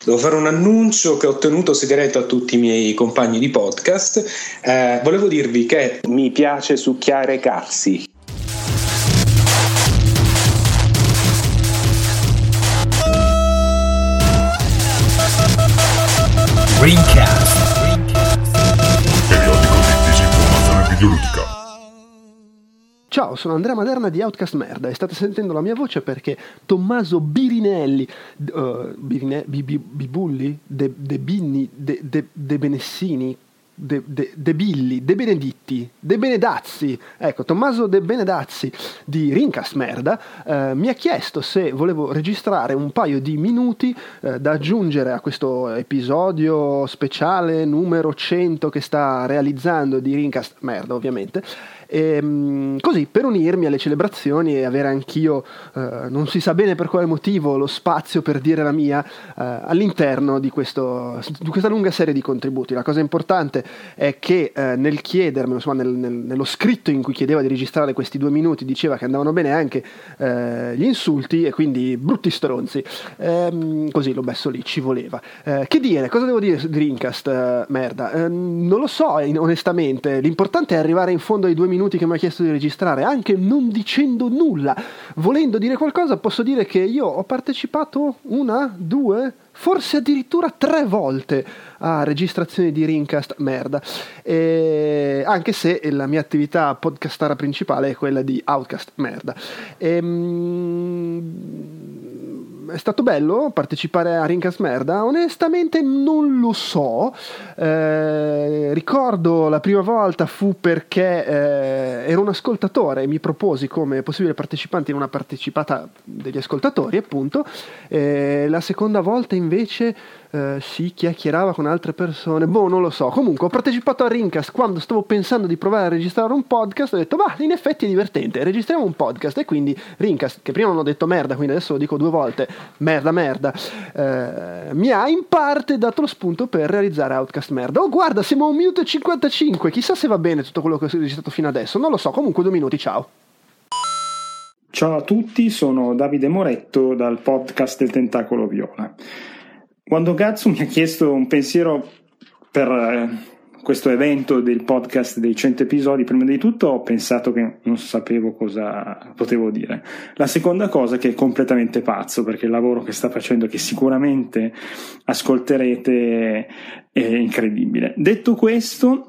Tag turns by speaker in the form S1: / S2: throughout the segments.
S1: Devo fare un annuncio che ho tenuto segreto a tutti i miei compagni di podcast. Volevo dirvi che mi piace succhiare cazzi.
S2: Rincast. Periodico di disinformazione videoludica.
S3: Ciao, sono Andrea Maderna di Outcast Merda e state sentendo la mia voce perché Tommaso Birinelli, Bibulli, De Binni, De Benessini, De Billi, De Benedetti, De Benedazzi, ecco, Tommaso De Benedazzi di Rincast Merda mi ha chiesto se volevo registrare un paio di minuti da aggiungere a questo episodio speciale numero 100 che sta realizzando di Rincast Merda, ovviamente. Così per unirmi alle celebrazioni e avere anch'io non si sa bene per quale motivo lo spazio per dire la mia all'interno di questa lunga serie di contributi. La cosa importante è che nel chiedermelo, insomma, nello scritto in cui chiedeva di registrare questi 2 minuti diceva che andavano bene anche gli insulti e quindi brutti stronzi, così l'ho messo lì, ci voleva. Che dire, cosa devo dire di Rincast Merda? Non lo so onestamente, l'importante è arrivare in fondo ai 2 minuti che mi ha chiesto di registrare, anche non dicendo nulla. Volendo dire qualcosa posso dire che io ho partecipato 1, 2, forse addirittura 3 volte a registrazioni di Rincast Merda, anche se la mia attività podcastara principale è quella di Outcast Merda. È stato bello partecipare a Rincast Merda? Onestamente non lo so. Ricordo la prima volta fu perché ero un ascoltatore e mi proposi come possibile partecipante in una partecipata degli ascoltatori, appunto. La seconda volta invece si chiacchierava con altre persone, non lo so. Comunque ho partecipato a Rincast quando stavo pensando di provare a registrare un podcast. Ho detto in effetti è divertente, registriamo un podcast, e quindi Rincast, che prima non ho detto merda, quindi adesso lo dico 2 volte, merda, mi ha in parte dato lo spunto per realizzare Outcast Merda. Oh guarda, siamo a 1 minuto e 55, chissà se va bene tutto quello che ho registrato fino adesso, non lo so. Comunque 2 minuti, ciao.
S4: Ciao a tutti, sono Davide Moretto dal podcast del Tentacolo Viola. Quando Gatsu mi ha chiesto un pensiero per questo evento del podcast dei 100 episodi, prima di tutto ho pensato che non sapevo cosa potevo dire. La seconda cosa è che è completamente pazzo, perché il lavoro che sta facendo, che sicuramente ascolterete, è incredibile. Detto questo,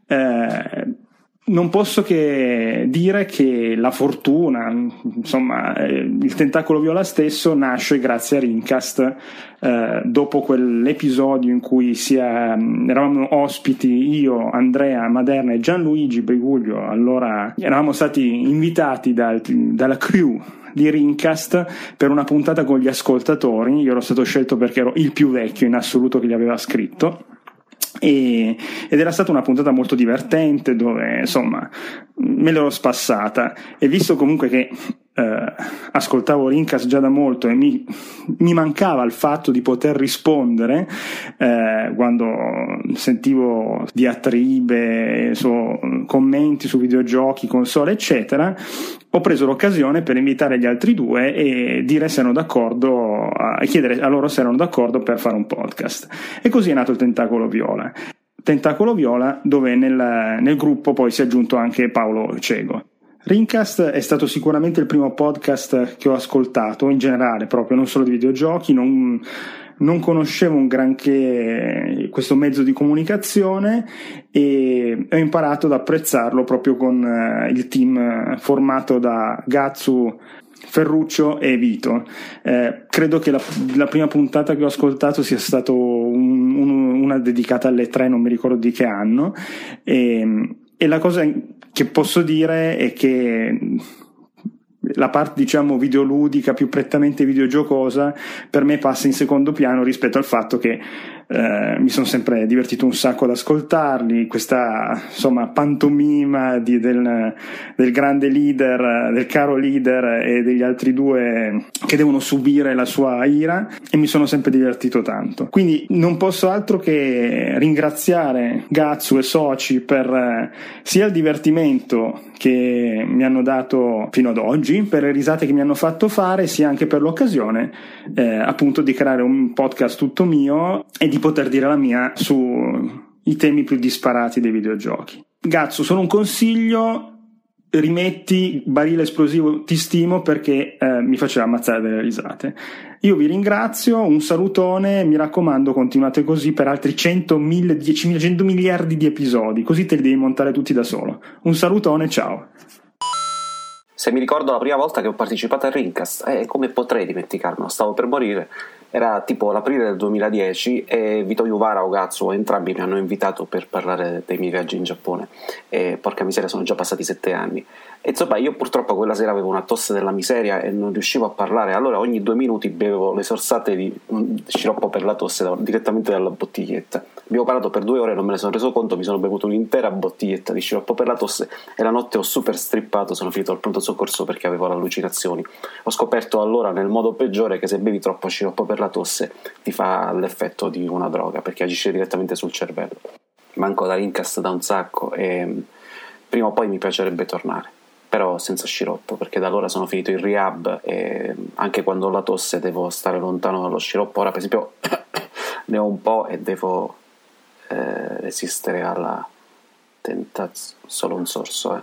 S4: non posso che dire che la fortuna, insomma, il Tentacolo Viola stesso nasce grazie a Rincast. Dopo quell'episodio in cui eravamo ospiti io, Andrea Maderna e Gianluigi Briguglio, allora eravamo stati invitati dalla crew di Rincast per una puntata con gli ascoltatori. Io ero stato scelto perché ero il più vecchio in assoluto che gli aveva scritto. Ed era stata una puntata molto divertente, dove insomma me l'ero spassata, e visto comunque che ascoltavo Rincast già da molto e mi mancava il fatto di poter rispondere quando sentivo diatribe, commenti su videogiochi, console eccetera, ho preso l'occasione per invitare gli altri 2 e dire se erano d'accordo, e chiedere a loro se erano d'accordo per fare un podcast. E così è nato il Tentacolo Viola, dove nel gruppo poi si è aggiunto anche Paolo Cego. Rincast è stato sicuramente il primo podcast che ho ascoltato in generale, proprio non solo di videogiochi. Non conoscevo un granché questo mezzo di comunicazione e ho imparato ad apprezzarlo proprio con il team formato da Gatsu, Ferruccio e Vito. Credo che la prima puntata che ho ascoltato sia stato una dedicata alle 3, non mi ricordo di che anno, e la cosa che posso dire è che la parte, diciamo, videoludica, più prettamente videogiocosa, per me passa in secondo piano rispetto al fatto che mi sono sempre divertito un sacco ad ascoltarli, questa insomma pantomima del grande leader, del caro leader e degli altri due che devono subire la sua ira, e mi sono sempre divertito tanto. Quindi non posso altro che ringraziare Gatsu e soci per sia il divertimento che mi hanno dato fino ad oggi, per le risate che mi hanno fatto fare, sia anche per l'occasione appunto di creare un podcast tutto mio e di poter dire la mia sui temi più disparati dei videogiochi. Gatsu, solo un consiglio: rimetti Barile Esplosivo Ti Stimo, perché mi faceva ammazzare delle risate. Io vi ringrazio, un salutone, mi raccomando continuate così per altri 100, 1000, 10.000, 100 miliardi di episodi, così te li devi montare tutti da solo. Un salutone, ciao.
S5: Se mi ricordo la prima volta che ho partecipato a Rincast, come potrei dimenticarmelo? Stavo per morire. Era tipo l'aprile del 2010 e Vito Juvara o Gatsu, entrambi mi hanno invitato per parlare dei miei viaggi in Giappone, e porca miseria, sono già passati 7 anni. E insomma, io purtroppo quella sera avevo una tosse della miseria e non riuscivo a parlare, allora ogni 2 minuti bevevo le sorsate di sciroppo per la tosse direttamente dalla bottiglietta. Abbiamo parlato per 2 ore, non me ne sono reso conto, mi sono bevuto un'intera bottiglietta di sciroppo per la tosse e la notte ho super strippato, sono finito al pronto soccorso perché avevo allucinazioni. Ho scoperto allora nel modo peggiore che se bevi troppo sciroppo per la tosse ti fa l'effetto di una droga, perché agisce direttamente sul cervello. Manco da Rincast da un sacco e prima o poi mi piacerebbe tornare, però senza sciroppo, perché da allora sono finito in rehab e anche quando ho la tosse devo stare lontano dallo sciroppo. Ora per esempio ne ho un po' e devo resistere alla tentazione. Solo un sorso.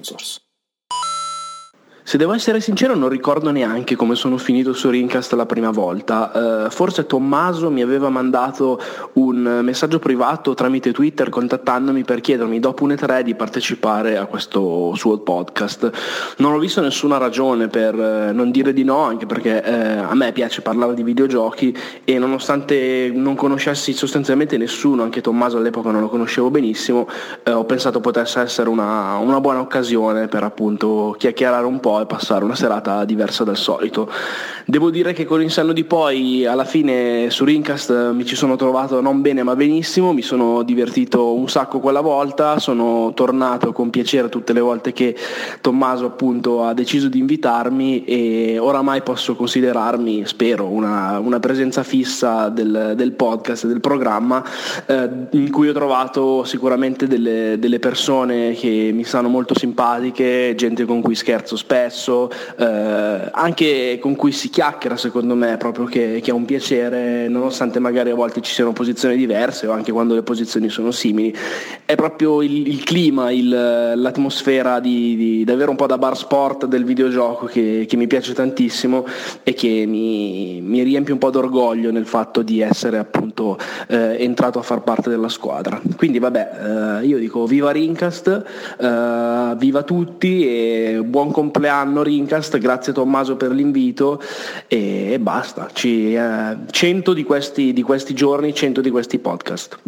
S6: Se devo essere sincero non ricordo neanche come sono finito su Rincast la prima volta, forse Tommaso mi aveva mandato un messaggio privato tramite Twitter contattandomi per chiedermi dopo un E3 di partecipare a questo suo podcast. Non ho visto nessuna ragione per non dire di no, anche perché a me piace parlare di videogiochi e nonostante non conoscessi sostanzialmente nessuno, anche Tommaso all'epoca non lo conoscevo benissimo, ho pensato potesse essere una buona occasione per appunto chiacchierare un po' e passare una serata diversa dal solito. Devo dire che con il senno di poi alla fine su Rincast mi ci sono trovato non bene ma benissimo, mi sono divertito un sacco quella volta, sono tornato con piacere tutte le volte che Tommaso appunto ha deciso di invitarmi e oramai posso considerarmi, spero, una presenza fissa del podcast, del programma, in cui ho trovato sicuramente delle persone che mi stanno molto simpatiche, gente con cui scherzo spesso, anche con cui si chiacchiera, secondo me, proprio che è un piacere, nonostante magari a volte ci siano posizioni diverse o anche quando le posizioni sono simili. È proprio il clima, l'atmosfera di davvero un po' da bar sport del videogioco che mi piace tantissimo e che mi riempie un po' d'orgoglio nel fatto di essere appunto entrato a far parte della squadra. Quindi vabbè, io dico viva Rincast, viva tutti e buon compleanno Rincast, grazie Tommaso per l'invito e basta, 100 di questi giorni, 100 di questi podcast.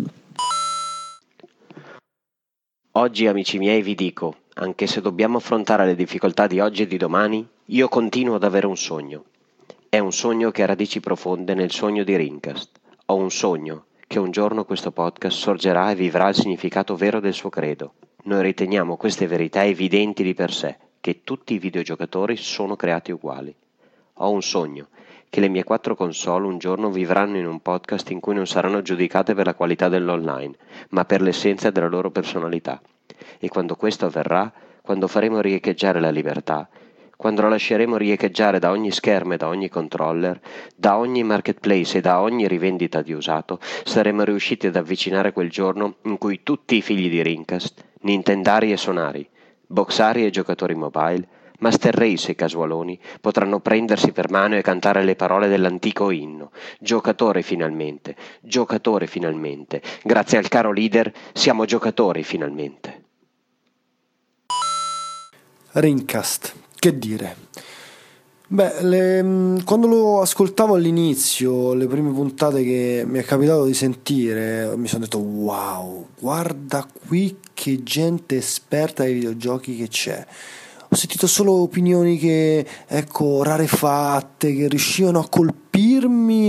S7: Oggi, amici miei, vi dico, anche se dobbiamo affrontare le difficoltà di oggi e di domani, io continuo ad avere un sogno. È un sogno che ha radici profonde nel sogno di Rincast. Ho un sogno che un giorno questo podcast sorgerà e vivrà il significato vero del suo credo. Noi riteniamo queste verità evidenti di per sé, che tutti i videogiocatori sono creati uguali. Ho un sogno che le mie 4 console un giorno vivranno in un podcast in cui non saranno giudicate per la qualità dell'online, ma per l'essenza della loro personalità. E quando questo avverrà, quando faremo riecheggiare la libertà, quando la lasceremo riecheggiare da ogni schermo e da ogni controller, da ogni marketplace e da ogni rivendita di usato, saremo riusciti ad avvicinare quel giorno in cui tutti i figli di Rincast, nintendari e sonari, boxari e giocatori mobile, Master Race e casualoni potranno prendersi per mano e cantare le parole dell'antico inno. Giocatore finalmente, grazie al caro leader siamo giocatori finalmente.
S8: Rincast, che dire? Beh, quando lo ascoltavo all'inizio, le prime puntate che mi è capitato di sentire, mi sono detto wow, guarda qui che gente esperta ai videogiochi che c'è. Ho sentito solo opinioni che, ecco, rarefatte, che riuscivano a colpirmi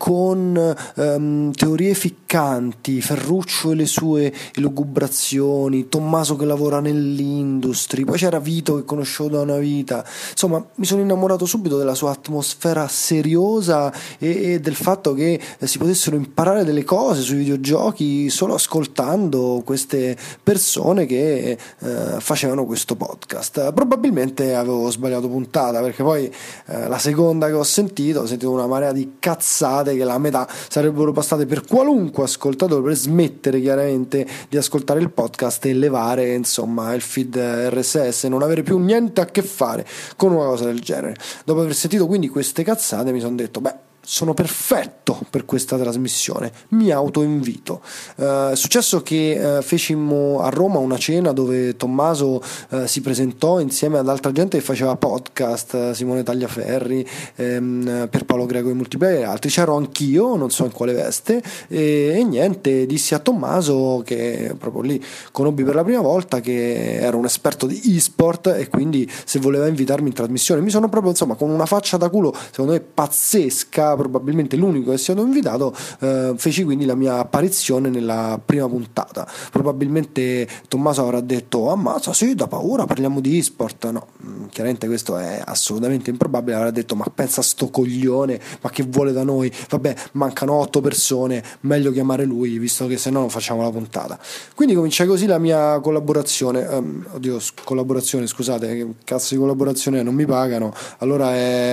S8: con teorie ficcanti, Ferruccio e le sue elucubrazioni, Tommaso che lavora nell'industry, poi c'era Vito che conoscevo da una vita. Insomma, mi sono innamorato subito della sua atmosfera seriosa e del fatto che si potessero imparare delle cose sui videogiochi solo ascoltando queste persone che facevano questo podcast. Probabilmente avevo sbagliato puntata, perché poi la seconda che ho sentito una marea di cazzate che la metà sarebbero bastate per qualunque ascoltatore per smettere chiaramente di ascoltare il podcast e levare insomma il feed RSS e non avere più niente a che fare con una cosa del genere. Dopo aver sentito quindi queste cazzate mi sono detto sono perfetto per questa trasmissione, mi autoinvito. È successo che fecimo a Roma una cena dove Tommaso si presentò insieme ad altra gente che faceva podcast, Simone Tagliaferri, Pierpaolo Greco e Multiplayer e altri. C'ero anch'io, non so in quale veste, e niente, dissi a Tommaso, che proprio lì conobbi per la prima volta, che era un esperto di e-sport e quindi se voleva invitarmi in trasmissione. Mi sono proprio con una faccia da culo secondo me pazzesca, probabilmente l'unico che è stato invitato, feci quindi la mia apparizione nella prima puntata. Probabilmente Tommaso avrà detto ammazza, sì, da paura, parliamo di e-sport. No, chiaramente questo è assolutamente improbabile. Avrà detto ma pensa a sto coglione, ma che vuole da noi, vabbè, mancano 8 persone, meglio chiamare lui visto che se no non facciamo la puntata. Quindi comincia così la mia collaborazione, collaborazione, scusate, che cazzo di collaborazione è? Non mi pagano, allora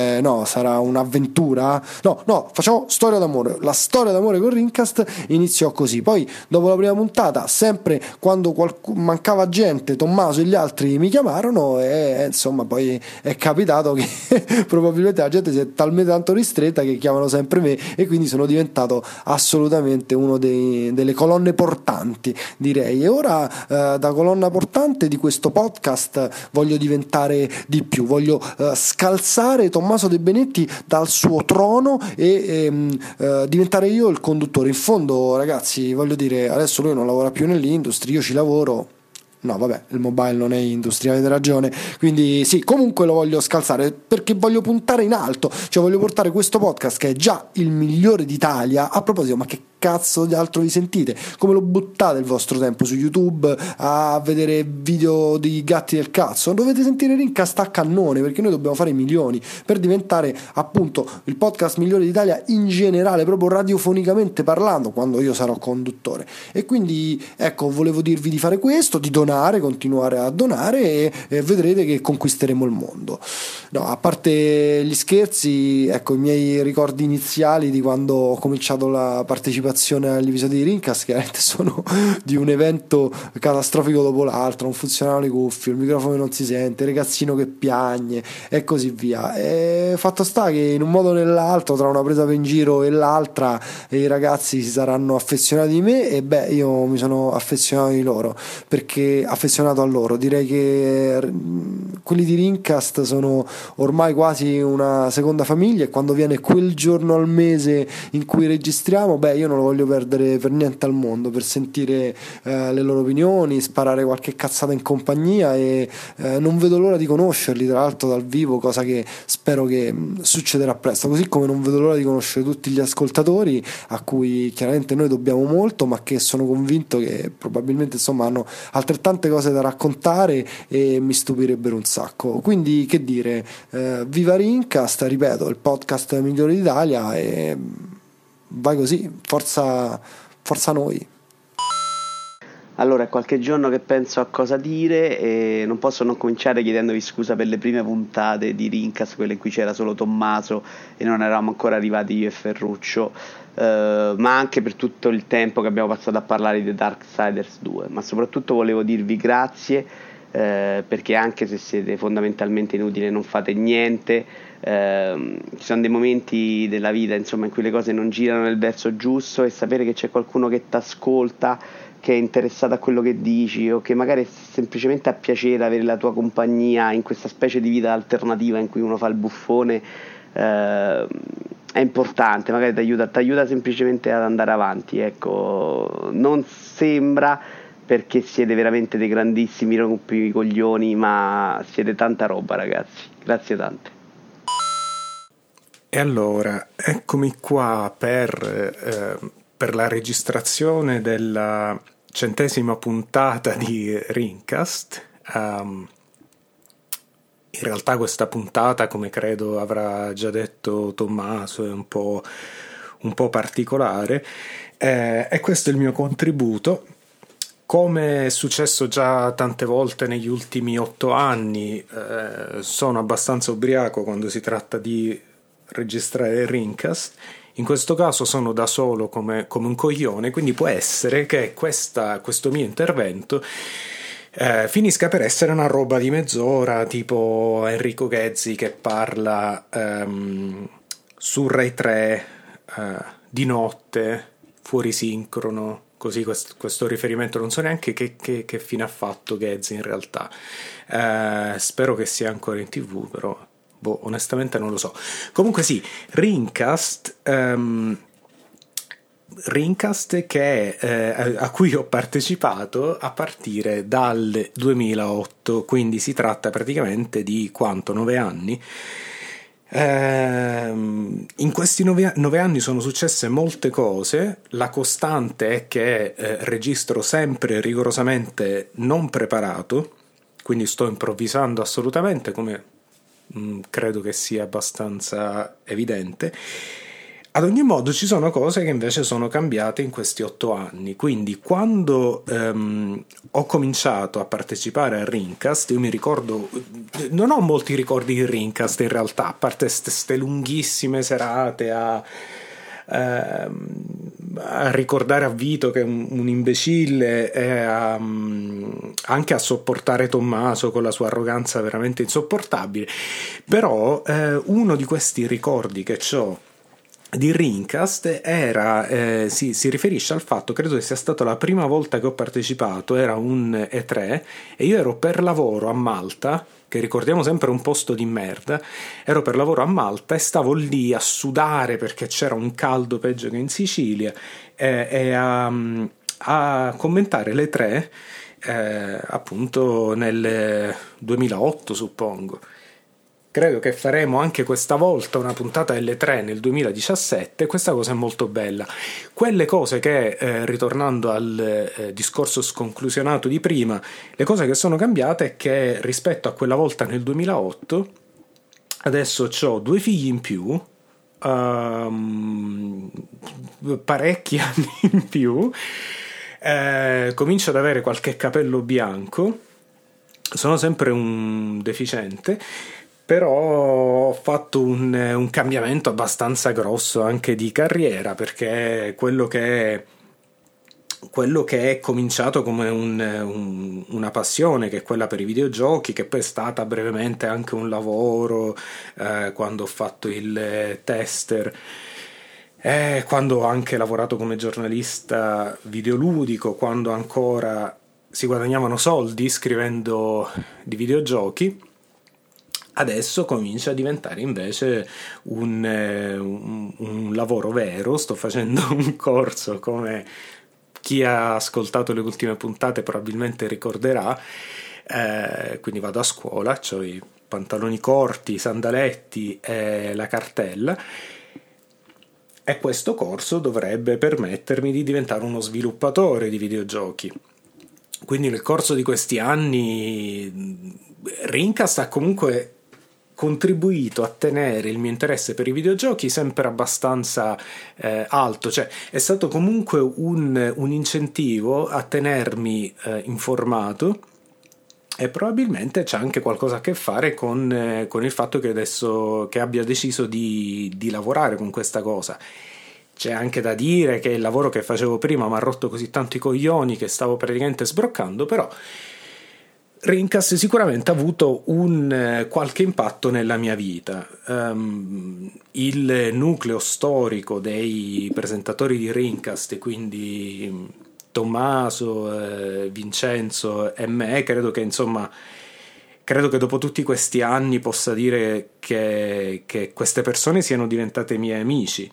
S8: sarà un'avventura. No, facciamo storia d'amore. La storia d'amore con Rincast iniziò così. Poi dopo la prima puntata, sempre quando mancava gente, Tommaso e gli altri mi chiamarono e insomma poi è capitato che probabilmente la gente si è talmente tanto ristretta che chiamano sempre me e quindi sono diventato assolutamente uno delle colonne portanti, direi. E ora da colonna portante di questo podcast voglio diventare di più, voglio scalzare Tommaso De Benetti dal suo trono e diventare io il conduttore. In fondo, ragazzi, voglio dire, adesso lui non lavora più nell'industria, io ci lavoro. No, vabbè, il mobile non è industria, avete ragione. Quindi sì, comunque lo voglio scalzare perché voglio puntare in alto, cioè voglio portare questo podcast che è già il migliore d'Italia. A proposito, ma che cazzo di altro vi sentite? Come lo buttate il vostro tempo su YouTube a vedere video di gatti del cazzo? Dovete sentire Rincast a cannone, perché noi dobbiamo fare milioni per diventare appunto il podcast migliore d'Italia in generale, proprio radiofonicamente parlando, quando io sarò conduttore. E quindi ecco, volevo dirvi di fare questo, di donare, continuare a donare e vedrete che conquisteremo il mondo. No, a parte gli scherzi, ecco, i miei ricordi iniziali di quando ho cominciato la partecipazione agli episodi di Rincast chiaramente sono di un evento catastrofico dopo l'altro, non funzionavano le cuffie, il microfono non si sente, il ragazzino che piagne e così via. E fatto sta che in un modo o nell'altro, tra una presa in giro e l'altra, i ragazzi si saranno affezionati di me e io mi sono affezionato a loro. Direi che quelli di Rincast sono ormai quasi una seconda famiglia e quando viene quel giorno al mese in cui registriamo, io non lo voglio perdere per niente al mondo, per sentire le loro opinioni, sparare qualche cazzata in compagnia e non vedo l'ora di conoscerli, tra l'altro dal vivo, cosa che spero che succederà presto, così come non vedo l'ora di conoscere tutti gli ascoltatori a cui chiaramente noi dobbiamo molto, ma che sono convinto che probabilmente insomma hanno altrettante cose da raccontare e mi stupirebbero un sacco. Quindi che dire, viva Rincast, ripeto, il podcast migliore d'Italia e vai così, forza noi.
S7: Allora, è qualche giorno che penso a cosa dire e non posso non cominciare chiedendovi scusa per le prime puntate di Rincast, quelle in cui c'era solo Tommaso e non eravamo ancora arrivati io e Ferruccio, ma anche per tutto il tempo che abbiamo passato a parlare di Darksiders 2. Ma soprattutto volevo dirvi grazie, perché anche se siete fondamentalmente inutili e non fate niente, ci sono dei momenti della vita insomma in cui le cose non girano nel verso giusto, e sapere che c'è qualcuno che ti ascolta, che è interessato a quello che dici, o che magari semplicemente ha piacere avere la tua compagnia in questa specie di vita alternativa in cui uno fa il buffone, è importante, magari ti aiuta semplicemente ad andare avanti. Ecco, non sembra, perché siete veramente dei grandissimi rompicoglioni, ma siete tanta roba, ragazzi. Grazie tante.
S1: E allora, eccomi qua per la registrazione della 100ª puntata di Rincast. In realtà questa puntata, come credo avrà già detto Tommaso, è un po' particolare, e questo è il mio contributo. Come è successo già tante volte negli ultimi 8 anni, sono abbastanza ubriaco quando si tratta di registrare il Rincast. In questo caso sono da solo come un coglione, quindi può essere che questo mio intervento finisca per essere una roba di mezz'ora, tipo Enrico Ghezzi che parla su Rai 3 di notte, fuori sincrono. Così questo riferimento non so neanche che fine ha fatto Ghezzi in realtà. Spero che sia ancora in TV, però onestamente non lo so. Comunque sì, Rincast che a cui ho partecipato a partire dal 2008, quindi si tratta praticamente di quanto? 9 anni? In questi 9 anni sono successe molte cose. La costante è che registro sempre rigorosamente non preparato, quindi sto improvvisando assolutamente, come credo che sia abbastanza evidente. Ad ogni modo ci sono cose che invece sono cambiate in questi 8 anni, quindi quando ho cominciato a partecipare a Rincast, io mi ricordo, non ho molti ricordi di Rincast in realtà, a parte queste lunghissime serate a ricordare a Vito che è un imbecille e anche a sopportare Tommaso con la sua arroganza veramente insopportabile. Però uno di questi ricordi che ho di Rincast era si riferisce al fatto, credo che sia stata la prima volta che ho partecipato, era un E3 e io ero per lavoro a Malta, che ricordiamo sempre un posto di merda. Ero per lavoro a Malta e stavo lì a sudare perché c'era un caldo peggio che in Sicilia, e a commentare le 3 appunto nel 2008 suppongo. Credo che faremo anche questa volta una puntata L3 nel 2017, questa cosa è molto bella. Quelle cose che, ritornando al discorso sconclusionato di prima, le cose che sono cambiate è che rispetto a quella volta nel 2008, adesso ho 2 figli in più, parecchi anni in più, comincio ad avere qualche capello bianco, sono sempre un deficiente. Però ho fatto un cambiamento abbastanza grosso anche di carriera, perché quello che è cominciato come una passione, che è quella per i videogiochi, che poi è stata brevemente anche un lavoro quando ho fatto il tester, quando ho anche lavorato come giornalista videoludico, quando ancora si guadagnavano soldi scrivendo di videogiochi. Adesso comincia a diventare invece un lavoro vero. Sto facendo un corso, come chi ha ascoltato le ultime puntate probabilmente ricorderà, quindi vado a scuola, ho i pantaloni corti, i sandaletti e la cartella, e questo corso dovrebbe permettermi di diventare uno sviluppatore di videogiochi. Quindi nel corso di questi anni Rincast ha comunque contribuito a tenere il mio interesse per i videogiochi sempre abbastanza alto, cioè è stato comunque un incentivo a tenermi informato, e probabilmente c'è anche qualcosa a che fare con il fatto che adesso che abbia deciso di lavorare con questa cosa. C'è anche da dire che il lavoro che facevo prima mi ha rotto così tanto i coglioni che stavo praticamente sbroccando, però Rincast sicuramente ha avuto un qualche impatto nella mia vita. Il nucleo storico dei presentatori di Rincast, quindi Tommaso, Vincenzo e me, credo che dopo tutti questi anni possa dire che queste persone siano diventate miei amici,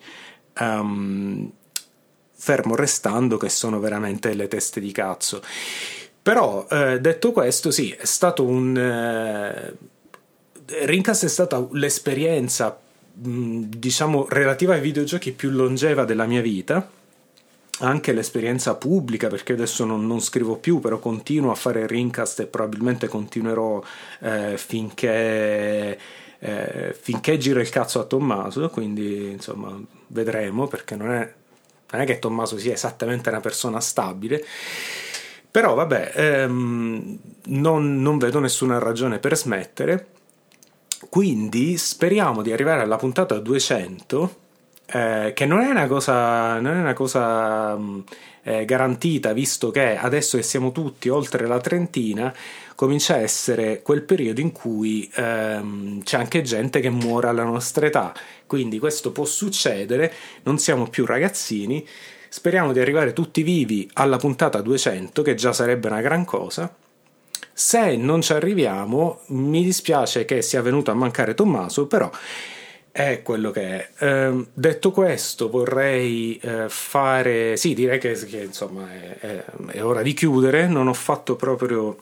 S1: fermo restando che sono veramente le teste di cazzo. Però detto questo, sì, è stato Rincast è stata l'esperienza diciamo relativa ai videogiochi più longeva della mia vita, anche l'esperienza pubblica, perché adesso non scrivo più, però continuo a fare Rincast e probabilmente continuerò finché gira il cazzo a Tommaso, quindi insomma vedremo, perché non è che Tommaso sia esattamente una persona stabile, però vabbè, non vedo nessuna ragione per smettere, quindi speriamo di arrivare alla puntata 200, che non è una cosa garantita, visto che adesso che siamo tutti oltre la trentina comincia a essere quel periodo in cui c'è anche gente che muore alla nostra età, quindi questo può succedere, non siamo più ragazzini. Speriamo di arrivare tutti vivi alla puntata 200, che già sarebbe una gran cosa. Se non ci arriviamo, mi dispiace che sia venuto a mancare Tommaso, però è quello che è. Detto questo, vorrei fare... Sì, direi che insomma è ora di chiudere. Non ho fatto proprio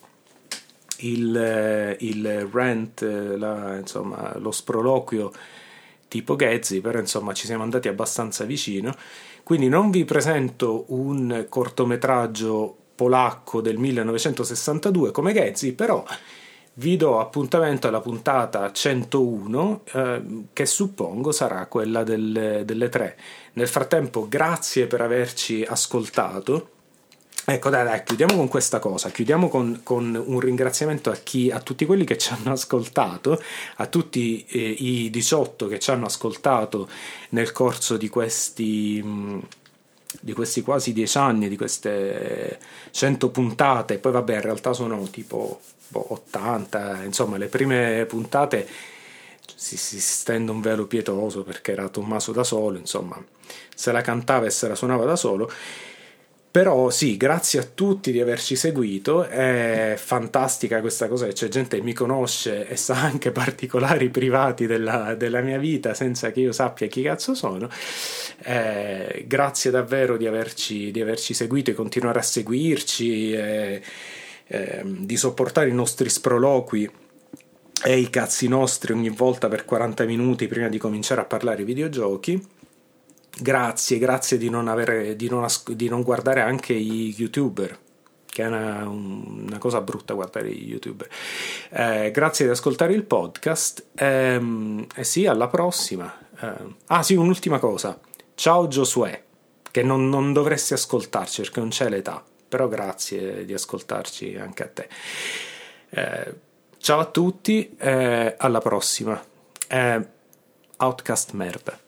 S1: il rant, insomma, lo sproloquio tipo Ghezzi, però insomma ci siamo andati abbastanza vicino. Quindi non vi presento un cortometraggio polacco del 1962 come Ghezzi, però vi do appuntamento alla puntata 101, che suppongo sarà quella delle 3. Nel frattempo, grazie per averci ascoltato. Ecco, dai, chiudiamo con questa cosa, chiudiamo con un ringraziamento a tutti quelli che ci hanno ascoltato, a tutti i 18 che ci hanno ascoltato nel corso di questi quasi 10 anni, di queste 100 puntate, poi vabbè in realtà sono tipo 80, insomma le prime puntate si stende un velo pietoso perché era Tommaso da solo, insomma se la cantava e se la suonava da solo. Però sì, grazie a tutti di averci seguito, è fantastica questa cosa che c'è gente che mi conosce e sa anche particolari privati della mia vita senza che io sappia chi cazzo sono. Grazie davvero di averci seguito e continuare a seguirci, di sopportare i nostri sproloqui e i cazzi nostri ogni volta per 40 minuti prima di cominciare a parlare di videogiochi. Grazie di non guardare anche i YouTuber, che è una cosa brutta guardare i YouTuber. Grazie di ascoltare il podcast. Sì, alla prossima. Sì, un'ultima cosa. Ciao Giosuè, che non dovresti ascoltarci perché non c'è l'età, però grazie di ascoltarci anche a te. Ciao a tutti, alla prossima. Outcast merda.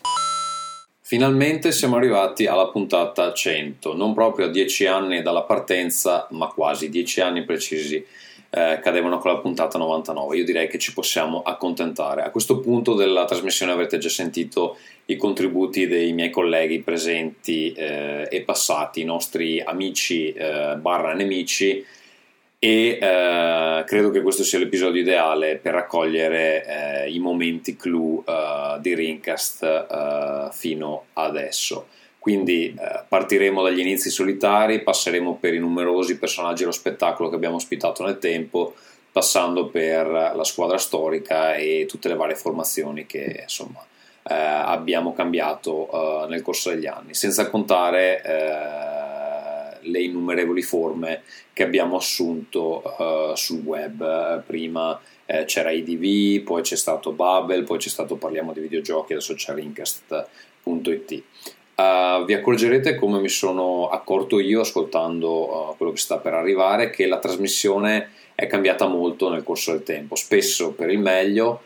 S9: Finalmente siamo arrivati alla puntata 100, non proprio a 10 anni dalla partenza, ma quasi 10 anni precisi cadevano con la puntata 99. Io direi che ci possiamo accontentare. A questo punto della trasmissione avrete già sentito i contributi dei miei colleghi presenti e passati, i nostri amici barra nemici, e credo che questo sia l'episodio ideale per raccogliere i momenti clou di Rincast fino adesso. Quindi partiremo dagli inizi solitari, passeremo per i numerosi personaggi dello spettacolo che abbiamo ospitato nel tempo, passando per la squadra storica e tutte le varie formazioni che insomma abbiamo cambiato nel corso degli anni, senza contare le innumerevoli forme che abbiamo assunto sul web. Prima c'era IDV, poi c'è stato Babel, poi c'è stato Parliamo di videogiochi, adesso c'è Rincast.it. Vi accorgerete, come mi sono accorto io ascoltando quello che sta per arrivare, che la trasmissione è cambiata molto nel corso del tempo, spesso per il meglio,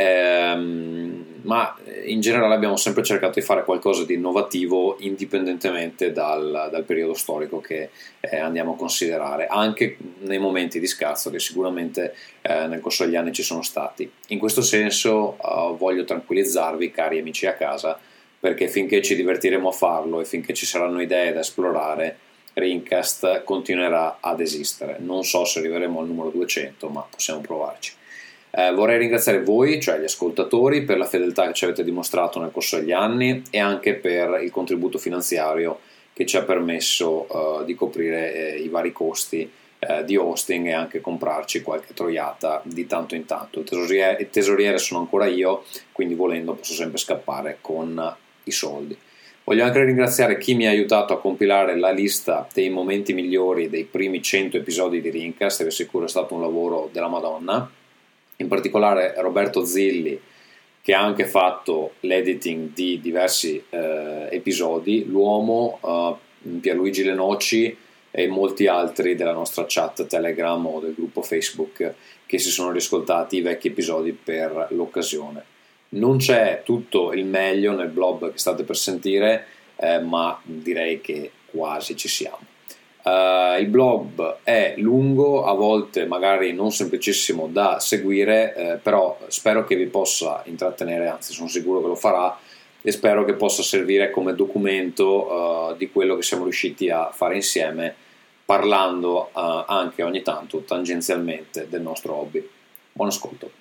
S9: ma in generale abbiamo sempre cercato di fare qualcosa di innovativo indipendentemente dal periodo storico che andiamo a considerare, anche nei momenti di scazzo che sicuramente nel corso degli anni ci sono stati. In questo senso voglio tranquillizzarvi, cari amici a casa, perché finché ci divertiremo a farlo e finché ci saranno idee da esplorare, Rincast continuerà ad esistere. Non so se arriveremo al numero 200, ma possiamo provarci. Vorrei ringraziare voi, cioè gli ascoltatori, per la fedeltà che ci avete dimostrato nel corso degli anni e anche per il contributo finanziario che ci ha permesso di coprire i vari costi di hosting e anche comprarci qualche troiata di tanto in tanto. Il tesoriere sono ancora io, quindi volendo posso sempre scappare con i soldi. Voglio anche ringraziare chi mi ha aiutato a compilare la lista dei momenti migliori dei primi 100 episodi di Rincast, che sicuro è stato un lavoro della Madonna, in particolare Roberto Zilli, che ha anche fatto l'editing di diversi episodi, l'uomo, Pierluigi Lenoci e molti altri della nostra chat Telegram o del gruppo Facebook che si sono riscoltati i vecchi episodi per l'occasione. Non c'è tutto il meglio nel blog che state per sentire, ma direi che quasi ci siamo. Il blog è lungo, a volte magari non semplicissimo da seguire, però spero che vi possa intrattenere, anzi sono sicuro che lo farà, e spero che possa servire come documento di quello che siamo riusciti a fare insieme, parlando anche ogni tanto tangenzialmente del nostro hobby. Buon ascolto.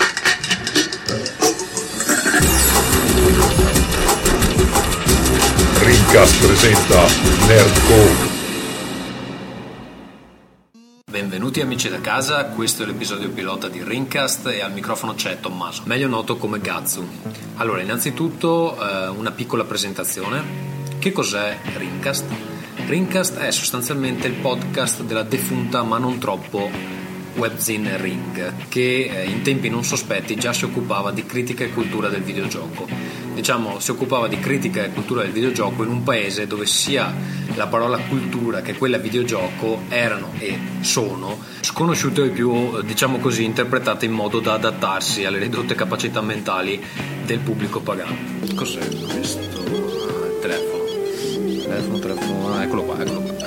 S2: Rincast presenta Nerdcore.
S10: Benvenuti amici da casa, questo è l'episodio pilota di Rincast e al microfono c'è Tommaso, meglio noto come Gazzu. Allora, innanzitutto una piccola presentazione. Che cos'è Rincast? Rincast è sostanzialmente il podcast della defunta ma non troppo webzine Ring, che in tempi non sospetti già si occupava di critica e cultura del videogioco. Diciamo, si occupava di critica e cultura del videogioco in un paese dove sia la parola cultura che quella videogioco erano e sono sconosciute o più, diciamo così, interpretate in modo da adattarsi alle ridotte capacità mentali del pubblico pagano. Cos'è questo? Il telefono. Eccolo qua.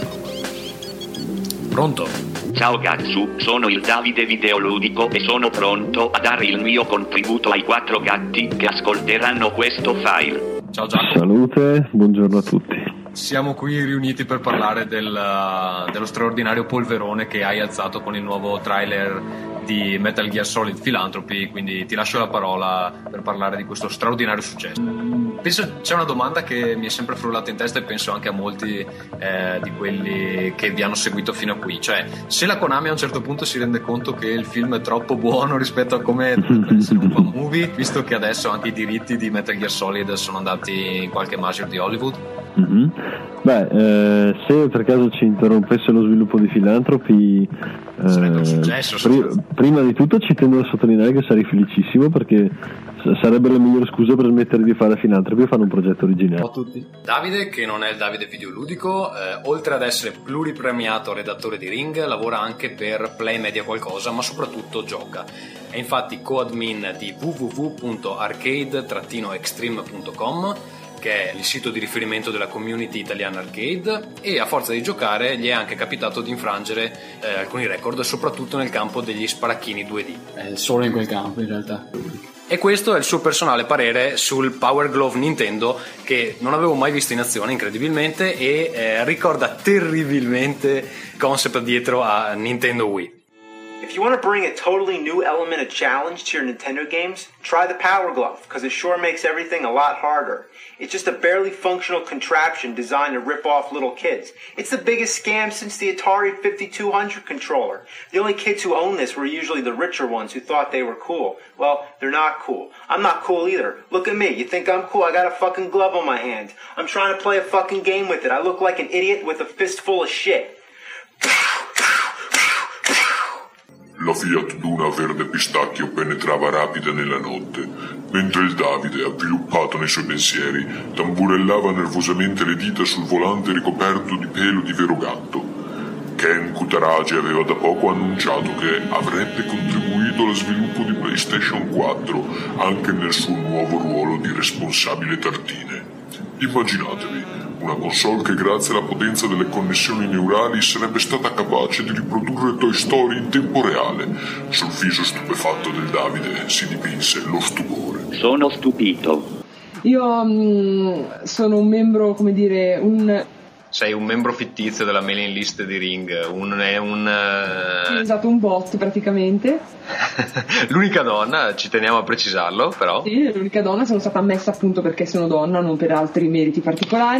S10: Pronto?
S11: Ciao Gazzu, sono il Davide Videoludico e sono pronto a dare il mio contributo ai 4 gatti che ascolteranno questo file.
S10: Ciao Giacomo.
S12: Salute, buongiorno a tutti.
S10: Siamo qui riuniti per parlare dello straordinario polverone che hai alzato con il nuovo trailer di Metal Gear Solid Philanthropy, quindi ti lascio la parola per parlare di questo straordinario successo. Penso c'è una domanda che mi è sempre frullata in testa e penso anche a molti di quelli che vi hanno seguito fino a qui, cioè se la Konami a un certo punto si rende conto che il film è troppo buono rispetto a come dovrebbe essere un fan movie, visto che adesso anche i diritti di Metal Gear Solid sono andati in qualche major di Hollywood.
S12: Mm-hmm. Se per caso ci interrompesse lo sviluppo di Philanthropy,
S10: sarebbe un successo.
S12: Prima di tutto ci tengo a sottolineare che sarei felicissimo, perché sarebbe la migliore scusa per smettere di fare Philanthropy e fare un progetto originale.
S10: Ciao a tutti. Davide, che non è il Davide videoludico, oltre ad essere pluripremiato redattore di Ring, lavora anche per Play Media qualcosa, ma soprattutto gioca. È infatti co-admin di www.arcade-extreme.com, che è il sito di riferimento della community italiana arcade, e a forza di giocare gli è anche capitato di infrangere alcuni record, soprattutto nel campo degli sparacchini 2D.
S13: Solo in quel campo in realtà.
S10: E questo è il suo personale parere sul Power Glove Nintendo, che non avevo mai visto in azione incredibilmente, e ricorda terribilmente il concept dietro a Nintendo Wii.
S14: If you want to bring a totally new element of challenge to your Nintendo games, try the Power Glove, because it sure makes everything a lot harder. It's just a barely functional contraption designed to rip off little kids. It's the biggest scam since the Atari 5200 controller. The only kids who own this were usually the richer ones who thought they were cool. Well, they're not cool. I'm not cool either. Look at me. You think I'm cool? I got a fucking glove on my hand. I'm trying to play a fucking game with it. I look like an idiot with a fistful of shit.
S2: La Fiat Duna verde pistacchio penetrava rapida nella notte, mentre il Davide, avviluppato nei suoi pensieri, tamburellava nervosamente le dita sul volante ricoperto di pelo di vero gatto. Ken Kutaragi aveva da poco annunciato che avrebbe contribuito allo sviluppo di PlayStation 4 anche nel suo nuovo ruolo di responsabile tartine. Immaginatevi una console che grazie alla potenza delle connessioni neurali sarebbe stata capace di riprodurre Toy Story in tempo reale. Sul viso stupefatto del Davide si dipinse lo stupore.
S11: Sono stupito.
S15: Io sono un membro, come dire,
S10: Sei un membro fittizio della mailing list di Ring,
S15: Ho usato un bot praticamente.
S10: L'unica donna, ci teniamo a precisarlo, però.
S15: Sì, l'unica donna, sono stata ammessa appunto perché sono donna, non per altri meriti particolari.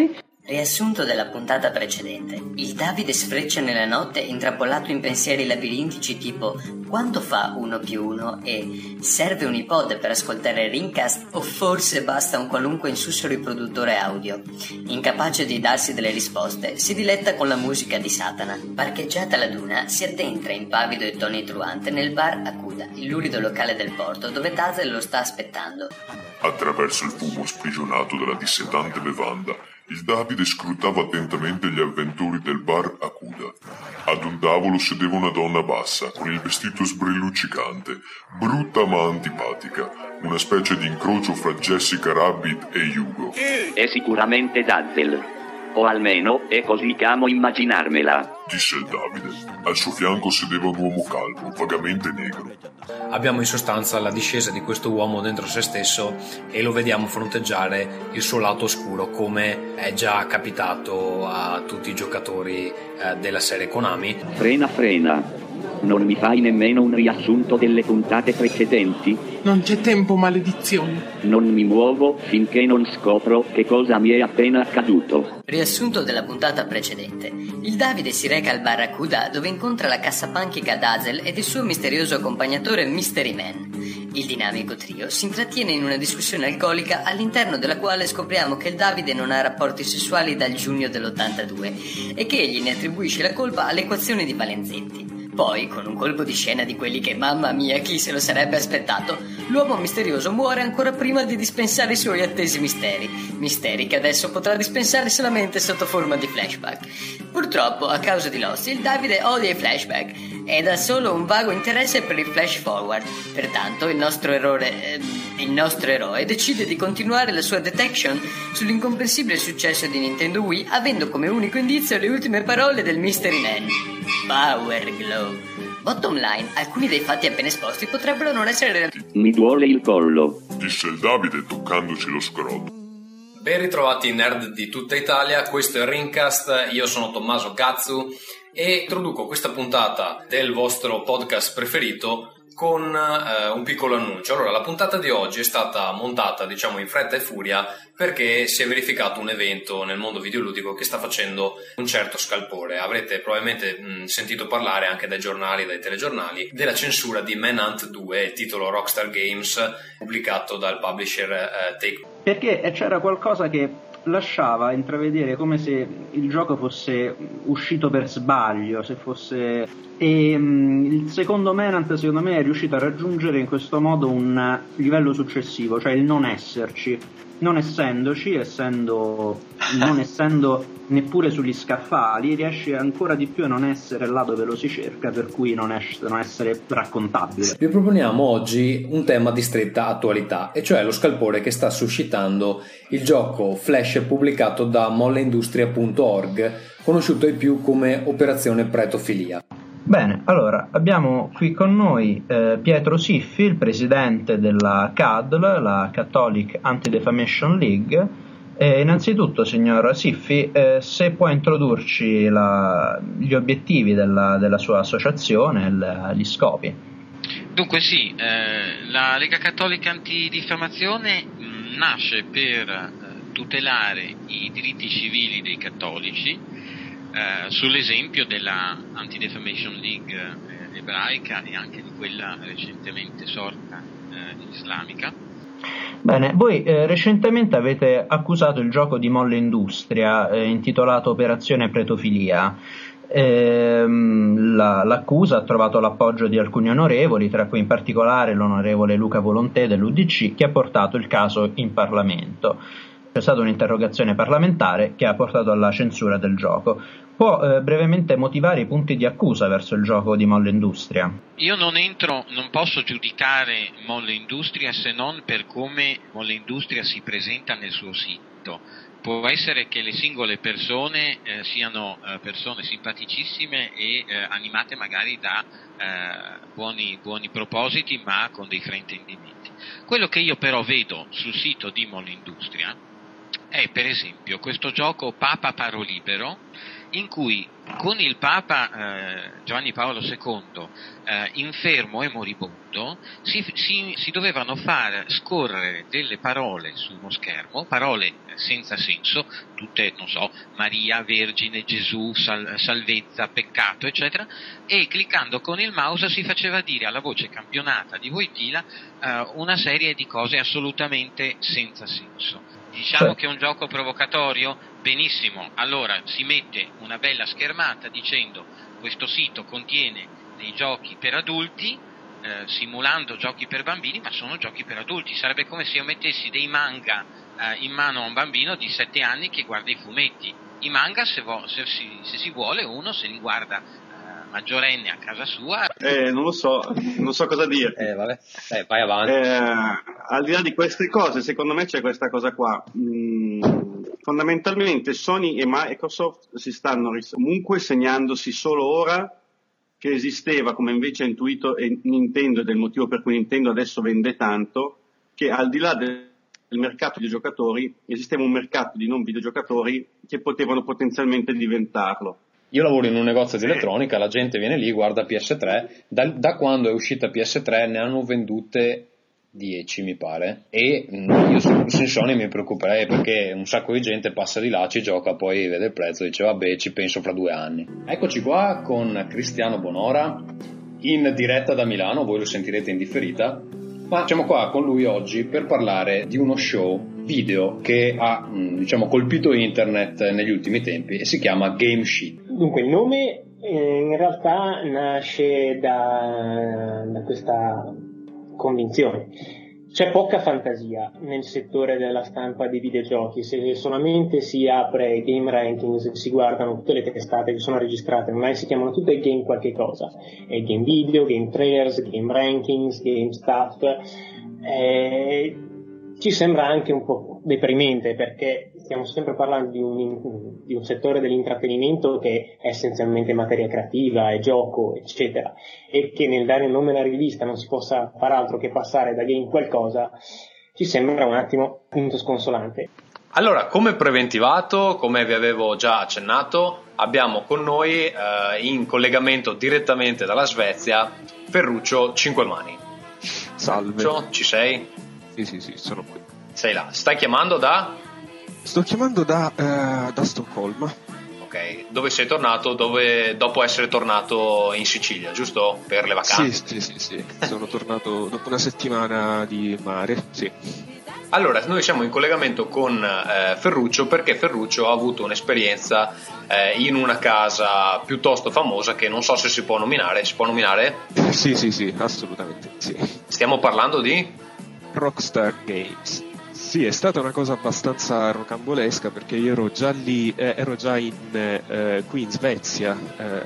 S13: Riassunto della puntata precedente. Il Davide sfreccia nella notte intrappolato in pensieri labirintici tipo quanto fa 1 più 1 e serve un iPod per ascoltare Rincast o forse basta un qualunque insusso riproduttore audio. Incapace di darsi delle risposte, si diletta con la musica di Satana. Parcheggiata la duna, si addentra impavido e tonitruante nel bar Akuda, il lurido locale del porto dove Dazzle lo sta aspettando.
S2: Attraverso il fumo sprigionato dalla dissetante bevanda, il Davide scrutava attentamente gli avventori del bar Akuda. Ad un tavolo sedeva una donna bassa, con il vestito sbrilluccicante, brutta ma antipatica, una specie di incrocio fra Jessica Rabbit e Hugo.
S11: È sicuramente Dazzle. O almeno è così che amo immaginarmela,
S2: disse il Davide. Al suo fianco sedeva un uomo calvo, vagamente negro.
S10: Abbiamo in sostanza la discesa di questo uomo dentro se stesso e lo vediamo fronteggiare il suo lato oscuro, come è già capitato a tutti i giocatori della serie Konami.
S11: Frena. Non mi fai nemmeno un riassunto delle puntate precedenti?
S16: Non c'è tempo, maledizione.
S11: Non mi muovo finché non scopro che cosa mi è appena accaduto.
S13: Riassunto della puntata precedente. Il Davide si reca al bar Akuda dove incontra la cassapanchica Dazzle ed il suo misterioso accompagnatore Mystery Man. Il dinamico trio si intrattiene in una discussione alcolica all'interno della quale scopriamo che il Davide non ha rapporti sessuali dal giugno dell'82 e che egli ne attribuisce la colpa alle equazioni di Valenzetti. Poi, con un colpo di scena di quelli che, mamma mia, chi se lo sarebbe aspettato, l'uomo misterioso muore ancora prima di dispensare i suoi attesi misteri che adesso potrà dispensare solamente sotto forma di flashback. Purtroppo, a causa di Lost, il Davide odia i flashback ed ha solo un vago interesse per il flash forward. Pertanto il nostro eroe decide di continuare la sua detection sull'incomprensibile successo di Nintendo Wii, avendo come unico indizio le ultime parole del Mystery Man: Power Glow. Bottom line, alcuni dei fatti appena esposti potrebbero non essere...
S11: Mi duole il collo,
S2: disse il Davide toccandoci lo scroto.
S10: Ben ritrovati nerd di tutta Italia, questo è Rincast, io sono Tommaso Gazzu e introduco questa puntata del vostro podcast preferito con un piccolo annuncio. Allora, la puntata di oggi è stata montata, diciamo, in fretta e furia perché si è verificato un evento nel mondo videoludico che sta facendo un certo scalpore. Avrete probabilmente sentito parlare anche dai giornali, dai telegiornali, della censura di Manhunt 2, il titolo Rockstar Games pubblicato dal publisher Take.
S17: Perché c'era qualcosa che lasciava intravedere come se il gioco fosse uscito per sbaglio, se fosse... E il secondo Manhunt secondo me è riuscito a raggiungere in questo modo un livello successivo, cioè il non esserci, non essendoci, non essendo neppure sugli scaffali, riesce ancora di più a non essere là dove lo si cerca, per cui non essere raccontabile.
S10: Vi proponiamo oggi un tema di stretta attualità, e cioè lo scalpore che sta suscitando il gioco Flash pubblicato da molleindustria.org, conosciuto ai più come Operazione Pretofilia.
S17: Bene, allora abbiamo qui con noi Pietro Siffi, il presidente della CADL, la Catholic Anti-Defamation League. Innanzitutto, signor Siffi, se può introdurci gli obiettivi della sua associazione, gli scopi.
S18: Dunque sì, la Lega Cattolica Antidifamazione nasce per tutelare i diritti civili dei cattolici, sull'esempio della Anti-Defamation League ebraica e anche di quella recentemente sorta islamica.
S17: Bene, voi recentemente avete accusato il gioco di Molle Industria intitolato Operazione Pretofilia. L'accusa ha trovato l'appoggio di alcuni onorevoli, tra cui in particolare l'onorevole Luca Volontè dell'UDC, che ha portato il caso in Parlamento. C'è stata un'interrogazione parlamentare che ha portato alla censura del gioco. Può brevemente motivare i punti di accusa verso il gioco di Molle Industria?
S18: Io non posso giudicare Molle Industria se non per come Molle Industria si presenta nel suo sito. Può essere che le singole persone siano persone simpaticissime e animate magari da buoni propositi, ma con dei fraintendimenti. Quello che io però vedo sul sito di Molle Industria è per esempio questo gioco Papa Paro Libero, in cui con il Papa Giovanni Paolo II infermo e moribondo si dovevano far scorrere delle parole su uno schermo, parole senza senso, tutte, non so, Maria, Vergine, Gesù, salvezza, peccato, eccetera, e cliccando con il mouse si faceva dire alla voce campionata di Wojtyla una serie di cose assolutamente senza senso. Diciamo che è un gioco provocatorio? Benissimo, allora si mette una bella schermata dicendo questo sito contiene dei giochi per adulti, simulando giochi per bambini, ma sono giochi per adulti. Sarebbe come se io mettessi dei manga in mano a un bambino di 7 anni che guarda i fumetti. I manga, se si vuole, uno se li guarda maggiorenne a casa sua.
S19: Non lo so cosa dire.
S9: Vabbè. Vai avanti.
S19: Al di là di queste cose, secondo me c'è questa cosa qua. Fondamentalmente Sony e Microsoft si stanno comunque segnandosi solo ora che esisteva, come invece ha intuito Nintendo, ed è il motivo per cui Nintendo adesso vende tanto, che al di là del mercato di giocatori esisteva un mercato di non videogiocatori che potevano potenzialmente diventarlo.
S9: Io lavoro in un negozio di elettronica, la gente viene lì, guarda PS3, da quando è uscita PS3 ne hanno vendute 10 mi pare, e io su Sony mi preoccuperei perché un sacco di gente passa di là, ci gioca, poi vede il prezzo e dice vabbè, ci penso fra 2 anni. Eccoci qua con Cristiano Bonora in diretta da Milano, voi lo sentirete in differita, ma siamo qua con lui oggi per parlare di uno show video che ha colpito internet negli ultimi tempi e si chiama Game Shit.
S20: Dunque il nome in realtà nasce da questa convinzione. C'è poca fantasia nel settore della stampa dei videogiochi. Se solamente si apre Game Rankings, si guardano tutte le testate che sono registrate, ormai si chiamano tutte Game qualche cosa, Game Video, Game Trailers, Game Rankings, Game Stuff, ci sembra anche un po' deprimente, perché stiamo sempre parlando di un settore dell'intrattenimento che è essenzialmente materia creativa, è gioco, eccetera, e che nel dare il nome alla rivista non si possa far altro che passare da game qualcosa, ci sembra un attimo appunto sconsolante.
S9: Allora, come preventivato, come vi avevo già accennato, abbiamo con noi in collegamento direttamente dalla Svezia Ferruccio Cinquemani.
S21: Salve.
S9: Ferruccio, ci sei?
S21: Sì, sono qui.
S9: Sei là. Stai chiamando da?
S21: Sto chiamando da Stoccolma.
S9: Ok, dove sei tornato? Dopo essere tornato in Sicilia, giusto? Per le vacanze?
S21: Sì. Sono tornato dopo una settimana di mare, sì.
S9: Allora, noi siamo in collegamento con Ferruccio perché Ferruccio ha avuto un'esperienza in una casa piuttosto famosa che non so se si può nominare. Si può nominare?
S21: Sì, assolutamente, sì.
S9: Stiamo parlando di?
S21: Rockstar Games. Sì, è stata una cosa abbastanza rocambolesca perché io ero già lì, qui in Svezia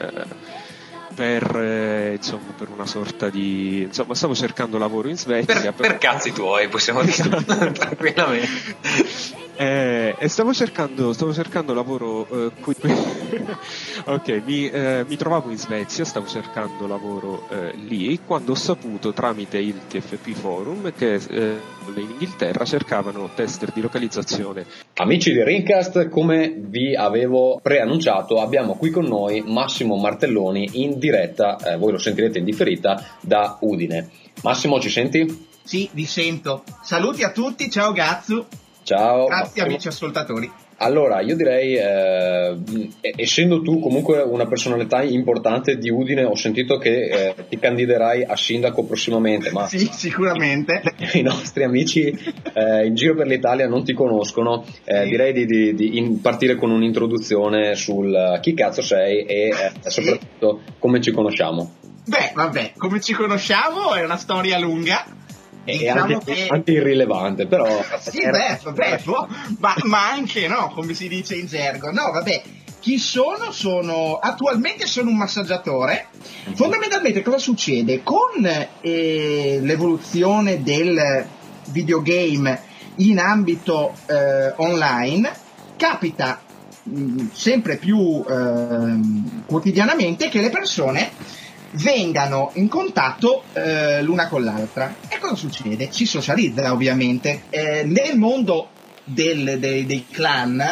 S21: per una sorta di stavo cercando lavoro in Svezia
S9: per cazzi tuoi, possiamo dire tranquillamente.
S21: E stavo cercando lavoro qui. Ok, mi trovavo in Svezia, stavo cercando lavoro lì quando ho saputo tramite il TFP Forum che in Inghilterra cercavano tester di localizzazione.
S9: Amici di Rincast, come vi avevo preannunciato, abbiamo qui con noi Massimo Martelloni in diretta, voi lo sentirete in differita, da Udine. Massimo, ci senti?
S22: Sì, vi sento. Saluti a tutti, ciao Gazzu.
S9: Ciao.
S22: Grazie amici ascoltatori.
S9: Allora, io direi, essendo tu comunque una personalità importante di Udine, ho sentito che ti candiderai a sindaco prossimamente. Ma
S22: sì, sicuramente.
S9: I nostri amici in giro per l'Italia non ti conoscono. Direi di partire con un'introduzione sul chi cazzo sei e soprattutto come ci conosciamo.
S22: Beh, vabbè, come ci conosciamo è una storia lunga.
S9: Diciamo anche irrilevante, però
S22: sì, ma anche no, come si dice in gergo. No, vabbè, chi sono? Attualmente sono un massaggiatore. Fondamentalmente cosa succede? Con l'evoluzione del videogame in ambito online capita sempre più quotidianamente che le persone vengano in contatto l'una con l'altra. E cosa succede? Si socializza ovviamente. Nel mondo dei clan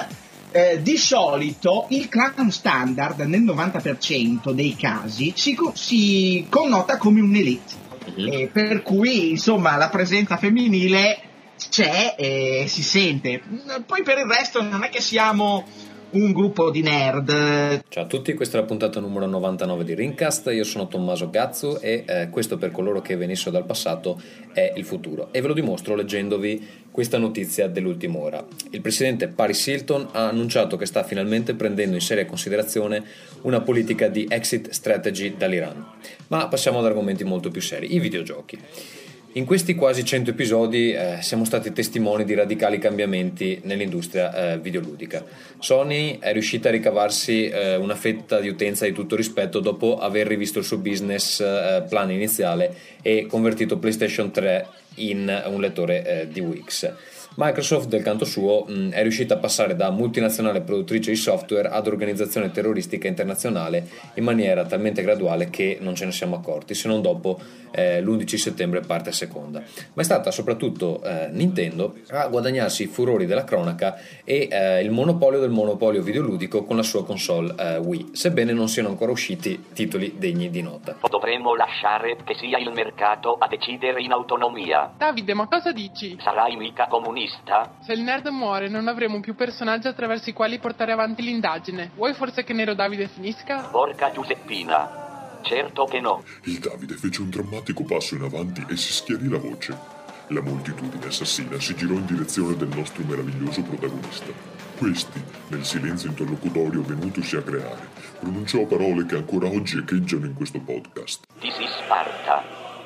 S22: Di solito il clown standard nel 90% dei casi si connota come un'elite, per cui insomma la presenza femminile c'è e si sente. Poi per il resto non è che siamo un gruppo di nerd.
S10: Ciao a tutti, questa è la puntata numero 99 di Rincast. Io sono Tommaso Gazzu e questo, per coloro che venissero dal passato, è il futuro, e ve lo dimostro leggendovi questa notizia dell'ultima ora. Il presidente Paris Hilton ha annunciato che sta finalmente prendendo in seria considerazione una politica di exit strategy dall'Iran. Ma passiamo ad argomenti molto più seri: i videogiochi. In questi quasi 100 episodi siamo stati testimoni di radicali cambiamenti nell'industria videoludica. Sony è riuscita a ricavarsi una fetta di utenza di tutto rispetto dopo aver rivisto il suo business plan iniziale e convertito PlayStation 3 in un lettore di Wix. Microsoft, del canto suo, è riuscita a passare da multinazionale produttrice di software ad organizzazione terroristica internazionale in maniera talmente graduale che non ce ne siamo accorti, se non dopo l'11 settembre parte seconda. Ma è stata soprattutto Nintendo a guadagnarsi i furori della cronaca e il monopolio del monopolio videoludico con la sua console Wii, sebbene non siano ancora usciti titoli degni di nota.
S11: Dovremmo lasciare che sia il mercato a decidere in autonomia.
S16: Davide, ma cosa dici?
S11: Sarai mica comunista?
S16: Se il nerd muore non avremo più personaggi attraverso i quali portare avanti l'indagine. Vuoi forse che Nero Davide finisca?
S11: Porca Giuseppina, certo che no.
S2: Il Davide fece un drammatico passo in avanti e si schiarì la voce. La moltitudine assassina si girò in direzione del nostro meraviglioso protagonista. Questi, nel silenzio interlocutorio venutosi a creare, pronunciò parole che ancora oggi echeggiano in questo podcast.
S11: Ti si Sparta.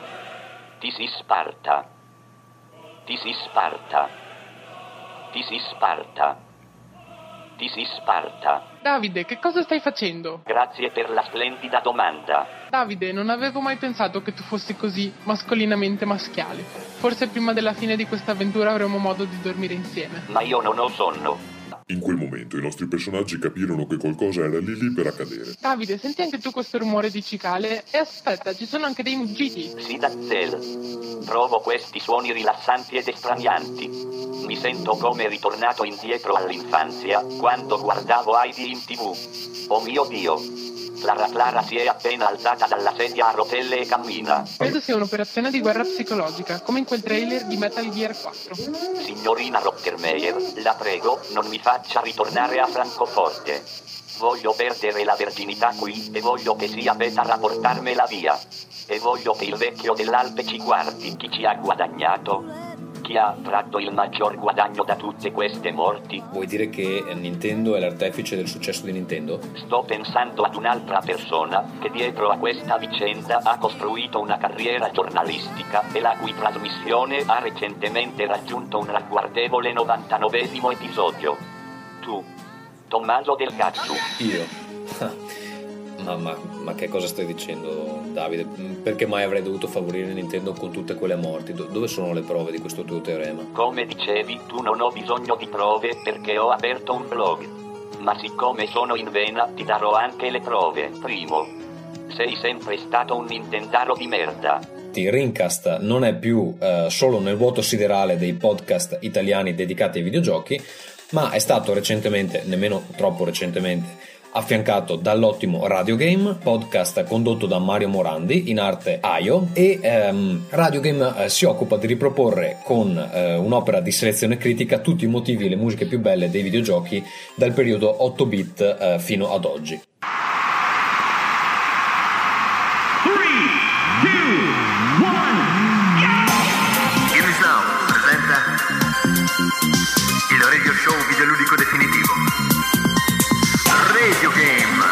S11: Ti si Sparta. Ti si Sparta. Ti si Sparta. Ti si Sparta.
S16: Davide, che cosa stai facendo?
S11: Grazie per la splendida domanda.
S16: Davide, non avevo mai pensato che tu fossi così mascolinamente maschiale. Forse prima della fine di questa avventura avremo modo di dormire insieme.
S11: Ma io non ho sonno.
S2: In quel momento i nostri personaggi capirono che qualcosa era lì per accadere.
S16: Davide, senti anche tu questo rumore di cicale? E aspetta, ci sono anche dei muggiti.
S11: Sì, Dazzel. Provo questi suoni rilassanti ed estranianti. Mi sento come ritornato indietro all'infanzia, quando guardavo Heidi in TV. Oh mio Dio! Clara si è appena alzata dalla sedia a rotelle e cammina.
S16: Credo sia un'operazione di guerra psicologica, come in quel trailer di Metal Gear 4.
S11: Signorina Rottermeier, la prego, non mi faccia ritornare a Francoforte. Voglio perdere la verginità qui e voglio che sia Petar a portarmela via. E voglio che il vecchio dell'Alpe ci guardi. Chi ci ha guadagnato? Chi ha tratto il maggior guadagno da tutte queste morti?
S10: Vuoi dire che Nintendo è l'artefice del successo di Nintendo?
S11: Sto pensando ad un'altra persona che dietro a questa vicenda ha costruito una carriera giornalistica e la cui trasmissione ha recentemente raggiunto un ragguardevole 99esimo episodio. Tu, Tommaso del Gazzu.
S10: Io? Ma che cosa stai dicendo, Davide? Perché mai avrei dovuto favorire Nintendo con tutte quelle morti? Dove sono le prove di questo tuo teorema?
S11: Come dicevi, tu non ho bisogno di prove perché ho aperto un blog. Ma siccome sono in vena, ti darò anche le prove. Primo, sei sempre stato un nintendaro di merda.
S10: Rincast non è più solo nel vuoto siderale dei podcast italiani dedicati ai videogiochi, ma è stato recentemente, nemmeno troppo recentemente, affiancato dall'ottimo Radio Game, podcast condotto da Mario Morandi, in arte Aio, e Radio Game si occupa di riproporre con un'opera di selezione critica tutti i motivi e le musiche più belle dei videogiochi dal periodo 8-bit fino ad oggi.
S3: 3, 2, 1, Games Now presenta il radio show videoludico definitivo. Radio Game.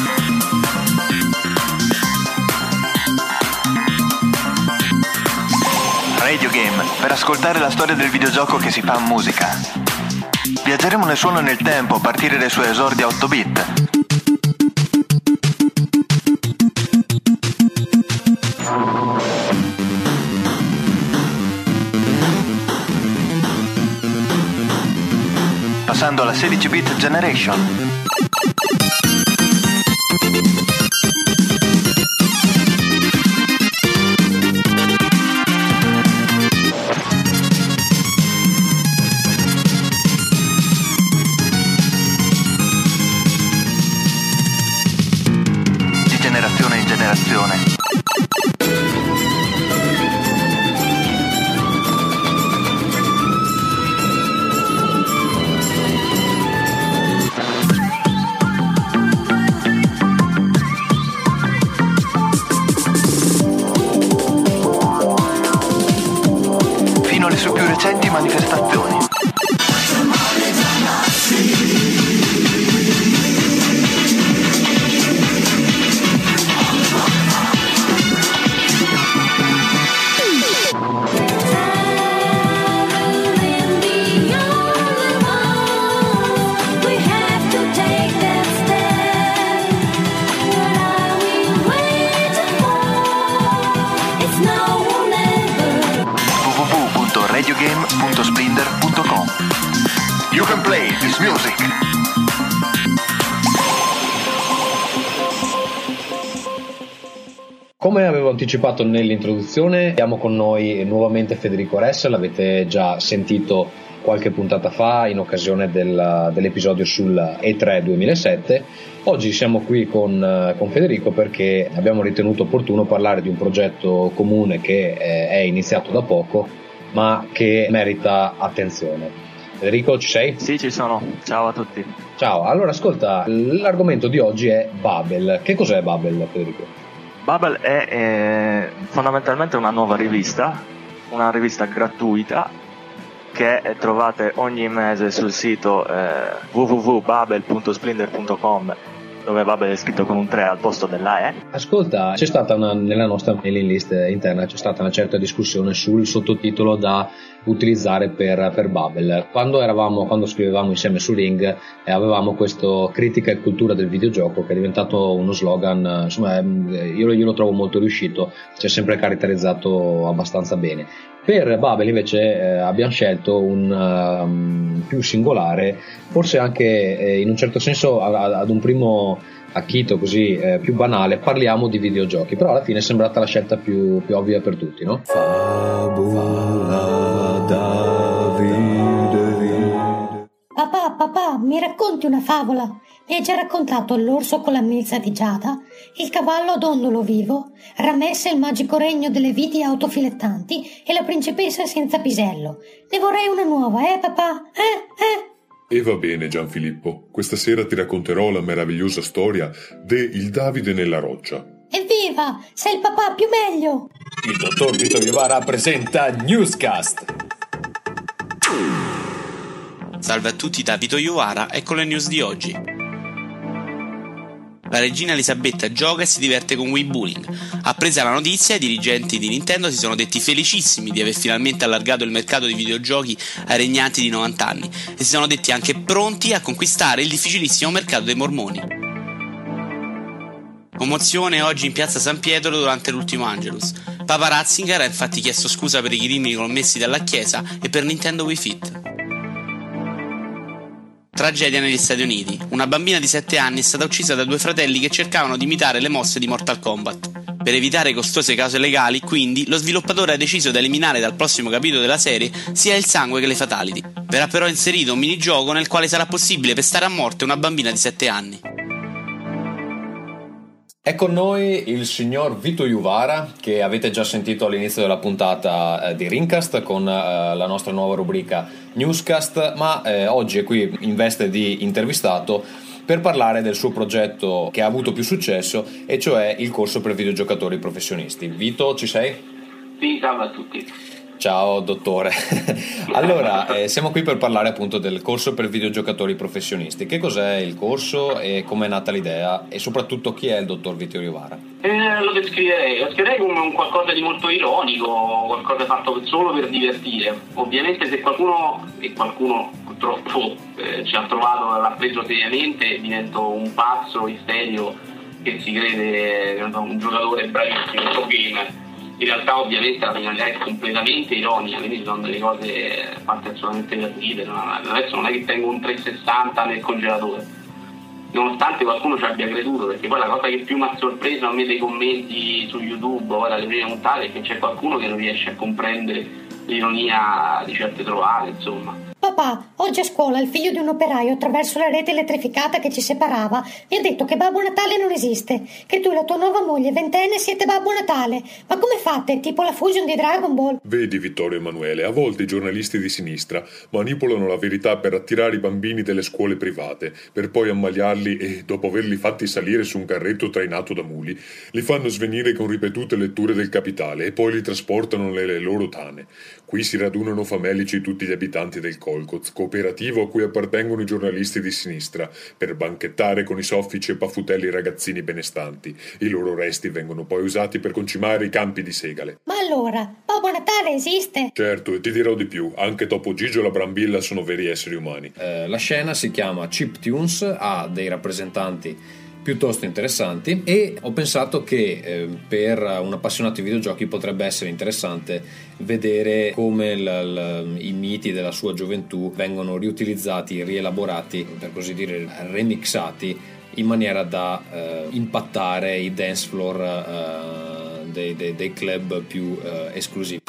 S3: Radio Game, per ascoltare la storia del videogioco che si fa musica. Viaggeremo nel suono e nel tempo a partire dai suoi esordi a 8-bit. Passando alla 16-bit Generation. generazione in generazione. Fino alle sue più recenti manifestazioni. www.radiogame.splinder.com. You can play this music.
S10: Come avevo anticipato nell'introduzione, abbiamo con noi nuovamente Federico Ressa, l'avete già sentito qualche puntata fa in occasione dell'episodio sul E3 2007. Oggi siamo qui con Federico perché abbiamo ritenuto opportuno parlare di un progetto comune che è iniziato da poco ma che merita attenzione. Federico, ci sei?
S4: Sì, ci sono. Ciao a tutti.
S10: Ciao, allora ascolta, l'argomento di oggi è Babel. Che cos'è Babel, Federico?
S4: Babel è fondamentalmente una nuova rivista, una rivista gratuita che trovate ogni mese sul sito www.babel.splinder.com, dove Babel è scritto con un 3 al posto della E.
S10: Ascolta, c'è stata nella nostra mailing list interna c'è stata una certa discussione sul sottotitolo da utilizzare per Babel. Quando scrivevamo insieme su Ring avevamo questo critica e cultura del videogioco che è diventato uno slogan, insomma io lo trovo molto riuscito, ci è sempre caratterizzato abbastanza bene. Per Babel invece abbiamo scelto un più singolare, forse anche in un certo senso ad un primo acchito così più banale, parliamo di videogiochi, però alla fine è sembrata la scelta più ovvia per tutti, no?
S5: Papà, mi racconti una favola? Mi hai già raccontato l'orso con la milza di Giada, il cavallo dondolo vivo, Ramesse il magico regno delle viti autofilettanti e la principessa senza pisello. Ne vorrei una nuova, papà?
S2: E va bene, Gianfilippo, questa sera ti racconterò la meravigliosa storia de Il Davide nella roccia.
S5: Evviva! Sei il papà più meglio!
S10: Il dottor Vito Iovara presenta Newscast.
S23: Salve a tutti da Vito Iovara, ecco le news di oggi. La regina Elisabetta gioca e si diverte con Wii Bowling. Appresa la notizia, i dirigenti di Nintendo si sono detti felicissimi di aver finalmente allargato il mercato dei videogiochi ai regnanti di 90 anni e si sono detti anche pronti a conquistare il difficilissimo mercato dei mormoni. Commozione oggi in piazza San Pietro durante l'ultimo Angelus. Papa Ratzinger ha infatti chiesto scusa per i crimini commessi dalla Chiesa e per Nintendo Wii Fit. Tragedia negli Stati Uniti. Una bambina di 7 anni è stata uccisa da 2 fratelli che cercavano di imitare le mosse di Mortal Kombat. Per evitare costose cause legali, quindi, lo sviluppatore ha deciso di eliminare dal prossimo capitolo della serie sia il sangue che le fatality. Verrà però inserito un minigioco nel quale sarà possibile pestare a morte una bambina di 7 anni.
S10: È con noi il signor Vito Iovara, che avete già sentito all'inizio della puntata di Ringcast con la nostra nuova rubrica Newscast, ma oggi è qui in veste di intervistato per parlare del suo progetto che ha avuto più successo, e cioè il corso per videogiocatori professionisti. Vito, ci sei?
S24: Sì, ciao a tutti.
S10: Ciao dottore. Allora, siamo qui per parlare appunto del corso per videogiocatori professionisti. Che cos'è il corso e come è nata l'idea, e soprattutto chi è il dottor Vito Iovara?
S24: Lo descriverei come un qualcosa di molto ironico, qualcosa fatto solo per divertire. Ovviamente se qualcuno purtroppo ci ha trovato, l'ha preso seriamente, divento un pazzo isterico che si crede un giocatore bravissimo, un gamer. In realtà ovviamente la finalità è completamente ironica, quindi ci sono delle cose fatte assolutamente per ridere. Adesso non è che tengo un 360 nel congelatore, nonostante qualcuno ci abbia creduto, perché poi la cosa che più mi ha sorpreso a me dei commenti su YouTube ora le prime puntate è che c'è qualcuno che non riesce a comprendere l'ironia di certe trovate, insomma.
S5: papà, oggi a scuola il figlio di un operaio, attraverso la rete elettrificata che ci separava, mi ha detto che Babbo Natale non esiste, che tu e la tua nuova moglie ventenne siete Babbo Natale. Ma come fate? Tipo la fusion di Dragon Ball?
S2: Vedi, Vittorio Emanuele, a volte i giornalisti di sinistra manipolano la verità per attirare i bambini delle scuole private, per poi ammaliarli e, dopo averli fatti salire su un carretto trainato da muli, li fanno svenire con ripetute letture del Capitale e poi li trasportano nelle loro tane. Qui si radunano famelici tutti gli abitanti del Colcoz, cooperativo a cui appartengono i giornalisti di sinistra, per banchettare con i soffici e paffutelli ragazzini benestanti. I loro resti vengono poi usati per concimare i campi di segale.
S5: Ma allora, Babbo Natale esiste?
S2: Certo, e ti dirò di più, anche Topo Gigio e la Brambilla sono veri esseri umani.
S10: La scena si chiama Chiptunes, ha dei rappresentanti piuttosto interessanti e ho pensato che per un appassionato di videogiochi potrebbe essere interessante vedere come i miti della sua gioventù vengono riutilizzati, rielaborati, per così dire remixati, in maniera da impattare i dance floor dei club più esclusivi.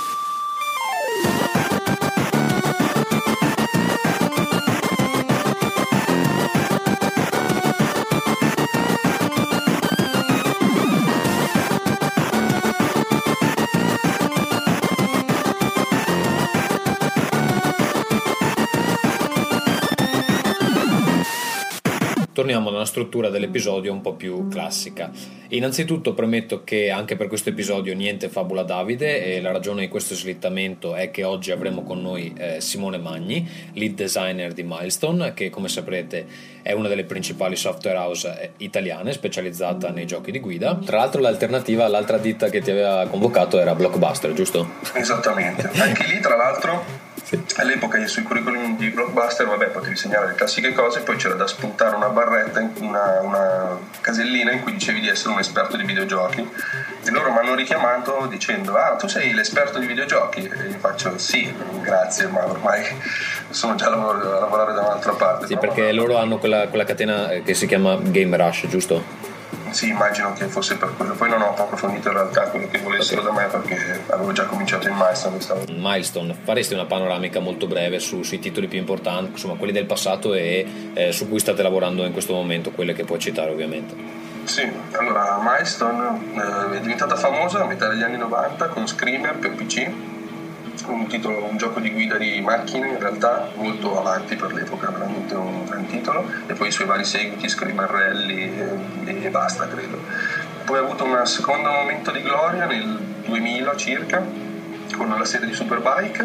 S10: Torniamo ad una struttura dell'episodio un po' più classica. Innanzitutto premetto che anche per questo episodio niente fabula Davide, e la ragione di questo slittamento è che oggi avremo con noi Simone Magni, lead designer di Milestone, che come saprete è una delle principali software house italiane specializzata nei giochi di guida. Tra l'altro l'alternativa all'altra ditta che ti aveva convocato era Blockbuster, giusto?
S1: Esattamente, anche lì tra l'altro all'epoca sui curriculum di Blockbuster potevi segnare le classiche cose, poi c'era da spuntare una barretta, una casellina in cui dicevi di essere un esperto di videogiochi, e loro mi hanno richiamato dicendo tu sei l'esperto di videogiochi, e io faccio sì, grazie, ma ormai sono già a lavorare da un'altra parte.
S10: Sì, perché loro hanno quella catena che si chiama Game Rush, giusto?
S1: Sì, immagino che fosse per quello. Poi non ho approfondito in realtà quello che volessero da me, perché avevo già cominciato in
S10: Milestone. Faresti una panoramica molto breve sui titoli più importanti, insomma quelli del passato e su cui state lavorando in questo momento, quelle che puoi citare ovviamente.
S1: Sì, allora Milestone è diventata famosa a metà degli anni 90 con Screamer per PC, un gioco di guida di macchine, in realtà molto avanti per l'epoca, veramente un gran titolo, e poi i suoi vari seguiti, Screamer Rally e basta, credo. Poi ha avuto un secondo momento di gloria nel 2000 circa con la serie di Superbike,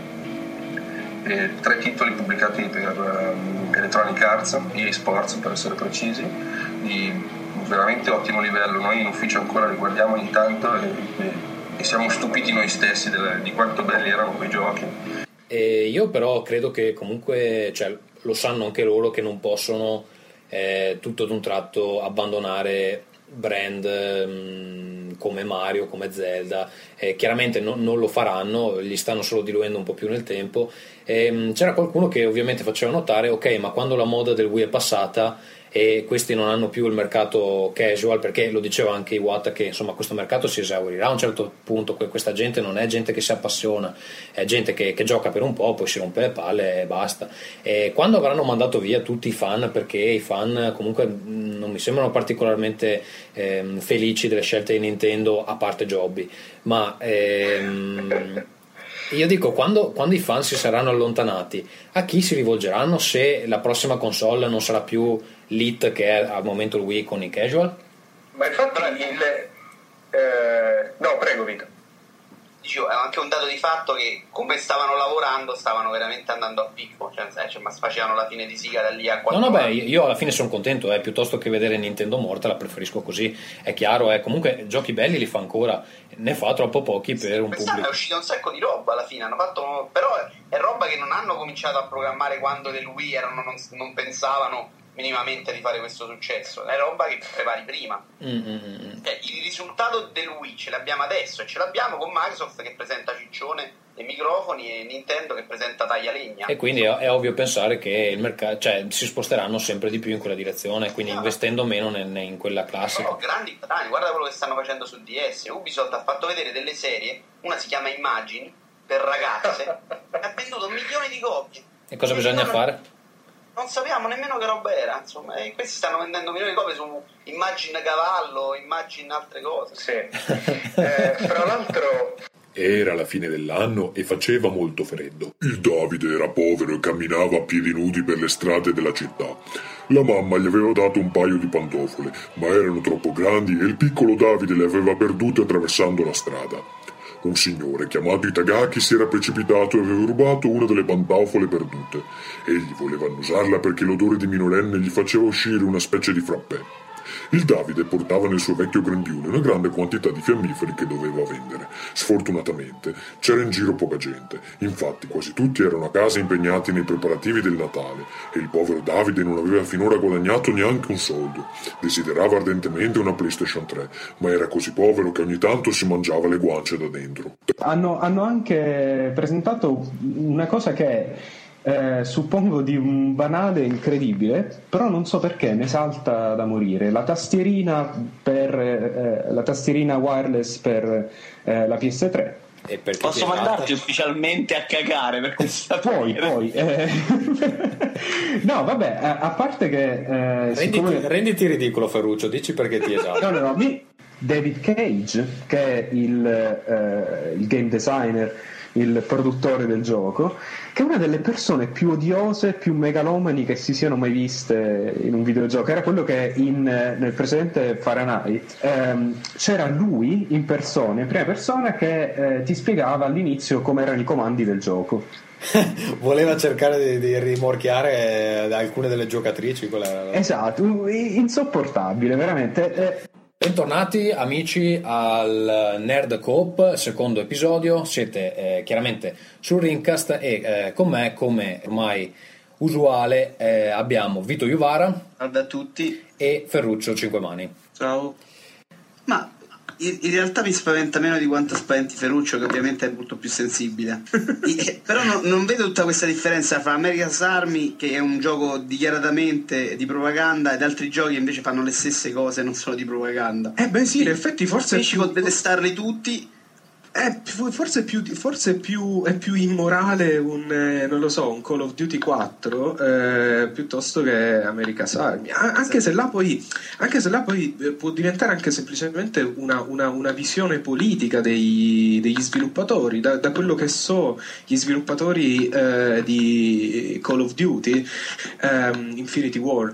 S1: e 3 titoli pubblicati per Electronic Arts, EA Sports per essere precisi, di veramente ottimo livello. Noi in ufficio ancora li guardiamo ogni tanto e siamo stupiti noi stessi di quanto belli erano quei giochi.
S10: E io però credo che comunque, cioè, lo sanno anche loro che non possono tutto ad un tratto abbandonare brand come Mario, come Zelda. Chiaramente non lo faranno, gli stanno solo diluendo un po' più nel tempo. C'era qualcuno che ovviamente faceva notare: ok, ma quando la moda del Wii è passata e questi non hanno più il mercato casual, perché lo diceva anche Iwata che insomma questo mercato si esaurirà a un certo punto, questa gente non è gente che si appassiona, è gente che gioca per un po', poi si rompe le palle e basta. E quando avranno mandato via tutti i fan, perché i fan comunque non mi sembrano particolarmente felici delle scelte di Nintendo, a parte Jobby, ma io dico, quando i fan si saranno allontanati, a chi si rivolgeranno se la prossima console non sarà più l'hit che è al momento il Wii con i casual?
S1: Ma infatti no, prego Vito.
S6: Dicevo, è anche un dato di fatto che come stavano lavorando stavano veramente andando a picco, ma facevano la fine di siga da lì a 4 anni.
S10: Io alla fine sono contento, piuttosto che vedere Nintendo morta la preferisco così, è chiaro, comunque giochi belli li fa ancora, ne fa troppo pochi per un pubblico.
S6: È uscita un sacco di roba alla fine, però è roba che non hanno cominciato a programmare quando del Wii non pensavano minimamente di fare questo successo, è roba che prepari prima. Il risultato del Wii ce l'abbiamo adesso, e ce l'abbiamo con Microsoft che presenta ciccione e microfoni e Nintendo che presenta taglialegna,
S10: e quindi è ovvio pensare che il mercato, cioè, si sposteranno sempre di più in quella direzione, quindi investendo meno in quella classica.
S6: No, grandi guadagni, guarda quello che stanno facendo su DS. Ubisoft ha fatto vedere delle serie, una si chiama Imagine per ragazze, ha venduto 1 milione di copie.
S10: E cosa bisogna fare?
S6: Non sappiamo nemmeno che roba era, insomma, e questi stanno vendendo milioni di copie su Immagine Cavallo, Immagine altre cose.
S7: Sì. Fra l'altro
S2: era la fine dell'anno e faceva molto freddo. Il Davide era povero e camminava a piedi nudi per le strade della città. La mamma gli aveva dato un paio di pantofole, ma erano troppo grandi e il piccolo Davide le aveva perdute attraversando la strada. Un signore chiamato Itagaki si era precipitato e aveva rubato una delle pantofole perdute. Egli voleva annusarla perché l'odore di minorenne gli faceva uscire una specie di frappè. Il Davide portava nel suo vecchio grembiule una grande quantità di fiammiferi che doveva vendere. Sfortunatamente c'era in giro poca gente, infatti quasi tutti erano a casa impegnati nei preparativi del Natale e il povero Davide non aveva finora guadagnato neanche un soldo. Desiderava ardentemente una PlayStation 3, ma era così povero che ogni tanto si mangiava le guance da dentro.
S21: Hanno anche presentato una cosa che suppongo di un banale incredibile, però non so perché mi salta da morire. La tastierina wireless per la PS3.
S6: Posso mandarti ufficialmente a cagare per questa
S21: poi no vabbè, a parte che
S10: renditi ridicolo, Ferruccio, dici perché ti esatto.
S21: no, David Cage, che è il game designer, il produttore del gioco, che è una delle persone più odiose, più megalomani che si siano mai viste in un videogioco. Era quello che nel precedente Fahrenheit c'era lui in persona, in prima persona, che ti spiegava all'inizio come erano i comandi del gioco.
S10: Voleva cercare di rimorchiare alcune delle giocatrici.
S21: Esatto, insopportabile veramente.
S10: Bentornati amici al Nerd Coop, secondo episodio. Siete chiaramente sul Rincast e con me, come ormai usuale, abbiamo Vito Iuvara.
S6: Salve a tutti.
S10: E Ferruccio Cinquemani.
S6: Ciao. Ma in realtà mi spaventa meno di quanto spaventi Ferruccio, che ovviamente è molto più sensibile. Però non vedo tutta questa differenza fra America's Army, che è un gioco dichiaratamente di propaganda, ed altri giochi che invece fanno le stesse cose, non solo di propaganda.
S21: Beh sì, in effetti forse
S6: ci può detestarli tutti.
S21: Forse è più immorale non lo so, un Call of Duty 4 piuttosto che America's Army, anche se là poi può diventare anche semplicemente una visione politica degli sviluppatori. Da quello che so, gli sviluppatori di Call of Duty Infinity Ward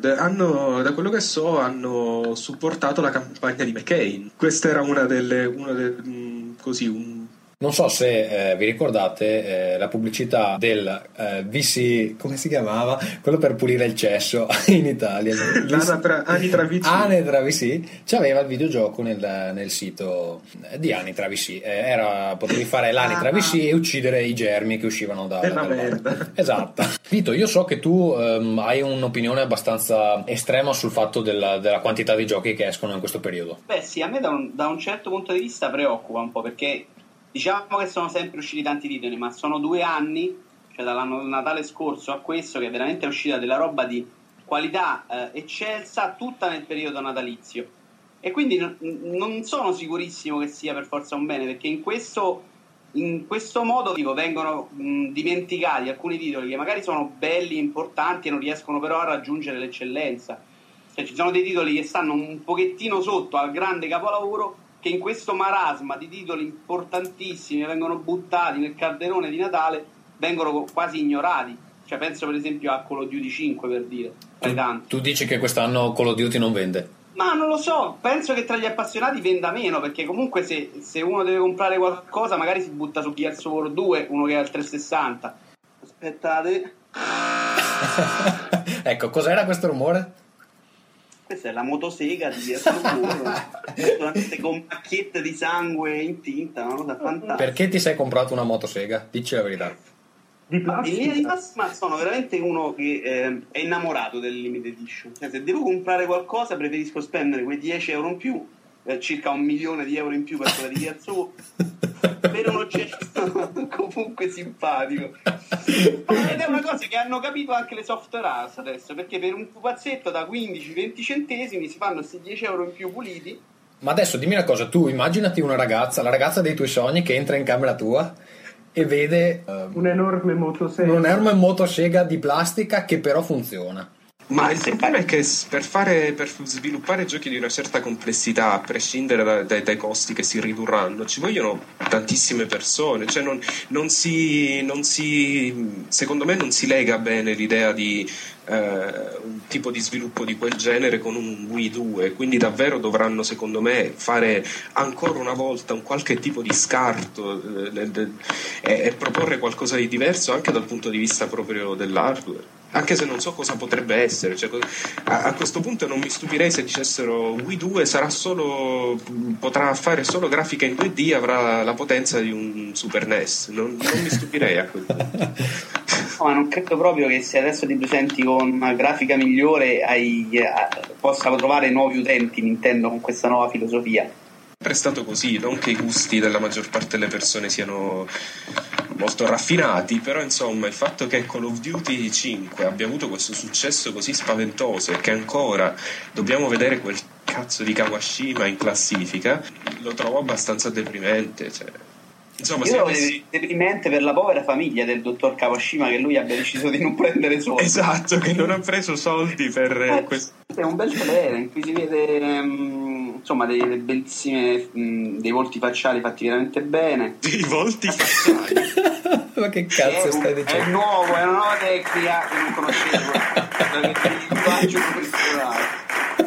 S21: hanno supportato la campagna di McCain. Questa era
S10: Non so se vi ricordate la pubblicità del VC, come si chiamava? Quello per pulire il cesso in Italia.
S21: Anitra VC.
S10: Anitra VC c'aveva il videogioco nel sito di Anitra VC. Potevi fare l'Anitra VC e uccidere i germi che uscivano dalla merda. Esatto. Vito, io so che tu hai un'opinione abbastanza estrema sul fatto della quantità di giochi che escono in questo periodo.
S6: Beh sì, a me da un certo punto di vista preoccupa un po', perché diciamo che sono sempre usciti tanti titoli, ma sono 2 anni, cioè dall'anno Natale scorso a questo, che veramente è uscita della roba di qualità eccelsa, tutta nel periodo natalizio. E quindi non sono sicurissimo che sia per forza un bene, perché in questo modo vengono dimenticati alcuni titoli che magari sono belli, importanti e non riescono però a raggiungere l'eccellenza. Cioè ci sono dei titoli che stanno un pochettino sotto al grande capolavoro, che in questo marasma di titoli importantissimi che vengono buttati nel calderone di Natale vengono quasi ignorati. Cioè penso per esempio a Call of Duty 5, per dire.
S10: Tu dici che quest'anno Call of Duty non vende?
S6: Ma non lo so, penso che tra gli appassionati venda meno, perché comunque se uno deve comprare qualcosa magari si butta su Gears of War 2, uno che ha il 360. Aspettate.
S10: Ecco, cos'era questo rumore?
S6: Questa è la motosega di Gears of War, con macchiette di sangue in tinta, una cosa fantastica.
S10: Perché ti sei comprato una motosega? Dici la verità.
S6: In linea di massima sono veramente uno che è innamorato del limited edition. Cioè, se devo comprare qualcosa preferisco spendere quei 10 euro in più, circa 1 milione di euro in più per quella di Gears of War, per un oggetto comunque simpatico. Ed è una cosa che hanno capito anche le software house adesso, perché per un pupazzetto da 15-20 centesimi si fanno questi 10 euro in più puliti.
S10: Ma adesso dimmi una cosa, tu immaginati una ragazza, la ragazza dei tuoi sogni, che entra in camera tua e vede
S8: un'enorme
S10: motosega di plastica che però funziona.
S21: Ma il problema è che per sviluppare giochi di una certa complessità, a prescindere dai costi che si ridurranno, ci vogliono tantissime persone. Cioè secondo me non si lega bene l'idea di un tipo di sviluppo di quel genere con un Wii 2, quindi davvero dovranno, secondo me, fare ancora una volta un qualche tipo di scarto e proporre qualcosa di diverso anche dal punto di vista proprio dell'hardware. Anche se non so cosa potrebbe essere, cioè, a questo punto non mi stupirei se dicessero Wii 2 potrà fare solo grafica in 2D, avrà la potenza di un Super NES. Non mi stupirei a quel punto.
S6: No, ma non credo proprio che se adesso ti presenti con una grafica migliore possano trovare nuovi utenti Nintendo con questa nuova filosofia.
S21: È stato così, non che i gusti della maggior parte delle persone siano molto raffinati, però insomma il fatto che Call of Duty 5 abbia avuto questo successo così spaventoso e che ancora dobbiamo vedere quel cazzo di Kawashima in classifica, lo trovo abbastanza deprimente, cioè. Insomma,
S6: io deprimente per la povera famiglia del dottor Kawashima, che lui abbia deciso di non prendere soldi.
S21: Esatto, che non ha preso soldi per questo.
S6: È un bel trailer in cui si vede insomma delle bellissime dei volti facciali fatti veramente bene.
S21: I volti facciali?
S10: Ma che cazzo stai dicendo?
S6: È una nuova tecnica che non conoscevo. Il linguaggio professionale.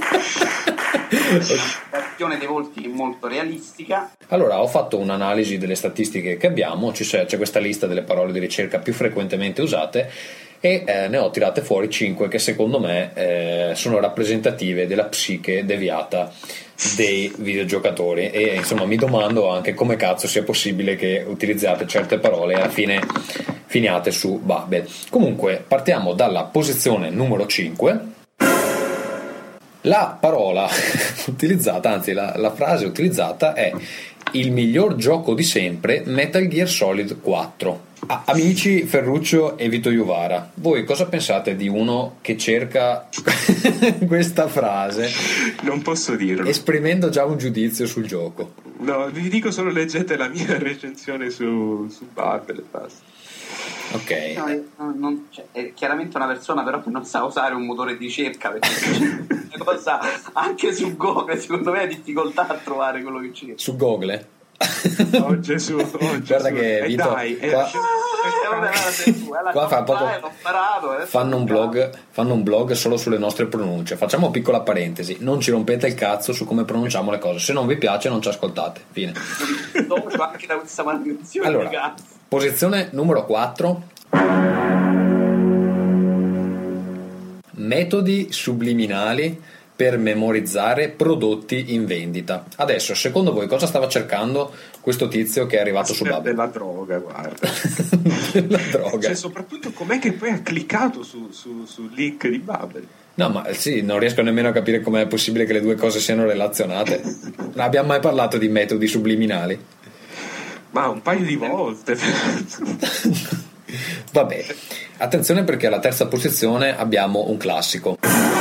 S6: L'azione dei volti è molto realistica.
S10: Allora, ho fatto un'analisi delle statistiche che abbiamo, c'è questa lista delle parole di ricerca più frequentemente usate e ne ho tirate fuori 5 che secondo me sono rappresentative della psiche deviata dei videogiocatori, e insomma mi domando anche come cazzo sia possibile che utilizziate certe parole e alla fine finiate su Babel. Comunque partiamo dalla posizione numero 5. La parola utilizzata, anzi la frase utilizzata è: il miglior gioco di sempre, Metal Gear Solid 4. Amici Ferruccio e Vito Iuvara, voi cosa pensate di uno che cerca questa frase?
S21: Non posso dirlo,
S10: esprimendo già un giudizio sul gioco.
S21: No, vi dico solo leggete la mia recensione su Babel e basta.
S10: Ok.
S6: No, è chiaramente una persona però che non sa usare un motore di ricerca, perché una cosa anche su Google secondo me è difficoltà a trovare quello che cerca.
S10: Su Google?
S21: Oh Gesù,
S10: guarda che Vito qua fanno un blog solo sulle nostre pronunce. Facciamo piccola parentesi: non ci rompete il cazzo su come pronunciamo le cose, se non vi piace non ci ascoltate, fine.
S6: Anche da questa maledizione.
S10: Allora, posizione numero 4: metodi subliminali per memorizzare prodotti in vendita. Adesso, secondo voi, cosa stava cercando questo tizio che è arrivato su Babel?
S21: Della droga, guarda.
S10: Della droga.
S21: Cioè, soprattutto com'è che poi ha cliccato sul link di Babel?
S10: No, ma sì, non riesco nemmeno a capire com'è possibile che le due cose siano relazionate. Non abbiamo mai parlato di metodi subliminali?
S21: Ma un paio di volte.
S10: Vabbè, attenzione perché alla terza posizione abbiamo un classico.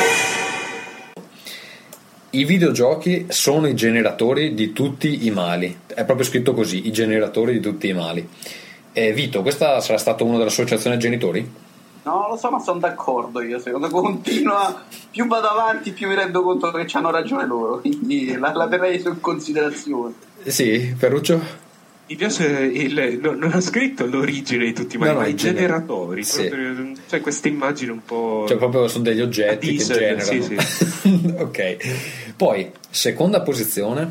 S10: I videogiochi sono i generatori di tutti i mali. È proprio scritto così: i generatori di tutti i mali. Vito, questa sarà stata una delle associazioni genitori?
S6: No, lo so, ma sono d'accordo io. Secondo me continua, più vado avanti più mi rendo conto che hanno ragione loro, quindi la terrei in considerazione.
S10: Sì, Ferruccio?
S21: Mi piace non ha scritto l'origine di tutti i mali, ma i generatori,
S10: sì.
S21: Proprio, cioè questa immagine un po',
S10: cioè proprio sono degli oggetti che generano.
S21: sì.
S10: Ok, poi seconda posizione,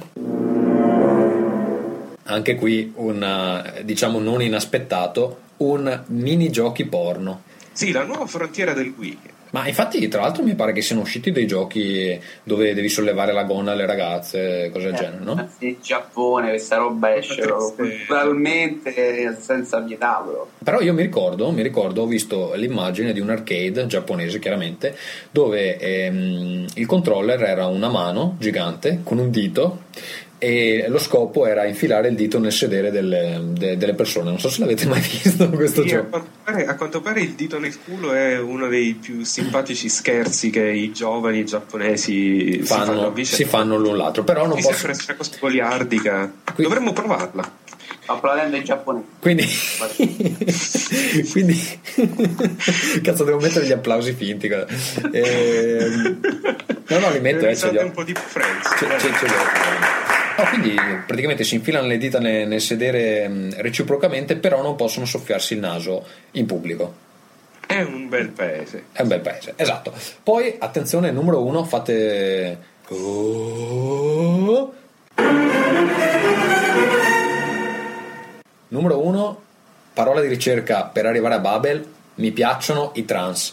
S10: anche qui diciamo non inaspettato, un minigiochi porno.
S21: Sì, la nuova frontiera del Wii.
S10: Ma infatti, tra l'altro, mi pare che siano usciti dei giochi dove devi sollevare la gonna alle ragazze, cose del genere, no?
S6: In Giappone questa roba esce probabilmente senza vietarlo.
S10: Però io mi ricordo, ho visto l'immagine di un arcade giapponese, chiaramente, dove il controller era una mano gigante con un dito e lo scopo era infilare il dito nel sedere delle persone. Non so se l'avete mai visto questo gioco.
S21: A quanto pare il dito nel culo è uno dei più simpatici scherzi che i giovani giapponesi
S10: si fanno l'un l'altro. Però non posso...
S21: sembra questa cosa goliardica. Dovremmo provarla.
S6: applaudendo in giapponese.
S10: Quindi cazzo, devo mettere gli applausi finti. No, li metto, ce
S21: un po' di Friends.
S10: Quindi praticamente si infilano le dita nel sedere reciprocamente, però non possono soffiarsi il naso in pubblico.
S21: È un bel paese.
S10: È un bel paese, esatto. Poi, attenzione, numero 1, fate... Numero 1, parola di ricerca per arrivare a Babel: mi piacciono i trans.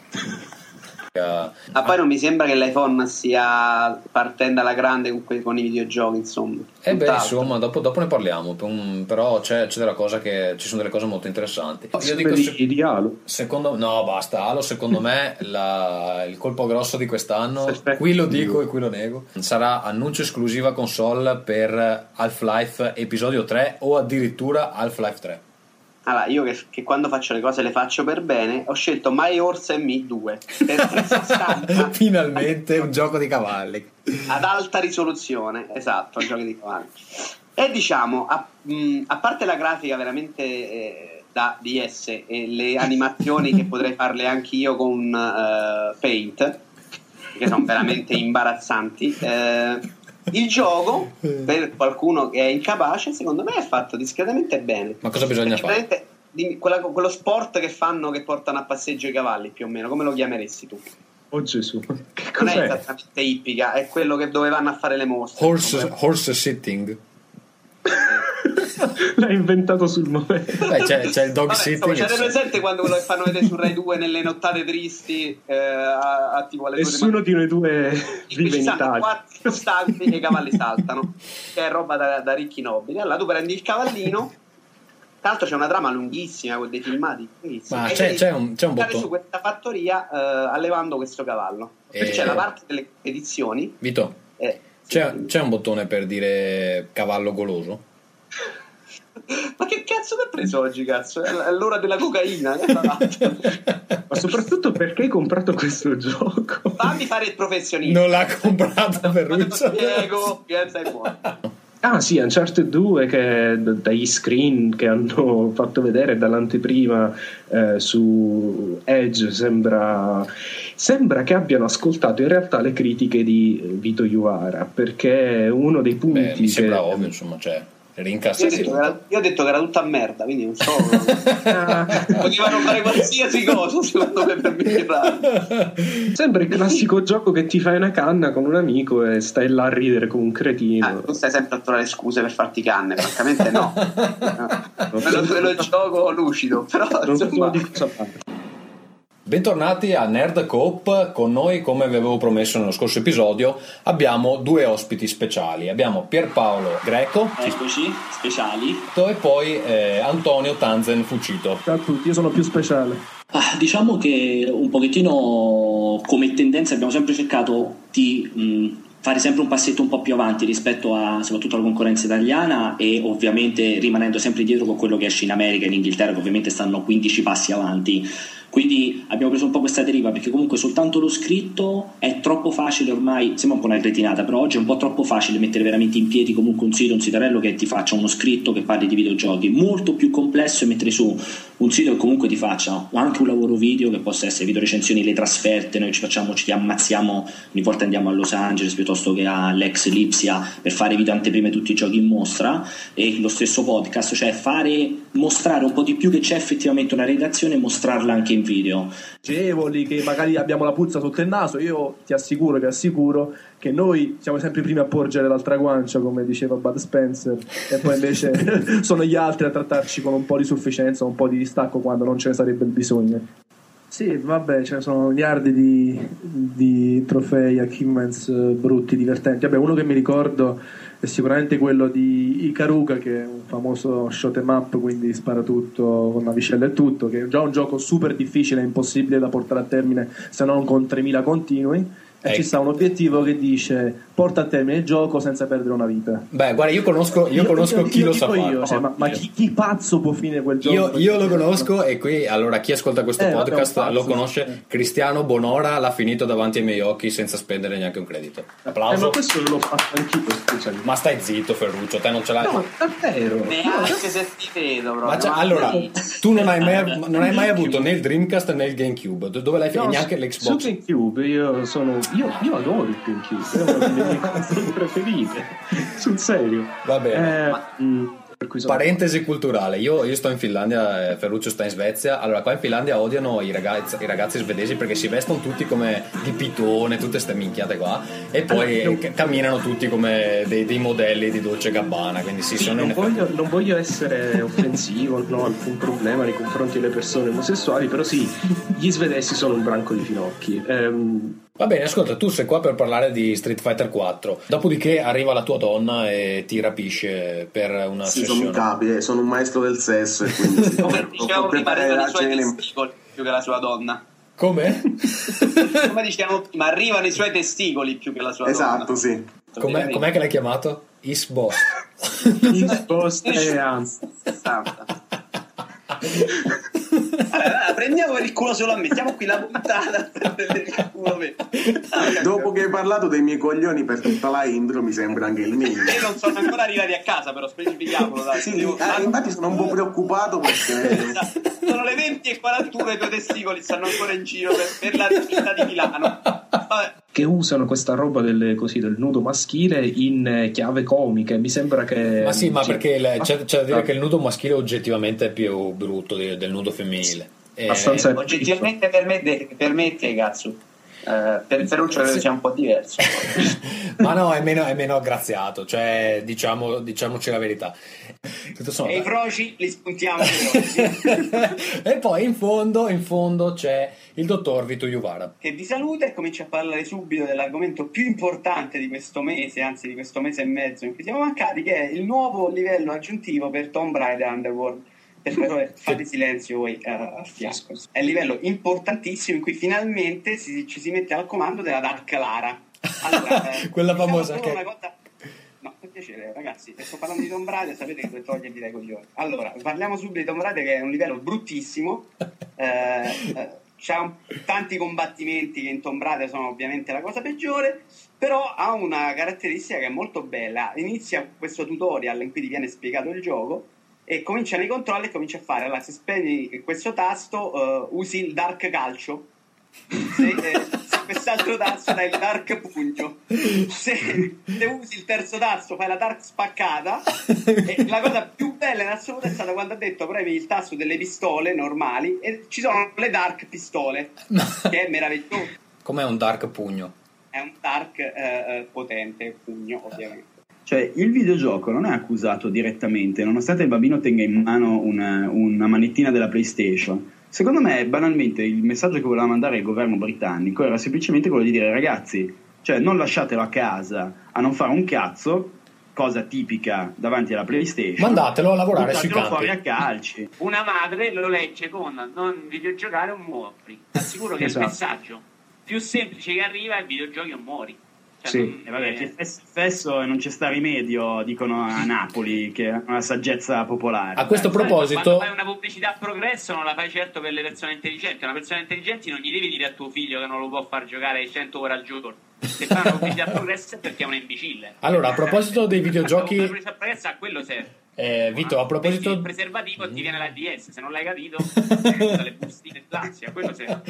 S6: Poi non mi sembra che l'iPhone stia partendo alla grande con i videogiochi, insomma.
S10: Insomma, dopo ne parliamo. Però c'è della cosa che ci sono delle cose molto interessanti. Io dico
S21: di Halo.
S10: No, basta. Halo, secondo me, il colpo grosso di quest'anno, qui lo dico e qui lo nego, sarà annuncio esclusiva console per Half-Life episodio 3 o addirittura Half-Life 3.
S6: Allora, io che quando faccio le cose le faccio per bene, ho scelto My Horse and Me 2
S10: finalmente un gioco di cavalli
S6: ad alta risoluzione, esatto, un gioco di cavalli. E diciamo, a parte la grafica veramente da DS e le animazioni che potrei farle anch'io con Paint, che sono veramente imbarazzanti, il gioco, per qualcuno che è incapace, secondo me è fatto discretamente bene.
S10: Ma cosa bisogna fare?
S6: Quello sport che fanno, che portano a passeggio i cavalli, più o meno, come lo chiameresti tu?
S21: Oh Gesù, che
S6: non
S21: cos'è?
S6: È esattamente ippica, è quello che dove vanno a fare le mostre.
S10: Horse sitting.
S21: L'hai inventato sul momento.
S10: C'è il dog sitting.
S6: C'è presente quando lo fanno vedere su Rai 2 nelle nottate tristi, tipo alle
S21: nessuno di noi due vive in Italia.
S6: Quattro stanti e i cavalli saltano, che è roba da ricchi nobili. Allora tu prendi il cavallino. Tra l'altro c'è una trama lunghissima con dei filmati lunghissimi.
S10: Ma c'è un bottone
S6: su questa fattoria allevando questo cavallo. C'è la parte delle edizioni.
S10: Vito, c'è un bottone per dire cavallo goloso?
S6: Ma che cazzo ti hai preso oggi, cazzo? È l'ora della cocaina.
S21: Ma soprattutto perché hai comprato questo gioco?
S6: Fammi fare il professionista.
S10: Non l'ha comprato per Ruzzo.
S6: Spiego, che sei buono.
S21: Ah sì, Uncharted 2, che dagli screen che hanno fatto vedere dall'anteprima su Edge sembra che abbiano ascoltato in realtà le critiche di Vito Iuara, perché uno dei punti
S10: mi sembra ovvio, insomma,
S6: io ho detto che era tutta merda, quindi non so. Potevano fare qualsiasi cosa, secondo me, per migliorare.
S21: Sembra il classico gioco che ti fai una canna con un amico e stai là a ridere come un cretino.
S6: Tu stai sempre a trovare scuse per farti canne, francamente no. Me lo gioco lucido, però insomma.
S10: Bentornati a Nerd Coop. Con noi, come vi avevo promesso nello scorso episodio, abbiamo due ospiti speciali. Abbiamo Pierpaolo Greco,
S8: eccoci, speciali,
S10: e poi Antonio Tanzen Fucito.
S21: Ciao a tutti, io sono più speciale.
S8: Diciamo che un pochettino come tendenza abbiamo sempre cercato di fare sempre un passetto un po' più avanti rispetto a soprattutto alla concorrenza italiana, e ovviamente rimanendo sempre dietro con quello che esce in America e in Inghilterra, che ovviamente stanno 15 passi avanti. Quindi abbiamo preso un po' questa deriva, perché comunque soltanto lo scritto è troppo facile ormai, sembra un po' una cretinata, però oggi è un po' troppo facile mettere veramente in piedi comunque un sitarello che ti faccia uno scritto che parli di videogiochi. Molto più complesso è mettere su un sito che comunque ti faccia anche un lavoro video, che possa essere video recensioni, le trasferte, noi ci ammazziamo, ogni volta andiamo a Los Angeles piuttosto che all'ex Lipsia per fare video anteprime tutti i giochi in mostra, e lo stesso podcast, cioè mostrare un po' di più che c'è effettivamente una redazione e mostrarla anche in video.
S12: Agevoli, che magari abbiamo la puzza sotto il naso, io vi assicuro che noi siamo sempre i primi a porgere l'altra guancia, come diceva Bud Spencer, e poi invece sono gli altri a trattarci con un po' di sufficienza, un po' di distacco quando non ce ne sarebbe bisogno. Sì, vabbè, ce ne sono miliardi di trofei achievements brutti, divertenti. Vabbè, uno che mi ricordo è sicuramente quello di Ikaruga, che è un famoso shot 'em up, quindi spara tutto con navicella e tutto, che è già un gioco super difficile e impossibile da portare a termine se non con 3000 continui, E ci sta un obiettivo che dice porta a termine il gioco senza perdere una vita.
S10: Beh, guarda, io conosco chi lo sa fare.
S12: Cioè, ma chi pazzo può finire quel gioco?
S10: Io lo conosco, e qui allora chi ascolta questo podcast lo conosce. Cristiano Bonora l'ha finito davanti ai miei occhi senza spendere neanche un credito. Applauso.
S12: Ma questo l'ho fatto anch'io, scusami.
S10: Ma stai zitto, Ferruccio, te non ce l'hai.
S12: No, davvero.
S6: Neanche se ti vedo, proprio.
S10: Ma allora, tu non hai mai avuto né il Dreamcast né il GameCube. Dove l'hai finito? Neanche l'Xbox.
S12: Su GameCube io adoro il GameCube, è una delle mie console preferite. Sul serio.
S10: Va bene. Parentesi culturale, io sto in Finlandia, Ferruccio sta in Svezia. Allora, qua in Finlandia odiano i ragazzi svedesi perché si vestono tutti come di pitone, tutte ste minchiate qua, e poi camminano tutti come dei modelli di Dolce Gabbana. Quindi
S12: non voglio essere offensivo, no, alcun problema nei confronti delle persone omosessuali, però sì, gli svedesi sono un branco di finocchi.
S10: Va bene, ascolta, tu sei qua per parlare di Street Fighter 4, dopodiché arriva la tua donna e ti rapisce per una sessione.
S13: Sono incapite, sono un maestro del sesso e quindi
S6: dicevamo prima, arrivano i suoi testicoli più che la sua donna.
S10: Come?
S6: Come dicevamo prima, arrivano i suoi testicoli più che la sua donna.
S13: Esatto, sì.
S10: Com'è che l'hai chiamato? Isboss.
S12: Isboss e
S6: Allora, prendiamo per il culo solo a me, stiamo qui la puntata per prendere il culo me.
S13: Dopo che hai parlato dei miei coglioni per tutta la intro, mi sembra anche il minimo.
S6: Io non sono ancora arrivati a casa, però specifichiamolo, dai.
S13: Sì, infatti sono un po' preoccupato perché
S6: sono le 20:41 e i tuoi testicoli stanno ancora in giro per la città di Milano. Vabbè.
S12: Che usano questa roba del nudo maschile in chiave comica. Mi sembra che.
S10: Ma sì, ma perché c'è da dire che il nudo maschile oggettivamente è più brutto del nudo femminile.
S6: Oggettivamente permette, cazzo. Per Ferruccio credo sia un po' diverso.
S10: Ma no, è meno aggraziato, cioè diciamoci la verità.
S6: E i froci li spuntiamo.
S10: E poi in fondo c'è il dottor Vito Juvara,
S6: che vi saluta e comincia a parlare subito dell'argomento più importante di questo mese, anzi di questo mese e mezzo in cui siamo mancati, che è il nuovo livello aggiuntivo per Tomb Raider Underworld. Per favore, fate silenzio voi a fiasco. È un livello importantissimo in cui finalmente ci si mette al comando della Dark Lara. Allora,
S10: quella famosa che...
S6: Una cosa... No, per piacere, ragazzi, sto parlando di Tomb Raider, sapete che dovete togliervi dai coglioni. Allora, parliamo subito di Tomb Raider, che è un livello bruttissimo. C'ha tanti combattimenti che in Tomb Raider sono ovviamente la cosa peggiore, però ha una caratteristica che è molto bella. Inizia questo tutorial in cui ti viene spiegato il gioco e cominciano i controlli e cominci a fare. Allora, se spegni questo tasto usi il dark calcio, se quest'altro tasto dai il dark pugno, se usi il terzo tasto fai la dark spaccata. E la cosa più bella in assoluto è stata quando ha detto premi il tasto delle pistole normali e ci sono le dark pistole, che è meraviglioso.
S10: Com'è un dark pugno?
S6: È un dark potente pugno, ovviamente.
S14: Cioè, il videogioco non è accusato direttamente, nonostante il bambino tenga in mano una manettina della PlayStation. Secondo me, banalmente, il messaggio che voleva mandare il governo britannico era semplicemente quello di dire: ragazzi, cioè non lasciatelo a casa a non fare un cazzo, cosa tipica davanti alla PlayStation.
S10: Mandatelo a lavorare sui campi.
S14: Fuori a calci.
S6: Una madre lo legge con non videogiocare o muori. Assicuro che
S14: esatto.
S6: Il messaggio più semplice che arriva è videogiochi o muori.
S14: Sì. Vabbè, che spesso non c'è sta rimedio, dicono a Napoli, che è una saggezza popolare.
S10: A questo proposito,
S6: quando fai una pubblicità a progresso non la fai certo per le persone intelligenti. Una persona intelligente non gli devi dire a tuo figlio che non lo può far giocare 100 ore al giorno. Se fa una pubblicità a progresso è perché è un imbecille.
S10: Allora, a proposito dei videogiochi,
S6: la pubblicità a progresso a quello serve.
S10: Vito, a proposito
S6: del preservativo ti viene la DS, se non l'hai capito le bustine d'ansia, quello serve.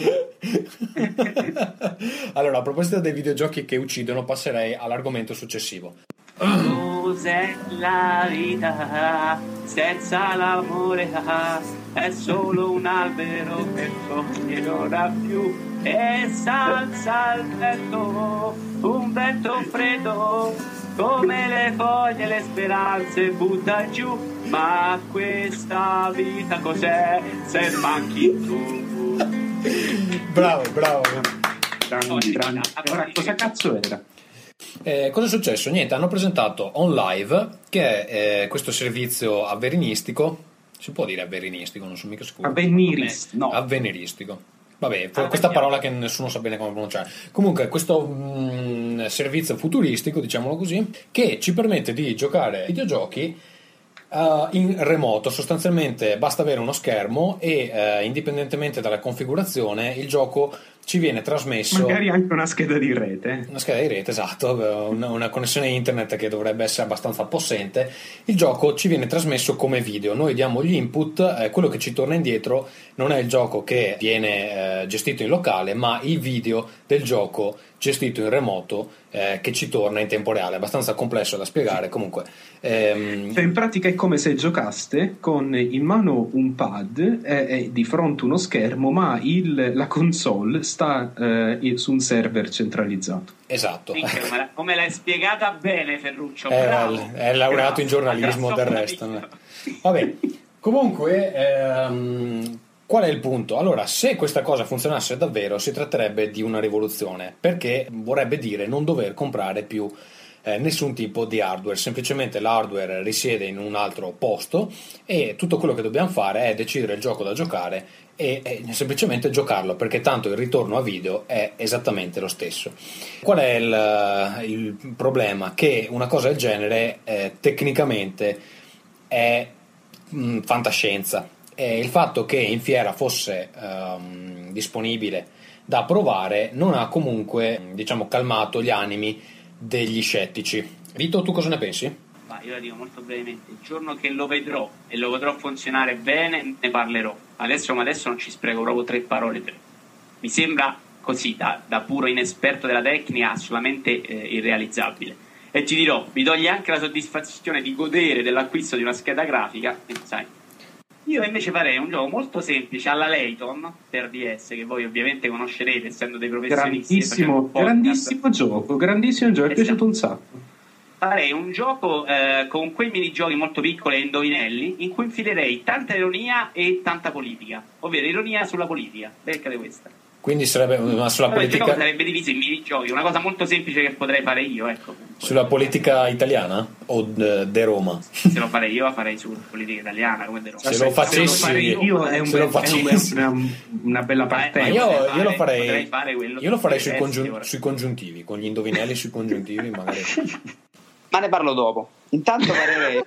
S10: Allora, a proposito dei videogiochi che uccidono, passerei all'argomento successivo.
S6: Cos'è la vita senza l'amore? È solo un albero che foglie non ha più e salza il vento, un vento freddo come le foglie, le speranze butta giù. Ma questa vita cos'è se manchi tu?
S10: Bravo.
S14: Cosa cazzo era?
S10: Cosa è successo? Niente, hanno presentato OnLive, che è questo servizio avveniristico. Si può dire avveniristico, non sono mica sicuro.
S14: Avveniristico.
S10: Avveniristico. Vabbè, questa parola che nessuno sa bene come pronunciare. Comunque, questo servizio futuristico, diciamolo così, che ci permette di giocare videogiochi in remoto. Sostanzialmente basta avere uno schermo e indipendentemente dalla configurazione il gioco ci viene trasmesso,
S21: magari anche una scheda di rete,
S10: esatto, una connessione internet che dovrebbe essere abbastanza possente. Il gioco ci viene trasmesso come video, noi diamo gli input, quello che ci torna indietro non è il gioco che viene gestito in locale, ma il video del gioco gestito in remoto che ci torna in tempo reale. Abbastanza complesso da spiegare, comunque
S21: cioè, in pratica è come se giocaste con in mano un pad e di fronte uno schermo, ma la console sta su un server centralizzato.
S10: Esatto.
S15: Come l'hai spiegata bene, Ferruccio, bravo.
S10: È laureato in giornalismo del resto. Vabbè, comunque qual è il punto? Allora, se questa cosa funzionasse davvero, si tratterebbe di una rivoluzione, perché vorrebbe dire non dover comprare più nessun tipo di hardware, semplicemente l'hardware risiede in un altro posto e tutto quello che dobbiamo fare è decidere il gioco da giocare e semplicemente giocarlo, perché tanto il ritorno a video è esattamente lo stesso. Qual è il problema? Che una cosa del genere tecnicamente è fantascienza. Il fatto che in fiera fosse disponibile da provare non ha comunque, diciamo, calmato gli animi degli scettici. Vito, tu cosa ne pensi?
S15: Io la dico molto brevemente: il giorno che lo vedrò e lo vedrò funzionare bene ne parlerò. Adesso non ci spreco proprio 3 parole. Mi sembra così, da puro inesperto della tecnica, assolutamente irrealizzabile. E ti dirò, mi toglie anche la soddisfazione di godere dell'acquisto di una scheda grafica, sai. Io invece farei un gioco molto semplice alla Layton per DS, che voi ovviamente conoscerete essendo dei professionisti.
S21: Grandissimo gioco, è piaciuto un sacco.
S15: Farei un gioco con quei minigiochi molto piccoli e indovinelli, in cui infilerei tanta ironia e tanta politica, ovvero ironia sulla politica. Beccate questa.
S10: Quindi sarebbe una sulla politica.
S15: Il gioco sarebbe diviso in minigiochi, una cosa molto semplice che potrei fare io, ecco.
S10: Sulla politica italiana o de Roma?
S15: Se lo farei io, farei sulla politica italiana come de Roma.
S10: Se lo facessi io
S21: è una bella partenza.
S10: Io lo farei sui congiuntivi, con gli indovinelli sui congiuntivi magari.
S15: Ma ne parlo dopo. Intanto parlerei.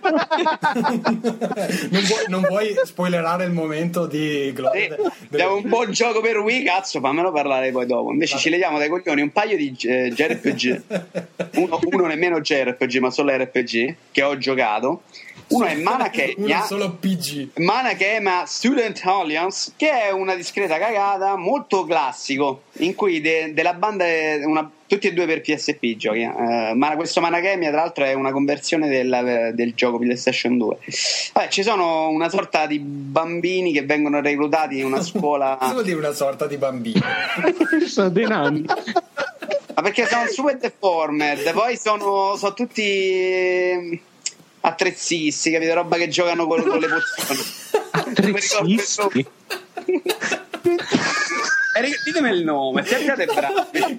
S10: non vuoi spoilerare il momento di gloria?
S15: Abbiamo un buon gioco per Wii, cazzo, fammelo parlare poi dopo. Invece ci leviamo dai coglioni un paio di JRPG. Uno nemmeno JRPG, ma solo RPG che ho giocato. Uno è Mana Kema,
S10: solo PG.
S15: Mana Kema Student Alliance, che è una discreta cagata, molto classico, in cui della banda è tutti e due per PSP giochi. Questo Mana Kema tra l'altro è una conversione del gioco PlayStation 2. Vabbè, ci sono una sorta di bambini che vengono reclutati in una scuola.
S10: Cosa vuol dire una sorta di bambini?
S21: Sono dei nani.
S15: Ma perché sono super deformed, poi sono tutti attrezzisti, capito? Roba che giocano con le pozioni.
S21: Attrezzisti?
S15: Ditemi il nome, siate bravi.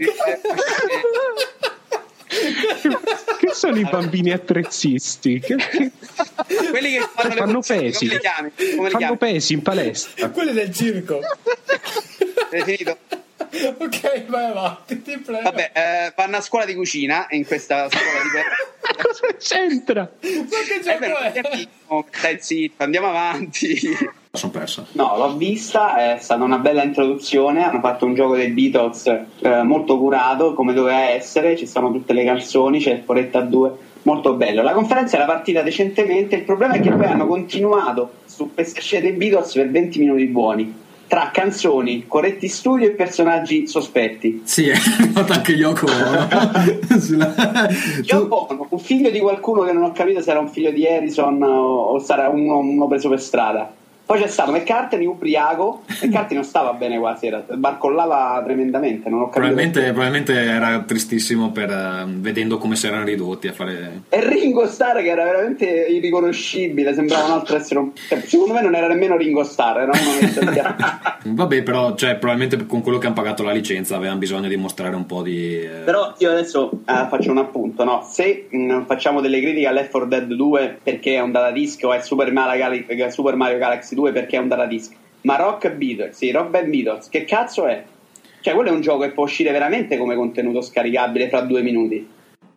S21: Che sono i bambini attrezzisti?
S15: Quelli che
S21: fanno pesi.
S15: Come li
S21: fanno pesi in palestra.
S10: Quelli del circo.
S15: Hai finito?
S10: Ok, vai avanti, ti prego.
S15: Vabbè, fanno a scuola di cucina in questa scuola di
S21: cosa c'entra?
S10: Ma che gioco è?
S15: Stai zitto, andiamo avanti.
S10: Sono perso.
S15: No, l'ho vista, è stata una bella introduzione. Hanno fatto un gioco dei Beatles molto curato, come doveva essere. Ci sono tutte le canzoni, c'è il Foretta 2, molto bello. La conferenza era partita decentemente. Il problema è che poi hanno continuato su queste scelte dei Beatles per 20 minuti buoni, tra canzoni, corretti studio e personaggi sospetti.
S10: Sì, è fatto anche Yoko Ono.
S15: Yoko Ono, un figlio di qualcuno che non ho capito se era un figlio di Harrison o sarà uno preso per strada. Poi c'è stato McCartney ubriaco. McCartney non stava bene quella sera, barcollava tremendamente, non ho capito.
S10: Probabilmente era tristissimo vedendo come si erano ridotti a fare.
S15: E Ringo Starr, che era veramente irriconoscibile, sembrava un altro essere secondo me non era nemmeno Ringo Starr, era uno che
S10: vabbè, però probabilmente con quello che hanno pagato la licenza avevano bisogno di mostrare un po' di
S15: Però io adesso faccio un appunto, no? Se facciamo delle critiche a Left 4 Dead 2 perché è un datadisc o è Super Mario Galaxy 2 perché è un datadisc,
S17: Ma Rock Beatles, sì, Rock Band Beatles, che cazzo è? Cioè, quello è un gioco che può uscire veramente come contenuto scaricabile fra 2 minuti.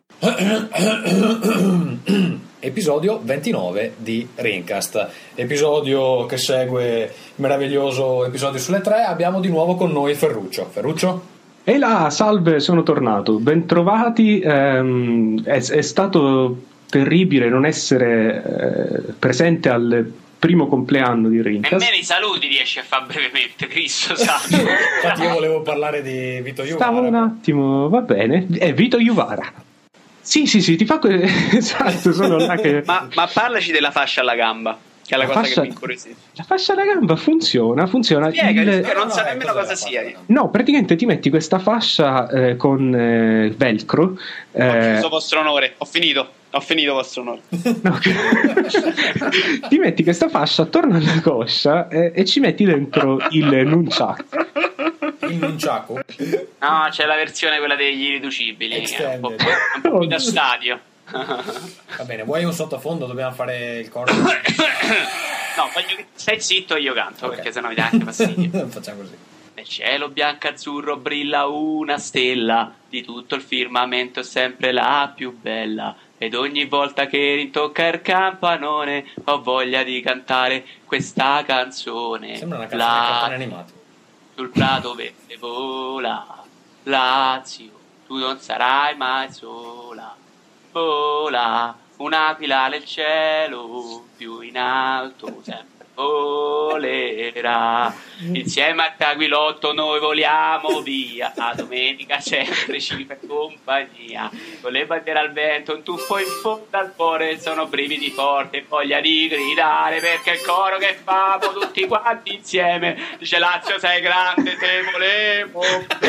S10: Episodio 29 di Rincast, episodio che segue il meraviglioso episodio sulle 3. Abbiamo di nuovo con noi Ferruccio.
S21: E là, salve, sono tornato, bentrovati. È stato terribile non essere presente al primo compleanno di Rincast.
S15: Nemmeno i saluti riesci a fare brevemente, Cristo santo.
S10: Infatti io volevo parlare di Vito Juvara.
S21: Stavo un attimo, va bene, è Vito Juvara. Sì, ti fa esatto, sono là che...
S15: ma parlaci della fascia alla gamba, che è la cosa che mi incuriosisce.
S21: La fascia alla gamba funziona.
S15: Spiega, io non so nemmeno cosa sia.
S21: No, praticamente ti metti questa fascia con velcro.
S15: Ho chiuso vostro onore, ho finito vostro onore.
S21: No, ti metti questa fascia attorno alla coscia e ci metti dentro il nunchaku.
S10: Il nunchaku?
S15: No, c'è la versione quella degli riducibili, un po' più da stadio.
S10: Va bene, vuoi un sottofondo? Dobbiamo fare il coro?
S15: No, voglio che stai zitto e io canto, okay. Perché sennò mi dà anche fastidio.
S10: Facciamo così.
S15: Nel cielo bianco-azzurro brilla una stella, di tutto il firmamento è sempre la più bella, ed ogni volta che rintocca il campanone ho voglia di cantare questa canzone.
S10: Sembra una canzone di cartone animato.
S15: Sul prato verde vola Lazio, tu non sarai mai sola, vola un'aquila nel cielo, più in alto sempre volerà, insieme al aquilotto noi voliamo via, a domenica sempre ci fa compagnia, con le bandiere al vento, un tuffo in fondo al cuore, sono brividi forti e voglia di gridare, perché il coro che famo tutti quanti insieme dice Lazio sei grande, te volevo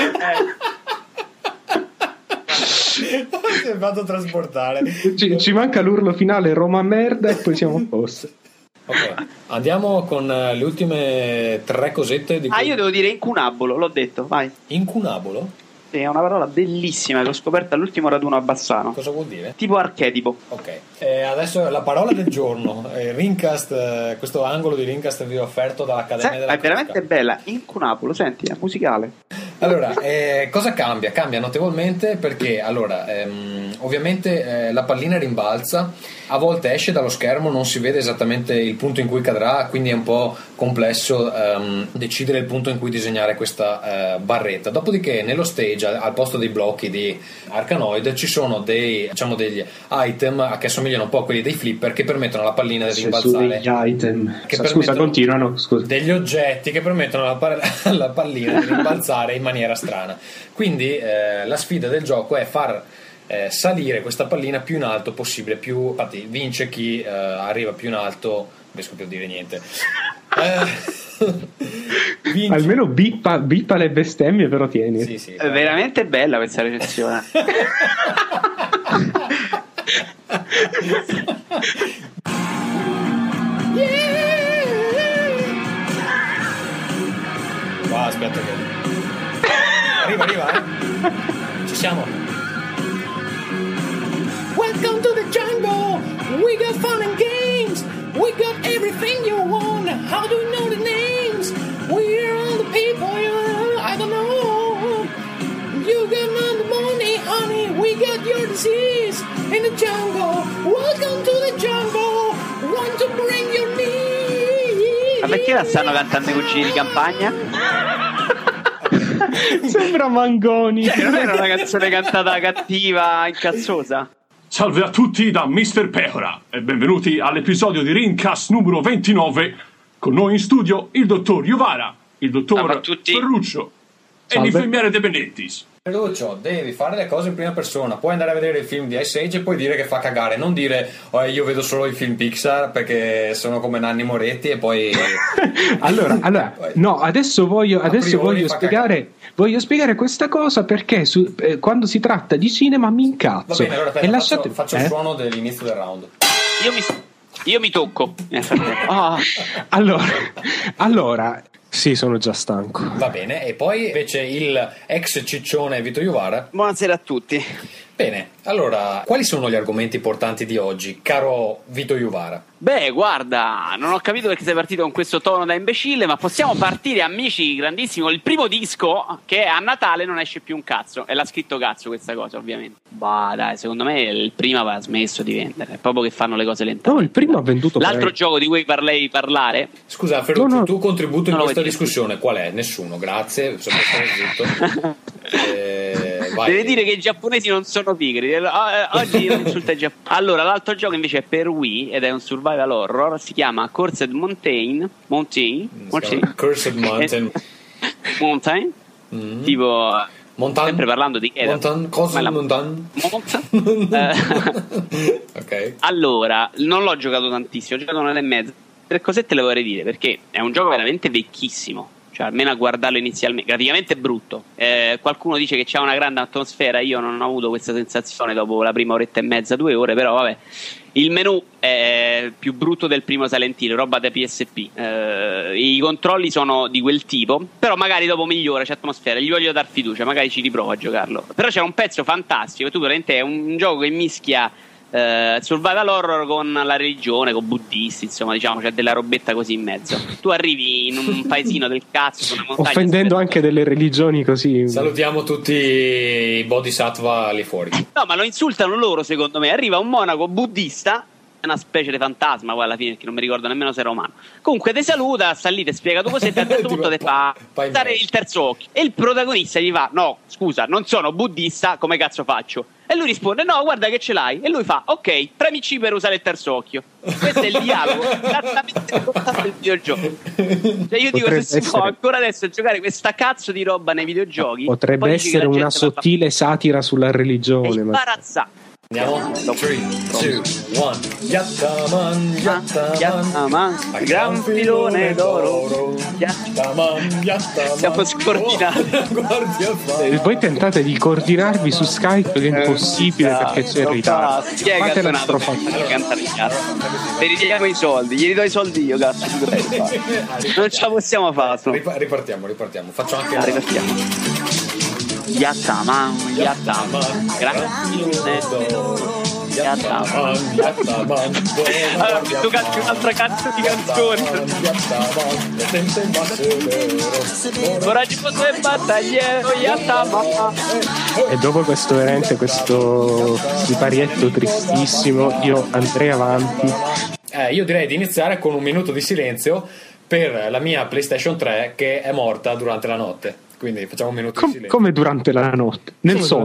S10: Si è fatto trasportare.
S21: Ci manca l'urlo finale Roma merda e poi siamo a posto.
S10: Ok, andiamo con le ultime 3 cosette di
S15: io devo dire incunabolo, l'ho detto, vai.
S10: Incunabolo?
S15: Sì, è una parola bellissima che ho scoperto all'ultimo raduno a Bassano.
S10: Cosa vuol dire?
S15: Tipo archetipo.
S10: Ok, adesso la parola del giorno. Rincast, questo angolo di Rincast vi ho offerto dall'Accademia della
S15: Musica. È veramente bella, incunabolo, senti, è musicale.
S10: Allora, cosa cambia? Cambia notevolmente perché, allora, ovviamente la pallina rimbalza, a volte esce dallo schermo, non si vede esattamente il punto in cui cadrà, quindi è un po' complesso decidere il punto in cui disegnare questa barretta. Dopodiché nello stage, al posto dei blocchi di Arkanoid, ci sono degli item che assomigliano un po' a quelli dei flipper che permettono alla pallina di rimbalzare.
S21: Degli item.
S10: Scusa,
S21: continuano. Scusa.
S10: Degli oggetti che permettono alla pallina di rimbalzare in maniera strana. Quindi la sfida del gioco è far salire questa pallina più in alto possibile, infatti vince chi arriva più in alto, non riesco più a dire niente.
S21: Almeno bippa le bestemmie, però tieni.
S15: Sì, è veramente bella questa recensione.
S10: Wow, aspetta che arriva, ci siamo.
S18: Welcome to the jungle. We got fun and games. We got everything you want. How do you know the names? We're all the people I don't know. You got the money, honey. We got your disease in the jungle. Welcome to the jungle. Want to bring your needs.
S15: Ma perché la stanno cantando i cugini di campagna?
S21: Sembra Mangoni.
S15: Non era una canzone cantata cattiva, incazzosa?
S19: Salve a tutti da Mr. Pecora e benvenuti all'episodio di Rincast numero 29. Con noi in studio il dottor Juvara, il dottor Ferruccio e l'infermiere De Benedettis.
S10: Ferruccio, devi fare le cose in prima persona. Puoi andare a vedere il film di Ice Age e poi dire che fa cagare, non dire io vedo solo i film Pixar perché sono come Nanni Moretti e poi
S21: allora no, adesso voglio spiegare questa cosa perché quando si tratta di cinema mi incazzo.
S10: Va bene, allora faccio il suono dell'inizio del round.
S15: Io mi tocco.
S21: Allora sì, sono già stanco.
S10: Va bene, e poi invece il ex ciccione Vito Juvara.
S15: Buonasera a tutti.
S10: Bene, allora, quali sono gli argomenti importanti di oggi, caro Vito Iuvara?
S15: Beh, guarda, non ho capito perché sei partito con questo tono da imbecille, ma possiamo partire, amici, grandissimo. Il primo disco che a Natale non esce più un cazzo, e l'ha scritto cazzo questa cosa, ovviamente. Bah, dai, secondo me il primo aveva smesso di vendere, è proprio che fanno le cose lentamente.
S21: No, il primo ha venduto
S15: L'altro gioco di cui parlei parlare.
S10: Scusa, Ferruccio, il tuo contributo in questa discussione qual è? Nessuno, grazie, sono zitto.
S15: Deve dire che i giapponesi non sono pigri. Oggi non insulta i giapponesi. Allora, l'altro gioco invece è per Wii ed è un survival horror. Si chiama Cursed Mountain.
S10: Cursed Mountain.
S15: Mountain. Tipo.
S10: Montan.
S15: Sempre parlando di
S10: Montan.
S15: Ok. Allora, non l'ho giocato tantissimo, ho giocato un'ora e mezza. 3 cosette le vorrei dire perché è un gioco veramente vecchissimo. Cioè, almeno a guardarlo inizialmente, graficamente è brutto. Qualcuno dice che c'ha una grande atmosfera. Io non ho avuto questa sensazione dopo la prima oretta e mezza, 2 ore. Però vabbè, il menu è più brutto del primo Silent Hill, roba da PSP. I controlli sono di quel tipo, però magari dopo migliora, c'è atmosfera. Gli voglio dar fiducia, magari ci riprovo a giocarlo. Però c'è un pezzo fantastico. Tu veramente è un gioco che mischia survival horror con la religione, con buddisti, insomma, diciamo, c'è della robetta così in mezzo. Tu arrivi in un paesino del cazzo su una montagna,
S21: offendendo anche delle religioni così.
S10: Salutiamo tutti i bodhisattva lì fuori.
S15: No, ma lo insultano loro, secondo me. Arriva un monaco buddista, è una specie di fantasma poi alla fine, che non mi ricordo nemmeno se era umano. Comunque ti saluta, sta lì, ti spiega due cose e a un certo punto ti fa dare il terzo occhio. E il protagonista gli fa: no, scusa, non sono buddista, come cazzo faccio? E lui risponde: no, guarda che ce l'hai. E lui fa: ok, premi C per usare il terzo occhio. Questo è il dialogo esattamente contato del videogioco. Cioè io dico, se si può ancora adesso giocare questa cazzo di roba nei videogiochi,
S21: potrebbe essere una sottile satira sulla religione. È
S15: imbarazzante.
S10: Andiamo, 3, 2, 1. Yattaman,
S15: gran filone d'oro. Siamo scordinati.
S21: Voi tentate di coordinarvi su Skype, che è impossibile perché c'è il ritardo.
S15: Fate una strofa. Ti ridiamo i soldi, gli ridò i soldi io, cazzo. Non ce la possiamo fare.
S10: Ripartiamo. Faccio anche
S15: Yattaman, gran filone d'oro. Yattaman. Allora, tu canti un'altra cazzo di canzone. Coraggioso e battagliero, Yattaman.
S21: E dopo questo siparietto tristissimo, io andrei avanti.
S10: Io direi di iniziare con un minuto di silenzio per la mia PlayStation 3 che è morta durante la notte. Quindi facciamo un minuto di silenzio.
S21: Come durante la notte? Nel sonno.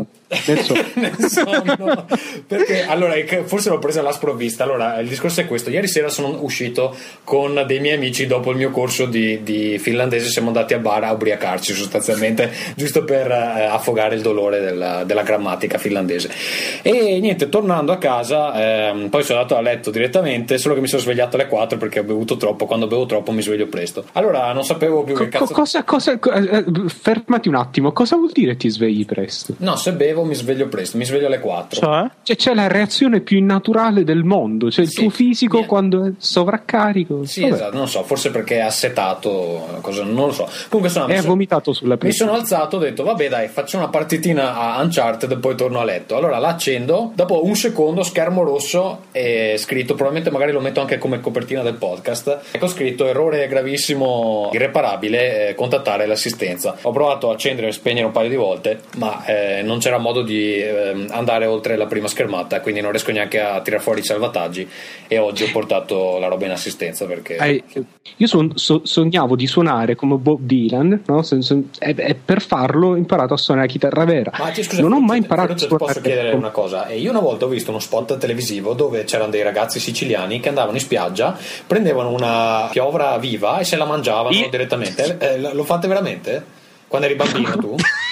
S10: Perché allora forse l'ho presa alla sprovvista. Allora il discorso è questo: ieri sera sono uscito con dei miei amici dopo il mio corso di finlandese, siamo andati a bar a ubriacarci sostanzialmente, giusto per affogare il dolore della grammatica finlandese. E niente, tornando a casa poi sono andato a letto direttamente, solo che mi sono svegliato alle 4 perché ho bevuto troppo. Quando bevo troppo mi sveglio presto. Allora non sapevo più che cazzo.
S21: Fermati un attimo, cosa vuol dire ti svegli presto?
S10: No, se bevo mi sveglio presto, mi sveglio alle 4.
S21: Cioè c'è la reazione più innaturale del mondo, cioè il tuo fisico quando è sovraccarico.
S10: Sì, esatto, non so, forse perché è assetato, non lo so. Comunque
S21: vomitato sulla
S10: mi sono alzato, ho detto vabbè dai, faccio una partitina a Uncharted, poi torno a letto. Allora la accendo, dopo un secondo schermo rosso e scritto, probabilmente magari lo metto anche come copertina del podcast, ecco scritto: errore gravissimo, irreparabile, contattare l'assistenza. Ho provato a accendere e spegnere un paio di volte, ma non c'era modo di andare oltre la prima schermata, quindi non riesco neanche a tirar fuori i salvataggi, e oggi ho portato la roba in assistenza perché
S21: io sognavo di suonare come Bob Dylan, no? E per farlo ho imparato a suonare la chitarra vera.
S10: Ma scusa,
S21: non ho mai imparato a suonare.
S10: Posso chiedere una cosa? Io una volta ho visto uno spot televisivo dove c'erano dei ragazzi siciliani che andavano in spiaggia, prendevano una piovra viva e se la mangiavano direttamente. Lo fate veramente? Quando eri bambino tu?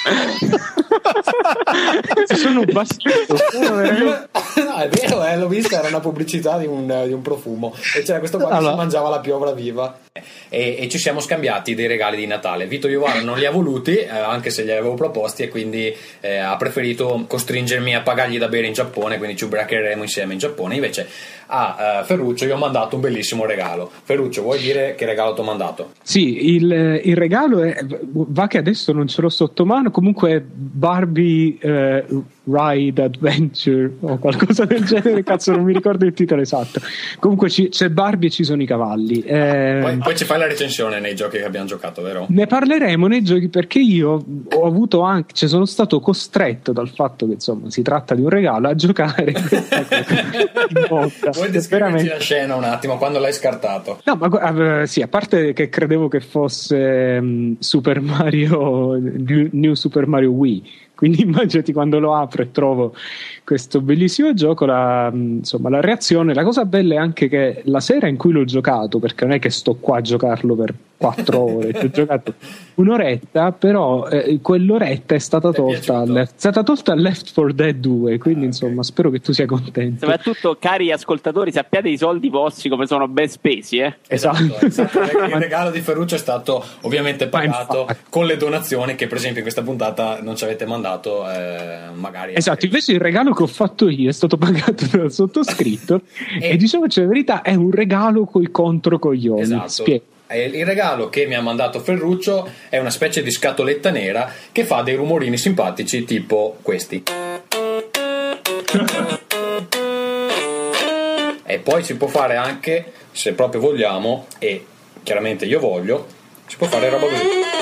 S21: Sono un bastardo.
S10: No, è vero, l'ho vista, era una pubblicità di un profumo e c'era questo qua che si mangiava la piovra viva e ci siamo scambiati dei regali di Natale. Vito Iuvara non li ha voluti, anche se gli avevo proposti, e quindi ha preferito costringermi a pagargli da bere in Giappone, quindi ci ubriacheremo insieme in Giappone. Invece a Ferruccio gli ho mandato un bellissimo regalo. Ferruccio, vuoi dire che regalo ti ho mandato?
S21: Sì, il regalo va che adesso non ce l'ho sotto mano, comunque Barbie Ride Adventure o qualcosa del genere, cazzo non mi ricordo il titolo esatto. Comunque c'è Barbie e ci sono i cavalli.
S10: Poi ci fai la recensione nei giochi che abbiamo giocato, vero?
S21: Ne parleremo nei giochi, perché io ho avuto anche, cioè sono stato costretto dal fatto che insomma si tratta di un regalo a giocare questa cosa.
S10: Vuoi descriverci la scena un attimo quando l'hai scartato?
S21: No, ma sì, a parte che credevo che fosse Super Mario New Super Mario Wii, quindi immaginati quando lo apro e trovo questo bellissimo gioco, insomma la reazione. La cosa bella è anche che la sera in cui l'ho giocato, perché non è che sto qua a giocarlo per 4 ore, ho giocato un'oretta, però quell'oretta è stata tolta a Left 4 Dead 2, quindi insomma spero che tu sia contento.
S15: Soprattutto, cari ascoltatori, sappiate i soldi vostri come sono ben spesi,
S21: Esatto.
S10: Il regalo di Ferruccio è stato ovviamente pagato con le donazioni che per esempio in questa puntata non ci avete mandato, magari.
S21: Esatto, invece il regalo che ho fatto io è stato pagato dal sottoscritto e diciamoci la verità, è un regalo coi controcoglioni.
S10: Esatto. Il regalo che mi ha mandato Ferruccio è una specie di scatoletta nera che fa dei rumorini simpatici tipo questi. E poi si può fare anche, se proprio vogliamo, e chiaramente io voglio, si può fare roba così.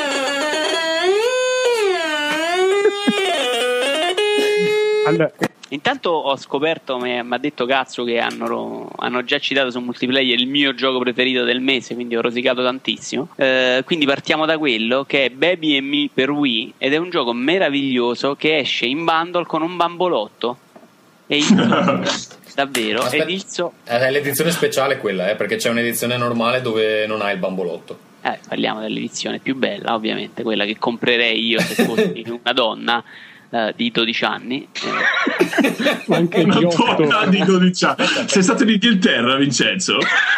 S21: Allora,
S15: intanto ho scoperto, mi ha detto Cazzo che hanno già citato su Multiplayer il mio gioco preferito del mese, quindi ho rosicato tantissimo. Quindi partiamo da quello che è Baby and Me per Wii, ed è un gioco meraviglioso che esce in bundle con un bambolotto. E davvero.
S10: Aspetta, è l'edizione speciale quella, perché c'è un'edizione normale dove non hai il bambolotto.
S15: Parliamo dell'edizione più bella, ovviamente, quella che comprerei io se fossi una donna di 12 anni.
S21: Ma anche
S19: una donna di 12 anni. Sei stato in Inghilterra, Vincenzo?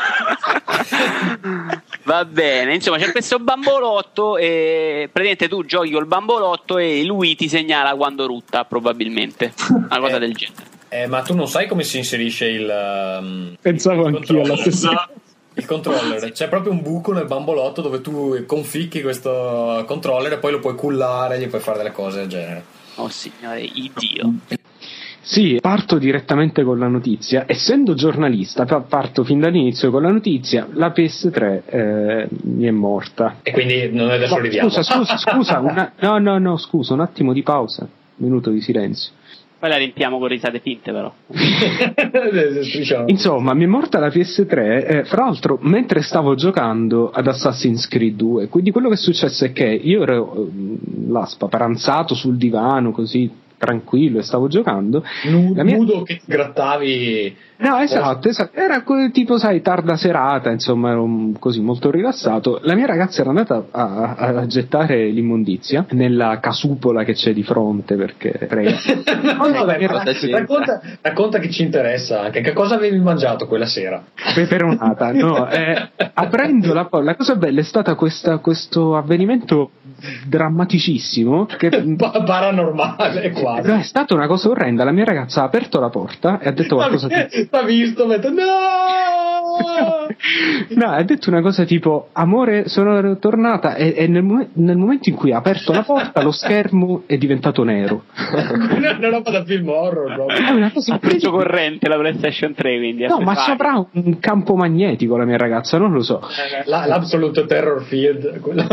S15: Va bene, insomma c'è questo bambolotto e praticamente tu giochi col bambolotto e lui ti segnala quando rutta, probabilmente una cosa del genere.
S10: Ma tu non sai come si inserisce il
S21: pensavo anch'io alla stessa.
S10: Il controller, c'è proprio un buco nel bambolotto dove tu conficchi questo controller e poi lo puoi cullare, gli puoi fare delle cose del genere.
S15: Oh signore, Dio.
S21: Sì, parto direttamente con la notizia. Essendo giornalista, parto fin dall'inizio con la notizia. La PS3 mi è morta.
S10: E quindi noi adesso arriviamo.
S21: Scusa, scusa, un attimo di pausa. Minuto di silenzio.
S15: Poi la riempiamo con risate finte, però.
S21: Insomma, mi è morta la PS3, fra l'altro mentre stavo giocando ad Assassin's Creed 2. Quindi quello che è successo è che io ero spaparanzato sul divano così tranquillo e stavo giocando
S10: nudo che ti grattavi.
S21: No, esatto, era tipo, sai, tarda serata, insomma, ero così molto rilassato. La mia ragazza era andata a gettare l'immondizia nella casupola che c'è di fronte, perché
S10: racconta che ci interessa anche che cosa avevi mangiato quella sera.
S21: Peperonata. No, aprendo la cosa bella è stata questo avvenimento drammaticissimo che
S10: paranormale quasi.
S21: È stata una cosa orrenda. La mia ragazza ha aperto la porta e ha detto qualcosa
S10: t'ha visto, no,
S21: ha detto una cosa tipo: amore, sono tornata, e nel momento in cui ha aperto la porta lo schermo è diventato nero.
S10: Una roba da film horror proprio.
S21: È una cosa
S15: ha preso corrente la PlayStation 3, quindi
S21: no, ma avrà un campo magnetico la mia ragazza, non lo so.
S10: L'Absolute Terror Field, quella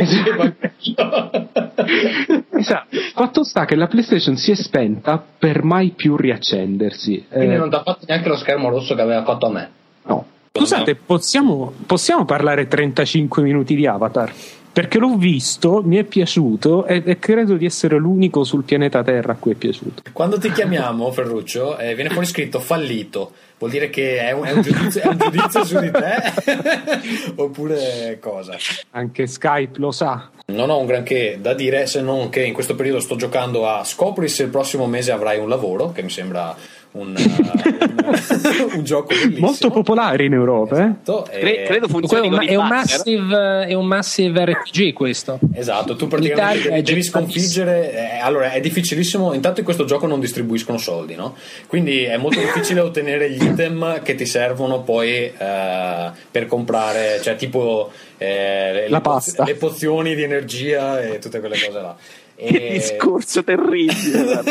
S21: esatto. Fatto sta che la PlayStation si è spenta per mai più riaccendersi.
S10: Quindi non ti ha fatto neanche lo schermo rosso che aveva fatto a me.
S21: No. Scusate, possiamo parlare 35 minuti di Avatar? Perché l'ho visto, mi è piaciuto e credo di essere l'unico sul pianeta Terra a cui è piaciuto.
S10: Quando ti chiamiamo, Ferruccio, viene fuori scritto fallito. Vuol dire che è un giudizio su di te? Oppure cosa?
S21: Anche Skype lo sa.
S10: Non ho un granché da dire, se non che in questo periodo sto giocando a Scopri se il prossimo mese avrai un lavoro, che mi sembra un gioco bellissimo,
S21: molto popolare in Europa.
S10: Esatto,
S15: credo funzioni con
S9: è un massive RPG questo.
S10: Esatto, tu praticamente devi sconfiggere, allora è difficilissimo. Intanto in questo gioco non distribuiscono soldi, no? Quindi è molto difficile ottenere gli item che ti servono poi per comprare, cioè tipo
S21: la pasta,
S10: le pozioni di energia e tutte quelle cose là.
S8: Che discorso terribile.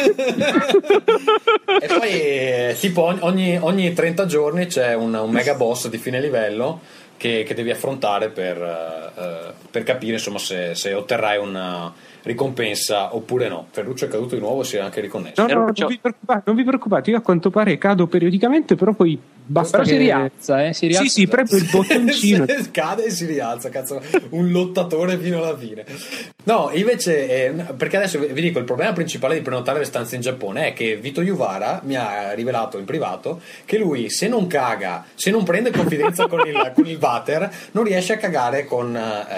S10: E poi tipo ogni 30 giorni c'è un mega boss di fine livello che devi affrontare per capire insomma se otterrai una ricompensa oppure no. Ferruccio è caduto di nuovo, si è anche riconnesso.
S21: No, non vi preoccupate, io a quanto pare cado periodicamente, però poi basta
S9: però
S21: che...
S9: si rialza, si rialza.
S21: Sì, proprio il bottoncino.
S10: Cade e si rialza, cazzo, un lottatore fino alla fine. No, invece perché adesso vi dico, il problema principale di prenotare le stanze in Giappone è che Vito Juvara mi ha rivelato in privato che lui, se non caga, se non prende confidenza con il water, non riesce a cagare con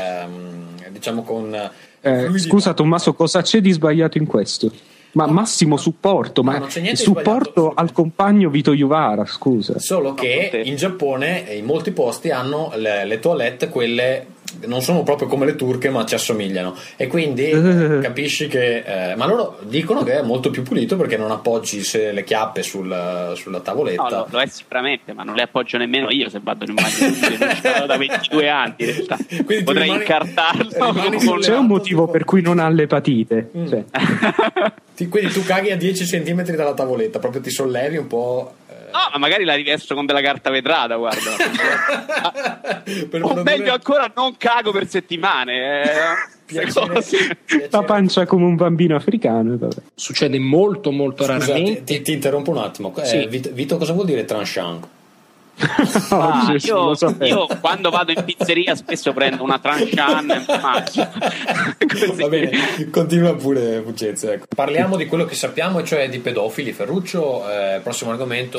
S21: scusa Tommaso, cosa c'è di sbagliato in questo? Ma massimo supporto, ma supporto al compagno Vito Juvara, scusa.
S10: Solo che in Giappone in molti posti hanno le toilette, quelle non sono proprio come le turche ma ci assomigliano, e quindi capisci che ma loro dicono che è molto più pulito perché non appoggi le chiappe sulla tavoletta.
S8: No, lo è sicuramente, ma non le appoggio nemmeno io se vado in bagno da 22 anni in realtà. Quindi potrei incartarlo.
S21: C'è un motivo per cui non ha l'epatite. Cioè.
S10: Quindi tu caghi a 10 cm dalla tavoletta, proprio ti sollevi un po'.
S8: No, ma magari la rivesto con della carta vetrata, guarda. O meglio ancora, non cago per settimane.
S21: La pancia come un bambino africano. Vabbè.
S9: Succede molto molto raramente.
S10: Ti interrompo un attimo.
S9: Sì.
S10: Vito, cosa vuol dire tranchant?
S8: Io quando vado in pizzeria spesso prendo una tranchant e mangio.
S10: Va bene, continua pure Pucezzi, ecco. Parliamo di quello che sappiamo, e cioè di pedofili. Ferruccio, il prossimo argomento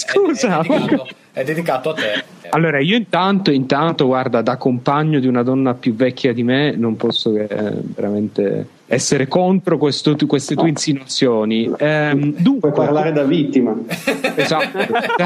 S10: è dedicato a te.
S21: Allora, io intanto guarda, da compagno di una donna più vecchia di me non posso che veramente essere contro queste tue insinuazioni. Dunque,
S17: puoi parlare da vittima.
S21: Esatto.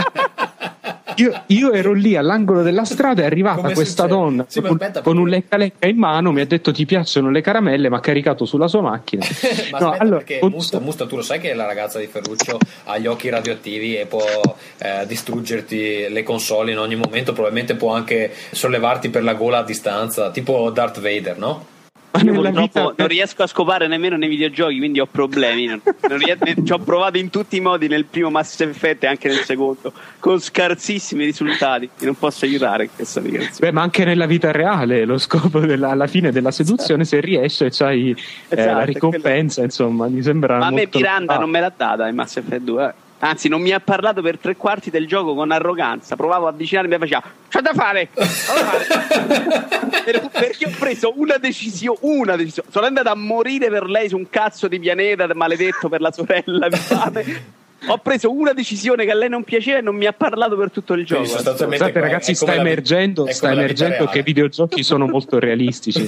S21: Io ero lì all'angolo della strada, è arrivata questa donna con un lecca-lecca in mano, mi ha detto ti piacciono le caramelle, mi ha caricato sulla sua macchina.
S10: Ma no, allora, perché Musta, tu lo sai che la ragazza di Ferruccio ha gli occhi radioattivi e può distruggerti le console in ogni momento, probabilmente può anche sollevarti per la gola a distanza, tipo Darth Vader, no?
S8: Io purtroppo non riesco a scopare nemmeno nei videogiochi, quindi ho problemi. Ci ho provato in tutti i modi nel primo Mass Effect e anche nel secondo, con scarsissimi risultati. Non posso aiutare questa ragazza.
S21: Beh, ma anche nella vita reale lo scopo alla fine della seduzione, se riesce, c'hai la ricompensa. Insomma, mi sembra.
S8: Ma a me
S21: molto...
S8: Miranda non me l'ha data in Mass Effect 2. Anzi, non mi ha parlato per 3/4 del gioco con arroganza. Provavo a avvicinarmi e faceva c'ho da fare. Perché ho preso una decisione. Sono andato a morire per lei su un cazzo di pianeta maledetto per la sorella. Ho preso una decisione che a lei non piaceva e non mi ha parlato per tutto il gioco.
S21: Scusate ragazzi, sta emergendo che i videogiochi sono molto realistici.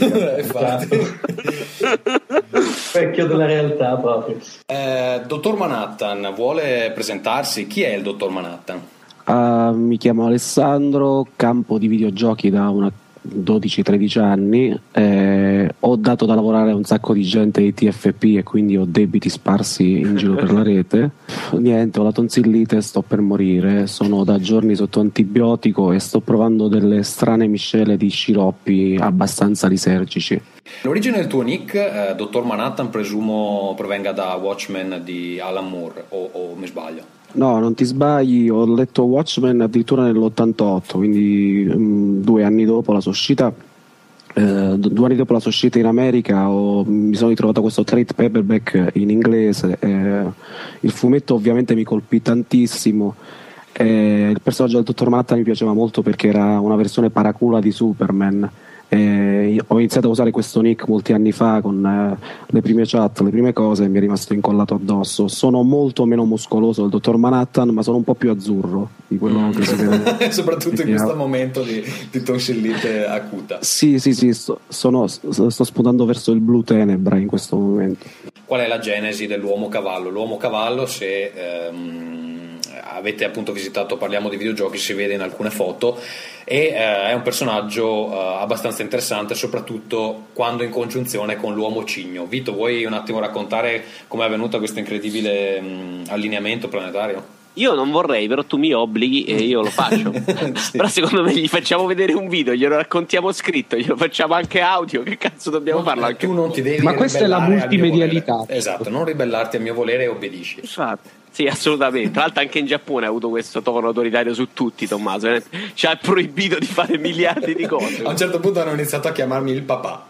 S17: Specchio della realtà proprio.
S10: Dottor Manhattan vuole presentarsi. Chi è il dottor Manhattan?
S11: Mi chiamo Alessandro, campo di videogiochi da una 12-13 anni, ho dato da lavorare a un sacco di gente di TFP e quindi ho debiti sparsi in giro per la rete. Niente, ho la tonsillite, sto per morire, sono da giorni sotto antibiotico e sto provando delle strane miscele di sciroppi abbastanza lisergici.
S10: L'origine del tuo nick, dottor Manhattan, presumo provenga da Watchmen di Alan Moore, o mi sbaglio?
S11: No, non ti sbagli, ho letto Watchmen addirittura nell'88, quindi 2 anni dopo la sua uscita, 2 anni dopo la sua uscita in America mi sono ritrovato questo trade paperback in inglese, il fumetto ovviamente mi colpì tantissimo, il personaggio del dottor Manhattan mi piaceva molto perché era una versione paracula di Superman. Ho iniziato a usare questo nick molti anni fa con le prime chat, le prime cose, e mi è rimasto incollato addosso. Sono molto meno muscoloso del dottor Manhattan, ma sono un po' più azzurro di quello che si vede.
S10: Soprattutto in questo momento di tonsillite acuta.
S11: Sì, sto spuntando verso il blu tenebra in questo momento.
S10: Qual è la genesi dell'uomo cavallo? L'uomo cavallo, se avete appunto visitato Parliamo di videogiochi, si vede in alcune foto, e è un personaggio abbastanza interessante, soprattutto quando in congiunzione con l'uomo cigno. Vito, vuoi un attimo raccontare come è avvenuto questo incredibile allineamento planetario?
S17: Io non vorrei, però tu mi obblighi e io lo faccio. Sì. Però secondo me gli facciamo vedere un video, glielo raccontiamo scritto, glielo facciamo anche audio. Che cazzo dobbiamo farlo? Anche
S10: tu non ti devi.
S9: Ma questa è la multimedialità.
S10: Esatto, non ribellarti al mio volere e obbedisci.
S17: Infatti. Sì, assolutamente. Tra l'altro anche in Giappone ha avuto questo tono autoritario su tutti, Tommaso. Ci ha proibito di fare miliardi di cose.
S10: A un certo punto hanno iniziato a chiamarmi il papà.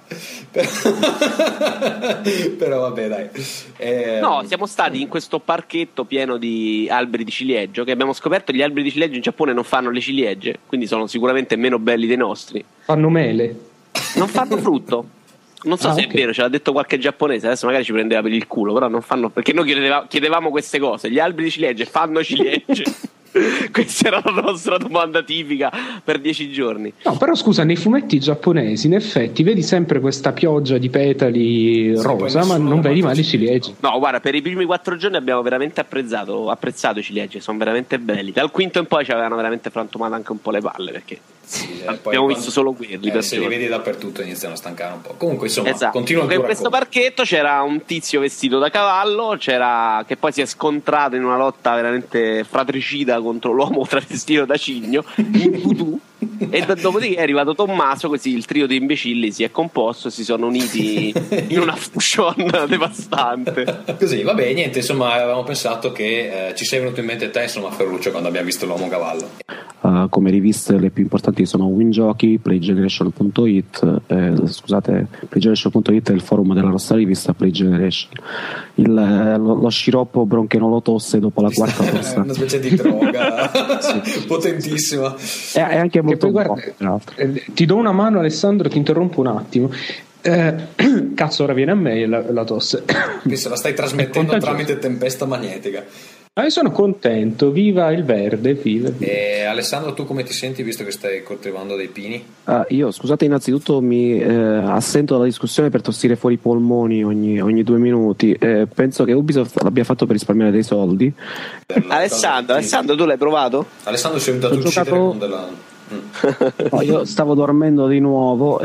S10: Però vabbè, dai.
S17: No, siamo stati in questo parchetto pieno di alberi di ciliegio, che abbiamo scoperto che gli alberi di ciliegio in Giappone non fanno le ciliegie, quindi sono sicuramente meno belli dei nostri.
S9: Fanno mele.
S17: Non fanno frutto. Non so se è vero, ce l'ha detto qualche giapponese, adesso magari ci prendeva per il culo, però non fanno, perché noi chiedevamo queste cose, gli alberi di ciliegie fanno ciliegie? Questa era la nostra domanda tipica per 10 giorni.
S9: No, però scusa, nei fumetti giapponesi in effetti vedi sempre questa pioggia di petali rosa, ma non vedi mai le ciliegie.
S17: No, guarda, per i primi 4 giorni abbiamo veramente apprezzato i ciliegie, sono veramente belli. Dal quinto in poi ci avevano veramente frantumato anche un po' le palle, perché abbiamo visto solo quelli.
S10: Se li vedi dappertutto iniziano a stancare un po'. Comunque insomma,
S17: esatto.
S10: Continua
S17: in questo parchetto c'era un tizio vestito da cavallo, che poi si è scontrato in una lotta veramente fratricida contro l'uomo travestito da cigno in voodoo. E dopodiché è arrivato Tommaso, così il trio di imbecilli si è composto, si sono uniti in una fusion devastante.
S10: Così, vabbè, niente, insomma, avevamo pensato che ci sei venuto in mente te, insomma, Ferruccio, quando abbiamo visto l'uomo cavallo.
S11: Come riviste le più importanti sono WinJockey, PlayGeneration.it, PlayGeneration.it è il forum della nostra rivista PlayGeneration. Lo sciroppo bronchenolotosse dopo la quarta corsa.
S10: È una specie di droga potentissima.
S11: È anche molto
S9: guarda, ti do una mano, Alessandro, ti interrompo un attimo. Cazzo, ora viene a me la tosse.
S10: Che se la stai trasmettendo tramite tempesta magnetica.
S9: Io sono contento, viva il verde, viva.
S10: Alessandro, tu come ti senti visto che stai coltivando dei pini?
S11: Io, scusate, innanzitutto mi assento dalla discussione per tossire fuori i polmoni ogni 2 minuti. Penso che Ubisoft l'abbia fatto per risparmiare dei soldi.
S17: Alessandro, tu l'hai provato?
S10: Alessandro si è venuto ad uccidere con della...
S11: No, io stavo dormendo di nuovo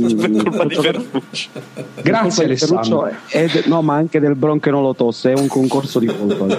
S9: grazie Alessandro
S11: no, ma anche del bronchenolotosse, è un concorso di colpa.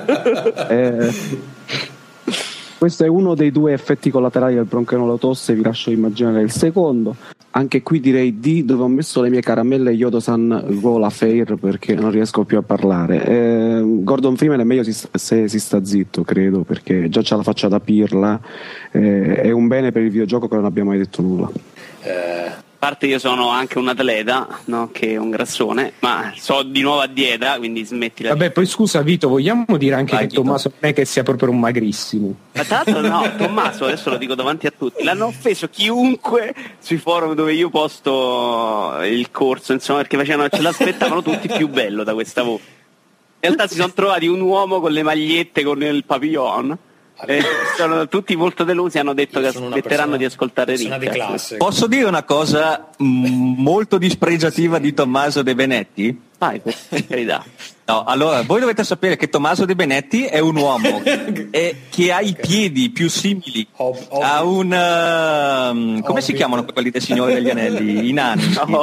S11: Questo è uno dei 2 effetti collaterali del bronchenolotosse, vi lascio immaginare il secondo. Anche qui direi dove ho messo le mie caramelle Yodo-san Gola Fair, perché non riesco più a parlare. Gordon Freeman è meglio se si sta zitto, credo, perché già c'ha la faccia da pirla. È un bene per il videogioco che non abbiamo mai detto nulla.
S17: A parte io sono anche un atleta, no? Che è un grassone, ma so di nuovo a dieta, quindi smettila.
S9: Vabbè, poi scusa Vito, vogliamo dire anche che Tommaso non è che sia proprio un magrissimo.
S17: Ma tra l'altro no, Tommaso, adesso lo dico davanti a tutti, l'hanno offeso chiunque sui forum dove io posto il corso, insomma, perché ce l'aspettavano tutti più bello da questa voce. In realtà si sono trovati un uomo con le magliette con il papillon. Sono tutti molto delusi, hanno detto che aspetteranno di ascoltare Rincast.
S3: Posso dire una cosa molto dispregiativa di Tommaso De Benetti?
S17: Vai, per carità.
S3: No, allora, voi dovete sapere che Tommaso De Benetti è un uomo che ha i piedi più simili a un... come si chiamano quelli del Signore degli Anelli? I nani.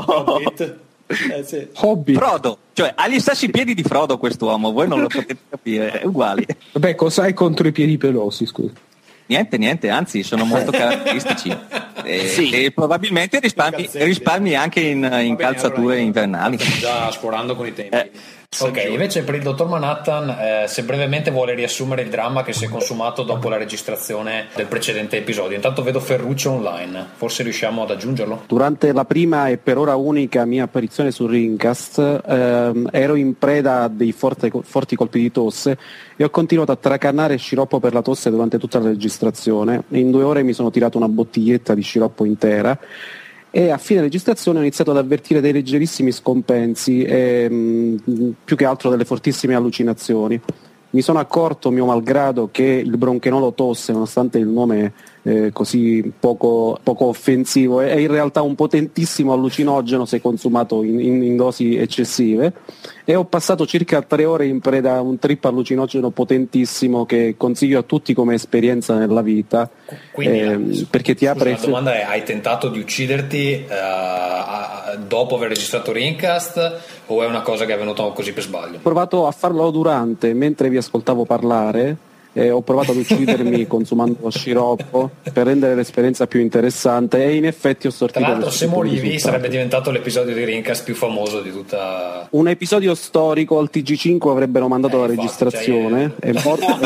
S10: Sì.
S3: Hobby. Frodo, cioè ha gli stessi piedi di Frodo quest'uomo, voi non lo potete capire, è uguale.
S9: Vabbè, cosa hai contro i piedi pelosi, scusa?
S3: Niente, anzi sono molto caratteristici e probabilmente risparmi anche in calzature invernali.
S10: Stiamo già esplorando con i tempi. Ok, invece per il dottor Manhattan, se brevemente vuole riassumere il dramma che si è consumato dopo la registrazione del precedente episodio. Intanto vedo Ferruccio online, forse riusciamo ad aggiungerlo?
S11: Durante la prima e per ora unica mia apparizione su Rincast ero in preda a dei forti colpi di tosse e ho continuato a tracannare sciroppo per la tosse durante tutta la registrazione. In 2 ore mi sono tirato una bottiglietta di sciroppo intera e a fine registrazione ho iniziato ad avvertire dei leggerissimi scompensi e più che altro delle fortissime allucinazioni. Mi sono accorto, mio malgrado, che il bronchenolotosse, nonostante il nome così poco offensivo, è in realtà un potentissimo allucinogeno se consumato in dosi eccessive, e ho passato circa 3 ore in preda a un trip allucinogeno potentissimo che consiglio a tutti come esperienza nella vita.
S10: Quindi,
S11: perché ti apre...
S10: La domanda è: hai tentato di ucciderti dopo aver registrato Rincast o è una cosa che è avvenuta così per sbaglio?
S11: Ho provato a farlo durante, mentre vi ascoltavo parlare, ho provato ad uccidermi consumando lo sciroppo per rendere l'esperienza più interessante e in effetti ho sortito.
S10: Tra l'altro se morivi sarebbe diventato l'episodio di Rincast più famoso di tutta...
S11: Un episodio storico al TG5 avrebbero mandato la registrazione, è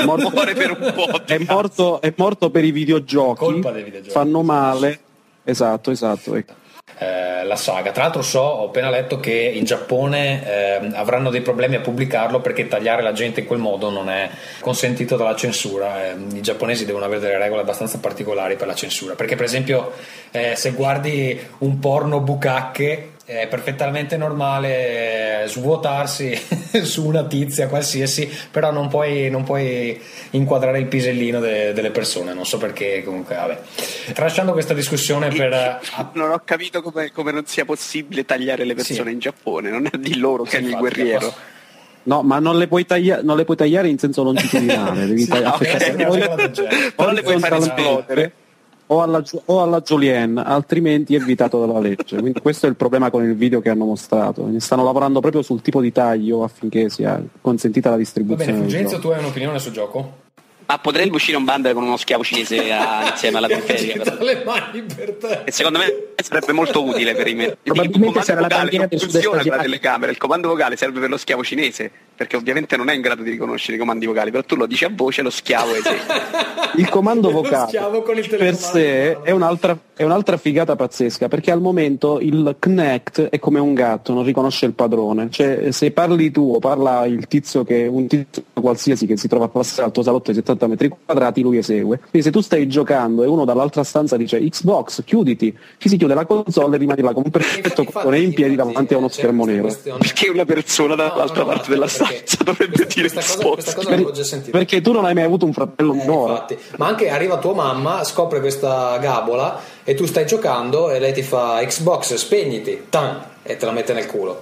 S11: morto per i videogiochi,
S10: colpa dei videogiochi.
S11: Fanno male, esatto.
S10: La saga. Tra l'altro ho appena letto che in Giappone avranno dei problemi a pubblicarlo perché tagliare la gente in quel modo non è consentito dalla censura. I giapponesi devono avere delle regole abbastanza particolari per la censura, perché per esempio se guardi un porno bucacche è perfettamente normale svuotarsi su una tizia qualsiasi, però non puoi inquadrare il pisellino delle persone, non so perché, comunque vabbè. Tralasciando questa discussione
S17: non ho capito come non sia possibile tagliare le persone in Giappone, non è di loro che è il guerriero.
S11: No, ma non le puoi tagliare in senso longitudinale, devi
S17: però le puoi fare esplodere.
S11: O alla Julien, altrimenti è vietato dalla legge. Quindi questo è il problema con il video che hanno mostrato. Stanno lavorando proprio sul tipo di taglio affinché sia consentita la distribuzione.
S10: Va bene, Fulgenzio, tu hai un'opinione sul gioco?
S17: Ma potrebbe uscire un bundle con uno schiavo cinese insieme alla periferia.
S10: Le mani per te.
S17: E secondo me sarebbe molto utile per i me.
S4: Probabilmente sarà la bandiera del
S17: sud-est asiatico. Telecamere. Il comando vocale serve per lo schiavo cinese, perché ovviamente non è in grado di riconoscere i comandi vocali, però tu lo dici a voce, lo schiavo
S11: il comando vocale per sé è un'altra figata pazzesca, perché al momento il Kinect è come un gatto, non riconosce il padrone. Cioè se parli tu o parla un tizio qualsiasi che si trova a passare al tuo salotto di 70 metri quadrati, lui esegue. Quindi se tu stai giocando e uno dall'altra stanza dice Xbox chiuditi, ci si chiude la console e rimani là come un perfetto coccone in piedi davanti a uno schermo nero.
S17: Perché una persona dall'altra parte della stanza dovrebbe dire
S10: questa cosa l'avevo già sentita.
S11: Perché tu non hai mai avuto un fratello minore.
S10: Ma anche arriva tua mamma, scopre questa gabola e tu stai giocando e lei ti fa Xbox spegniti e te la mette nel culo.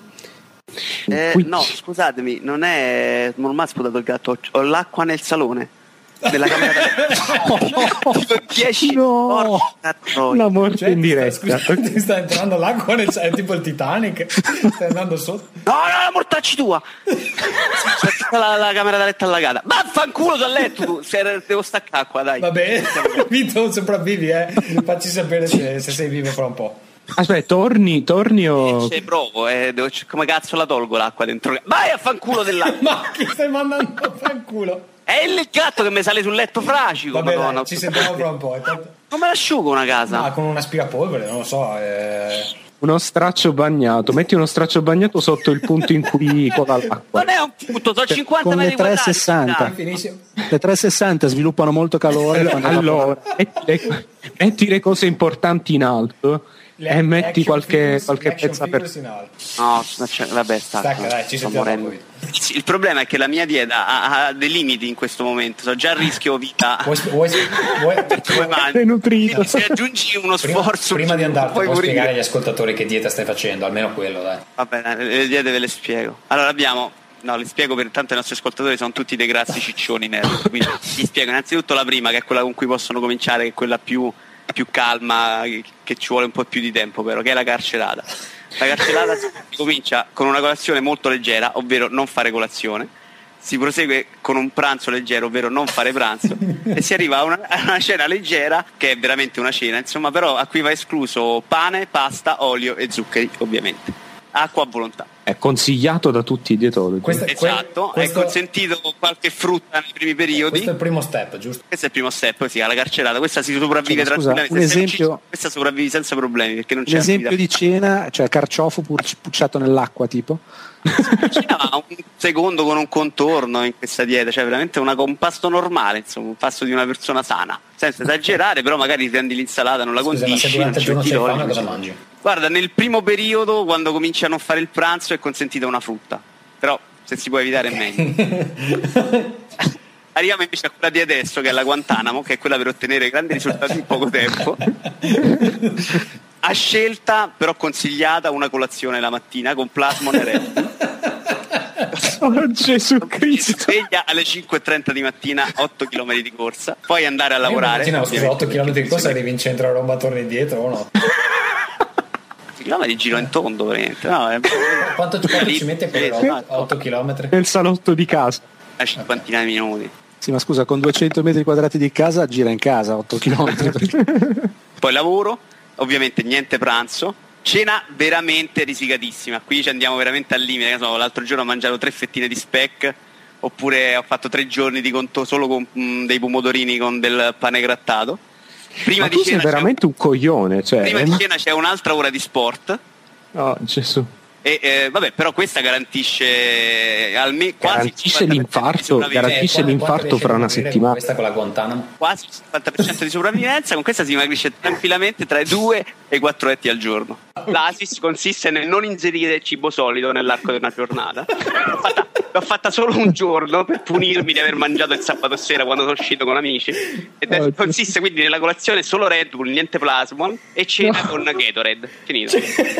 S17: No, scusatemi, non mi ha sputato il gatto, ho l'acqua nel salone della camera da 10
S11: una morte in diretta.
S10: Ti sta entrando l'acqua è tipo il Titanic, stai andando sotto.
S17: No, mortacci tua. la camera da letto allagata. Vaffanculo dal letto tu, devo staccare qua, dai.
S10: Vabbè, Vito, sopravvivi, facci sapere se sei vivo fra un po'.
S11: Aspetta, torni o...
S17: Se provo, come cazzo la tolgo l'acqua dentro? Vai a fanculo dell'acqua.
S10: Ma chi stai mandando a fanculo?
S17: È il gatto che mi sale sul letto fracico.
S10: Vabbè,
S17: Madonna.
S10: Ci sentiamo fra un po'.
S17: Come l'asciugo una casa?
S10: Ma con un aspirapolvere, non lo so.
S11: Uno straccio bagnato, metti uno straccio bagnato sotto il punto in cui cola l'acqua.
S17: Non è un punto, sono 50
S4: con
S17: metri
S4: le 360. Le 360 sviluppano molto calore.
S11: Allora, metti le cose importanti in alto e metti qualche pezza per...
S17: No, vabbè, stacca,
S10: dai, ci sentiamo.
S17: Il problema è che la mia dieta ha dei limiti in questo momento, so già a rischio vita.
S10: Vuoi
S11: nutrito.
S17: Se aggiungi uno sforzo
S10: prima di andarti, puoi spiegare agli ascoltatori che dieta stai facendo, almeno quello, dai.
S17: Vabbè, le diete ve le spiego. Allora le spiego, per tanto i nostri ascoltatori sono tutti dei grassi ciccioni nerd, quindi vi spiego innanzitutto la prima, che è quella con cui possono cominciare, che è quella più calma, che ci vuole un po' più di tempo, però, che è la carcerata. La carcerata si comincia con una colazione molto leggera, ovvero non fare colazione, si prosegue con un pranzo leggero, ovvero non fare pranzo, e si arriva a una cena leggera, che è veramente una cena, insomma, però a cui va escluso pane, pasta, olio e zuccheri, ovviamente. Acqua a volontà.
S11: È consigliato da tutti i dietologi.
S17: Esatto, è consentito qualche frutta nei primi periodi.
S10: Questo è il primo step, giusto?
S17: Questo è il primo step, sì, alla carcerata. Questa si sopravvive tranquillamente.
S4: Un esempio,
S17: questa sopravvivi senza problemi, perché non c'è
S4: un esempio di cena, cioè carciofo pucciato nell'acqua, tipo.
S17: Un secondo con un contorno in questa dieta, cioè veramente un pasto normale, insomma, un pasto di una persona sana, senza esagerare, però magari prendi l'insalata, non la condisci.
S10: Ma se durante il giorno sei fame, cosa mangi?
S17: Guarda, nel primo periodo, quando cominci a non fare il pranzo, è consentita una frutta, però se si può evitare è meglio. Arriviamo invece a quella di adesso, che è la Guantanamo, che è quella per ottenere grandi risultati in poco tempo. A scelta, però consigliata, una colazione la mattina con plasmon e Red.
S11: Oh, Gesù Cristo.
S17: Sveglia alle 5:30 di mattina, 8 km di corsa, poi andare a lavorare.
S10: Scusa, 8 km di corsa, arrivi in centro a Roma, torni indietro o no?
S17: Di giro in tondo, veramente. No,
S10: quanto ci mette per 8 km?
S11: Nel salotto di casa.
S17: Una cinquantina di minuti.
S4: Sì, ma scusa, con 200 metri quadrati di casa gira in casa 8 km.
S17: Poi lavoro, ovviamente niente pranzo, cena veramente risicatissima, qui ci andiamo veramente al limite. L'altro giorno ho mangiato 3 fettine di speck, oppure ho fatto 3 giorni di conto solo con dei pomodorini con del pane grattato. Prima
S9: ma
S17: di
S9: tu
S17: cena
S9: sei veramente un coglione, cioè.
S17: Prima di cena c'è un'altra ora di sport.
S9: Oh, Gesù.
S17: E vabbè, però questa garantisce
S9: garantisce l'infarto fra una settimana.
S10: Questa con la Guantanamo
S17: quasi il 50% di sopravvivenza. Con questa si dimagrisce tranquillamente tra i 2 e i 4 etti al giorno. L'ASIS consiste nel non inserire cibo solido nell'arco di una giornata. L'ho fatta solo un giorno per punirmi di aver mangiato il sabato sera quando sono uscito con amici, e consiste quindi nella colazione solo Red Bull, niente Plasmon, e cena con Gatorade. Finito.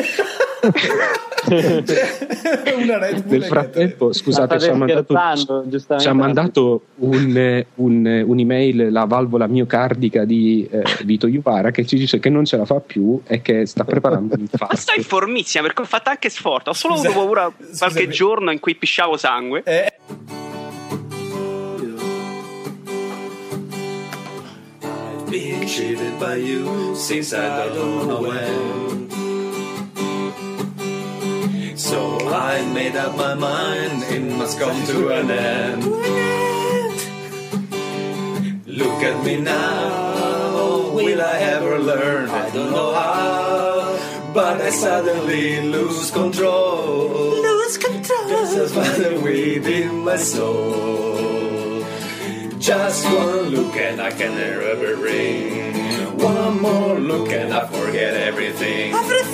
S12: Una Red Bull.
S9: Nel frattempo, scusate, ci ha mandato un'email la valvola miocardica di Vito Juvara, che ci dice che non ce la fa più e che sta preparando un infarto.
S17: Ma sto in formissima perché ho fatto anche sforzo. Ho solo avuto paura qualche giorno in cui pisciavo sangue.
S16: I've been cheated by you since I don't know when. So I made up my mind, it must come to an end. Look at me now, will I ever learn? I don't know how, but I suddenly lose control. There's a fire within my soul. Just one look and I can hear every ring. One more look and I forget everything.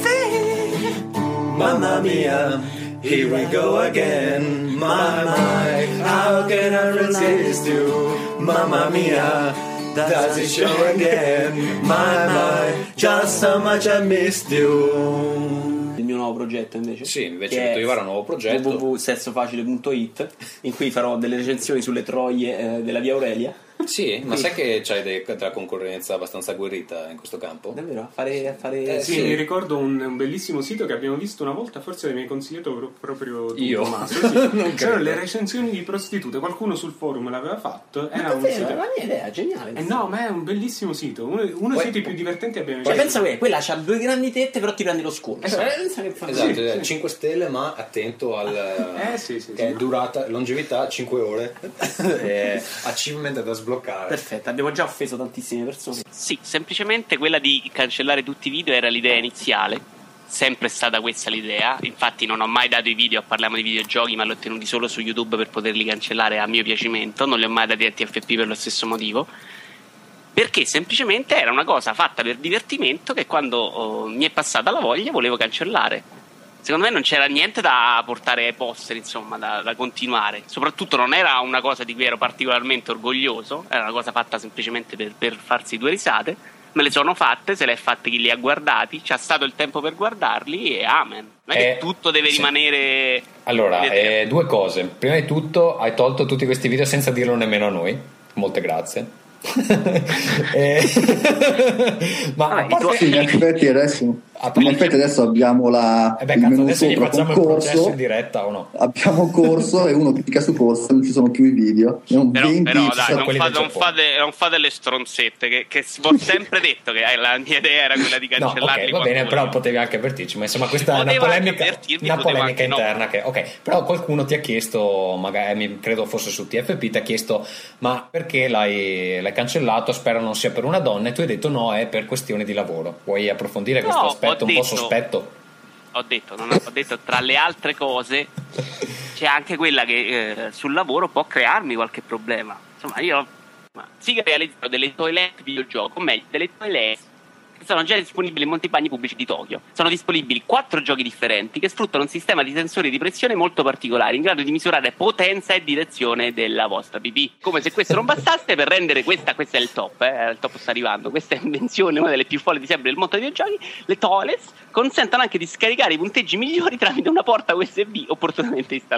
S16: Mamma mia, here we go again. My, how can I resist you? Mamma mia, does it show again? My, just how much I missed you.
S8: Il mio nuovo progetto invece.
S10: Sì, invece Vito Juvara ha un nuovo progetto
S8: www.sessofacile.it, in cui farò delle recensioni sulle troie della via Aurelia.
S10: Sì, ma sai che c'hai della concorrenza abbastanza agguerrita in questo campo?
S8: Davvero? A fare
S20: sì, mi ricordo un bellissimo sito che abbiamo visto una volta, forse mi hai consigliato proprio tu,
S10: io?
S20: Tommaso, sì. C'erano le recensioni di prostitute, qualcuno sul forum l'aveva fatto. Era un sito...
S8: la mia idea, geniale.
S20: No, ma è un bellissimo sito, uno dei siti più divertenti che abbiamo visto.
S8: Pensa che quella c'ha 2 grandi tette, però ti prendi lo sconto.
S10: Esatto, 5 stelle, ma attento al che è durata, longevità 5 ore. Achievement da sbloccare.
S8: Perfetto, abbiamo già offeso tantissime persone.
S17: Sì, semplicemente quella di cancellare tutti i video era l'idea iniziale, sempre stata questa l'idea. Infatti non ho mai dato i video, parliamo di videogiochi, ma li ho tenuti solo su YouTube per poterli cancellare a mio piacimento. Non li ho mai dati a TFP per lo stesso motivo, perché semplicemente era una cosa fatta per divertimento che quando mi è passata la voglia volevo cancellare. Secondo me non c'era niente da portare ai poster, insomma, da continuare. Soprattutto non era una cosa di cui ero particolarmente orgoglioso, era una cosa fatta semplicemente per farsi 2 risate. Me le sono fatte, se le ha fatte chi li ha guardati, c'è stato il tempo per guardarli e amen. Non è che tutto deve rimanere...
S10: Allora, 2 cose. Prima di tutto hai tolto tutti questi video senza dirlo nemmeno a noi. Molte grazie.
S22: Ma in effetti adesso abbiamo il menu
S10: adesso gli
S22: sopra
S10: facciamo il processo in diretta o no?
S22: Abbiamo un corso e uno clicca su corso e non ci sono più i video.
S17: Però dai, non fate le stronzette che ho sempre detto che la mia idea era quella di cancellarli.
S10: Va bene, però potevi anche avvertirci, ma insomma questa è una polemica interna che però qualcuno ti ha chiesto, magari credo fosse su TFP, ti ha chiesto ma perché l'hai cancellato, spero non sia per una donna, e tu hai detto no, è per questioni di lavoro. Vuoi approfondire questo aspetto un po' sospetto?
S17: Ho detto tra le altre cose c'è anche quella che sul lavoro può crearmi qualche problema. Insomma, io sì che realizzo delle toilette videogioco, o meglio delle toilette che sono già disponibili in molti bagni pubblici di Tokyo. Sono disponibili 4 giochi differenti che sfruttano un sistema di sensori di pressione molto particolari, in grado di misurare potenza e direzione della vostra pipì. Come se questo non bastasse, per rendere questo è il top, il top sta arrivando, questa è invenzione, una delle più folli di sempre del mondo dei videogiochi. Le toilets consentono anche di scaricare i punteggi migliori tramite una porta USB opportunamente installata.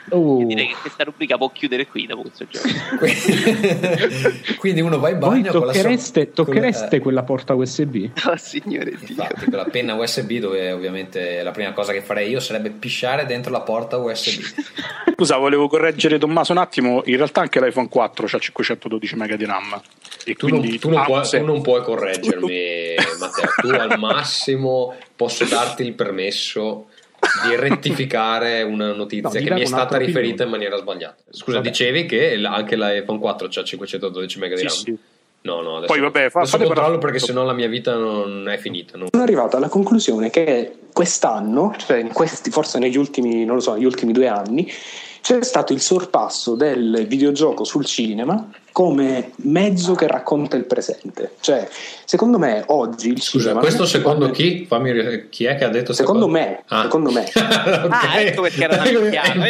S17: Io direi che questa rubrica può chiudere qui dopo questo gioco.
S10: Quindi uno va in bagno.
S9: Voi tocchereste quella porta USB?
S17: Oh, signore Dio.
S10: Infatti, con la penna USB, dove ovviamente la prima cosa che farei io sarebbe pisciare dentro la porta USB.
S4: Scusa, volevo correggere Tommaso un attimo. In realtà anche l'iPhone 4 c'ha 512 MB di RAM. E
S10: tu non puoi correggermi, Matteo. Tu al massimo posso darti il permesso di rettificare una notizia che mi è stata riferita in maniera sbagliata. Scusa, dicevi che anche l'iPhone 4 c'ha 512 MB di RAM?
S4: Sì.
S10: No, adesso,
S4: poi vabbè,
S10: adesso controllo perché sennò la mia vita non è finita.
S1: Sono arrivato alla conclusione che quest'anno, cioè forse negli ultimi 2 anni, c'è stato il sorpasso del videogioco sul cinema come mezzo che racconta il presente. Cioè, secondo me oggi il cinema...
S10: questo secondo chi? Chi è che ha detto
S1: secondo me? Secondo me.
S17: Okay. Ecco perché era chiaro.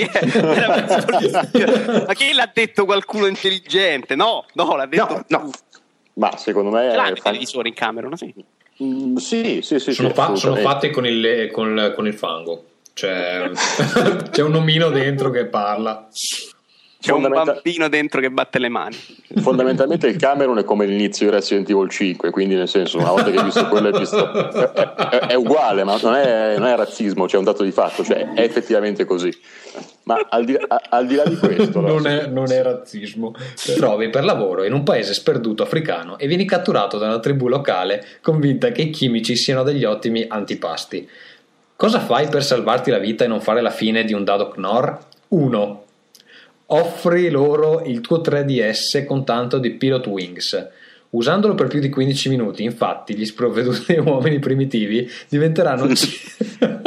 S17: Ma chi l'ha detto? Qualcuno intelligente? No, l'ha detto.
S5: No. Ma secondo me
S17: ce l'ha il televisore in camera, no? Sì.
S5: Sì.
S10: Sono fatti con il fango. Cioè, c'è un omino dentro che parla.
S17: C'è un bambino dentro che batte le mani.
S5: Fondamentalmente il Cameron è come l'inizio di Resident Evil 5, quindi nel senso, una volta che hai visto quello è uguale, ma non è razzismo, c'è un dato di fatto, cioè è effettivamente così. Ma al di là di questo
S10: non è razzismo. Ti trovi per lavoro in un paese sperduto africano e vieni catturato da una tribù locale convinta che i chimici siano degli ottimi antipasti. Cosa fai per salvarti la vita e non fare la fine di un Dado Knorr? 1. Offri loro il tuo 3DS con tanto di Pilot Wings. Usandolo per più di 15 minuti, infatti, gli sprovveduti uomini primitivi diventeranno...
S17: Che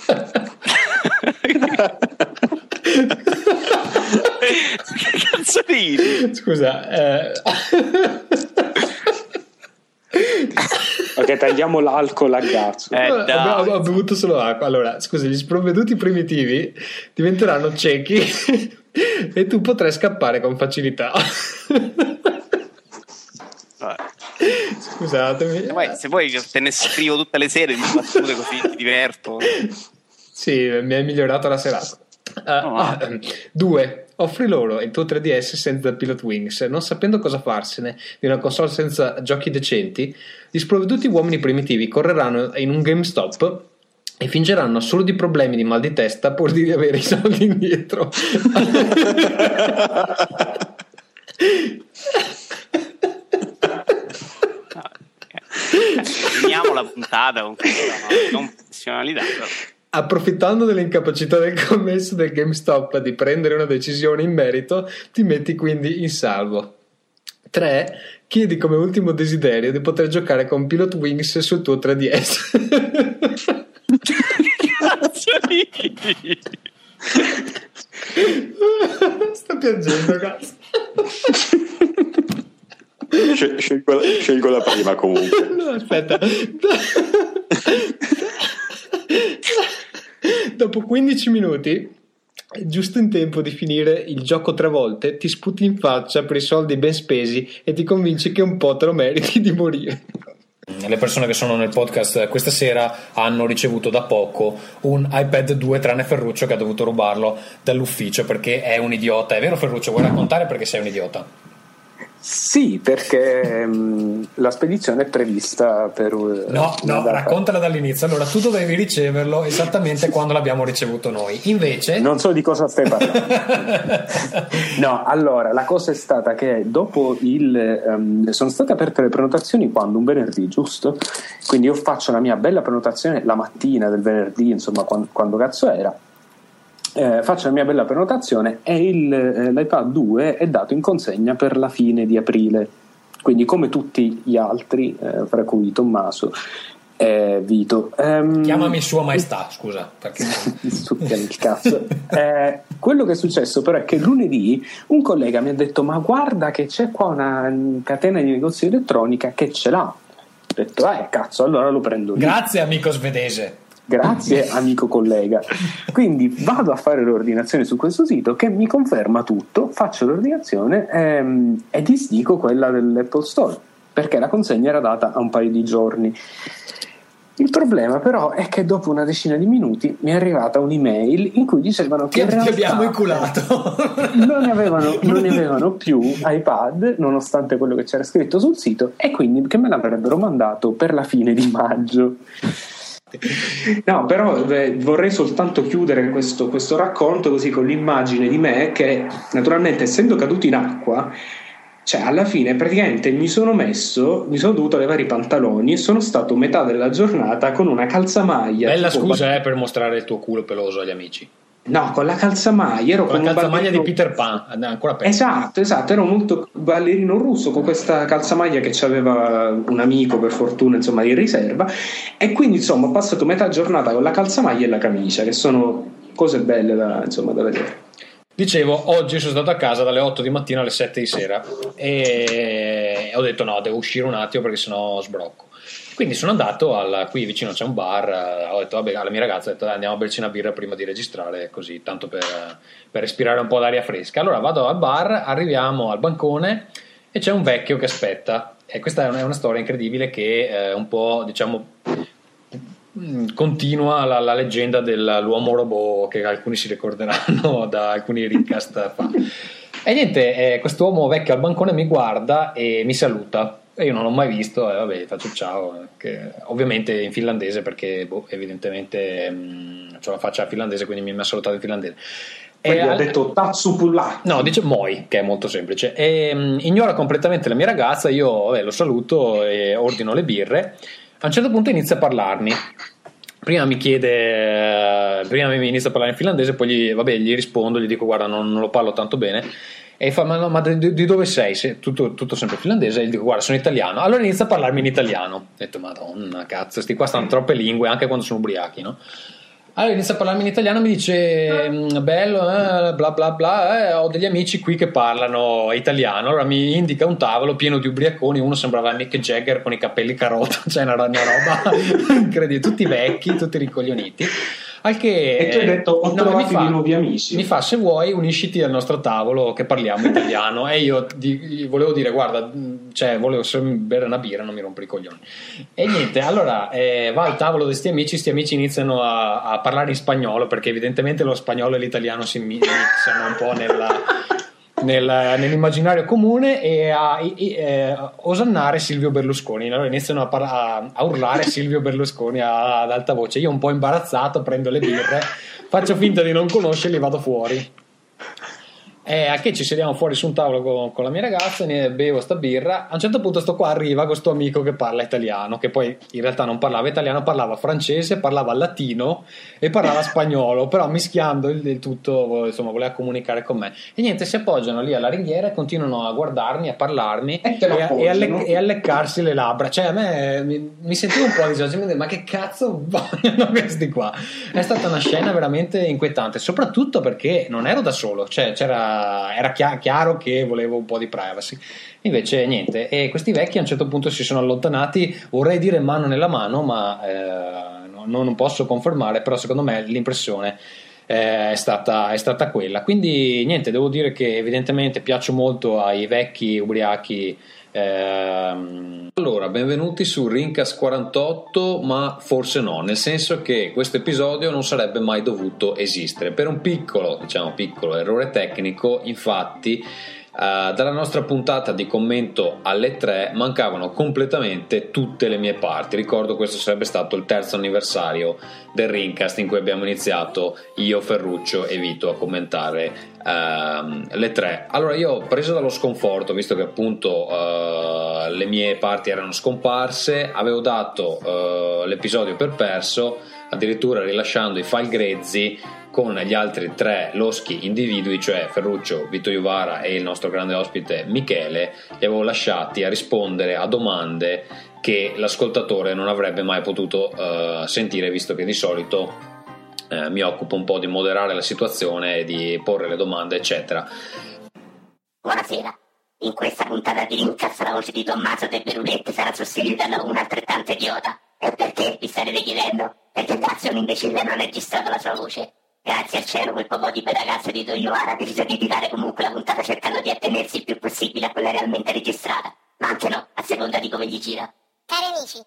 S17: cazzo ridi?
S10: Scusa,
S1: Ok, tagliamo l'alcol a cazzo.
S10: Ho bevuto solo acqua. Allora, scusa, gli sprovveduti primitivi diventeranno ciechi e tu potrai scappare con facilità. Scusatemi.
S17: Se vuoi te ne scrivo tutte le sere di battute così ti diverto.
S10: Sì, mi hai migliorato la serata. 2. Offri loro il tuo 3DS senza Pilot Wings, non sapendo cosa farsene di una console senza giochi decenti. Gli sprovveduti uomini primitivi correranno in un GameStop e fingeranno solo di problemi di mal di testa pur di avere i soldi indietro.
S17: Finiamo la puntata con questa professionalità.
S10: Approfittando dell'incapacità del commesso del GameStop di prendere una decisione in merito, ti metti quindi in salvo. 3. Chiedi come ultimo desiderio di poter giocare con Pilot Wings sul tuo 3DS.
S17: Cazzo ridi?
S10: Sto piangendo, cazzo.
S5: Scelgo la prima comunque.
S10: No, aspetta. Dopo 15 minuti, giusto in tempo di finire il gioco 3 volte, ti sputi in faccia per i soldi ben spesi e ti convinci che un po' te lo meriti di morire. Le persone che sono nel podcast questa sera hanno ricevuto da poco un iPad 2 tranne Ferruccio, che ha dovuto rubarlo dall'ufficio perché è un idiota. È vero, Ferruccio? Vuoi raccontare perché sei un idiota?
S1: Sì, perché la spedizione è prevista per
S10: no, raccontala dall'inizio. Allora, tu dovevi riceverlo esattamente quando l'abbiamo ricevuto noi, invece
S1: non so di cosa stai parlando. No, allora la cosa è stata che dopo sono state aperte le prenotazioni quando? Un venerdì, giusto? Quindi io faccio la mia bella prenotazione la mattina del venerdì, insomma quando cazzo era. Faccio la mia bella prenotazione e l'iPad 2 è dato in consegna per la fine di aprile, quindi come tutti gli altri, fra cui Tommaso e Vito.
S10: Chiamami Sua Maestà, scusa, perché
S1: succhiami il cazzo. Quello che è successo però è che lunedì un collega mi ha detto: ma guarda che c'è qua una catena di negozi di elettronica che ce l'ha. Ho detto cazzo, allora lo prendo lì.
S10: Grazie amico svedese.
S1: Grazie amico collega. Quindi vado a fare l'ordinazione su questo sito che mi conferma tutto, faccio l'ordinazione e disdico quella dell'Apple Store perché la consegna era data a un paio di giorni. Il problema però è che dopo una decina di minuti mi è arrivata un'email in cui dicevano che in realtà
S2: ti abbiamo inculato.
S1: non ne avevano più iPad, nonostante quello che c'era scritto sul sito, e quindi che me l'avrebbero mandato per la fine di maggio. No, però vorrei soltanto chiudere questo racconto così con l'immagine di me che, naturalmente, essendo caduto in acqua, cioè alla fine praticamente mi sono dovuto levare i pantaloni e sono stato metà della giornata con una calzamaglia.
S2: Bella scusa per mostrare il tuo culo peloso agli amici.
S1: No, con la calzamaglia ero
S2: con la calzamaglia di Peter Pan, ancora peggio.
S1: Esatto, ero molto ballerino russo con questa calzamaglia che c'aveva un amico, per fortuna, insomma, di riserva, e quindi insomma ho passato metà giornata con la calzamaglia e la camicia, che sono cose belle da vedere.
S2: Dicevo, oggi sono stato a casa dalle 8 di mattina alle 7 di sera e ho detto no, devo uscire un attimo perché sennò sbrocco. Quindi sono andato qui vicino c'è un bar, ho detto vabbè, alla mia ragazza ho detto andiamo a berci una birra prima di registrare, così tanto per respirare un po' d'aria fresca. Allora vado al bar, arriviamo al bancone e c'è un vecchio che aspetta, e questa è una storia incredibile che un po', diciamo, continua la leggenda dell'uomo robot che alcuni si ricorderanno da alcuni Rincast fa. E niente, quest'uomo vecchio al bancone mi guarda e mi saluta. E io non l'ho mai visto, vabbè, faccio ciao, che ovviamente in finlandese perché evidentemente ho la faccia finlandese, quindi mi ha salutato in finlandese.
S1: E ha detto Tatsupula.
S2: No, dice moi, che è molto semplice. E ignora completamente la mia ragazza, io lo saluto e ordino le birre. A un certo punto inizia a parlarmi. Prima mi inizia a parlare in finlandese, poi gli rispondo, gli dico guarda non lo parlo tanto bene. E fa ma di dove sei? Tutto sempre finlandese. E gli dico guarda sono italiano. Allora inizia a parlarmi in italiano. Ho detto madonna cazzo, sti qua stanno troppe lingue anche quando sono ubriachi, no? Allora inizia a parlarmi in italiano, mi dice bello, bla bla bla, ho degli amici qui che parlano italiano. Allora mi indica un tavolo pieno di ubriaconi, uno sembrava Mick Jagger con i capelli carota, cioè una roba incredibile, tutti vecchi, tutti ricoglioniti. Al che,
S1: e tu hai detto ho trovato dei nuovi amici.
S2: Mi fa se vuoi unisciti al nostro tavolo che parliamo italiano. E io volevo dire guarda, cioè volevo bere una birra, non mi rompere i coglioni. E niente, allora va al tavolo di sti amici iniziano a parlare in spagnolo, perché evidentemente lo spagnolo e l'italiano si mixano un po' nell'immaginario comune, e a osannare Silvio Berlusconi. Allora iniziano a urlare Silvio Berlusconi ad alta voce. Io un po' imbarazzato prendo le birre, faccio finta di non conoscerli e vado fuori. A che ci sediamo fuori su un tavolo con la mia ragazza, ne bevo sta birra. A un certo punto sto qua, arriva questo amico che parla italiano, che poi in realtà non parlava italiano, parlava francese, parlava latino e parlava spagnolo, però mischiando il tutto, insomma, voleva comunicare con me. E niente, si appoggiano lì alla ringhiera e continuano a guardarmi, a parlarmi e a leccarsi le labbra. Cioè a me mi sentivo un po' a disagio, ma che cazzo vogliono questi qua? È stata una scena veramente inquietante, soprattutto perché non ero da solo, cioè era chiaro che volevo un po' di privacy. Invece niente, e questi vecchi a un certo punto si sono allontanati, vorrei dire mano nella mano, ma non posso confermare, però secondo me l'impressione è stata quella. Quindi niente, devo dire che evidentemente piaccio molto ai vecchi ubriachi. Allora, benvenuti su Rincast 48, ma forse no, nel senso che questo episodio non sarebbe mai dovuto esistere per un piccolo errore tecnico. Infatti dalla nostra puntata di commento alle 3 mancavano completamente tutte le mie parti. Ricordo questo sarebbe stato il terzo anniversario del Rincast, in cui abbiamo iniziato io, Ferruccio e Vito a commentare le 3. Allora io, preso dallo sconforto, visto che appunto le mie parti erano scomparse, avevo dato l'episodio per perso, addirittura rilasciando i file grezzi con gli altri 3 loschi individui, cioè Ferruccio, Vito Iuvara e il nostro grande ospite Michele. Li avevo lasciati a rispondere a domande che l'ascoltatore non avrebbe mai potuto sentire, visto che di solito mi occupo un po' di moderare la situazione e di porre le domande, eccetera.
S7: Buonasera. In questa puntata di Rincast la voce di Tommaso De Berulette sarà sostituita da un altrettanto idiota. E perché, vi starete chiedendo? Perché cazzo un imbecille non ha registrato la sua voce? Grazie al cielo quel po' di pedagazzo di Togliovara ha deciso di editare comunque la puntata cercando di attenersi il più possibile a quella realmente registrata, ma anche no, a seconda di come gli gira.
S23: Cari amici,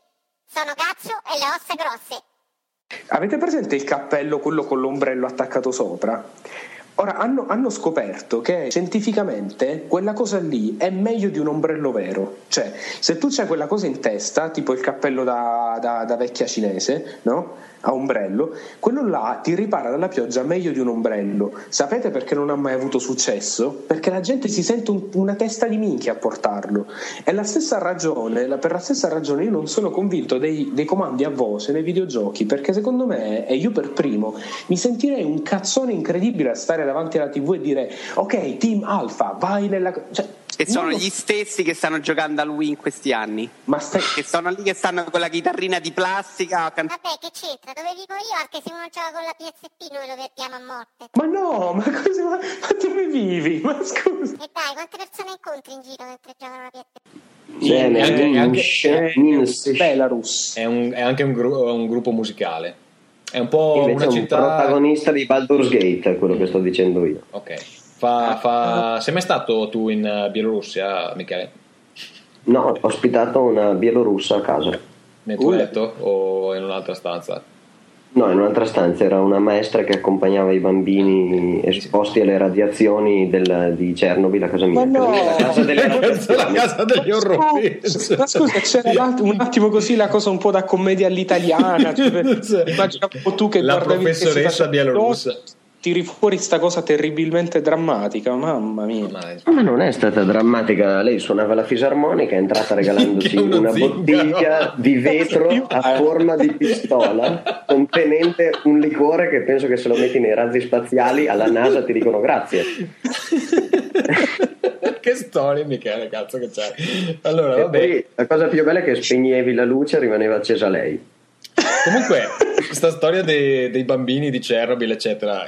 S7: Sono Gazzu e le ossa grosse.
S1: Avete presente il cappello, quello con l'ombrello attaccato sopra? Ora hanno scoperto che scientificamente quella cosa lì è meglio di un ombrello vero. Cioè, se tu c'hai quella cosa in testa, tipo il cappello da vecchia cinese, no? A ombrello, quello là ti ripara dalla pioggia meglio di un ombrello. Sapete perché non ha mai avuto successo? Perché la gente si sente una testa di minchia a portarlo. È per la stessa ragione io non sono convinto dei comandi a voce nei videogiochi, perché secondo me, e io per primo, mi sentirei un cazzone incredibile a stare davanti alla TV e dire ok, Team Alpha, vai nella... Cioè,
S17: e sono gli stessi che stanno giocando a Wii in questi anni. Che sono lì, che stanno con la chitarrina di plastica.
S7: Vabbè, che c'entra? Dove vivo io, anche se uno gioca con la PSP, noi lo vertiamo a morte.
S1: Ma no, ma dove vivi? Ma scusa.
S7: E dai, quante persone incontri in giro mentre giocano alla PSP?
S2: Belarus è anche un gruppo musicale. È un po'
S6: invece
S2: una
S6: è un
S2: città
S6: protagonista di Baldur's Gate, è quello che sto dicendo io.
S2: Ok. Sei mai stato tu in Bielorussia, Michele?
S6: No, ho ospitato una bielorussa a casa.
S2: Nel tuo letto o in un'altra stanza?
S6: No, in un'altra stanza. Era una maestra che accompagnava i bambini esposti alle radiazioni di Chernobyl a casa mia.
S1: Ma no,
S6: la casa
S2: degli orrori.
S1: Ma scusa, c'era un attimo così la cosa un po' da commedia all'italiana. Immagina un po' tu che
S2: la
S1: guardavi
S2: professoressa bielorussa.
S1: Tiri fuori sta cosa terribilmente drammatica, mamma mia.
S6: Ma non è stata drammatica, lei suonava la fisarmonica, è entrata regalandosi una bottiglia di vetro a forma di pistola contenente un liquore che penso che se lo metti nei razzi spaziali alla NASA ti dicono grazie.
S2: Che storia, Michele, cazzo che c'hai. Allora, vabbè.
S6: Poi la cosa più bella è che spegnevi la luce e rimaneva accesa lei.
S2: Comunque, questa storia dei bambini di Chernobyl, eccetera,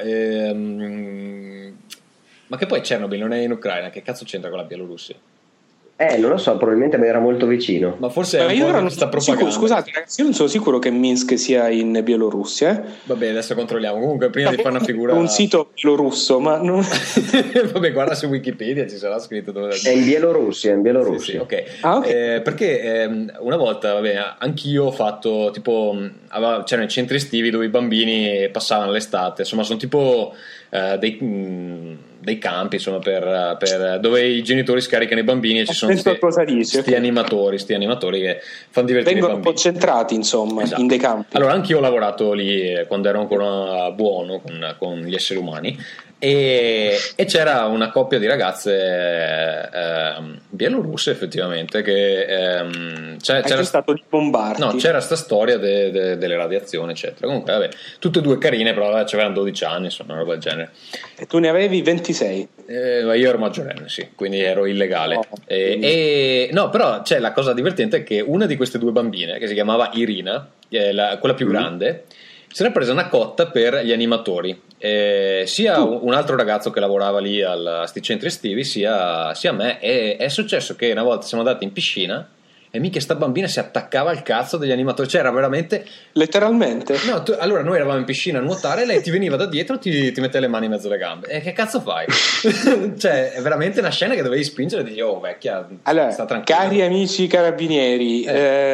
S2: ma che poi Chernobyl non è in Ucraina, che cazzo c'entra con la Bielorussia?
S6: Non lo so, probabilmente mi era molto vicino.
S2: Ma forse è un po' di questa propaganda.
S1: Scusate, ragazzi, io non sono sicuro che Minsk sia in Bielorussia.
S2: Vabbè, adesso controlliamo. Comunque, prima di fare una figura.
S1: Un sito bielorusso, ma non.
S2: Vabbè, guarda su Wikipedia, ci sarà scritto dove.
S6: È in Bielorussia,
S2: Sì, ok. Perché una volta, vabbè, anch'io ho fatto tipo. C'erano i centri estivi dove i bambini passavano l'estate. Insomma, sono tipo dei campi, insomma, per dove i genitori scaricano i bambini e ci sono sti animatori che fanno divertire
S1: vengono
S2: i bambini.
S1: Un po' centrati, insomma, in dei campi.
S2: Allora, anch'io ho lavorato lì quando ero ancora buono con gli esseri umani e c'era una coppia di ragazze bielorusse, effettivamente, che c'era
S1: stato di bombardi.
S2: No, c'era sta storia delle radiazioni, eccetera. Comunque, vabbè, tutte e due carine, però c'erano 12 anni, insomma, una roba del genere.
S1: E tu ne avevi 26?
S2: Io ero maggiorenne, sì, quindi ero illegale. No, però c'è la cosa divertente è che una di queste due bambine, che si chiamava Irina, quella più grande, se n'è presa una cotta per gli animatori, sia un altro ragazzo che lavorava lì a sti centri estivi, sia me. E è successo che una volta siamo andati in piscina e mica sta bambina si attaccava al cazzo degli animatori, cioè era veramente
S1: letteralmente.
S2: No, allora noi eravamo in piscina a nuotare e lei ti veniva da dietro, ti metteva le mani in mezzo alle gambe. E che cazzo fai? Cioè è veramente una scena che dovevi spingere e dici oh vecchia,
S1: allora,
S2: sta tranquilla.
S1: Cari amici carabinieri,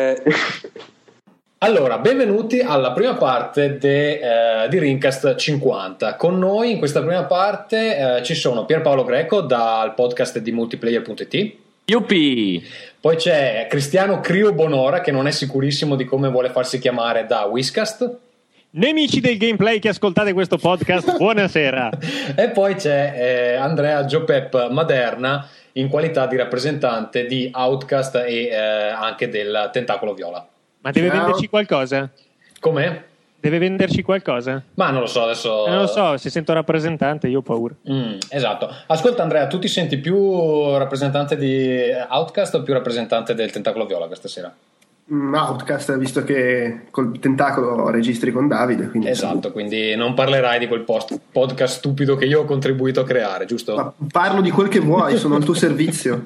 S2: Allora, benvenuti alla prima parte di Rincast 50. Con noi in questa prima parte ci sono Pierpaolo Greco dal podcast di multiplayer.it.
S3: Yuppie!
S2: Poi c'è Cristiano Crio Bonora, che non è sicurissimo di come vuole farsi chiamare, da Whiskast.
S13: Nemici del gameplay che ascoltate questo podcast, buonasera.
S2: E poi c'è Andrea Giopep Maderna, in qualità di rappresentante di Outcast e anche del Tentacolo Viola.
S13: Ma deve venderci qualcosa?
S2: Com'è?
S13: Deve venderci qualcosa?
S2: Ma non lo so, adesso.
S13: Non lo so, se sento rappresentante io ho paura.
S2: Esatto. Ascolta Andrea, tu ti senti più rappresentante di Outcast o più rappresentante del Tentacolo Viola questa sera?
S12: Outcast, visto che col Tentacolo registri con Davide. Quindi
S2: esatto, quindi non parlerai di quel podcast stupido che io ho contribuito a creare, giusto?
S12: Ma parlo di quel che vuoi, sono al tuo servizio.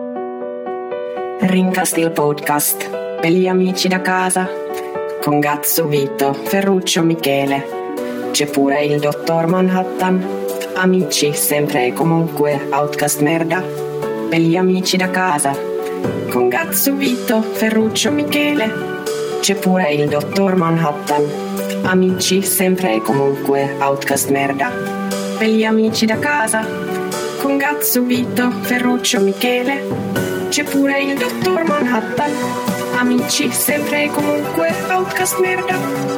S23: Rincast il podcast per gli amici da casa, con Gazzu Vito, Ferruccio Michele, c'è pure il dottor Manhattan, amici sempre e comunque, Outcast merda, per gli amici da casa, con Gazzu Vito, Ferruccio Michele, c'è pure il dottor Manhattan. Amici sempre e comunque, Outcast merda. Per gli amici da casa, con Gazzo, Vito, Ferruccio, Michele, c'è pure il dottor Manhattan. Amici sempre e comunque, Outcast merda.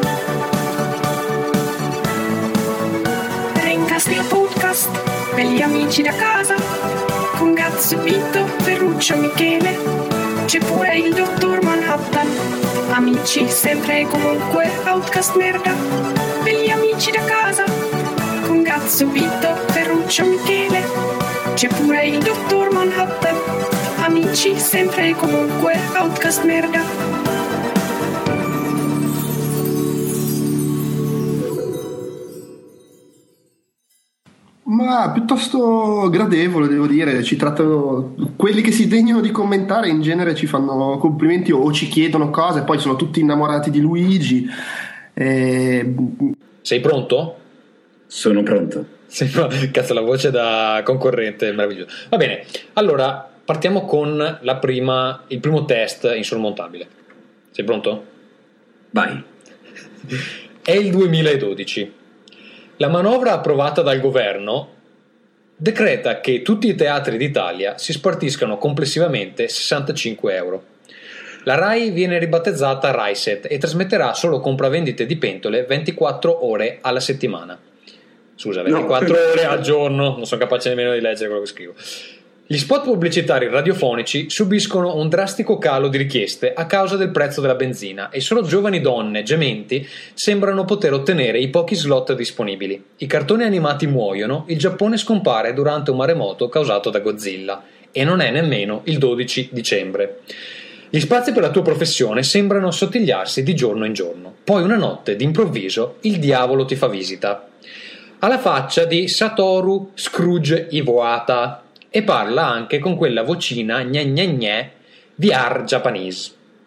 S23: Rincast il podcast per gli amici da casa, con Gazzo, Vito, Ferruccio, Michele, c'è pure il dottor Manhattan. Amici sempre e comunque, Outcast merda. Per gli amici da casa, con Gazzo, Vito, Ferruccio, Michele, c'è pure il dottor Manhattan. Amici sempre e comunque, Outcast merda.
S14: Ma piuttosto gradevole, devo dire. Ci trattano, quelli che si degnano di commentare in genere ci fanno complimenti o ci chiedono cose, poi sono tutti innamorati di Luigi.
S2: Sei pronto?
S18: Sono pronto.
S2: Cazzo, la voce da concorrente, meraviglioso. Va bene, allora partiamo con il primo test insormontabile. Sei pronto?
S18: Vai.
S2: È il 2012. La manovra approvata dal governo decreta che tutti i teatri d'Italia si spartiscano complessivamente 65 euro. La RAI viene ribattezzata RAISET e trasmetterà solo compravendite di pentole 24 ore alla settimana. Scusa, 24 ore al giorno, non sono capace nemmeno di leggere quello che scrivo. Gli spot pubblicitari radiofonici subiscono un drastico calo di richieste a causa del prezzo della benzina e solo giovani donne gementi sembrano poter ottenere i pochi slot disponibili. I cartoni animati muoiono, il Giappone scompare durante un maremoto causato da Godzilla e non è nemmeno il 12 dicembre. Gli spazi per la tua professione sembrano assottigliarsi di giorno in giorno. Poi una notte, d'improvviso, il diavolo ti fa visita. Ha la faccia di Satoru Scrooge Iwata e parla anche con quella vocina gne gne gne di Art Japanese.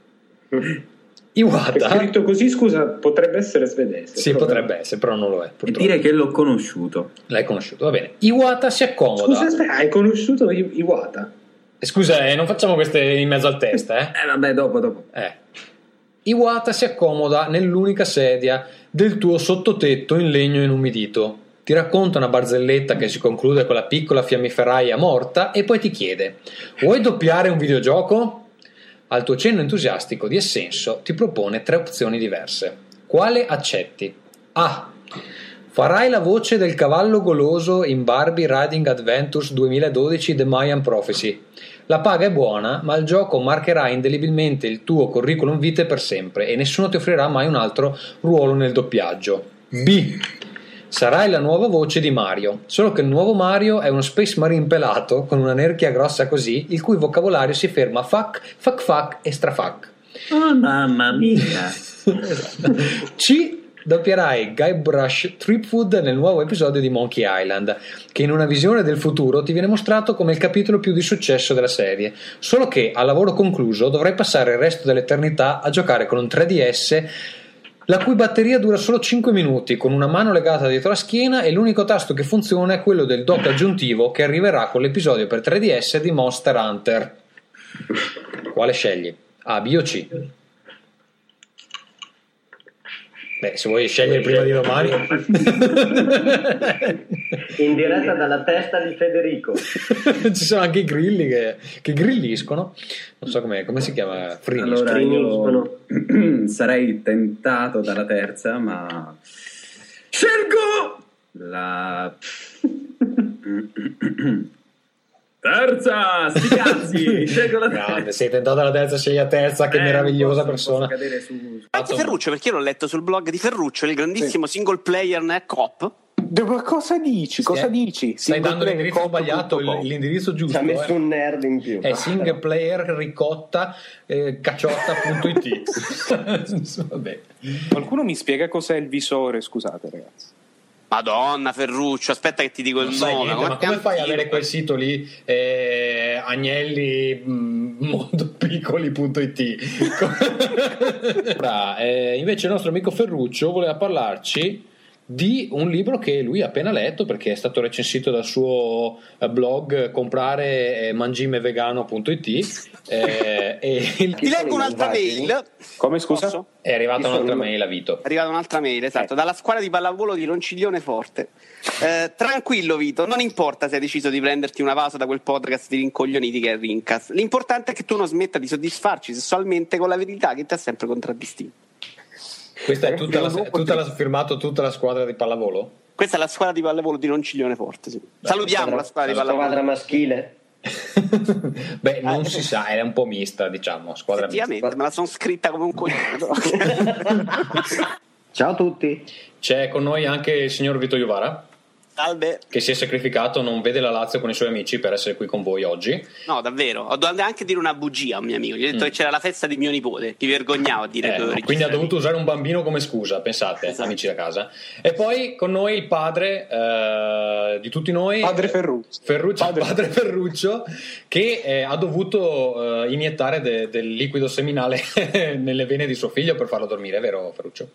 S2: Iwata,
S1: è scritto così, scusa, potrebbe essere svedese.
S2: Sì, potrebbe essere, però non lo è.
S18: E dire che l'ho conosciuto.
S2: L'hai conosciuto, va bene. Iwata si accomoda.
S1: Scusa, aspetta, hai conosciuto Iwata?
S2: Scusa, non facciamo queste in mezzo al test, eh?
S18: Vabbè, dopo.
S2: Iwata si accomoda nell'unica sedia del tuo sottotetto in legno inumidito. Ti racconta una barzelletta che si conclude con la piccola fiammiferaia morta e poi ti chiede: vuoi doppiare un videogioco? Al tuo cenno entusiastico di assenso ti propone 3 opzioni diverse. Quale accetti? A. Farai la voce del cavallo goloso in Barbie Riding Adventures 2012 The Mayan Prophecy. La paga è buona, ma il gioco marcherà indelebilmente il tuo curriculum vitae per sempre e nessuno ti offrirà mai un altro ruolo nel doppiaggio. B. Sarai la nuova voce di Mario, solo che il nuovo Mario è uno Space Marine pelato con una nerchia grossa così, il cui vocabolario si ferma a fuck e strafuck.
S18: Oh mamma mia!
S2: C. Doppierai Guybrush Threepwood nel nuovo episodio di Monkey Island, che in una visione del futuro ti viene mostrato come il capitolo più di successo della serie, solo che a lavoro concluso dovrai passare il resto dell'eternità a giocare con un 3DS la cui batteria dura solo 5 minuti, con una mano legata dietro la schiena e l'unico tasto che funziona è quello del dock aggiuntivo che arriverà con l'episodio per 3DS di Monster Hunter. Quale scegli? A, B o C? Beh, se vuoi scegliere prima di domani.
S6: In diretta dalla testa di Federico.
S2: Ci sono anche i grilli che grilliscono. Non so come si chiama.
S18: Allora io sarei tentato dalla terza, ma scelgo la terza. Sti cazzi, scelgo la terza.
S2: Grande, sei tentato dalla terza, scegli la terza. Che meravigliosa persona.
S17: Anche Ferruccio, perché io l'ho letto sul blog di Ferruccio, il grandissimo single player NetCop.
S1: Ma cosa dici? Cosa dici?
S2: Stai dando l'indirizzo sbagliato, l'indirizzo giusto.
S6: Ci ha messo un nerd in più.
S2: È single player ricotta cacciotta.it. Vabbè.
S1: Qualcuno mi spiega cos'è il visore? Scusate, ragazzi.
S17: Madonna, Ferruccio, aspetta che ti dico il nome.
S2: Ma come fai ad avere quel sito lì? Agnelli mondopiccoli.it. Invece il nostro amico Ferruccio voleva parlarci di un libro che lui ha appena letto, perché è stato recensito dal suo blog comprare mangimevegano.it.
S17: Ti leggo un'altra mail.
S1: Come, scusa?
S17: Posso?
S2: È arrivata un'altra mail a Vito.
S17: È arrivata un'altra mail, esatto, dalla squadra di pallavolo di Ronciglione Forte. Tranquillo Vito, non importa se hai deciso di prenderti una pausa da quel podcast di rincoglioniti che è Rincast. L'importante è che tu non smetta di soddisfarci sessualmente con la verità che ti ha sempre contraddistinto.
S2: Questa è tutta la firmato tutta la squadra di pallavolo?
S17: Questa è la squadra di pallavolo di Ronciglione Forte, sì. Salutiamo la squadra di pallavolo.
S6: Squadra maschile?
S2: Beh, non si sa, è un po' mista, diciamo. Squadra
S17: effettivamente,
S2: mista.
S17: me la sono scritta come un coglione.
S6: Ciao a tutti.
S2: C'è con noi anche il signor Vito Iovara.
S17: Salve.
S2: Che si è sacrificato, non vede la Lazio con i suoi amici per essere qui con voi oggi.
S17: No, davvero, ho dovuto anche dire una bugia a un mio amico. Gli ho detto che c'era la festa di mio nipote. Mi vergognavo a dire
S2: no, quindi ha dovuto usare un bambino come scusa, pensate, esatto. Amici da casa. E poi con noi il padre di tutti noi,
S1: padre Ferruccio.
S2: Padre Ferruccio, che ha dovuto iniettare del liquido seminale nelle vene di suo figlio per farlo dormire, vero Ferruccio?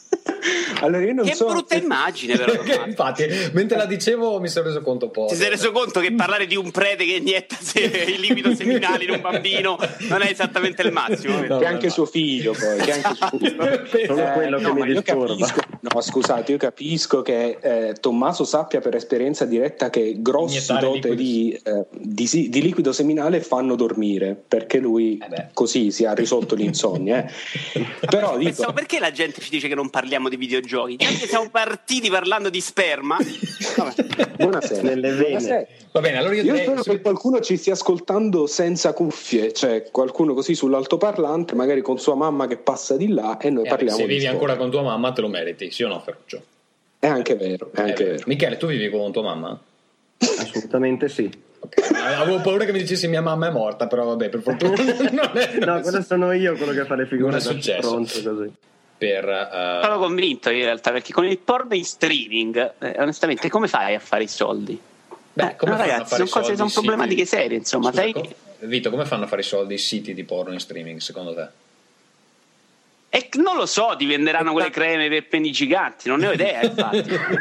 S1: Allora io non
S17: che brutta immagine però.
S2: Infatti mentre la dicevo mi sono reso conto un po'.
S17: Ti sei reso conto che parlare di un prete che inietta il liquido seminale in un bambino non è esattamente il massimo,
S1: che anche suo figlio poi che anche suo figlio.
S6: Solo quello che mi disturba.
S1: Scusate, io capisco che Tommaso sappia per esperienza diretta che grossi dote di liquido seminale fanno dormire, perché lui così si ha risolto l'insonnia. Però
S17: dico, perché la gente ci dice che non parliamo di videogiochi? Anche siamo partiti parlando di sperma.
S1: Buonasera.
S6: Nelle vene.
S1: Buonasera.
S2: Va bene, allora io
S1: spero che qualcuno ci stia ascoltando senza cuffie, cioè qualcuno così sull'altoparlante, magari con sua mamma che passa di là e noi parliamo
S2: se
S1: di
S2: vivi
S1: sport.
S2: Ancora con tua mamma te lo meriti, sì o no Ferruccio?
S1: È anche vero, è anche vero.
S2: Michele, tu vivi con tua mamma?
S6: Assolutamente sì.
S2: Okay. Avevo paura che mi dicessi mia mamma è morta, però vabbè, per fortuna
S6: no, quello sono io quello che fa le figure.
S2: Non è successo.
S6: Pronto così.
S17: Sono convinto in realtà, perché con il porno in streaming onestamente come fai a fare i soldi?
S2: Beh,
S17: no, ragazzi, sono problematiche serie, insomma.
S2: Scusa, Vito, come fanno a fare i soldi i siti di porno in streaming secondo te?
S17: E non lo so, ti venderanno quelle creme per peni giganti, non ne ho idea, infatti.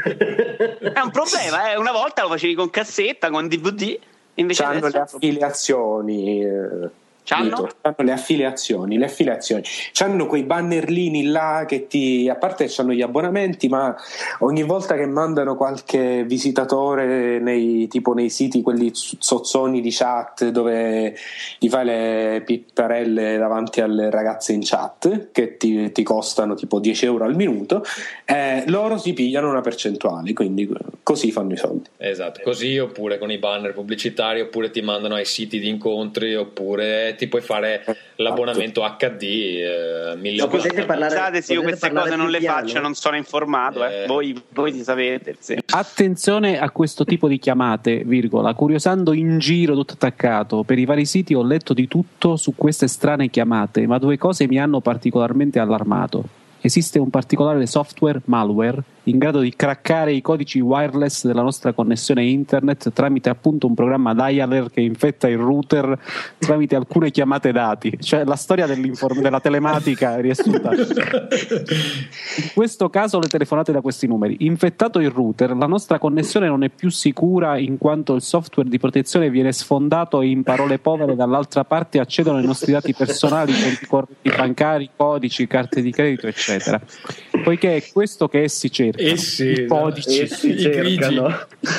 S17: È un problema, una volta lo facevi con cassetta, con DVD, invece
S1: c'hanno le affiliazioni.
S17: C'hanno
S1: le affiliazioni, c'hanno quei bannerlini là che a parte c'hanno gli abbonamenti, ma ogni volta che mandano qualche visitatore nei siti quelli sozzoni di chat dove gli fai le pittarelle davanti alle ragazze in chat che ti costano tipo 10 euro al minuto, loro si pigliano una percentuale, quindi così fanno i soldi.
S2: Esatto, così, oppure con i banner pubblicitari, oppure ti mandano ai siti di incontri, oppure ti puoi fare l'abbonamento HD.
S17: Potete parlare, se io queste cose non le faccio, non sono informato, voi ti sapete. Sì.
S9: Attenzione a questo tipo di chiamate, virgola, curiosando in giro tutto attaccato, per i vari siti ho letto di tutto su queste strane chiamate, ma due cose mi hanno particolarmente allarmato. Esiste un particolare software, malware, in grado di craccare i codici wireless della nostra connessione internet tramite appunto un programma dialer che infetta il router tramite alcune chiamate dati, cioè la storia della telematica è riassunta. In questo caso le telefonate da questi numeri. Infettato il router, la nostra connessione non è più sicura in quanto il software di protezione viene sfondato e in parole povere dall'altra parte accedono ai nostri dati personali, conti correnti bancari, codici, carte di credito, eccetera. Poiché è questo che essi cercano. I codici
S6: cercano.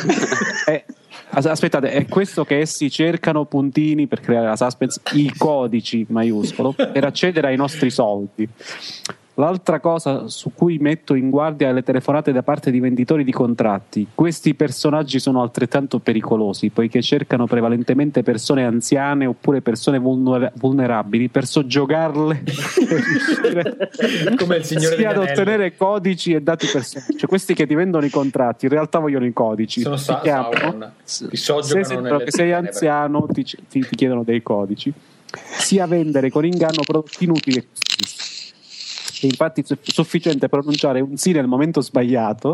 S9: Aspettate, è questo che essi cercano, puntini per creare la suspense, i codici maiuscolo per accedere ai nostri soldi. L'altra cosa su cui metto in guardia è le telefonate da parte di venditori di contratti. Questi personaggi sono altrettanto pericolosi, poiché cercano prevalentemente persone anziane oppure persone vulnerabili per soggiogarle
S2: come il signore
S9: sia ad ottenere codici e dati personali. Cioè questi che ti vendono i contratti in realtà vogliono i codici.
S2: Sono
S9: se sembrano che sei anziano ti chiedono dei codici, sia vendere con inganno prodotti inutili e costosissimi. che infatti è sufficiente pronunciare un sì nel momento sbagliato.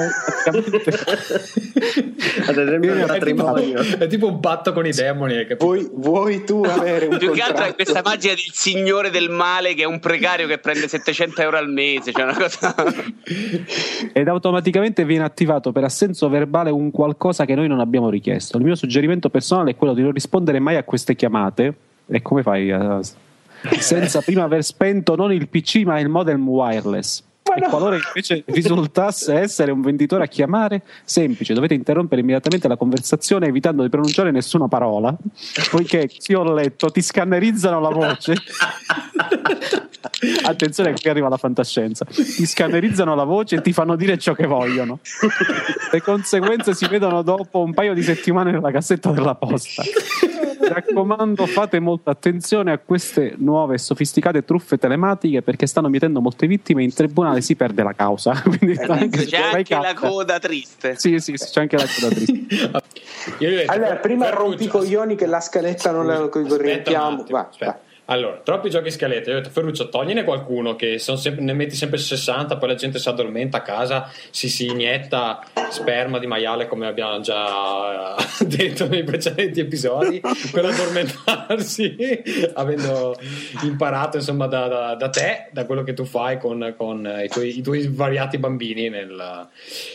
S6: Ad esempio il matrimonio.
S2: È tipo un patto con i demoni.
S1: Vuoi tu avere un
S17: più che altro
S1: contratto?
S17: è questa magia del signore del male, che è un precario che prende 700 euro al mese, cioè una cosa.
S9: Ed automaticamente viene attivato per assenso verbale un qualcosa che noi non abbiamo richiesto. Il mio suggerimento personale è quello di non rispondere mai a queste chiamate. E come fai senza prima aver spento non il PC ma il modem wireless? E qualora invece risultasse essere un venditore a chiamare, semplice, dovete interrompere immediatamente la conversazione evitando di pronunciare nessuna parola, poiché, sì, ho letto, ti scannerizzano la voce. Attenzione che qui arriva la fantascienza. Ti scannerizzano la voce e ti fanno dire ciò che vogliono. Le conseguenze si vedono dopo un paio di settimane nella cassetta della posta. Mi raccomando, fate molta attenzione a queste nuove e sofisticate truffe telematiche, perché stanno mietendo molte vittime e in tribunale si perde la causa. Quindi
S17: c'è anche la coda triste.
S9: Sì, c'è anche la coda triste.
S1: Allora, prima rompi i coglioni che la scaletta non la riempiamo.
S2: Allora, troppi giochi scalette. Io ho detto, Ferruccio, togliene qualcuno, che ne metti sempre 60, poi la gente si addormenta a casa, si inietta sperma di maiale, come abbiamo già detto nei precedenti episodi, per addormentarsi, avendo imparato insomma da te, da quello che tu fai con i tuoi svariati bambini nella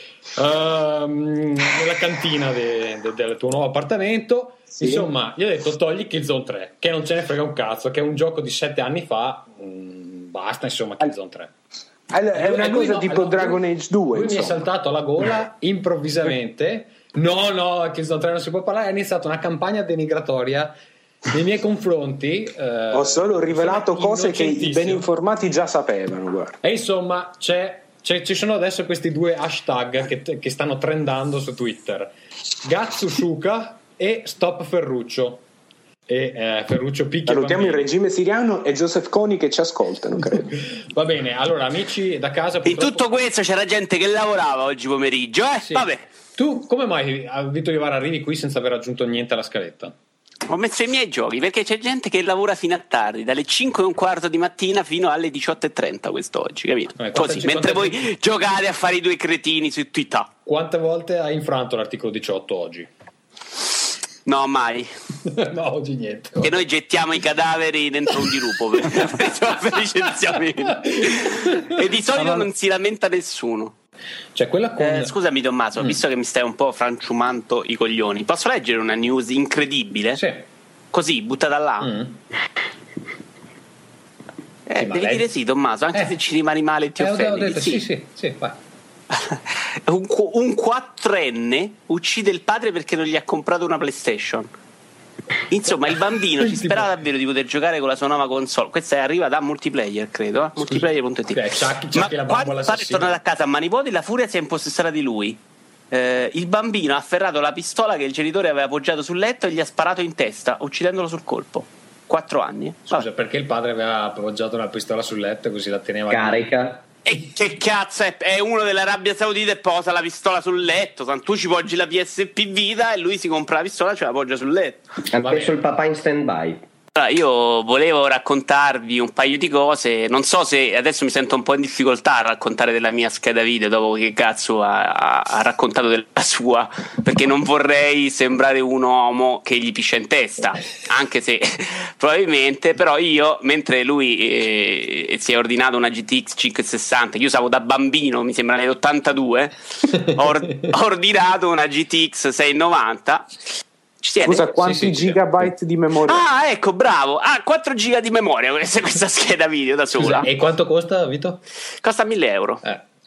S2: cantina del tuo nuovo appartamento. Sì. Insomma, io ho detto togli Killzone 3, che non ce ne frega un cazzo, che è un gioco di 7 anni fa, basta, insomma, Killzone 3.
S1: Allora, è una cosa tipo Dragon Age 2.
S2: Lui mi è saltato alla gola improvvisamente. No, Killzone 3 non si può parlare. Ha iniziato una campagna denigratoria nei miei confronti.
S1: Ho solo rivelato cose che i ben informati già sapevano. Guarda.
S2: E insomma, ci sono adesso questi due hashtag che stanno trendando su Twitter: Gatsushuka e Stop Ferruccio. E Ferruccio picchia.
S1: Salutiamo il regime siriano e Joseph Kony che ci ascoltano, credo.
S2: Va bene, allora amici da casa,
S17: in tutto questo c'era gente che lavorava oggi pomeriggio,
S2: sì.
S17: Vabbè.
S2: Tu come mai, Vito Iovara, arrivi qui senza aver aggiunto niente alla scaletta?
S17: Ho messo i miei giochi perché c'è gente che lavora fino a tardi, dalle 5:15 di mattina fino alle 18:30 quest'oggi, capito? Così, mentre voi giocate a fare i due cretini su Twitter.
S2: Quante volte hai infranto l'articolo 18 oggi?
S17: No, mai.
S2: No, oggi niente.
S17: Che noi gettiamo i cadaveri dentro un dirupo per licenziamento. E di solito non si lamenta nessuno.
S2: Cioè, quella con...
S17: Scusami Tommaso, visto che mi stai un po' franciumando i coglioni, posso leggere una news incredibile?
S2: Sì.
S17: Così, buttata là. Devi dire sì, Tommaso, anche se ci rimani male e ti offendi.
S2: Ho detto sì, vai.
S17: Un 4enne uccide il padre perché non gli ha comprato una PlayStation. Insomma, il bambino ci sperava davvero di poter giocare con la sua nuova console. Questa arriva da Multiplayer, credo, multiplayer.it. Ma quando il padre è tornato a casa a mani vuote, la furia si è impossessata di lui. Il bambino ha afferrato la pistola che il genitore aveva appoggiato sul letto e gli ha sparato in testa, uccidendolo sul colpo. 4 anni.
S2: Scusa, perché il padre aveva appoggiato una pistola sul letto e così la teneva
S6: carica?
S17: E che cazzo è uno dell'Arabia Saudita e posa la pistola sul letto? Tu ci poggi la PSP Vita e lui si compra la pistola e ce la poggia sul letto.
S6: Ha messo il papà in stand by.
S17: Allora, io volevo raccontarvi un paio di cose. Non so se adesso mi sento un po' in difficoltà a raccontare della mia scheda video dopo che cazzo ha raccontato della sua, perché non vorrei sembrare un uomo che gli piscia in testa, anche se probabilmente. Però io, mentre lui si è ordinato una GTX 560 che io usavo da bambino, mi sembra nell'82, ho ordinato una GTX 690.
S1: Scusa, quanti gigabyte di memoria?
S17: Ah, ecco, bravo. 4 giga di memoria questa scheda video da sola.
S2: E quanto costa, Vito?
S17: Costa 1.000 euro.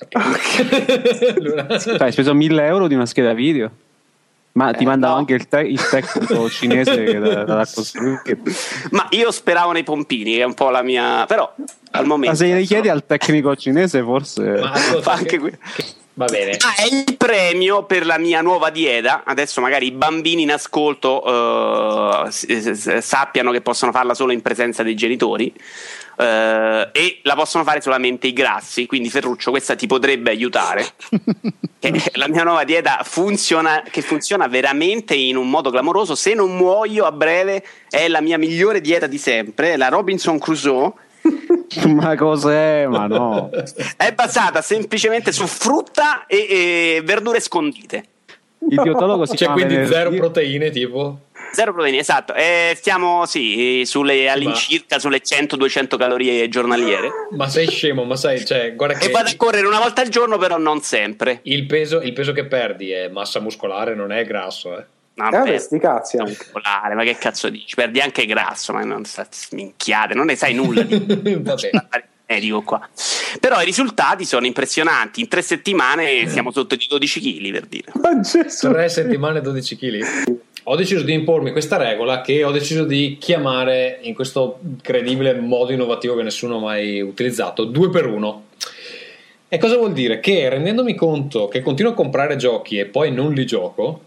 S9: Hai speso 1.000 euro di una scheda video? Ma ti mandano anche il tecnico cinese da costruire.
S17: Ma io speravo nei pompini, che è un po' la mia. Però al momento.
S9: Ma se gli chiedi al tecnico cinese, forse.
S2: Ma ascolta,
S17: anche
S2: va bene.
S17: È il premio per la mia nuova dieta. Adesso magari i bambini in ascolto sappiano che possono farla solo in presenza dei genitori, e la possono fare solamente i grassi. Quindi Ferruccio, questa ti potrebbe aiutare. La mia nuova dieta funziona veramente in un modo clamoroso. Se non muoio a breve è la mia migliore dieta di sempre, la Robinson Crusoe.
S11: Ma cos'è? Ma no.
S17: È basata semplicemente su frutta e verdure scondite.
S11: Il dietologo si chiama
S2: quindi
S11: venerdì.
S2: zero proteine, tipo.
S17: Zero proteine, esatto. Stiamo all'incirca sulle 100-200 calorie giornaliere.
S2: Ma sei scemo, ma sai, cioè, guarda che
S17: E vado a correre una volta al giorno, però non sempre.
S2: il peso che perdi è massa muscolare, non è grasso, eh.
S17: Vabbè,
S1: sti cazzi anche.
S17: muscolare, ma che cazzo dici? Perdi anche grasso, ma non sa minchiate, non ne sai nulla di
S2: Vabbè.
S17: medico qua. Però i risultati sono impressionanti. In 3 settimane siamo sotto di 12 kg, per dire.
S2: 3 settimane 12 kg. Ho deciso di impormi questa regola che ho deciso di chiamare in questo credibile modo innovativo che nessuno ha mai utilizzato, 2 per 1. E cosa vuol dire? Che rendendomi conto che continuo a comprare giochi e poi non li gioco,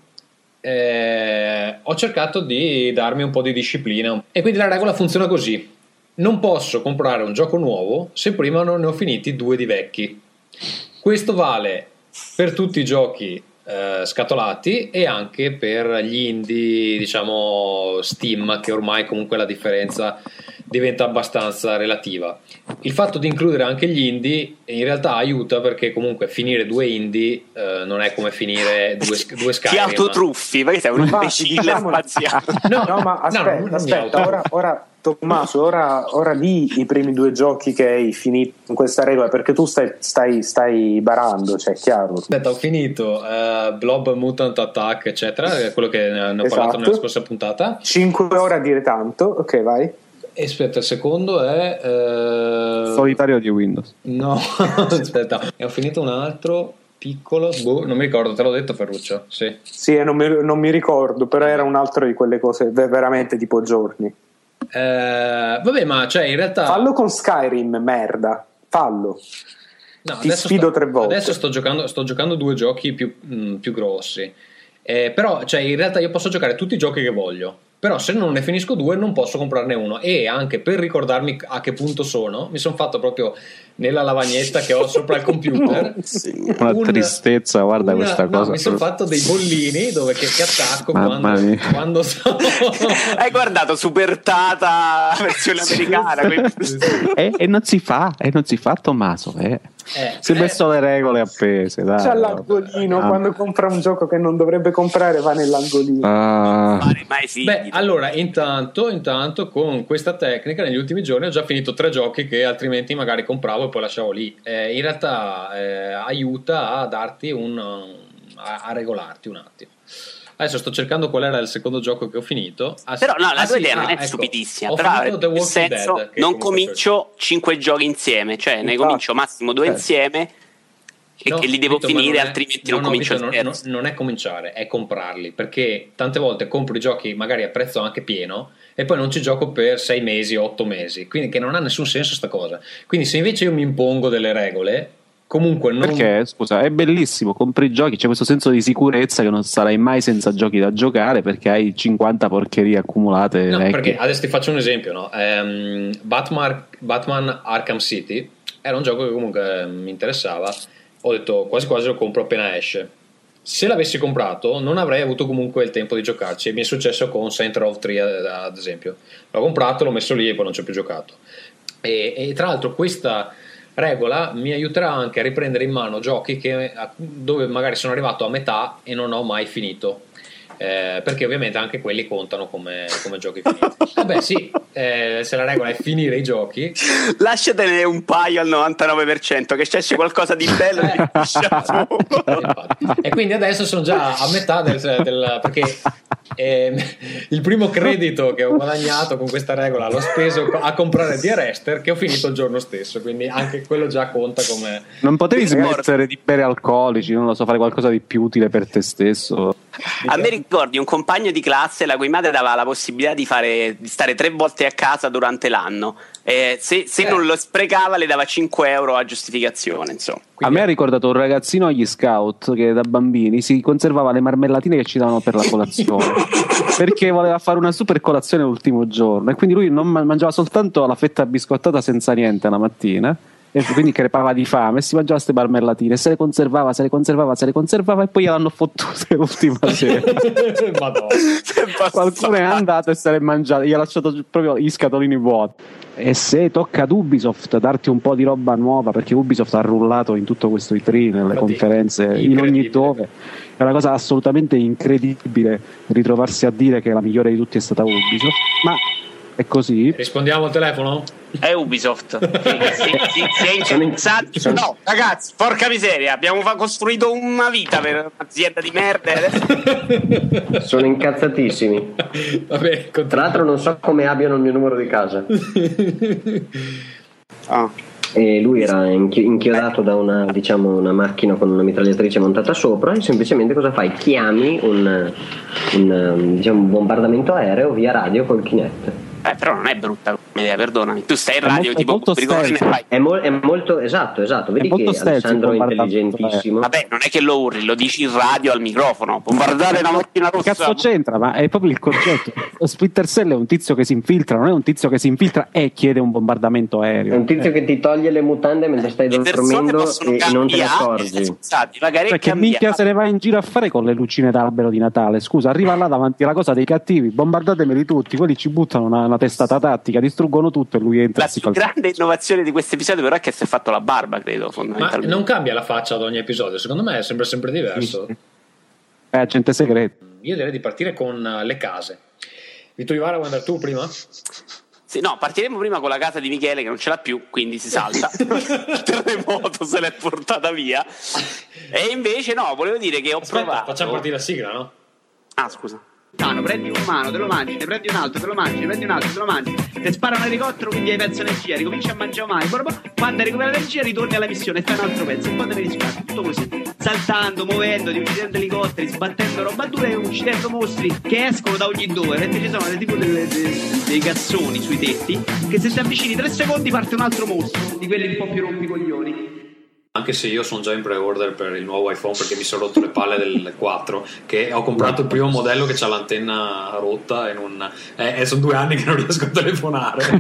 S2: ho cercato di darmi un po' di disciplina. E quindi la regola funziona così: non posso comprare un gioco nuovo se prima non ne ho finiti 2 di vecchi. Questo vale per tutti i giochi scatolati e anche per gli indie, diciamo Steam, che ormai comunque la differenza diventa abbastanza relativa. Il fatto di includere anche gli indie in realtà aiuta, perché comunque finire 2 indie non è come finire due
S17: Ti
S2: Skyrim.
S17: autotruffi, perché sei un imbecille spaziale.
S1: No, ma aspetta, ora Tommaso, ora di i primi 2 giochi che hai finito in questa regola, perché tu stai barando, cioè, chiaro.
S2: Aspetta, ho finito Blob Mutant Attack, eccetera, quello che ne ho parlato nella scorsa puntata.
S1: 5 ore a dire tanto, ok, vai.
S2: E aspetta, il secondo è
S11: Solitario di Windows.
S2: No, aspetta, ne ho finito un altro piccolo, non mi ricordo, te l'ho detto, Ferruccio? Sì,
S1: non mi ricordo, però era un altro di quelle cose veramente tipo giorni.
S2: Vabbè, ma cioè in realtà
S1: fallo con Skyrim, merda, fallo.
S2: No,
S1: ti sfido 3 volte.
S2: Adesso sto giocando 2 giochi più grossi, però cioè in realtà io posso giocare tutti i giochi che voglio, però se non ne finisco 2 non posso comprarne uno. E anche per ricordarmi a che punto sono, mi sono fatto proprio nella lavagnetta che ho sopra il computer
S11: una tristezza, guarda questa cosa.
S2: Mi sono fatto dei bollini dove che attacco quando
S17: hai guardato Super Tata versione americana
S11: e non si fa Tommaso, si è messo le regole appese, dai.
S1: C'ha l'angolino, quando compra un gioco che non dovrebbe comprare va nell'angolino.
S2: Beh, allora intanto con questa tecnica negli ultimi giorni ho già finito 3 giochi che altrimenti magari compravo e poi lasciavo lì. In realtà aiuta a darti a regolarti un attimo. Adesso sto cercando qual era il secondo gioco che ho finito.
S17: Però no, la tua idea non è stupidissima, però nel senso non comincio 5 giochi insieme, cioè ne comincio massimo 2 insieme e li devo finire, altrimenti non comincio il terzo.
S2: Non è cominciare, è comprarli, perché tante volte compro i giochi magari a prezzo anche pieno e poi non ci gioco per 6 mesi, 8 mesi, quindi che non ha nessun senso sta cosa. Quindi se invece io mi impongo delle regole, comunque non...
S11: Perché scusa, è bellissimo, compri i giochi, c'è questo senso di sicurezza che non sarai mai senza giochi da giocare perché hai 50 porcherie accumulate.
S2: No, perché adesso ti faccio un esempio, no? Batman Arkham City era un gioco che comunque mi interessava, ho detto quasi quasi lo compro appena esce. Se l'avessi comprato non avrei avuto comunque il tempo di giocarci, e mi è successo con Saints Row 3 ad esempio. L'ho comprato, l'ho messo lì e poi non ci ho più giocato. E tra l'altro questa regola mi aiuterà anche a riprendere in mano giochi dove magari sono arrivato a metà e non ho mai finito, perché ovviamente anche quelli contano come giochi finiti. Vabbè sì, se la regola è finire i giochi,
S17: lasciatene un paio al 99% che c'è qualcosa di bello
S2: e quindi adesso sono già a metà del perché il primo credito che ho guadagnato con questa regola l'ho speso a comprare The Arrester, che ho finito il giorno stesso, quindi anche quello già conta come...
S11: Non potevi smettere di bere alcolici, non lo so, fare qualcosa di più utile per te stesso?
S17: A me ricordi un compagno di classe la cui madre dava la possibilità di stare 3 volte a casa durante l'anno, se non lo sprecava le dava 5 euro a giustificazione, insomma.
S11: A me ha ricordato un ragazzino agli scout che da bambini si conservava le marmellatine che ci davano per la colazione perché voleva fare una super colazione l'ultimo giorno, e quindi lui non mangiava soltanto la fetta biscottata senza niente la mattina
S9: e quindi crepava di fame e si mangiava queste marmellatine, se le conservava e poi gliel'hanno fottute l'ultima sera. Qualcuno è andato e se l'è mangiato, gli ha lasciato proprio i scatolini vuoti. E se tocca ad Ubisoft darti un po' di roba nuova, perché Ubisoft ha rullato in tutto questo E3, nelle conferenze, in ogni dove, è una cosa assolutamente incredibile ritrovarsi a dire che la migliore di tutti è stata Ubisoft, ma è così.
S2: Rispondiamo al telefono?
S17: È Ubisoft. Si è incazzato. No, ragazzi, porca miseria, abbiamo costruito una vita per un'azienda di merda.
S6: Sono incazzatissimi.
S2: Vabbè,
S6: tra l'altro non so come abbiano il mio numero di casa. E lui era inchiodato da una macchina con una mitragliatrice montata sopra, e semplicemente cosa fai? Chiami un bombardamento aereo via radio col Kinect.
S17: Però non è brutta come idea, perdonami. Tu stai in radio, tipo
S6: è molto esatto. Vedi che Alessandro è intelligentissimo.
S17: Vabbè, non è che lo urli, lo dici in radio al microfono. Bombardare una macchina rossa.
S9: Cazzo c'entra? Ma è proprio il concetto. Splinter Cell è un tizio che si infiltra, non è un tizio che si infiltra e chiede un bombardamento aereo.
S6: È un tizio che ti toglie le mutande mentre stai dormendo e non te ne accorgi.
S9: Perché minchia se ne va in giro a fare con le lucine d'albero di Natale? Scusa, arriva là davanti alla cosa dei cattivi, bombardatemeli tutti, quelli ci buttano una testata tattica, distruggono tutto e lui entra.
S17: La più grande innovazione di questo episodio però è che si è fatto la barba, credo, fondamentalmente.
S2: Ma non cambia la faccia ad ogni episodio, secondo me sembra sempre diverso.
S9: È agente segreto.
S2: Io direi di partire con le case. Vito Ivara, vuoi andare tu prima?
S17: Sì, no, partiremo prima con la casa di Michele che non ce l'ha più, quindi si salta. Il terremoto se l'è portata via. E invece no, volevo dire che ho provato.
S2: Facciamo partire la sigla, no?
S17: Ah, scusa. Prendi un umano, te lo mangi, ne prendi un altro, te lo mangi, ne prendi un altro, te lo mangi, ti spara un elicottero, quindi hai perso energia, ricominci a mangiare mai, quando hai recuperato energia ritorni alla missione e fai un altro pezzo, e poi te ne risparmi, tutto così, saltando, muovendoti, uccidendo elicotteri, sbattendo roba dura e uccidendo mostri che escono da ogni dove, perché ci sono tipo dei cassoni sui tetti, che se ti avvicini 3 secondi parte un altro mostro, di quelli un po' più rompicoglioni.
S10: Anche se io sono già in pre-order per il nuovo iPhone perché mi sono rotto le palle del 4, che ho comprato il primo modello che c'ha l'antenna rotta e sono 2 anni che non riesco a telefonare.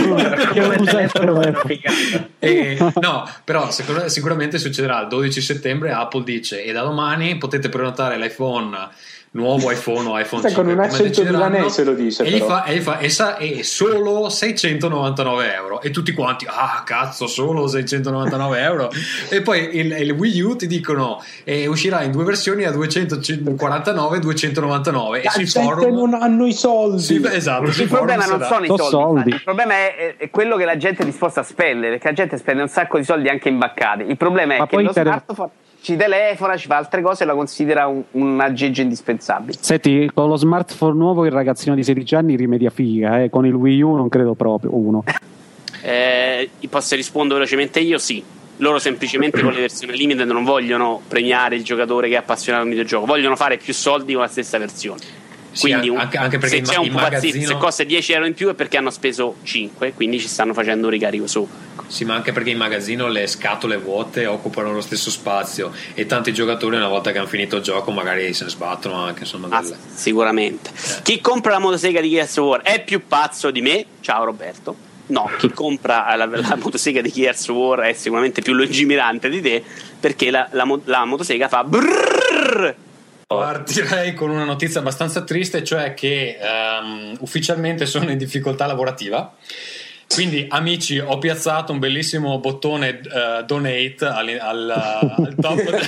S10: No, però sicuramente succederà il 12 settembre. Apple dice e da domani potete prenotare l'iPhone, nuovo iPhone o iPhone 5
S1: con un accento milanese lo dice,
S10: e è solo 699 euro e tutti quanti cazzo, solo 699 euro. E poi il Wii U ti dicono uscirà in 2 versioni a 249 e 299 e sui forum
S1: non hanno i soldi.
S17: Esatto, il problema non sono i soldi. Il problema è quello che la gente è disposta a spendere, perché la gente spende un sacco di soldi anche imbaccati. Il problema è che lo smartphone ci telefona, ci fa altre cose e la considera un aggeggio indispensabile.
S9: Senti, con lo smartphone nuovo il ragazzino di 16 anni rimedia figa, con il Wii U non credo proprio.
S17: Posso rispondere velocemente io? Sì. Loro semplicemente con le versioni limited non vogliono premiare il giocatore che è appassionato al videogioco, vogliono fare più soldi con la stessa versione. Quindi
S10: anche perché
S17: se c'è un
S10: magazzino...
S17: se costa 10 euro in più è perché hanno speso 5, quindi ci stanno facendo un ricarico sopra.
S10: Sì, ma anche perché in magazzino le scatole vuote occupano lo stesso spazio e tanti giocatori una volta che hanno finito il gioco magari se ne sbattono anche, insomma,
S17: sicuramente. Chi compra la motosega di Gears of War è più pazzo di me. Ciao Roberto. No, chi compra la motosega di Gears of War è sicuramente più lungimirante di te, perché la motosega fa brrrr.
S2: Partirei con una notizia abbastanza triste, cioè che ufficialmente sono in difficoltà lavorativa. Quindi amici, ho piazzato un bellissimo bottone donate al top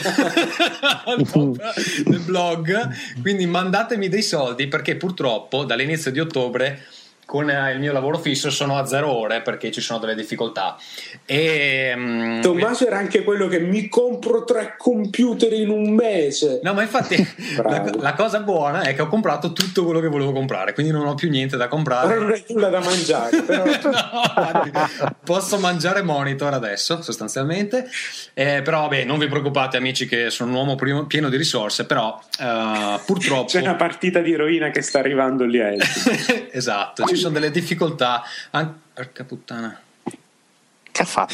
S2: del blog, quindi mandatemi dei soldi, perché purtroppo dall'inizio di ottobre con il mio lavoro fisso sono a 0 ore perché ci sono delle difficoltà.
S1: Tommaso era anche quello che mi compro 3 computer in un mese.
S2: No, ma infatti la cosa buona è che ho comprato tutto quello che volevo comprare, quindi non ho più niente da comprare.
S1: Però non hai nulla da mangiare. Però...
S2: no, posso mangiare monitor adesso sostanzialmente, però vabbè, non vi preoccupate amici che sono un uomo pieno di risorse, però purtroppo
S1: c'è una partita di eroina che sta arrivando lì a
S2: esatto, ci sono delle difficoltà. Porca puttana,
S17: che ha fatto?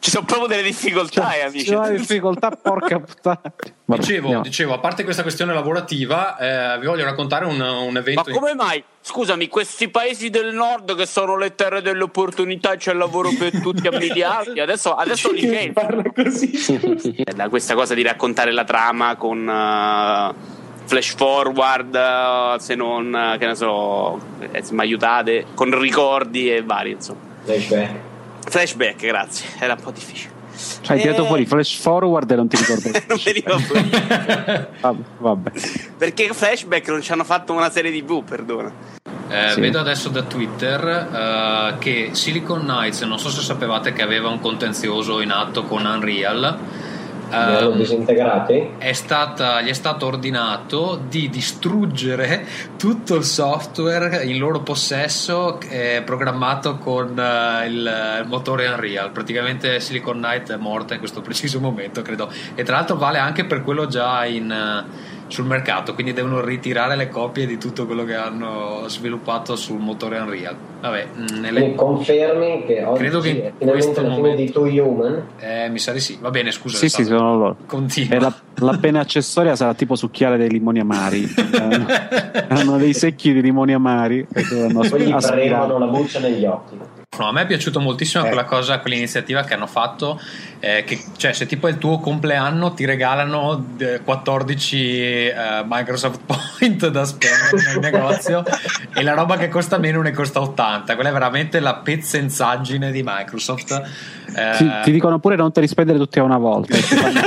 S17: Ci sono proprio delle difficoltà, amici.
S9: Ci sono difficoltà, porca puttana. Vabbè,
S2: Dicevo, a parte questa questione lavorativa, vi voglio raccontare un evento.
S17: Ma come mai? Scusami, questi paesi del nord che sono le terre delle opportunità e c'è lavoro per tutti a miliardi, adesso li
S1: parla così.
S17: Questa cosa di raccontare la trama con flash forward, se non, che ne so, se mi aiutate, con ricordi e vari, insomma. Flashback, grazie, era un po' difficile.
S9: Cioè, hai tirato fuori flash forward e non ti ricordo.
S17: Non mi ricordo.
S9: Vabbè.
S17: Perché flashback non ci hanno fatto una serie TV, perdona.
S2: Sì. Vedo adesso da Twitter che Silicon Knights, non so se sapevate che aveva un contenzioso in atto con Unreal.
S15: Li hanno disintegrati?
S2: Gli è stato ordinato di distruggere tutto il software in loro possesso programmato con il motore Unreal. Praticamente Silicon Knight è morta in questo preciso momento, credo, e tra l'altro vale anche per quello già sul mercato, quindi devono ritirare le copie di tutto quello che hanno sviluppato sul motore Unreal. Vabbè,
S15: mi confermi che oggi
S2: credo che
S15: è finalmente la fine di Two Human?
S2: Mi sa di sì. Va bene, scusa.
S9: Sì, sono loro.
S2: Continua.
S9: E la pena accessoria sarà tipo succhiare dei limoni amari. Hanno dei secchi di limoni amari e
S15: poi gli premano la buccia negli occhi.
S2: No, a me è piaciuto moltissimo quell'iniziativa che hanno fatto, che cioè se tipo è il tuo compleanno ti regalano 14 Microsoft Point da spendere nel negozio e la roba che costa meno ne costa 80. Quella è veramente la pezzenzaggine di Microsoft.
S9: Ti dicono pure non te li spendere tutti a una volta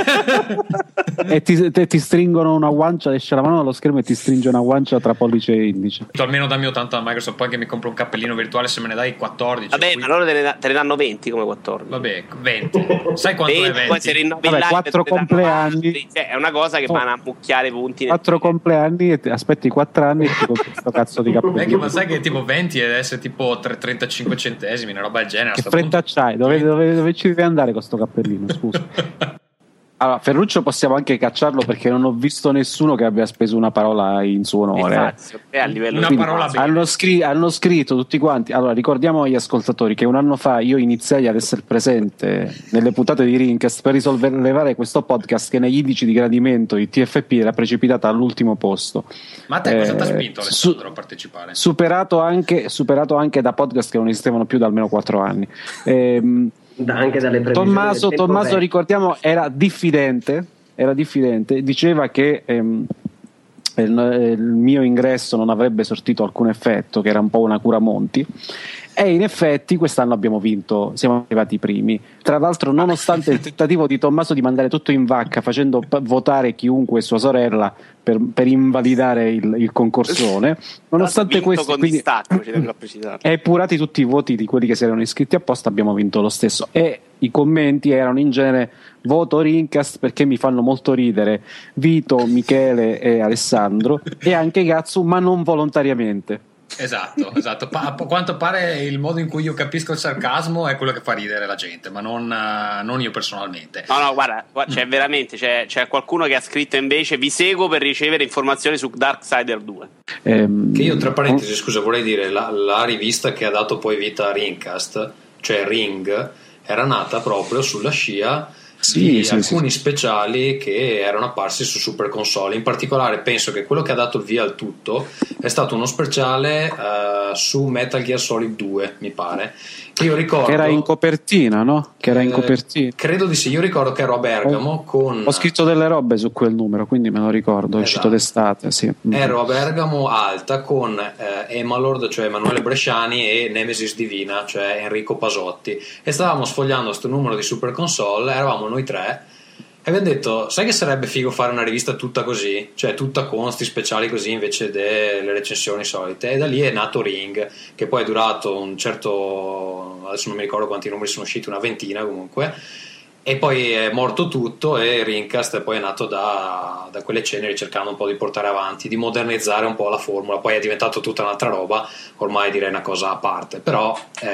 S9: e ti stringono una guancia, esce la mano dallo schermo e ti stringe una guancia tra pollice e indice.
S2: Almeno dammi 80 da Microsoft, poi che mi compro un cappellino virtuale se me ne dai 14.
S17: Vabbè, ma loro te ne danno 20 come 14.
S2: Vabbè, 20. Sai quanto
S17: 20,
S2: è 20?
S17: Poi se rinnovi
S9: 4 compleanni.
S17: È una cosa che vanno a mucchiare punti.
S9: 4 compleanni e aspetti 4 anni e ti compri questo cazzo di cappellino.
S2: Ma sai che tipo 20 deve essere tipo 35 centesimi, una roba del genere.
S9: Che fretta c'hai? Dove ci devi andare con sto cappellino? Scusa. Allora, Ferruccio possiamo anche cacciarlo perché non ho visto nessuno che abbia speso una parola in suo onore.
S17: A livello
S2: una parola
S9: hanno scritto tutti quanti. Allora, ricordiamo agli ascoltatori che un anno fa io iniziai ad essere presente nelle puntate di Rincast per risollevare questo podcast che negli indici di gradimento di TFP era precipitata all'ultimo posto.
S2: Ma a te cosa ti ha spinto, Alessandro, a partecipare?
S9: Superato anche da podcast che non esistevano più da almeno 4 anni.
S15: Anche dalle previsioni
S9: Tommaso ricordiamo era diffidente, diceva che il mio ingresso non avrebbe sortito alcun effetto, che era un po' una curamonti, e in effetti quest'anno abbiamo vinto, siamo arrivati primi. Tra l'altro, nonostante il tentativo di Tommaso di mandare tutto in vacca facendo votare chiunque e sua sorella per invalidare il concorsone, nonostante questo,
S17: con distacco, ci tengo a precisare,
S9: e epurati tutti i voti di quelli che si erano iscritti apposta, abbiamo vinto lo stesso. E i commenti erano in genere: voto Rincast perché mi fanno molto ridere Vito, Michele e Alessandro, e anche Gatsu, ma non volontariamente.
S2: Esatto. A quanto pare il modo in cui io capisco il sarcasmo è quello che fa ridere la gente, ma non io personalmente.
S17: No, guarda, c'è veramente c'è qualcuno che ha scritto invece: vi seguo per ricevere informazioni su Darksider 2.
S2: Che io, tra parentesi, scusa, vorrei dire la rivista che ha dato poi vita a Rincast, cioè Ring, era nata proprio sulla scia di alcuni speciali che erano apparsi su Super Console. In particolare penso che quello che ha dato il via al tutto è stato uno speciale su Metal Gear Solid 2, mi pare, che io ricordo
S9: che era in copertina, no? Che era in copertina,
S2: credo di sì. Io ricordo che ero a Bergamo
S9: ho scritto delle robe su quel numero, quindi me lo ricordo. È uscito d'estate, sì.
S2: Ero a Bergamo Alta con Emalord, cioè Emanuele Bresciani, e Nemesis Divina, cioè Enrico Pasotti, e stavamo sfogliando questo numero di Super Console. Eravamo noi 3 e abbiamo detto: sai che sarebbe figo fare una rivista tutta così, cioè tutta con sti speciali così invece delle recensioni solite. E da lì è nato Ring, che poi è durato un certo, adesso non mi ricordo quanti numeri sono usciti, una ventina comunque, e poi è morto tutto e Rincast poi è nato da quelle ceneri, cercando un po' di portare avanti, di modernizzare un po' la formula. Poi è diventato tutta un'altra roba, ormai direi una cosa a parte, però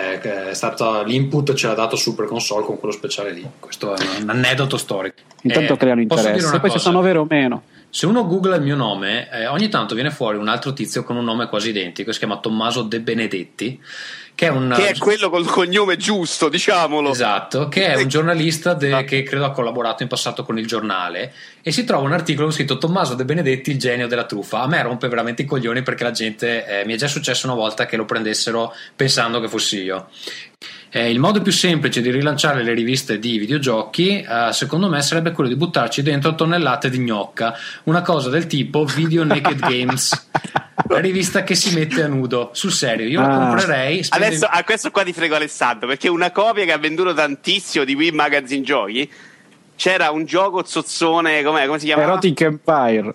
S2: è stato, l'input ce l'ha dato Super Console con quello speciale lì. Questo è un aneddoto storico.
S9: Intanto creano interesse, poi se sono vero o meno.
S2: Se uno googla il mio nome, ogni tanto viene fuori un altro tizio con un nome quasi identico, si chiama Tommaso De Benedetti,
S10: che è
S17: quello col cognome giusto, diciamolo.
S10: Esatto, che è un giornalista che credo ha collaborato in passato con Il Giornale, e si trova un articolo scritto Tommaso De Benedetti, il genio della truffa. A me rompe veramente i coglioni, perché la gente, mi è già successo una volta che lo prendessero pensando che fossi io. Il modo più semplice di rilanciare le riviste di videogiochi, secondo me, sarebbe quello di buttarci dentro tonnellate di gnocca, una cosa del tipo Video Naked Games, la rivista che si mette a nudo. Sul serio, io la comprerei.
S17: Adesso a questo qua ti frego, Alessandro, perché una copia che ha venduto tantissimo di Wii Magazine Giochi, c'era un gioco zozzone, come si chiamava?
S11: Erotic Empire.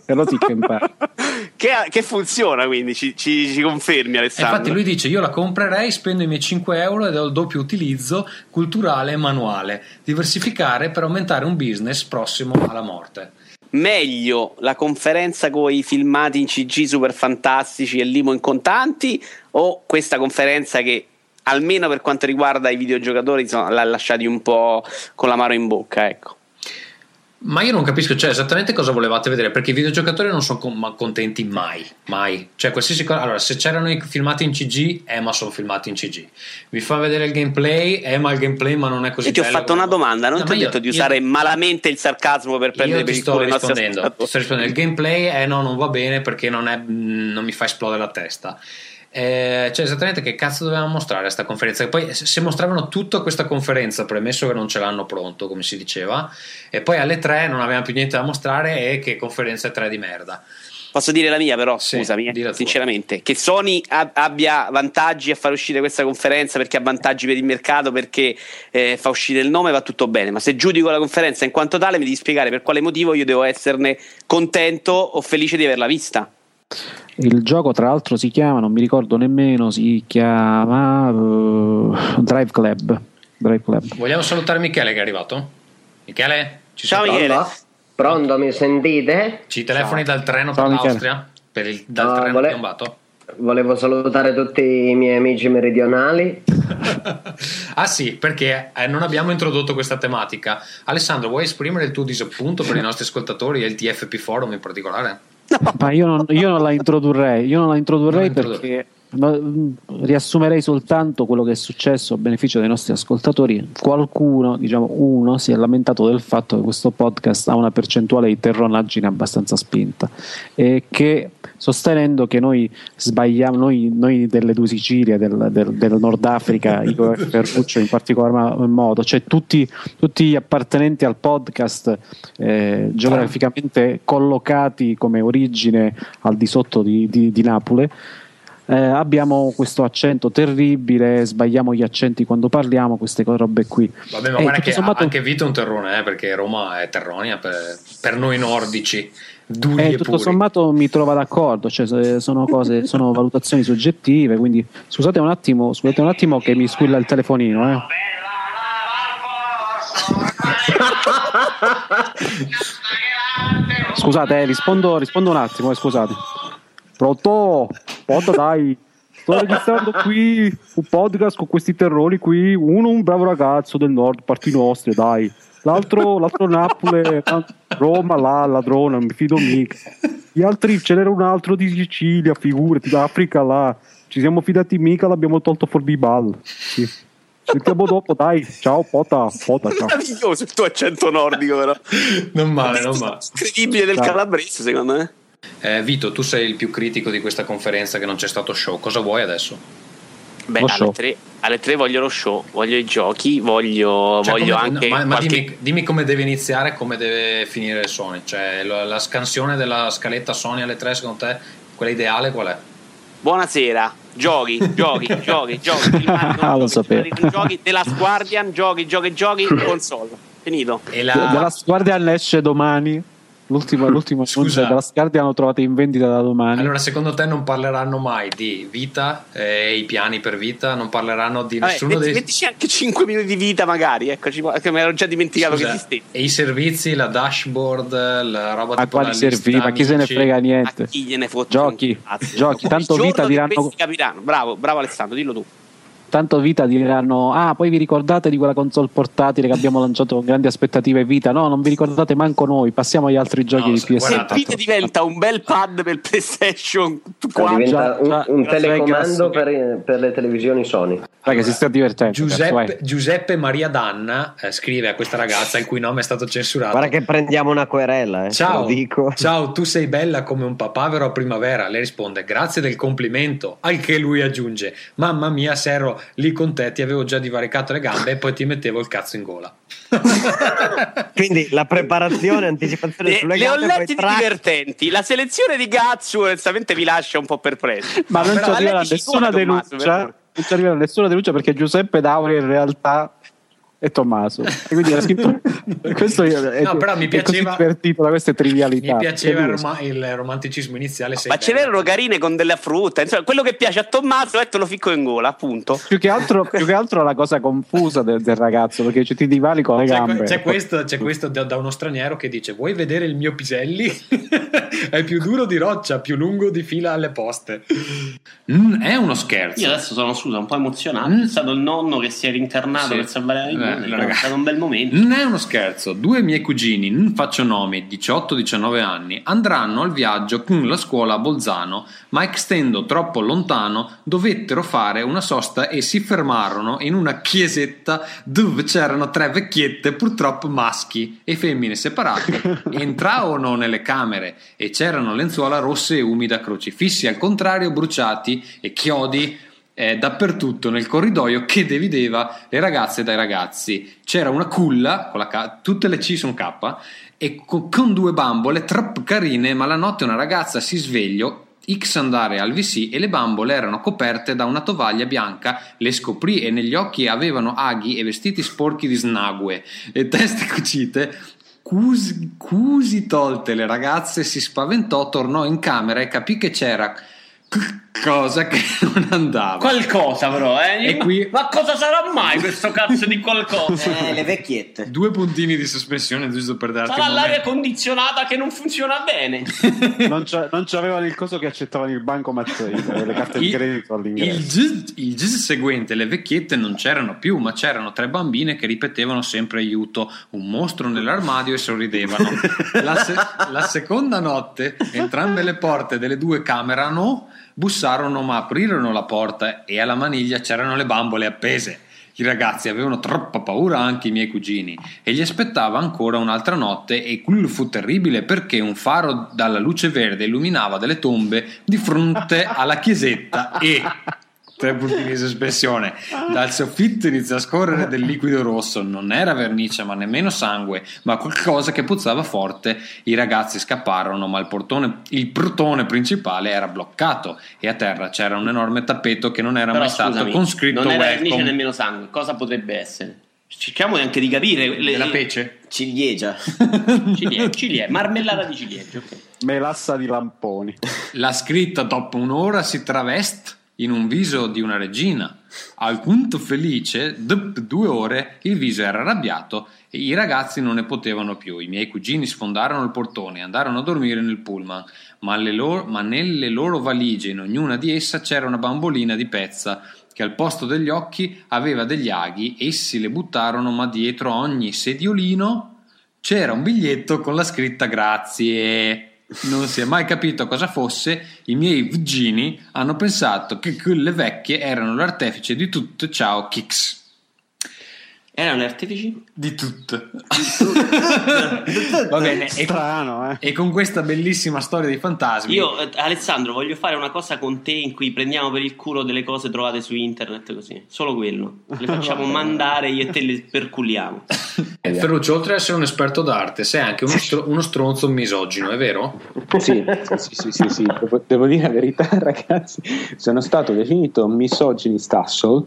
S17: che funziona, quindi ci confermi, Alessandro?
S10: Infatti lui dice: io la comprerei, spendo i miei 5 euro ed ho il doppio utilizzo culturale e manuale, diversificare per aumentare un business prossimo alla morte.
S17: Meglio la conferenza con i filmati in CG super fantastici e limo in contanti, o questa conferenza che, almeno per quanto riguarda i videogiocatori, l'ha lasciati un po' con l'amaro in bocca, ecco?
S10: Ma io non capisco, cioè, esattamente cosa volevate vedere, perché i videogiocatori non sono contenti mai, cioè qualsiasi cosa. Allora, se c'erano i filmati in CG, ma sono filmati in CG. Vi fa vedere il gameplay, ma il gameplay ma non è così.
S17: Io ti ho fatto una domanda, non ti ho detto di usare malamente il sarcasmo per prendere per il culo i nostri ascoltatori.
S10: Ti sto rispondendo, il gameplay no, non va bene perché non mi fa esplodere la testa. Cioè, esattamente che cazzo dovevamo mostrare a sta conferenza? E poi se mostravano tutta questa conferenza, premesso che non ce l'hanno pronto, come si diceva, e poi alle 3 non avevamo più niente da mostrare, e che conferenza 3 di merda.
S17: Posso dire la mia, però, scusami, sinceramente, che Sony abbia vantaggi a far uscire questa conferenza perché ha vantaggi per il mercato, perché fa uscire il nome, va tutto bene, ma se giudico la conferenza in quanto tale mi devi spiegare per quale motivo io devo esserne contento o felice di averla vista.
S9: Il gioco, tra l'altro, si chiama, non mi ricordo nemmeno, si chiama Drive Club.
S10: Vogliamo salutare Michele che è arrivato? Michele?
S15: Ciao Michele. Pronto, mi sentite?
S10: Ci telefoni dal treno per l'Austria? Dal treno piombato?
S15: Volevo salutare tutti i miei amici meridionali.
S10: Ah sì, perché non abbiamo introdotto questa tematica. Alessandro, vuoi esprimere il tuo disappunto per i nostri ascoltatori e il TFP Forum in particolare?
S9: Ma io non la introdurrei perché riassumerei soltanto quello che è successo a beneficio dei nostri ascoltatori. Qualcuno, uno, si è lamentato del fatto che questo podcast ha una percentuale di terronaggine abbastanza spinta, e che, sostenendo che noi sbagliamo, noi delle due Sicilie, del Nord Africa, Igor Ferruccio in particolar modo, cioè tutti gli appartenenti al podcast geograficamente collocati come origine al di sotto di Napoli, abbiamo questo accento terribile, sbagliamo gli accenti quando parliamo, queste robe qui.
S10: Vabbè, ma guarda che anche Vito è un terrone, perché Roma è terronia per noi nordici, duri e
S9: tutto
S10: puri.
S9: Sommato mi trova d'accordo, cioè sono valutazioni soggettive, quindi scusate un attimo che mi squilla il telefonino, Scusate, rispondo un attimo, scusate. Pronto, dai, sto registrando qui un podcast con questi terrori qui. Uno un bravo ragazzo del nord, parti nostre, dai. L'altro Napoli, Roma, là, ladrone, non mi fido mica. Gli altri, ce n'era un altro di Sicilia, figurati, d'Africa là. Ci siamo fidati mica, l'abbiamo tolto fuori ball. Sì. Sentiamo dopo, dai. Ciao, Pota, ciao.
S17: Meraviglioso il tuo accento nordico, però.
S10: Non male.
S17: Incredibile del calabrese, secondo me.
S10: Vito, tu sei il più critico di questa conferenza, che non c'è stato show. Cosa vuoi adesso?
S17: Beh, alle 3 voglio lo show, voglio i giochi, voglio anche.
S10: Ma dimmi come deve iniziare e come deve finire Sony. Cioè, la scansione della scaletta Sony alle 3, secondo te, quella ideale qual è?
S17: Buonasera, giochi.
S9: Lo sapevo.
S17: Giochi The Last Guardian, giochi, console. Finito.
S9: The Last Guardian esce domani. L'ultimo
S10: Scusa,
S9: della Guardian hanno trovato in vendita da domani.
S10: Allora, secondo te non parleranno mai di Vita e i piani per Vita? Non parleranno di nessuno dei...
S17: Mettici anche 5 minuti di Vita magari, eccoci, che mi ero già dimenticato che esisteva.
S10: E i servizi, la dashboard, la roba tipo
S9: quali servizi? Ma chi se ne frega niente?
S17: A chi gliene fotte?
S9: Giochi, tanto Vita diranno...
S17: Capiranno. Bravo Alessandro, dillo tu.
S9: Tanto Vita diranno: ah, poi vi ricordate di quella console portatile che abbiamo lanciato con grandi aspettative Vita? No, non vi ricordate manco noi, passiamo agli altri giochi di PS4.
S17: Se Vita diventa un bel pad per PlayStation 4,
S6: diventa un telecomando per le televisioni Sony.
S9: Che si sta divertendo.
S2: Giuseppe Maria Danna scrive a questa ragazza il cui nome è stato censurato:
S16: guarda che prendiamo una querela,
S2: ciao,
S16: lo dico.
S2: Ciao, tu sei bella come un papavero a primavera. Lei risponde: grazie del complimento. Al che lui aggiunge: mamma mia, se ero lì con te ti avevo già divaricato le gambe e poi ti mettevo il cazzo in gola.
S16: Quindi la preparazione, anticipazione sulle gambe.
S17: Le ho letti divertenti. La selezione di Gatsu onestamente mi lascia un po' perplesso.
S9: Ma non ci arriva nessuna denuncia. Non ci arriva nessuna denuncia perché Giuseppe Dauri in realtà è Tommaso, e quindi era scritto questo
S2: però mi piaceva,
S9: è così divertito da queste trivialità.
S2: Mi piaceva il romanticismo iniziale.
S17: Ma ce n'erano carine con delle frutta, insomma, quello che piace a Tommaso te lo ficco in gola, appunto.
S9: Più che altro la cosa confusa del ragazzo, perché ti divali con le gambe.
S2: C'è questo da uno straniero che dice: vuoi vedere il mio piselli? È più duro di roccia, più lungo di fila alle poste. È uno scherzo.
S8: Io adesso sono un po' emozionato. È stato il nonno che si è internato per salvare la vita. È stato un bel momento.
S2: Non è uno scherzo. 2 miei cugini, non faccio nomi, 18-19 anni, andranno al viaggio con la scuola a Bolzano, ma essendo troppo lontano dovettero fare una sosta e si fermarono in una chiesetta dove c'erano 3 vecchiette, purtroppo maschi e femmine separate. Entravano nelle camere e c'erano lenzuola rosse e umide a crocifissi, al contrario bruciati, e chiodi dappertutto nel corridoio che divideva le ragazze dai ragazzi. C'era una culla con tutte le C sono K e con 2 bambole troppo carine, ma la notte una ragazza si svegliò X andare al VC e le bambole erano coperte da una tovaglia bianca, le scoprì e negli occhi avevano aghi e vestiti sporchi di snague e teste cucite. Cusi tolte le ragazze, si spaventò, tornò in camera e capì che c'era cosa che non andava.
S8: Qualcosa però,
S2: E qui...
S8: Ma cosa sarà mai questo cazzo di qualcosa?
S17: Le vecchiette.
S2: 2 puntini di sospensione giusto per darti
S8: sarà l'aria condizionata che non funziona bene.
S9: non c'avevano il coso che accettavano il banco Mazzoni, le carte di credito all'ingresso.
S2: Il gis seguente, le vecchiette non c'erano più, ma c'erano 3 bambine che ripetevano sempre aiuto, un mostro nell'armadio, e sorridevano. La seconda notte entrambe le porte delle 2 camerano, bussarono ma aprirono la porta e alla maniglia c'erano le bambole appese. I ragazzi avevano troppa paura, anche i miei cugini, e gli aspettava ancora un'altra notte, e quello fu terribile perché un faro dalla luce verde illuminava delle tombe di fronte alla chiesetta e 3 puntini di sospensione. Dal soffitto iniziò a scorrere del liquido rosso, non era vernice ma nemmeno sangue, ma qualcosa che puzzava forte. I ragazzi scapparono, ma il portone principale era bloccato e a terra c'era un enorme tappeto che non era mai stato con scritto
S8: non era
S2: welcome.
S8: vernice nemmeno sangue, cosa potrebbe essere? Cerchiamo anche di capire.
S2: La pece?
S8: Ciliegia. Marmellata di ciliegia, okay.
S9: Melassa di lamponi.
S2: La scritta dopo un'ora si traveste in un viso di una regina. Al punto felice, dopo 2 ore, il viso era arrabbiato e i ragazzi non ne potevano più. I miei cugini sfondarono il portone e andarono a dormire nel pullman, ma nelle loro valigie, in ognuna di essa, c'era una bambolina di pezza che al posto degli occhi aveva degli aghi. Essi le buttarono, ma dietro ogni sediolino c'era un biglietto con la scritta grazie. Non si è mai capito cosa fosse. I miei cugini hanno pensato che quelle vecchie erano l'artefice di tutto. Ciao Kix.
S8: Erano le artefici?
S2: Di tutto. Va bene.
S9: Strano,
S2: E con questa bellissima storia di fantasmi,
S8: io, Alessandro, voglio fare una cosa con te in cui prendiamo per il culo delle cose trovate su internet, così, solo quello. Le facciamo mandare, io e te le perculiamo.
S2: Ferruccio, oltre ad essere un esperto d'arte, sei anche uno stronzo misogino, è vero?
S1: Sì. Devo dire la verità, ragazzi. Sono stato definito misoginist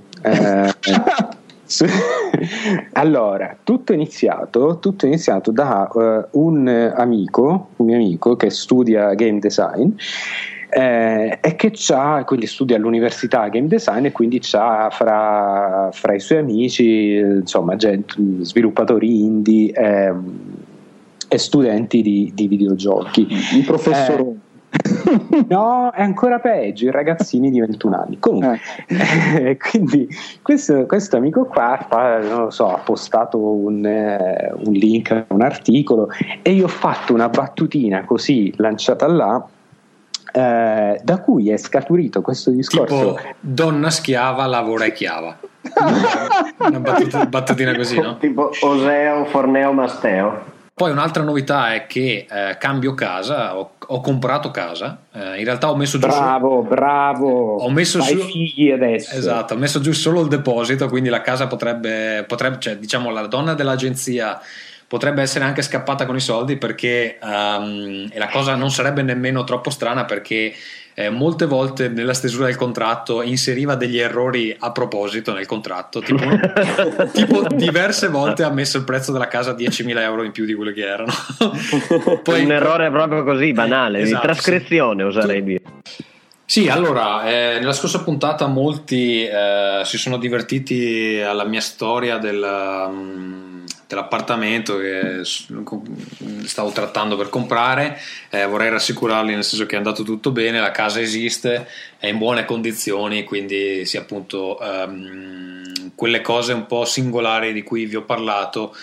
S1: allora, tutto è iniziato da un mio amico che studia game design e che quindi studia all'università game design, e quindi c'ha fra i suoi amici, insomma, sviluppatori indie e studenti di videogiochi.
S14: Il professore
S1: No, è ancora peggio, i ragazzini di 21 anni. Comunque, quindi questo amico qua non lo so, ha postato un link, un articolo, e io ho fatto una battutina così lanciata là, da cui è scaturito questo discorso.
S2: Tipo, donna schiava lavora e chiava. Una battutina così, no?
S15: Tipo Oseo, Forneo, Masteo.
S2: Poi un'altra novità è che cambio casa, ho comprato casa, in realtà ho messo giù
S1: bravo,
S2: ho messo
S1: fai
S2: su,
S1: figli adesso.
S2: Esatto, ho messo giù solo il deposito, quindi la casa potrebbe, cioè diciamo la donna dell'agenzia potrebbe essere anche scappata con i soldi, perché e la cosa non sarebbe nemmeno troppo strana, perché molte volte nella stesura del contratto inseriva degli errori a proposito nel contratto, tipo diverse volte ha messo il prezzo della casa a 10.000 euro in più di quello che erano.
S16: Un errore proprio così banale,
S2: esatto,
S16: di trascrizione, sì. Oserei dire.
S2: Sì, allora, nella scorsa puntata molti si sono divertiti alla mia storia dell'appartamento che stavo trattando per comprare. Vorrei rassicurarli, nel senso che è andato tutto bene, la casa esiste, è in buone condizioni, quindi sì, appunto quelle cose un po' singolari di cui vi ho parlato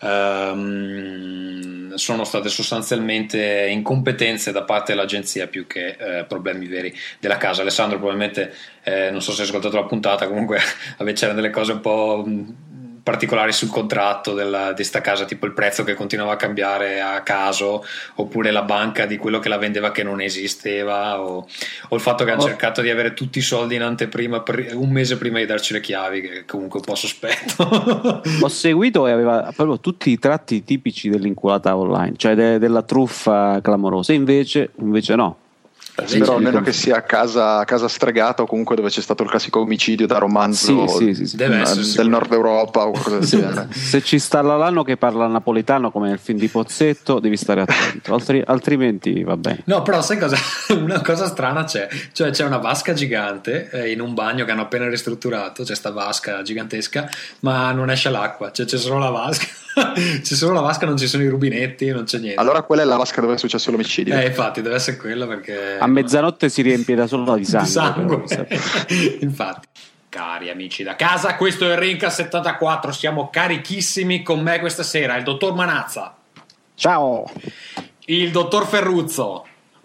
S2: sono state sostanzialmente incompetenze da parte dell'agenzia più che problemi veri della casa. Alessandro probabilmente non so se hai ascoltato la puntata, comunque c'erano delle cose un po' particolari sul contratto di sta casa, tipo il prezzo che continuava a cambiare a caso, oppure la banca di quello che la vendeva che non esisteva, o il fatto che hanno cercato di avere tutti i soldi in anteprima un mese prima di darci le chiavi, che comunque un po' sospetto.
S9: Ho seguito e aveva proprio tutti i tratti tipici dell'inculata online, cioè della truffa clamorosa, invece no.
S19: Però almeno che sia casa stregata, o comunque dove c'è stato il classico omicidio da romanzo
S9: sì.
S19: del Nord Europa o qualcosa del genere.
S9: Se ci sta l'Alano che parla napoletano come nel film di Pozzetto, devi stare attento, altrimenti va bene.
S2: No, però sai cosa? Una cosa strana c'è una vasca gigante in un bagno che hanno appena ristrutturato, c'è sta vasca gigantesca, ma non esce l'acqua, c'è solo la vasca. C'è solo la vasca, non ci sono i rubinetti, non c'è niente.
S19: Allora quella è la vasca dove è successo l'omicidio.
S2: Infatti deve essere quella, perché
S9: a mezzanotte si riempie da solo di sangue.
S2: Infatti. Cari amici da casa, questo è il Rincast 74, siamo carichissimi. Con me questa sera il dottor Manazza.
S11: Ciao.
S2: Il dottor Ferruzzo.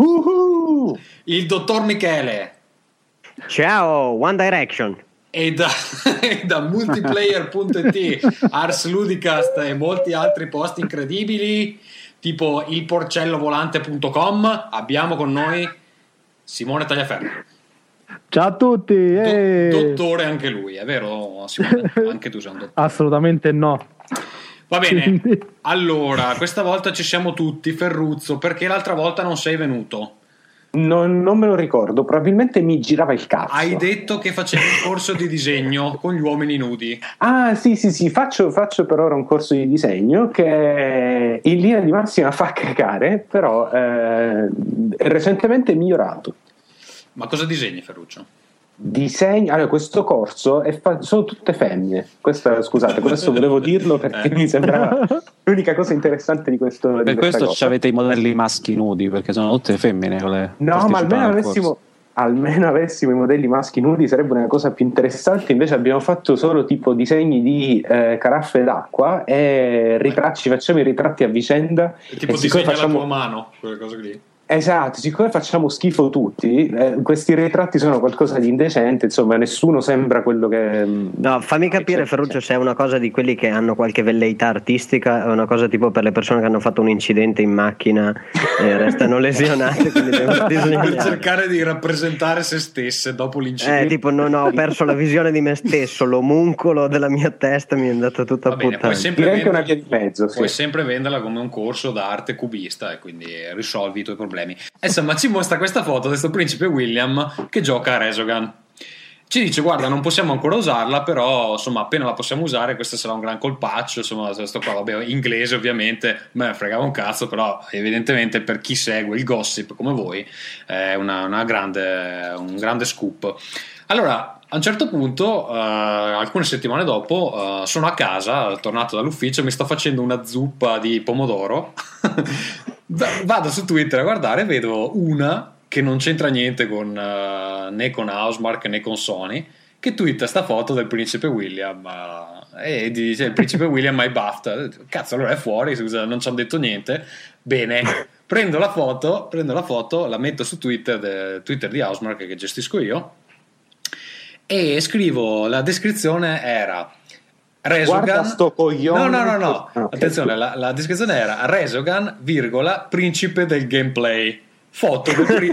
S2: Il dottor Michele.
S16: Ciao, One Direction.
S2: E da multiplayer.it, Ars Ludicast e molti altri posti incredibili, tipo ilporcellovolante.com, abbiamo con noi Simone Tagliaferro.
S20: Ciao a tutti.
S2: Dottore anche lui, è vero Simone? Anche tu sei un dottore.
S20: Assolutamente no.
S2: Va bene, allora questa volta ci siamo tutti. Ferruzzo, perché l'altra volta non sei venuto?
S1: Non me lo ricordo, probabilmente mi girava il cazzo.
S2: Hai detto che facevi un corso di disegno con gli uomini nudi.
S1: Ah sì, faccio per ora un corso di disegno che in linea di massima fa cagare, però è recentemente migliorato.
S2: Ma cosa disegni, Ferruccio?
S1: Allora, questo corso sono tutte femmine. Scusate, questo volevo dirlo perché mi sembrava l'unica cosa interessante di questo.
S9: Per questo ci avete i modelli maschi nudi, perché sono tutte femmine.
S1: No, ma almeno avessimo i modelli maschi nudi sarebbe una cosa più interessante. Invece abbiamo fatto solo tipo disegni di caraffe d'acqua e ritratti, facciamo i ritratti a vicenda.
S2: E tipo disegna la tua mano, quelle cose lì.
S1: Esatto, siccome facciamo schifo tutti, questi ritratti sono qualcosa di indecente, insomma nessuno sembra quello che...
S16: No, fammi capire Ferruccio se è una cosa di quelli che hanno qualche velleità artistica, o una cosa tipo per le persone che hanno fatto un incidente in macchina e restano lesionate, quindi devono disegnare.
S2: Per cercare di rappresentare se stesse dopo l'incidente.
S16: Tipo ho perso la visione di me stesso, l'omuncolo della mia testa mi è andato tutto a puttana.
S1: Direi che è una via di mezzo,
S2: puoi sempre venderla come un corso d'arte cubista e quindi risolvi i tuoi problemi. Insomma, ci mostra questa foto di questo principe William che gioca a Resogun. Ci dice: guarda, non possiamo ancora usarla, però insomma appena la possiamo usare questo sarà un gran colpaccio. Insomma, questo qua, vabbè, inglese ovviamente, me ne fregava un cazzo, però evidentemente per chi segue il gossip come voi è un grande scoop. Allora, a un certo punto, alcune settimane dopo, sono a casa, tornato dall'ufficio, mi sto facendo una zuppa di pomodoro. Vado su Twitter a guardare, vedo una che non c'entra niente con né con Housemarque né con Sony, che twitta sta foto del principe William e dice: il principe William my BAFTA. Cazzo, allora è fuori, scusa, non ci hanno detto niente. Bene, prendo la foto, la metto su Twitter di Housemarque che gestisco io, e scrivo, la descrizione era Resogun.
S1: Guarda sto coglione.
S2: No. Okay. Attenzione, la descrizione era Resogun, virgola, principe del gameplay. Foto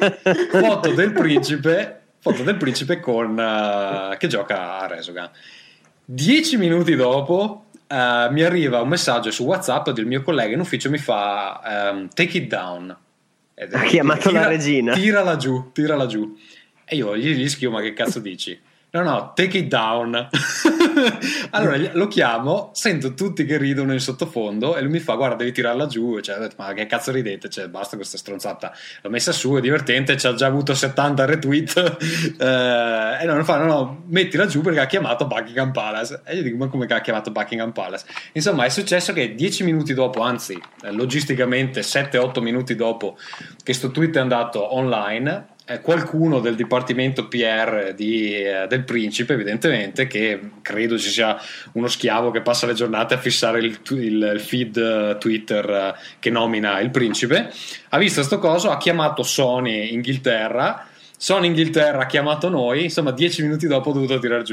S2: del principe con che gioca a Resogun. 10 minuti dopo mi arriva un messaggio su WhatsApp del mio collega in ufficio, mi fa take it down.
S16: Ha chiamato la regina.
S2: Tirala giù. E io gli scrivo: ma che cazzo dici? No, take it down. Allora lo chiamo, sento tutti che ridono in sottofondo e lui mi fa: guarda, devi tirarla giù. Cioè, ho detto, ma che cazzo ridete? Cioè, basta questa stronzata. L'ho messa su, è divertente, ci ha già avuto 70 retweet. E non fa: no, mettila giù perché ha chiamato Buckingham Palace. E io dico: ma come che ha chiamato Buckingham Palace? Insomma, è successo che 10 minuti dopo, anzi logisticamente 7-8 minuti dopo che sto tweet è andato online, qualcuno del dipartimento PR del principe, evidentemente, che credo ci sia uno schiavo che passa le giornate a fissare il feed Twitter che nomina il principe, ha visto sto coso, ha chiamato Sony Inghilterra ha chiamato noi, insomma 10 minuti dopo ho dovuto tirar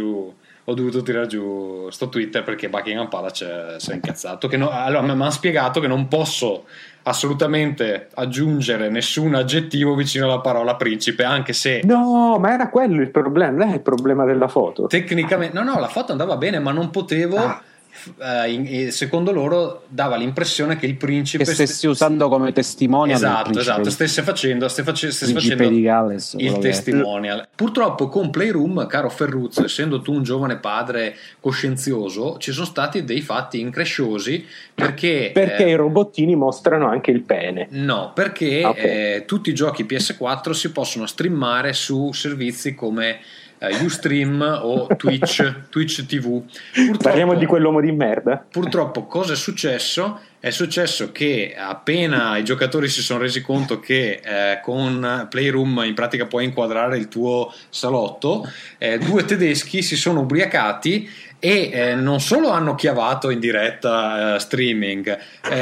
S2: giù sto Twitter perché Buckingham Palace si è incazzato. Allora mi hanno spiegato che non posso assolutamente aggiungere nessun aggettivo vicino alla parola principe, anche se
S1: no, ma era quello il problema, non è il problema della foto.
S2: Tecnicamente no, la foto andava bene, ma non potevo. Secondo loro dava l'impressione che il principe
S9: che stessi usando come testimonial,
S2: esatto, stesse facendo
S9: di Galles,
S2: il testimonial. Purtroppo con Playroom, caro Ferruzzo, essendo tu un giovane padre coscienzioso, ci sono stati dei fatti incresciosi perché
S1: i robottini mostrano anche il pene.
S2: No, perché tutti i giochi PS4 si possono streamare su servizi come Ustream o Twitch TV.
S1: Parliamo di quell'uomo di merda.
S2: Purtroppo cosa è successo? È successo che appena i giocatori si sono resi conto che con Playroom in pratica puoi inquadrare il tuo salotto, 2 tedeschi si sono ubriacati e non solo hanno chiavato in diretta streaming,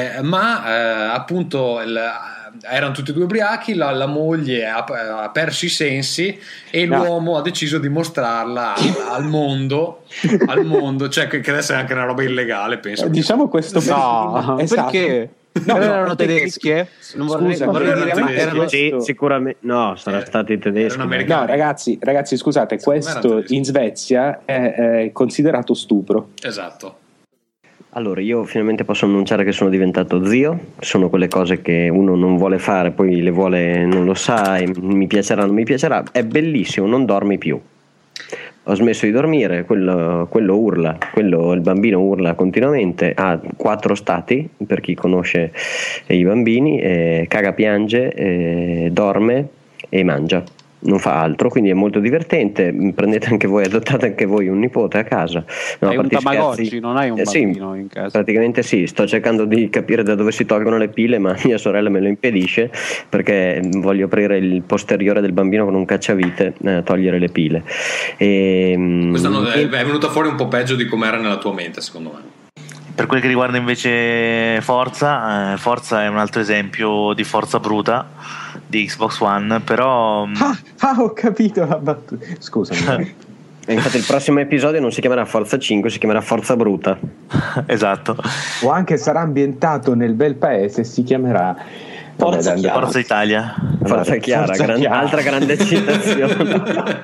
S2: ma appunto erano tutti e 2 ubriachi, la moglie ha perso i sensi e l'uomo ha deciso di mostrarla al mondo, cioè che adesso è anche una roba illegale, penso.
S1: Diciamo questo
S9: perché? No, erano tedesche? Non vorrei
S16: dire, sì, sicuramente no, saranno stati tedeschi.
S1: No, ragazzi, scusate, questo in Svezia è considerato stupro.
S2: Esatto.
S16: Allora, io finalmente posso annunciare che sono diventato zio. Sono quelle cose che uno non vuole fare, poi le vuole, non lo sa, e mi piacerà, non mi piacerà. È bellissimo, non dormi più. Ho smesso di dormire, quello urla, il bambino urla continuamente, ha 4 stati, per chi conosce i bambini, caga, piange, dorme e mangia. Non fa altro, quindi è molto divertente. Prendete anche voi, adottate anche voi un nipote a casa. No,
S9: hai un Tamagotchi, non hai un bambino in casa?
S16: Praticamente sì, sto cercando di capire da dove si tolgono le pile, ma mia sorella me lo impedisce perché voglio aprire il posteriore del bambino con un cacciavite, togliere le pile.
S2: Questo è venuto fuori un po' peggio di come era nella tua mente, secondo me.
S4: Per quel che riguarda invece Forza è un altro esempio di forza bruta di Xbox One, però
S1: ho capito la battuta, scusami.
S16: Infatti il prossimo episodio non si chiamerà Forza 5, si chiamerà Forza Bruta.
S4: Esatto.
S1: O anche sarà ambientato nel bel paese, si chiamerà
S4: Forza Italia.
S16: Forza Chiara, altra grande citazione.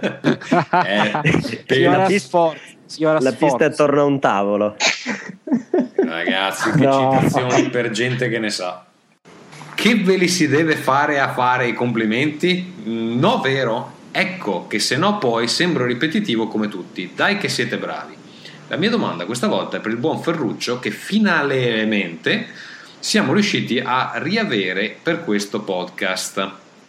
S16: La pista è attorno a un tavolo.
S2: Ragazzi, che citazioni per gente che ne sa. Che ve li si deve fare a fare i complimenti? No, vero? Ecco che se no poi sembro ripetitivo come tutti. Dai che siete bravi. La mia domanda questa volta è per il buon Ferruccio, che finalmente siamo riusciti a riavere per questo podcast.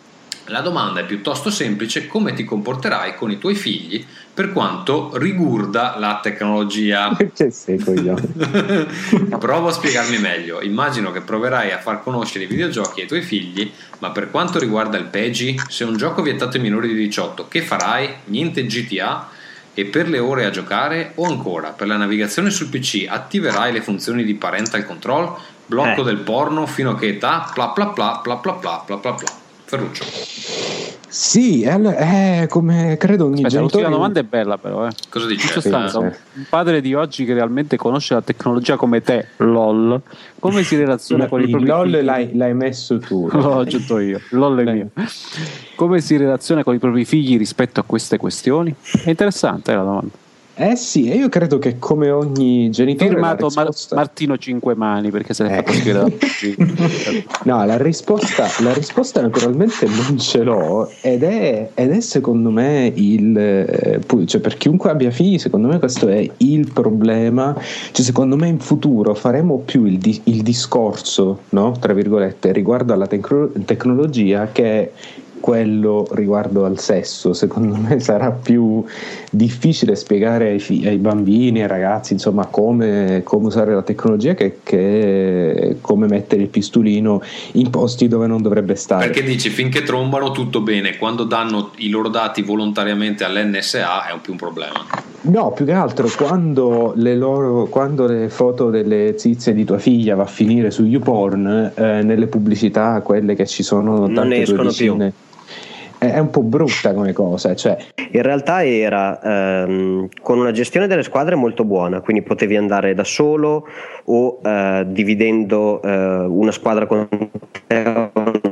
S10: La domanda è piuttosto semplice: come ti comporterai con i tuoi figli per quanto riguarda la tecnologia?
S1: Perché sei coglione?
S10: Provo a spiegarmi meglio. Immagino che proverai a far conoscere i videogiochi ai tuoi figli, ma per quanto riguarda il PEGI, se un gioco vietato ai minori di 18, che farai? Niente GTA? E per le ore a giocare? O ancora, per la navigazione sul PC attiverai le funzioni di parental control? Blocco del porno fino a che età? Bla bla bla bla bla bla bla bla bla. Ferruccio.
S1: Sì, è come credo ogni genitore.
S9: L'ultima domanda è bella però.
S10: Cosa dici?
S9: In sostanza, un padre di oggi che realmente conosce la tecnologia come te, LOL, come si relaziona con i propri
S1: LOL
S9: figli?
S1: l'hai messo tu.
S9: L'ho aggiunto io, LOL è mio. Come si relaziona con i propri figli rispetto a queste questioni? È interessante la domanda.
S1: Sì, e io credo che come ogni genitore
S9: firmato Martino Cinquemani, perché se l'è fatto scrivere
S1: no, la risposta naturalmente non ce l'ho ed è secondo me cioè per chiunque abbia figli, secondo me questo è il problema. Cioè secondo me in futuro faremo più il discorso, no, tra virgolette, riguardo alla tecnologia che quello riguardo al sesso. Secondo me sarà più difficile spiegare ai bambini, ai ragazzi, insomma, come usare la tecnologia che come mettere il pistolino in posti dove non dovrebbe stare.
S10: Perché dici, finché trombano tutto bene, quando danno i loro dati volontariamente all'NSA è più un problema.
S1: No, più che altro quando le foto delle zizie di tua figlia va a finire su YouPorn, nelle pubblicità, quelle che ci sono,
S16: non ne escono più.
S1: È un po' brutta come cosa, cioè.
S16: In realtà era con una gestione delle squadre molto buona, quindi potevi andare da solo o dividendo una squadra con te.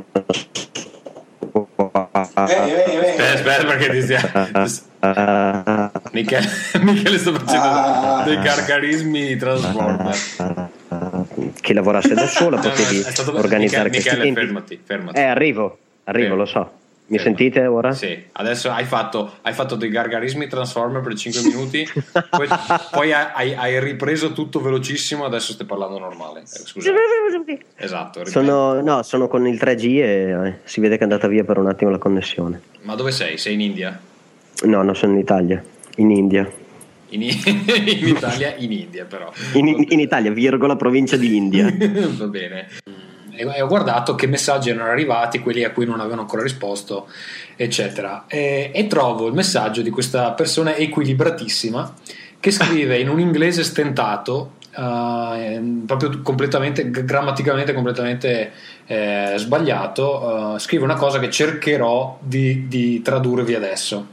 S10: Aspetta perché Michele sta facendo dei gargarismi Transformer.
S16: Chi lavorasse da solo potevi organizzare
S10: Michele, fermati.
S16: Arrivo, lo so. Mi sentite ora?
S10: Sì, adesso hai fatto dei gargarismi Transformer per 5 minuti, poi hai ripreso tutto velocissimo, adesso stai parlando normale. Scusate. Esatto.
S16: Sono con il 3G e si vede che è andata via per un attimo la connessione.
S10: Ma dove sei? Sei in India?
S16: No, sono in Italia. In India.
S10: In Italia, in India però.
S16: In Italia, virgola, provincia di India.
S10: Va bene. E ho guardato che messaggi erano arrivati, quelli a cui non avevano ancora risposto, eccetera, e trovo il messaggio di questa persona equilibratissima che scrive in un inglese stentato, proprio completamente grammaticamente completamente sbagliato. Scrive una cosa che cercherò di tradurvi adesso.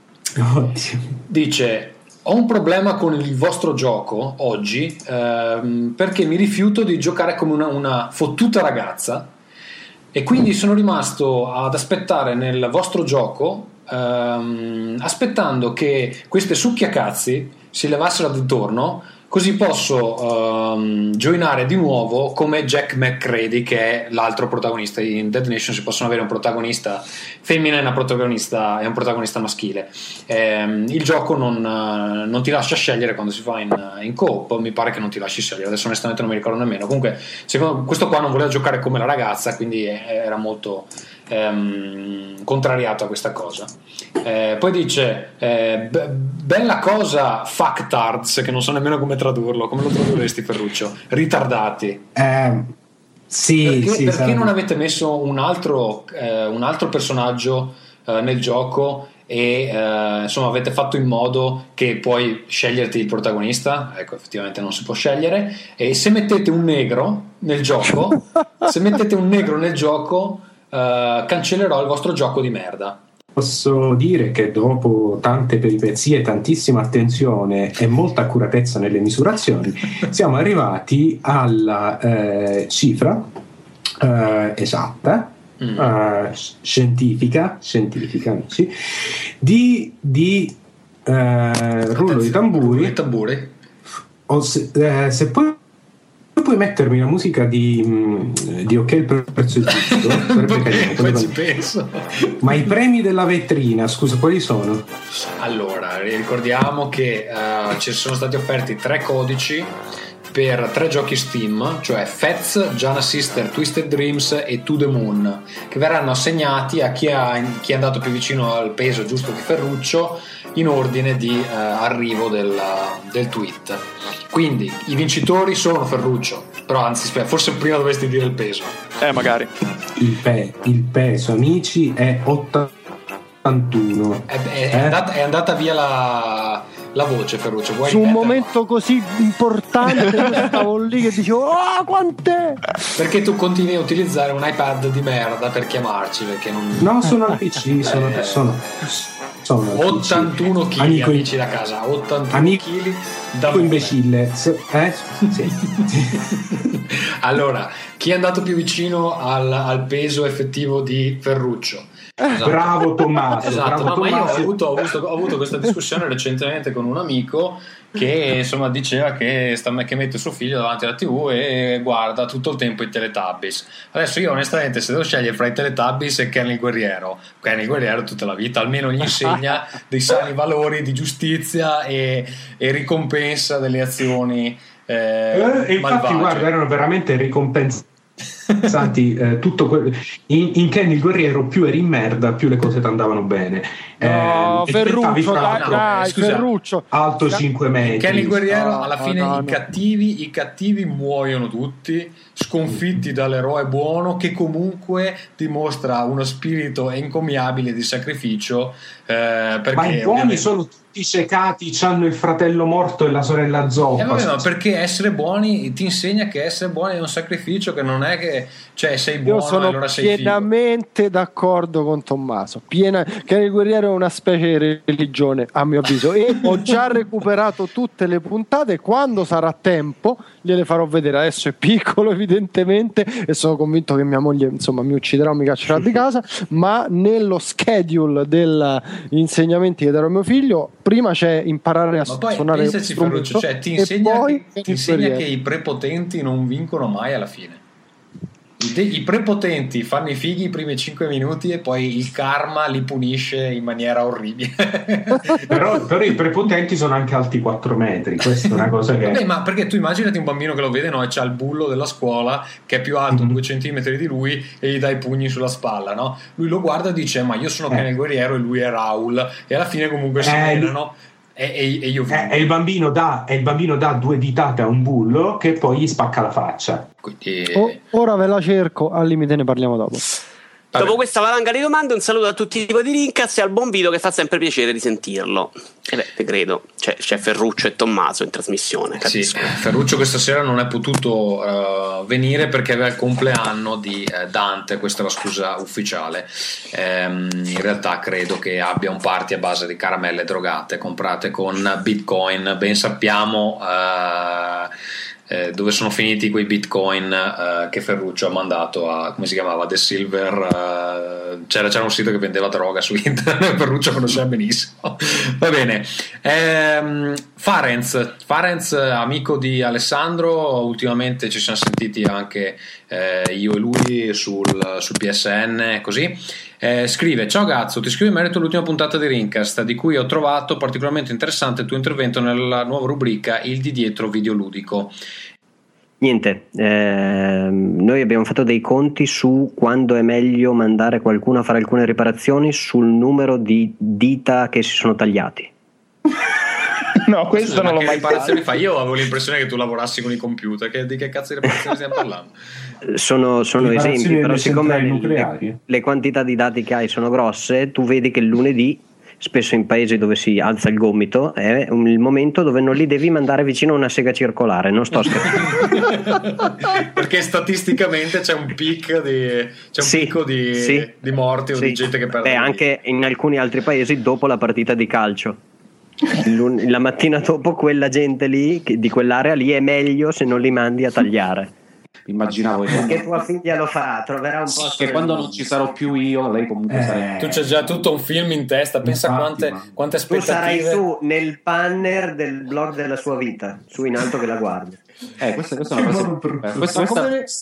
S10: Dice: ho un problema con il vostro gioco oggi, perché mi rifiuto di giocare come una fottuta ragazza e quindi sono rimasto ad aspettare nel vostro gioco, aspettando che queste succhiacazzi si levassero di torno, così posso joinare di nuovo come Jack McCready, che è l'altro protagonista. In Dead Nation si possono avere un protagonista femmina e un protagonista maschile. Il gioco non ti lascia scegliere quando si fa in co-op, mi pare che non ti lasci scegliere, adesso onestamente non mi ricordo nemmeno. Comunque questo qua non voleva giocare come la ragazza, quindi era molto contrariato a questa cosa. Poi dice bella cosa fucktards, che non so nemmeno come tradurlo. Come lo tradurresti, Ferruccio? Ritardati. Perché non avete messo un altro personaggio nel gioco e insomma avete fatto in modo che puoi sceglierti il protagonista? Ecco, effettivamente non si può scegliere. E se mettete un negro nel gioco cancellerò il vostro gioco di merda.
S1: Posso dire che dopo tante peripezie, tantissima attenzione e molta accuratezza nelle misurazioni, siamo arrivati alla cifra esatta, scientifica amici, di rullo di tamburi. Se puoi mettermi la musica di Ok, il prezzo è giusto,
S10: poi ci penso.
S1: Ma i premi della vetrina, scusa, quali sono?
S10: Allora, ricordiamo che ci sono stati offerti 3 codici
S2: per 3 giochi Steam, cioè Fats, Giana Sister, Twisted Dreams e To The Moon, che verranno assegnati a chi è andato più vicino al peso giusto di Ferruccio in ordine di arrivo del tweet. Quindi i vincitori sono Ferruccio, però anzi forse prima dovresti dire il peso.
S19: Magari.
S5: Il peso, amici, è 81.
S2: È andata via la voce, Ferruccio. Vuoi
S21: su un
S2: ripeterlo?
S21: momento così importante io stavo lì che dicevo quant'è?
S2: Perché tu continui a utilizzare un iPad di merda per chiamarci, perché non...
S5: No, sono al PC, sono
S2: 81 kg, amici da casa, 81 kg da
S5: imbecille. Sì.
S2: Allora, chi è andato più vicino al peso effettivo di Ferruccio? Esatto.
S5: Bravo Tommaso.
S2: Esatto,
S5: bravo
S2: ma
S5: Tommaso.
S2: io ho avuto questa discussione recentemente con un amico che insomma diceva che mette suo figlio davanti alla TV e guarda tutto il tempo i Teletubbies. Adesso io onestamente, se devo scegliere fra i Teletubbies e Kenny il Guerriero tutta la vita, almeno gli insegna dei sani valori di giustizia e ricompensa delle azioni
S5: e infatti
S2: malvagie.
S5: guarda, erano veramente ricompensanti. Tutto in Kenny il Guerriero, più eri in merda più le cose ti andavano bene.
S21: Ferruccio, dai, Ferruccio
S5: alto 5 metri.
S2: Kenny il Guerriero alla fine i cattivi muoiono tutti, sconfitti dall'eroe buono che comunque dimostra uno spirito encomiabile di sacrificio, perché
S5: ma i buoni sono tutti secati, hanno il fratello morto e la sorella zoppa.
S2: Ma perché essere buoni ti insegna che essere buoni è un sacrificio, che non è che sei buono
S21: io sono
S2: e allora sei
S21: pienamente d'accordo con Tommaso. Che il Guerriero è una specie di religione, a mio avviso, e ho già recuperato tutte le puntate. Quando sarà tempo gliele farò vedere. Adesso è piccolo evidentemente e sono convinto che mia moglie insomma mi ucciderà o mi caccerà di casa, ma nello schedule degli insegnamenti che darò a mio figlio prima c'è imparare a suonare lo strumento,
S2: cioè ti insegna che i prepotenti non vincono mai alla fine. I prepotenti fanno i fighi i primi 5 minuti e poi il karma li punisce in maniera orribile.
S5: però i prepotenti sono anche alti 4 metri, questa è una cosa che...
S2: Vabbè, ma perché tu immaginati un bambino che lo vede, no? E c'ha il bullo della scuola che è più alto 2 centimetri di lui e gli dà i pugni sulla spalla, no? Lui lo guarda e dice ma io sono Kenny il Guerriero e lui è Raul, e alla fine comunque si menano. E io
S5: il bambino dà 2 ditate a un bullo che poi gli spacca la faccia.
S21: Ora ve la cerco, al limite ne parliamo dopo.
S17: Dopo questa valanga di domande, un saluto a tutti i tipi di Rincast e al buon Vito, che fa sempre piacere di sentirlo. Te credo, c'è Ferruccio e Tommaso in trasmissione. Capisco.
S2: Sì, Ferruccio questa sera non è potuto venire perché aveva il compleanno di Dante, questa è la scusa ufficiale. In realtà credo che abbia un party a base di caramelle drogate comprate con Bitcoin. Ben sappiamo dove sono finiti quei bitcoin che Ferruccio ha mandato a, come si chiamava, The Silver, c'era un sito che vendeva droga su internet. Ferruccio conosceva benissimo. Va bene. Farenz, amico di Alessandro, ultimamente ci siamo sentiti anche io e lui sul PSN, così. Scrive: ciao Gazzo, ti scrivo in merito all'ultima puntata di Rincast, di cui ho trovato particolarmente interessante il tuo intervento nella nuova rubrica Il di dietro videoludico.
S16: Niente, noi abbiamo fatto dei conti su quando è meglio mandare qualcuno a fare alcune riparazioni sul numero di dita che si sono tagliati.
S19: No, questo non l'ho mai
S2: fatto. Io avevo l'impressione che tu lavorassi con i computer. Di che cazzo di riparazioni stiamo parlando?
S16: Sono esempi, però siccome le quantità di dati che hai sono grosse, tu vedi che il lunedì, spesso in paesi dove si alza il gomito, è il momento dove non li devi mandare vicino a una sega circolare. Non sto scherzando.
S2: Perché statisticamente c'è un picco di morti o di gente che perde.
S16: Anche in alcuni altri paesi dopo la partita di calcio. La mattina dopo quella gente lì, di quell'area lì, è meglio se non li mandi a tagliare.
S11: Immaginavo
S16: che tua figlia lo farà, troverà un posto
S11: che quando non ci sarò più io, lei comunque sarà.
S2: Tu c'è già tutto un film in testa, pensa quante aspettative.
S16: Tu sarai tu nel banner del blog della sua vita, su in alto che la guardi.
S11: Questa è una cosa.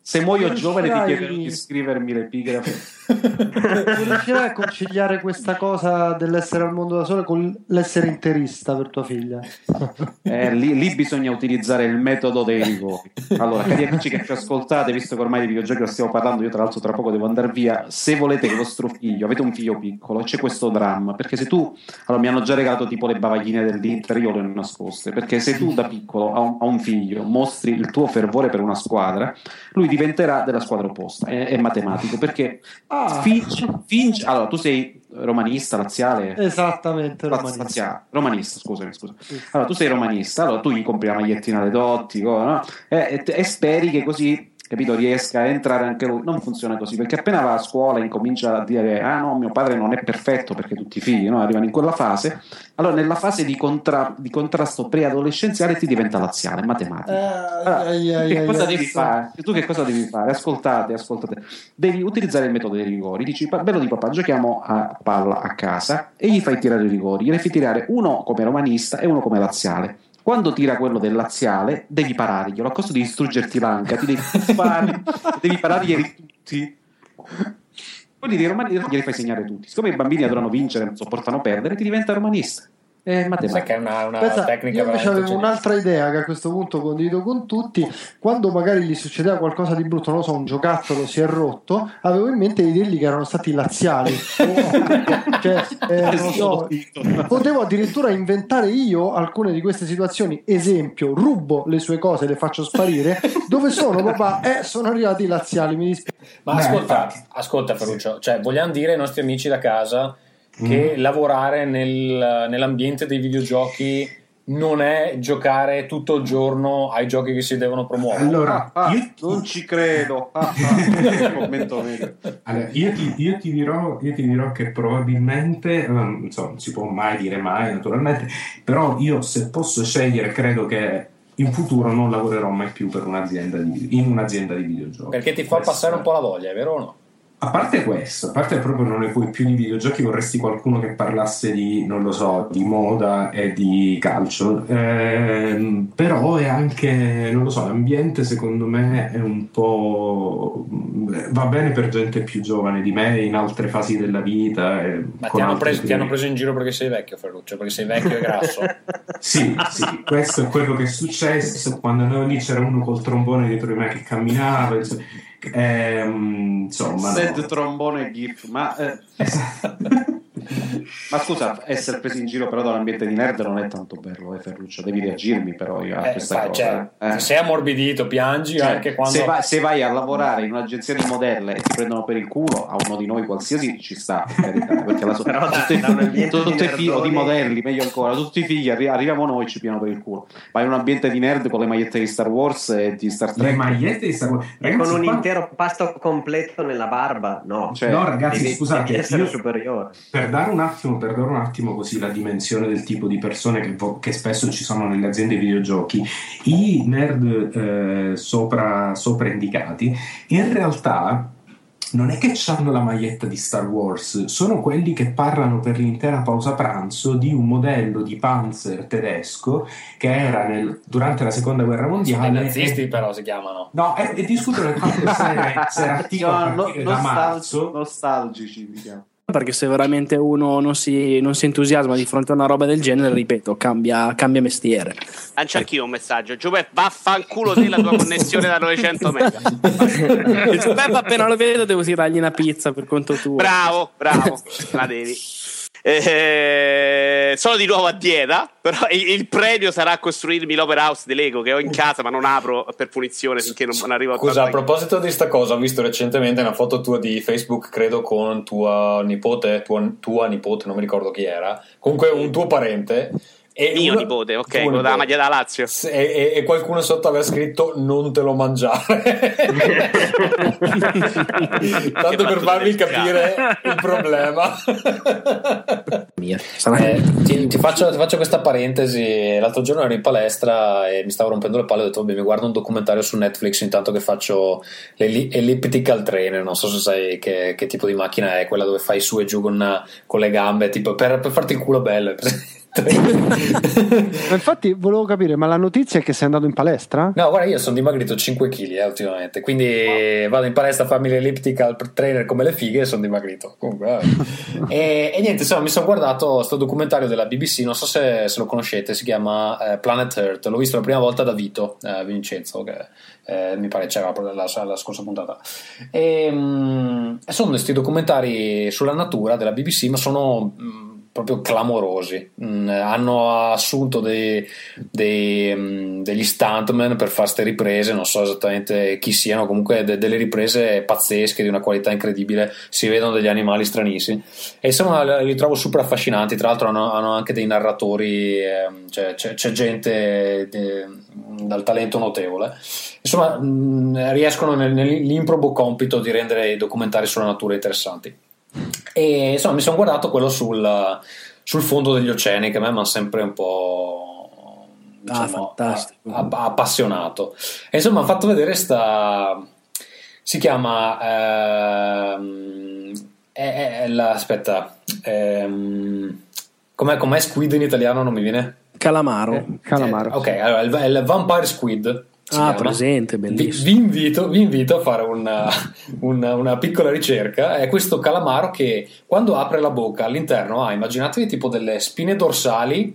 S9: Se muoio giovane ti chiedo di scrivermi l'epigrafe.
S21: Non riuscirai a conciliare questa cosa dell'essere al mondo da sole con l'essere interista per tua figlia?
S9: Lì bisogna utilizzare il metodo dei rigori. Allora, cari amici che ci ascoltate, visto che ormai di videogiochi stiamo parlando, io tra l'altro tra poco devo andare via. Se volete che vostro figlio, avete un figlio piccolo, c'è questo dramma, perché se tu, allora mi hanno già regalato tipo le bavaglino dell'Inter, io le ho nascoste, perché se tu da piccolo a un figlio mostri il tuo fervore per una squadra, lui diventerà della squadra opposta, è matematico, perché finge, allora tu sei romanista, laziale?
S21: Esattamente, romanista.
S9: Romanista, scusa. Allora tu sei romanista, allora tu gli compri la magliettina alle dotti, no? E speri che così, capito, riesca a entrare anche lui. Non funziona così, perché appena va a scuola e incomincia a dire no, mio padre non è perfetto, perché tutti i figli, no, arrivano in quella fase. Allora nella fase di contrasto preadolescenziale ti diventa laziale, matematica. Che cosa devi fare? Tu che cosa devi fare? Ascoltate, devi utilizzare il metodo dei rigori. Dici, bello di papà, giochiamo a palla a casa, e gli fai tirare i rigori, gliene fai tirare uno come romanista e uno come laziale. Quando tira quello del laziale devi pararglielo, a costo di distruggerti l'anca, ti devi fare, devi pararglieli tutti. Quelli dei romani glieli fai segnare tutti. Siccome i bambini adorano vincere, non sopportano perdere, ti diventa romanista.
S2: Sai che è una tecnica.
S21: Io invece avevo un'altra idea che a questo punto condivido con tutti. Quando magari gli succedeva qualcosa di brutto, non lo so, un giocattolo si è rotto, avevo in mente di dirgli che erano stati laziali. Non so, potevo addirittura inventare io alcune di queste situazioni. Esempio, rubo le sue cose, le faccio sparire. Dove sono, papà? Sono arrivati i laziali, mi dispiace.
S2: Ma ascolta Ferruccio, cioè vogliamo dire ai nostri amici da casa che lavorare nell'ambiente dei videogiochi non è giocare tutto il giorno ai giochi che si devono promuovere.
S5: Allora,
S9: io non ci credo.
S5: Allora, io ti dirò che probabilmente non si può mai dire mai, naturalmente, però io, se posso scegliere, credo che in futuro non lavorerò mai più per un'azienda in un'azienda di videogiochi.
S2: Perché ti fa passare un po' la voglia, è vero o no?
S5: A parte questo, a parte proprio non ne puoi più di videogiochi, vorresti qualcuno che parlasse di, non lo so, di moda e di calcio, però è anche, non lo so, l'ambiente secondo me è un po', va bene per gente più giovane di me in altre fasi della vita.
S2: Ma ti hanno preso in giro perché sei vecchio, Ferruccio, perché sei vecchio e grasso.
S5: Sì, questo è quello che è successo quando lì c'era uno col trombone dietro di me che camminava, insomma,
S9: Sad trombone gif, ma scusa, essere presi in giro però dall'ambiente di nerd non è tanto bello, Ferruccio, devi reagirmi però io a questa cosa.
S2: Sei ammorbidito, piangi anche quando
S9: se vai a lavorare in un'agenzia di modelle e ti prendono per il culo, a uno di noi qualsiasi ci sta, perché tutti i figli di modelli, meglio ancora, tutti i figli arriviamo noi e ci piano per il culo. Vai in un ambiente di nerd con le magliette di Star Wars e di Star Trek,
S5: le magliette di Star Wars,
S16: e con un intero pasto completo nella barba, no,
S5: ragazzi, scusate,
S16: essere superiore.
S5: Per dare un attimo così la dimensione del tipo di persone che spesso ci sono nelle aziende di videogiochi, i nerd sopra indicati in realtà non è che hanno la maglietta di Star Wars, sono quelli che parlano per l'intera pausa pranzo di un modello di Panzer tedesco che era durante la seconda guerra mondiale.
S2: I nazisti però si chiamano.
S5: No, e discutono del fatto se era attivo a partire da marzo.
S9: Nostalgici, diciamo.
S3: Perché se veramente uno non si entusiasma di fronte a una roba del genere, ripeto, cambia mestiere.
S17: Lancio anch'io un messaggio: Giuseppe, vaffanculo te la tua connessione da 900 mega.
S3: Giuseppe, appena lo vedo devo tirargli una pizza per conto tuo.
S17: Bravo, la devi. Sono di nuovo a dieta, però il premio sarà costruirmi l'Opera House di Lego che ho in casa ma non apro per punizione finché non arrivo a
S2: Scusa, a proposito di sta cosa, ho visto recentemente una foto tua di Facebook, credo con tua nipote, non mi ricordo chi era, comunque un tuo parente.
S17: Mio nipote, ok, quello della maglia da Lazio.
S2: E qualcuno sotto aveva scritto non te lo mangiare. Tanto per farvi capire il problema. Ti faccio questa parentesi. L'altro giorno ero in palestra e mi stavo rompendo le palle, ho detto mi guardo un documentario su Netflix intanto che faccio l'elliptical trainer, non so se sai che tipo di macchina è, quella dove fai su e giù con le gambe, tipo per farti il culo bello.
S21: Infatti volevo capire, ma la notizia è che sei andato in palestra?
S2: No, guarda, io sono dimagrito 5 kg ultimamente, quindi vado in palestra a farmi l'elliptical trainer come le fighe e sono dimagrito. Comunque, e niente, insomma, mi sono guardato sto documentario della BBC, non so se lo conoscete, si chiama Planet Earth. L'ho visto la prima volta da Vito Vincenzo, che mi pare c'era la scorsa puntata. E sono questi documentari sulla natura della BBC, ma sono proprio clamorosi. Hanno assunto degli stuntman per fare queste riprese, non so esattamente chi siano, comunque delle riprese pazzesche di una qualità incredibile, si vedono degli animali stranissimi e insomma li trovo super affascinanti. Tra l'altro hanno anche dei narratori, c'è gente dal talento notevole, insomma riescono nell'improbo compito di rendere i documentari sulla natura interessanti. E insomma mi sono guardato quello sul fondo degli oceani, che a me mi ha sempre un po', diciamo, appassionato, e insomma mi ha fatto vedere si chiama com'è Squid in italiano, non mi viene.
S3: Calamaro.
S2: Ok, allora il Vampire Squid.
S3: Presente, bellissimo.
S2: Vi invito a fare una piccola ricerca. È questo calamaro che quando apre la bocca all'interno ha, immaginatevi tipo delle spine dorsali,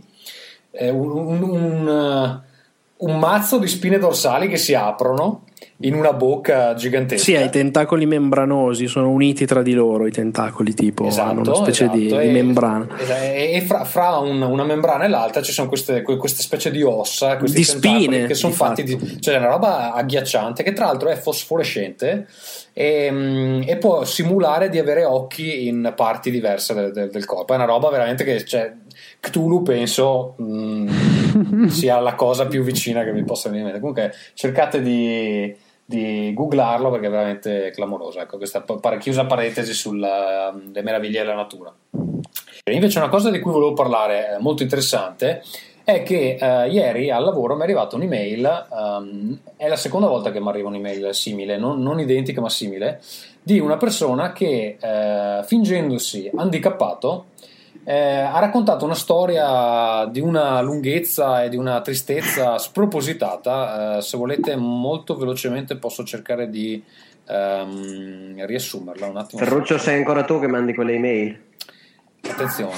S2: un mazzo di spine dorsali che si aprono in una bocca gigantesca.
S3: Sì, ha i tentacoli membranosi, sono uniti tra di loro i tentacoli, tipo hanno una specie di membrana.
S2: E fra una membrana e l'altra ci sono queste specie di ossa, questi
S3: di spine
S2: che sono fatti cioè è una roba agghiacciante, che tra l'altro è fosforescente e può simulare di avere occhi in parti diverse del corpo. È una roba veramente che, cioè, Cthulhu penso sia la cosa più vicina che mi possa venire in mente. Comunque cercate di googlarlo perché è veramente clamoroso. Ecco, questa chiusa parentesi sulle meraviglie della natura. E invece una cosa di cui volevo parlare molto interessante è che ieri al lavoro mi è arrivata un'email, è la seconda volta che mi arriva un'email simile, non identica ma simile, di una persona che fingendosi handicappato ha raccontato una storia di una lunghezza e di una tristezza spropositata. Se volete molto velocemente posso cercare di riassumerla un attimo.
S16: Ferruccio, sei ancora tu che mandi quelle email?
S2: Attenzione.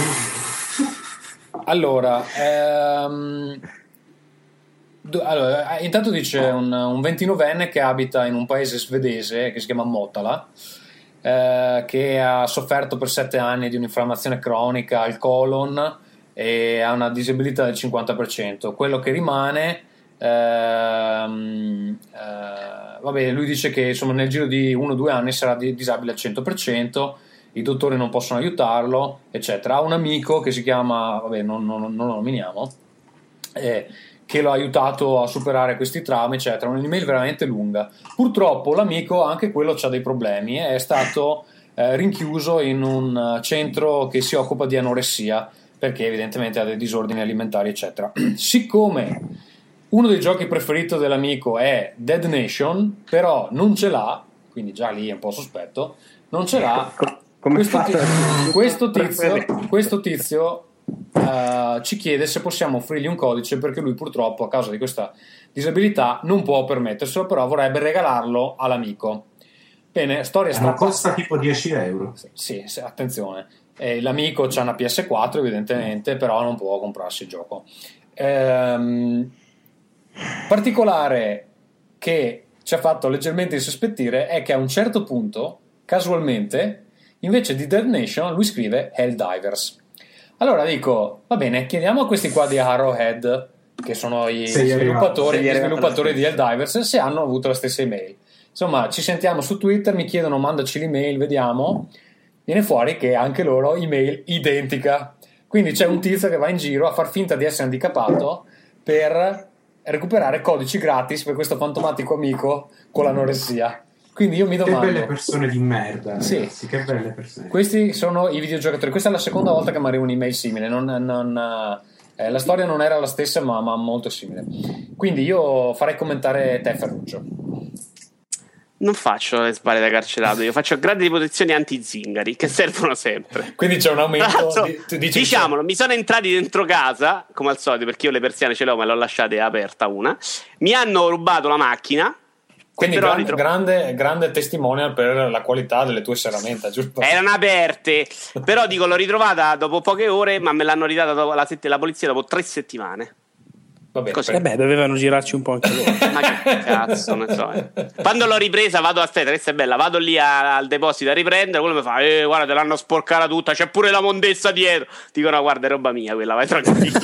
S2: Allora, intanto dice un 29enne che abita in un paese svedese che si chiama Motala, che ha sofferto per 7 anni di un'infiammazione cronica al colon e ha una disabilità del 50%. Quello che rimane, lui dice che insomma nel giro di 1 o 2 anni sarà disabile al 100%, i dottori non possono aiutarlo, eccetera. Ha un amico che si chiama, non lo nominiamo, che lo ha aiutato a superare questi traumi, eccetera. Un'email veramente lunga. Purtroppo l'amico, anche quello, c'ha dei problemi, è stato rinchiuso in un centro che si occupa di anoressia, perché evidentemente ha dei disordini alimentari, eccetera. Siccome uno dei giochi preferiti dell'amico è Dead Nation, però non ce l'ha, quindi già lì è un po' sospetto, non ce l'ha. Questo tizio ci chiede se possiamo offrirgli un codice, perché lui purtroppo a causa di questa disabilità non può permetterselo, però vorrebbe regalarlo all'amico. Bene, storia
S5: costa tipo 10 euro.
S2: Sì, attenzione. L'amico c'ha una PS4 evidentemente, però non può comprarsi il gioco. Particolare che ci ha fatto leggermente insospettire è che a un certo punto, casualmente, invece di Dead Nation lui scrive Helldivers. Allora dico, va bene, chiediamo a questi qua di Arrowhead, che sono gli sviluppatori di Helldivers, se hanno avuto la stessa email. Insomma, ci sentiamo su Twitter, mi chiedono mandaci l'email, vediamo. Viene fuori che anche loro email identica. Quindi c'è un tizio che va in giro a far finta di essere handicappato per recuperare codici gratis per questo fantomatico amico con l'anoressia. Quindi io mi domando,
S5: che belle persone di merda,
S2: sì,
S5: ragazzi, che belle persone.
S2: Questi sono i videogiocatori. Questa è la seconda volta che mi arriva un'email simile. La storia non era la stessa, ma molto simile. Quindi io farei commentare te, Ferruccio.
S17: Non faccio le sbarre da carcerato, io faccio grandi protezioni anti-zingari che servono sempre.
S2: Quindi c'è un aumento
S17: diciamolo, mi sono entrati dentro casa come al solito, perché io le persiane ce le ho, me l'ho lasciate aperta una. Mi hanno rubato la macchina.
S2: Quindi grande testimonial per la qualità delle tue serramenta, giusto?
S17: Erano aperte, però dico l'ho ritrovata dopo poche ore, ma me l'hanno ridata dopo la polizia dopo 3 settimane.
S3: Vabbè, dovevano girarci un po' anche loro.
S17: Ma che cazzo ne so. Quando l'ho ripresa aspetta, questa è bella, vado lì al deposito a riprendere, quello mi fa guarda, te l'hanno sporcata tutta, c'è pure la mondezza dietro. Dico no, guarda, è roba mia quella, vai tranquillo.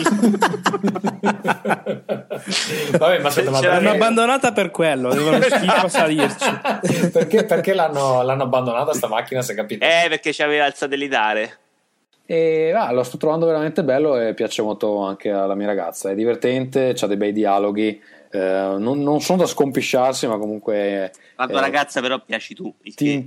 S2: Vabbè, ma
S3: l'hanno abbandonata per quello, dovevano schifo salirci.
S2: Perché l'hanno abbandonata sta macchina, se capite?
S17: Perché c'aveva il satellitare.
S2: E lo sto trovando veramente bello e piace molto anche alla mia ragazza, è divertente, c'ha dei bei dialoghi, non sono da scompisciarsi, ma comunque
S17: la tua ragazza però piaci tu,
S2: ti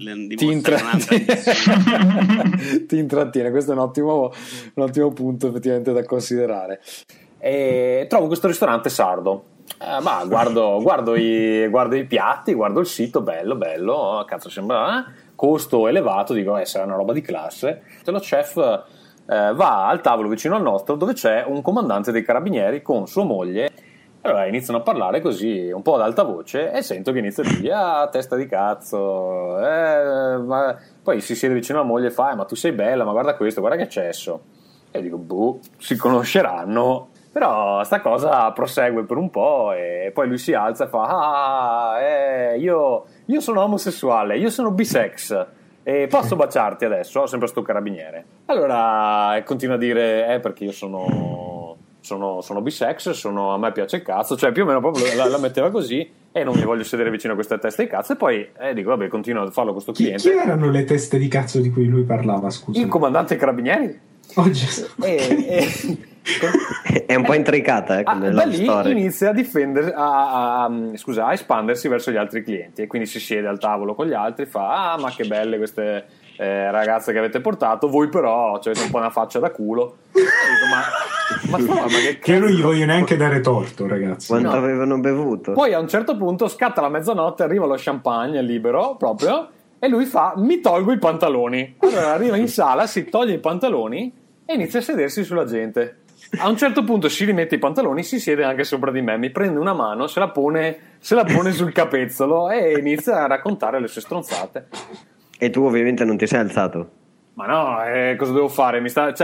S2: intrattiene, questo è un ottimo punto effettivamente da considerare. E trovo questo ristorante sardo, guardo i piatti, guardo il sito, bello, cazzo sembra costo elevato, dico sarà una roba di classe. Lo chef va al tavolo vicino al nostro dove c'è un comandante dei carabinieri con sua moglie. Allora iniziano a parlare così un po' ad alta voce e sento che inizia a dire testa di cazzo, poi si siede vicino alla moglie e fa ma tu sei bella, ma guarda questo, guarda che cesso. E dico si conosceranno. Però sta cosa prosegue per un po' e poi lui si alza e fa io sono omosessuale, io sono bisex e posso baciarti adesso? Sempre sto carabiniere. Allora continua a dire perché io sono bisex, a me piace il cazzo, cioè più o meno proprio la metteva così e non mi voglio sedere vicino a queste teste di cazzo. E poi dico vabbè, continua a farlo questo cliente.
S5: Chi erano le teste di cazzo di cui lui parlava, scusa?
S2: Il comandante dei carabinieri.
S16: È un po' intricata
S2: da lì storia. Inizia a difendere a espandersi verso gli altri clienti e quindi si siede al tavolo con gli altri, fa ma che belle queste ragazze che avete portato, voi però avete un po' una faccia da culo. E dico, ma
S5: che non gli voglio neanche dare torto, ragazzi.
S16: Quanto avevano bevuto?
S2: Poi a un certo punto scatta la mezzanotte, arriva lo champagne libero proprio e lui fa mi tolgo i pantaloni. Allora arriva in sala, si toglie i pantaloni e inizia a sedersi sulla gente. A un certo punto si rimette i pantaloni, si siede anche sopra di me, mi prende una mano, se la pone sul capezzolo e inizia a raccontare le sue stronzate.
S16: E tu ovviamente non ti sei alzato?
S2: Ma no, cosa devo fare?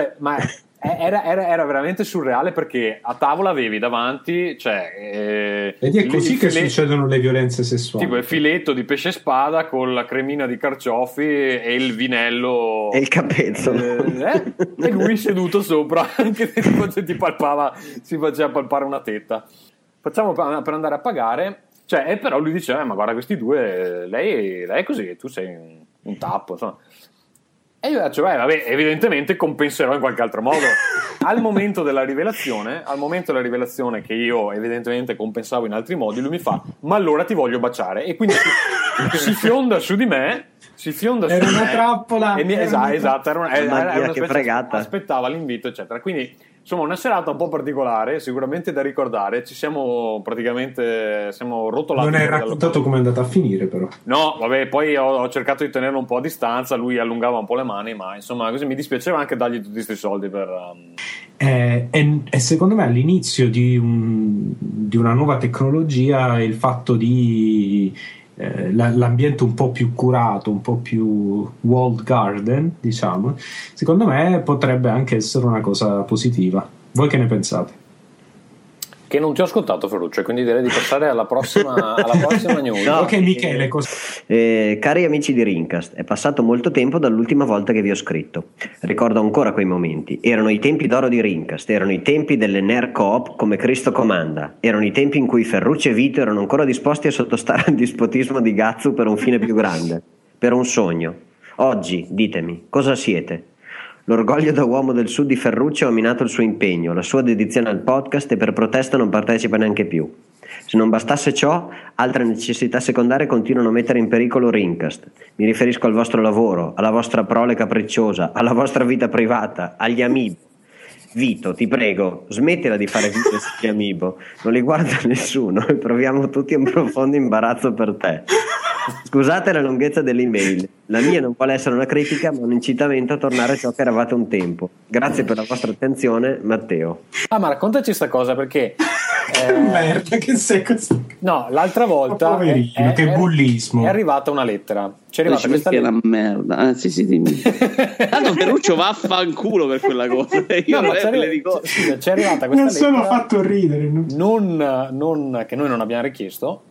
S2: Era veramente surreale perché a tavola avevi davanti
S5: ed è così che succedono le violenze sessuali,
S2: tipo il filetto di pesce spada con la cremina di carciofi e il vinello
S16: e il capezzolo
S2: e lui seduto sopra anche se ti palpava, si faceva palpare una tetta. Facciamo per andare a pagare, e però lui diceva ma guarda questi due, lei è così, tu sei un tappo, insomma. E io faccio, vabbè, evidentemente compenserò in qualche altro modo. Al momento della rivelazione che io evidentemente compensavo in altri modi, lui mi fa, ma allora ti voglio baciare. E quindi si fionda su di me.
S5: Era una trappola.
S2: Esatto, era una
S16: che fregata.
S2: Aspettava l'invito, eccetera. Quindi, insomma, una serata un po' particolare, sicuramente da ricordare. Siamo rotolati.
S5: Non hai raccontato come è andata a finire, però.
S2: No, vabbè, poi ho cercato di tenerlo un po' a distanza. Lui allungava un po' le mani, ma insomma, così mi dispiaceva anche dargli tutti questi soldi per.
S5: E secondo me all'inizio di una nuova tecnologia il fatto di l'ambiente un po' più curato, un po' più walled garden, diciamo, secondo me potrebbe anche essere una cosa positiva. Voi che ne pensate?
S2: Che non ti ho ascoltato, Ferruccio, quindi direi di passare alla prossima news.
S16: No,
S5: ok, Michele,
S16: cari amici di Rincast, è passato molto tempo dall'ultima volta che vi ho scritto. Ricordo ancora quei momenti. Erano i tempi d'oro di Rincast, erano i tempi delle Nerd Coop come Cristo comanda, erano i tempi in cui Ferruccio e Vito erano ancora disposti a sottostare al dispotismo di Gazzu per un fine più grande, per un sogno. Oggi, ditemi, cosa siete? L'orgoglio da uomo del sud di Ferruccio ha minato il suo impegno, la sua dedizione al podcast e per protesta non partecipa neanche più. Se non bastasse ciò, altre necessità secondarie continuano a mettere in pericolo Rincast. Mi riferisco al vostro lavoro, alla vostra prole capricciosa, alla vostra vita privata, agli amiibo. Vito, ti prego, smettila di fare video sugli amiibo, non li guarda nessuno e proviamo tutti un profondo imbarazzo per te. Scusate la lunghezza dell'email. La mia non vuole essere una critica, ma un incitamento a tornare a ciò che eravate un tempo. Grazie per la vostra attenzione, Matteo.
S2: Ah, ma raccontaci sta cosa, perché
S5: merda, che sei così.
S2: no, l'altra volta
S5: poverino, che bullismo.
S2: è arrivata una lettera. C'è arrivata questa
S17: Perché è una merda. Sì, dimmi. Tanto Ferruccio vaffanculo per quella cosa. Io
S2: No,
S17: le dico.
S2: c'è arrivata questa
S5: Non sono
S2: lettera
S5: fatto ridere.
S2: non che noi non abbiamo richiesto,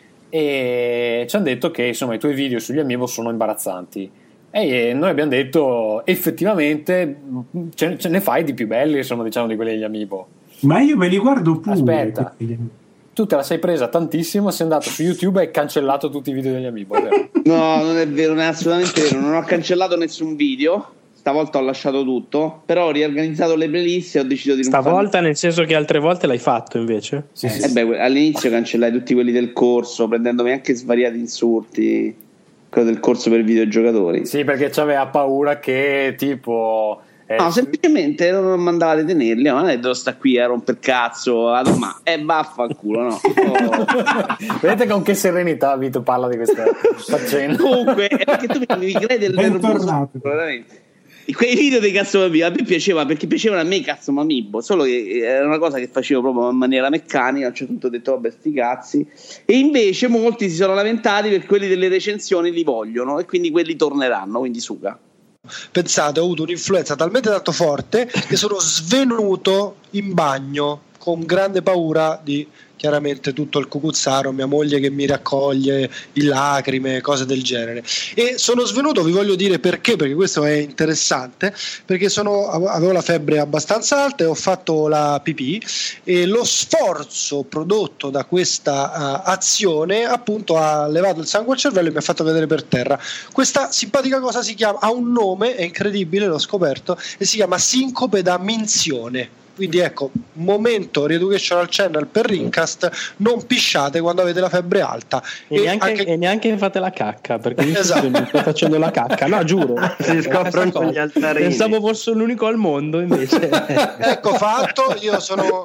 S2: e ci hanno detto che insomma i tuoi video sugli Amiibo sono imbarazzanti, e noi abbiamo detto effettivamente ce ne fai di più belli, insomma, diciamo, di quelli degli Amiibo.
S5: Ma io me li guardo pure.
S2: Aspetta, tu te la sei presa tantissimo, sei andato su YouTube e hai cancellato tutti i video degli Amiibo, vero?
S17: No, non è vero, non è assolutamente vero. Non ho cancellato nessun video. Stavolta ho lasciato tutto, però ho riorganizzato le playlist e ho deciso di non
S3: Stavolta nel senso che altre volte l'hai fatto invece?
S17: Sì. All'inizio cancellai tutti quelli del corso, prendendomi anche svariati insulti. Quello del corso per videogiocatori.
S2: Sì, perché c'aveva paura che tipo
S17: no, semplicemente non mandavate tenerli, ma non è devo stare qui a romper cazzo, ma vaffanculo, no.
S2: Vedete con che serenità Vito parla di queste faccende.
S17: Comunque è perché tu mi crei del nervoso, veramente. Quei video dei cazzo Amiibo a me piaceva, perché piacevano a me i cazzo Amiibo, solo che era una cosa che facevo proprio in maniera meccanica. A un certo punto ho detto vabbè sti cazzi, e invece molti si sono lamentati per quelli delle recensioni li vogliono, e quindi quelli torneranno, quindi suga.
S21: Pensate, ho avuto un'influenza talmente tanto forte che sono svenuto in bagno con grande paura di chiaramente tutto il cucuzzaro, mia moglie che mi raccoglie in lacrime, cose del genere. E sono svenuto, vi voglio dire perché questo è interessante, perché avevo la febbre abbastanza alta e ho fatto la pipì, e lo sforzo prodotto da questa azione appunto ha levato il sangue al cervello e mi ha fatto vedere per terra. Questa simpatica cosa ha un nome, è incredibile, l'ho scoperto, e si chiama sincope da minzione. Quindi ecco, momento Reeducational Channel per Rincast, non pisciate quando avete la febbre alta
S3: e neanche fate la cacca, perché io sto facendo la cacca, no, giuro,
S16: si scoprono gli altarini.
S3: Pensavo fosse l'unico al mondo, invece
S21: ecco fatto, io sono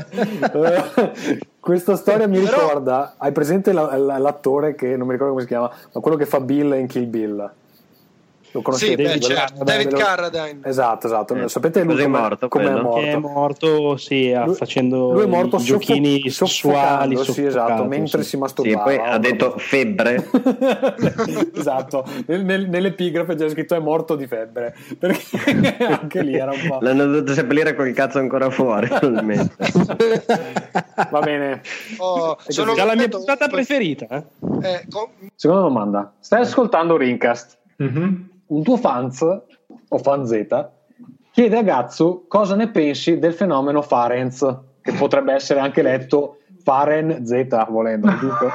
S2: questa storia mi ricorda, hai presente l'attore che non mi ricordo come si chiama, ma quello che fa Bill in Kill Bill? Lo conoscete?
S21: Sì, certo, David Carradine.
S2: Esatto. Sapete lui come è morto?
S3: È morto, sì, facendo
S2: lui è morto
S3: giochini sessuali,
S2: sì, esatto, mentre si masturbava.
S16: Sì, poi ha detto febbre.
S2: Esatto, nell'epigrafe c'è scritto è morto di febbre, perché anche lì era un po'.
S16: L'hanno dovuto seppellire col cazzo ancora fuori, probabilmente.
S2: Va bene.
S3: Sono la mia puntata preferita.
S2: Seconda domanda. Stai ascoltando Rincast?
S5: Mm-hmm.
S2: Un tuo fans o fanzeta chiede a Gazzu cosa ne pensi del fenomeno Farenz, che potrebbe essere anche letto Faren Z volendo, giusto?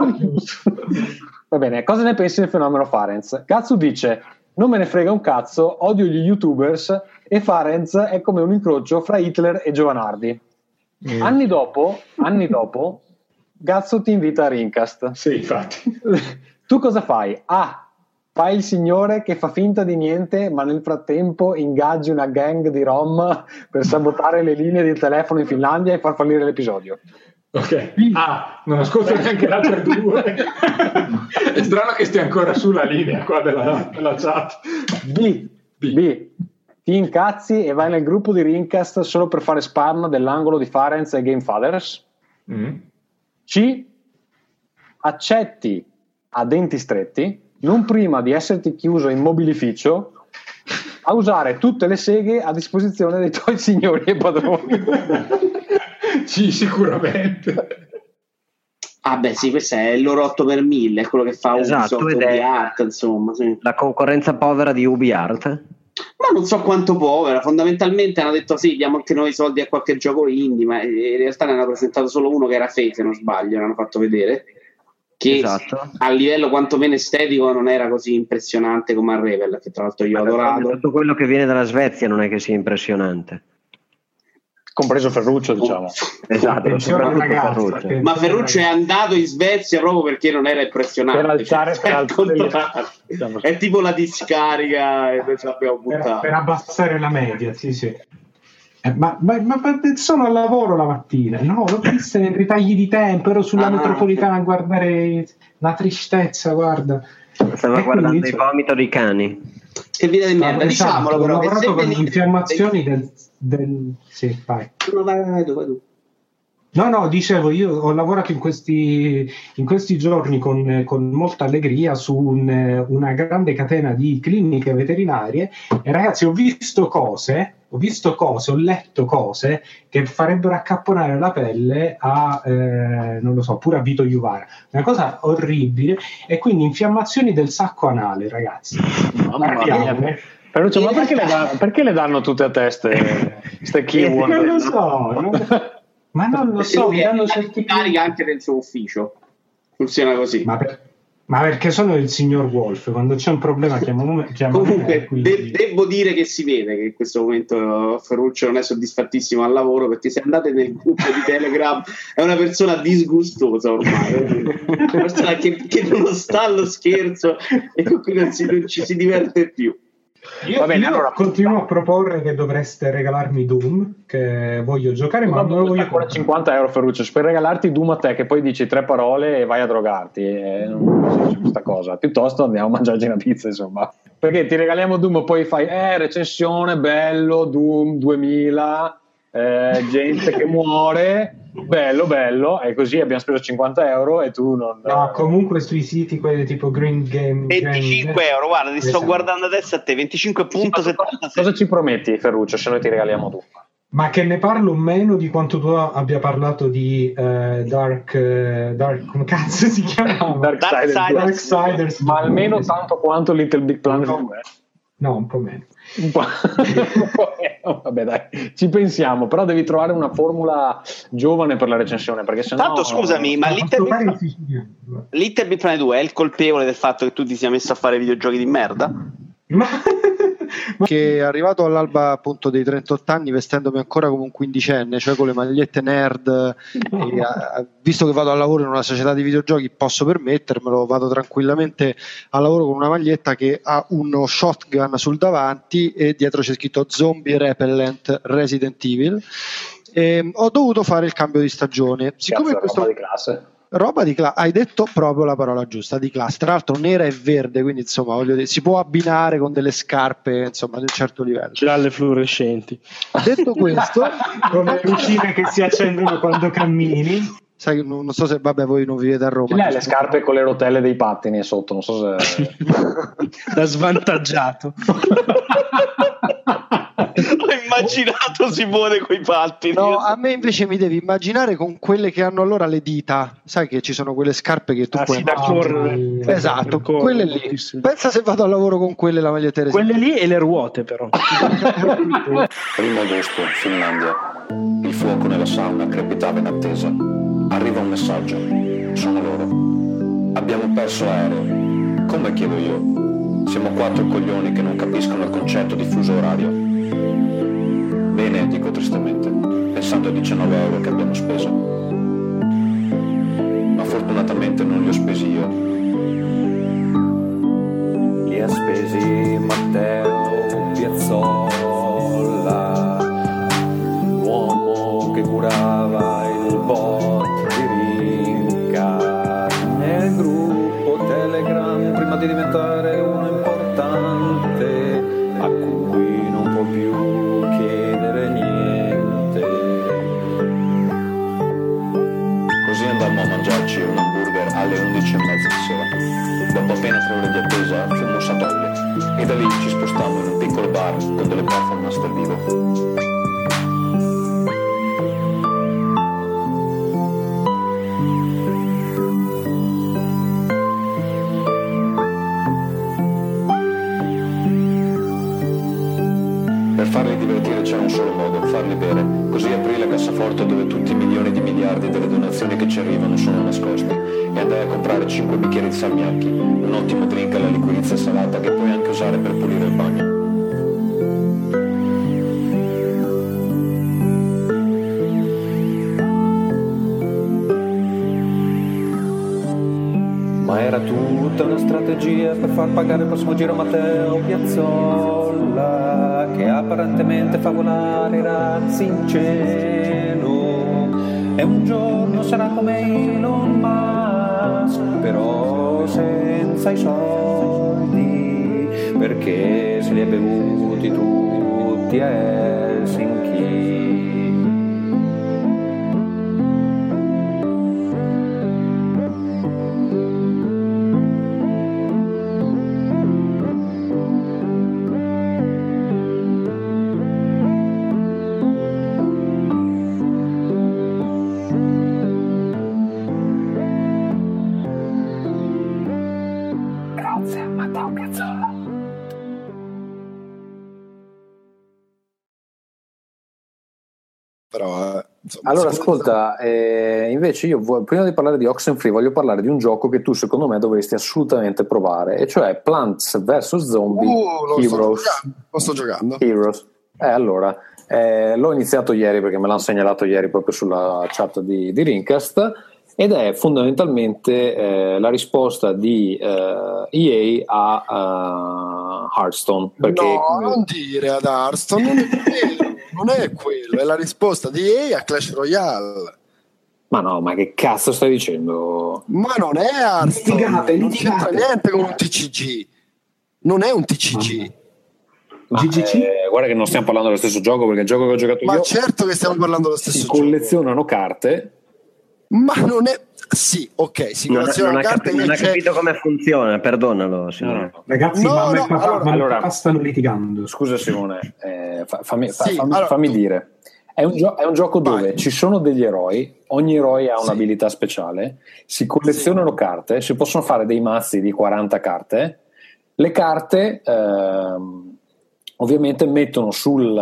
S2: Va bene, cosa ne pensi del fenomeno Farenz? Gazzu dice: non me ne frega un cazzo, odio gli youtubers e Farenz è come un incrocio fra Hitler e Giovanardi. Anni dopo Gazzu ti invita a Rincast.
S5: Sì, infatti.
S2: Tu cosa fai? Fai il signore che fa finta di niente, ma nel frattempo ingaggi una gang di rom per sabotare le linee di telefono in Finlandia e far fallire l'episodio.
S5: Ok. Non ascolto neanche le altre due. È strano che stia ancora sulla linea qua della chat.
S2: B. Ti incazzi e vai nel gruppo di Rincast solo per fare spam dell'angolo di Farenz e Gamefathers. C. Accetti a denti stretti, non prima di esserti chiuso in mobilificio, a usare tutte le seghe a disposizione dei tuoi signori e padroni.
S5: Sì, sicuramente.
S17: Sì, questo è il loro 8x1000, è quello che fa UbiArt, insomma. Sì.
S16: La concorrenza povera di UbiArt?
S17: Ma non so quanto povera, fondamentalmente hanno detto sì, diamo anche noi soldi a qualche gioco indie, ma in realtà ne hanno presentato solo uno che era Fe, se non sbaglio, l'hanno fatto vedere. Che a livello quantomeno estetico non era così impressionante come a Revel, che tra l'altro io ho adorato.
S16: Tutto quello che viene dalla Svezia non è che sia impressionante,
S2: compreso Ferruccio, diciamo.
S16: Esatto, Ferruccio.
S17: Ma Ferruccio è andato in Svezia proprio perché non era impressionante,
S2: per alzare
S17: è tipo la discarica e noi ce l'abbiamo buttata
S5: per abbassare la media. Sì.
S7: Ma sono al lavoro la mattina, no, l'ho vista nei ritagli di tempo, ero sulla metropolitana a guardare la tristezza, guarda.
S16: Stava guardando i vomito dei cani.
S13: Che vita di merda, diciamolo però.
S7: Ho lavorato con le infiammazioni del... Sì, vai.
S13: No, vai tu.
S7: No, dicevo, io ho lavorato in questi giorni con molta allegria su una grande catena di cliniche veterinarie e ragazzi ho visto cose, ho letto cose che farebbero accapponare la pelle a, non lo so, pure a Vito Juvara. Una cosa orribile. E quindi infiammazioni del sacco anale, ragazzi.
S2: Ferruccio, ma perché le danno tutte a teste ste keyword?
S7: Non lo so, ma non lo so, mi hanno
S13: carica anche del suo ufficio. Funziona così.
S7: Ma perché sono il signor Wolf, quando c'è un problema chiamo
S13: comunque devo dire che si vede che in questo momento Ferruccio non è soddisfattissimo al lavoro, perché se andate nel gruppo di Telegram è una persona disgustosa ormai, una persona che non sta allo scherzo e con cui non ci si diverte più.
S7: Io allora continuo a proporre che dovreste regalarmi Doom, che voglio giocare, ma non lo voglio
S2: ancora 50 euro Ferruccio per regalarti Doom a te, che poi dici 3 parole e vai a drogarti. Non so questa cosa. Piuttosto andiamo a mangiarci una pizza, insomma. Perché ti regaliamo Doom e poi fai recensione, bello, Doom 2000, gente che muore, bello, e così abbiamo speso 50 euro e tu non...
S7: No, comunque sui siti quelli tipo Green Game
S13: 25 euro, guarda, ti sto guardando adesso a te, 25.70.
S2: Cosa ci prometti Ferruccio se noi ti regaliamo Doom?
S7: Ma che ne parlo meno di quanto tu abbia parlato di Dark come cazzo si chiama?
S2: Darksiders, ma almeno tanto quanto Little Big Planet 2.
S7: No, un po' meno.
S2: Vabbè, dai, ci pensiamo, però devi trovare una formula giovane per la recensione, perché sennò...
S13: Tanto scusami, ma Little Big Planet 2 è il colpevole del fatto che tu ti sia messo a fare videogiochi di merda?
S21: Che è arrivato all'alba appunto dei 38 anni vestendomi ancora come un quindicenne, cioè con le magliette nerd, e, visto che vado al lavoro in una società di videogiochi posso permettermelo, vado tranquillamente al lavoro con una maglietta che ha uno shotgun sul davanti e dietro c'è scritto Zombie Repellent Resident Evil. E ho dovuto fare il cambio di stagione. Siccome
S2: roba di classe.
S21: Roba di classe, hai detto proprio la parola giusta, di classe, tra l'altro nera e verde, quindi insomma voglio dire, si può abbinare con delle scarpe insomma di un certo livello,
S3: gialle fluorescenti.
S21: Detto questo,
S7: come lucine che si accendono quando cammini,
S21: sai, non so se vabbè voi non vivete a Roma,
S2: le scarpe con le rotelle dei pattini sotto, non so se
S3: da svantaggiato.
S13: Ho immaginato Simone coi pattini.
S21: No, a me invece mi devi immaginare con quelle che hanno allora le dita, sai che ci sono quelle scarpe che tu puoi
S3: da correre.
S21: Esatto, quelle lì. Pensa se vado al lavoro con quelle la maglietta
S3: quelle lì e le ruote però.
S22: 1 agosto, Finlandia. Il fuoco nella sauna crepitava in attesa. Arriva un messaggio. Sono loro. Abbiamo perso aereo. Come, chiedo io? Siamo 4 coglioni che non capiscono il concetto di fuso orario. Bene, dico tristemente, pensando ai 19 euro che abbiamo speso. Ma fortunatamente non li ho spesi io.
S24: Li ha spesi Matteo Piazzolla, l'uomo che curava il bot di Rinca nel gruppo Telegram prima di diventare uno importante a cui non può più chiedere niente.
S22: Così andammo a mangiarci un hamburger alle 11:30 di sera. Dopo appena 3 ore di attesa fummo Satolli e da lì ci spostammo in un piccolo bar con delle performance dal vivo. Per farli divertire c'è un solo modo, farli bere. Così aprì la cassaforte dove tutti i milioni di miliardi delle donazioni che ci arrivano sono nascosti e andai a comprare 5 bicchieri di salmiacchi, un ottimo drink alla liquirizia salata che puoi anche usare per pulire il bagno.
S24: Ma era tutta una strategia per far pagare il prossimo giro Matteo Piazzolla, che apparentemente fa volare i razzi in cielo, e un giorno sarà come Elon Musk, però senza i soldi, perché se li ha bevuti tutti a Helsinki.
S6: Però, insomma,
S10: allora ascolta, invece io prima di parlare di Oxenfree voglio parlare di un gioco che tu secondo me dovresti assolutamente provare, e cioè Plants vs Zombie Heroes.
S6: Lo sto giocando.
S10: Heroes. Allora, l'ho iniziato ieri perché me l'hanno segnalato ieri proprio sulla chat di Rincast, ed è fondamentalmente la risposta di EA a Hearthstone. Perché,
S6: no, non dire ad Hearthstone, non è vero. Non è quello, è la risposta di EA a Clash Royale.
S10: Ma no, ma che cazzo stai dicendo?
S6: Ma non è Hearthstone, non c'entra niente con un TCG. Non è un TCG.
S10: Ma, guarda che non stiamo parlando dello stesso gioco, perché il gioco che ho giocato io...
S6: Ma certo che stiamo parlando dello stesso gioco.
S10: Si collezionano carte.
S6: Ma non è... Sì, ok, si collezionano carte.
S16: Non ha capito come funziona, perdonalo Simone.
S5: No. Ragazzi, mamma e papà stanno litigando.
S10: Scusa Simone, fammi dire. È un gioco dove ci sono degli eroi, ogni eroe ha un'abilità speciale, si collezionano carte, si possono fare dei mazzi di 40 carte, le carte ovviamente mettono sul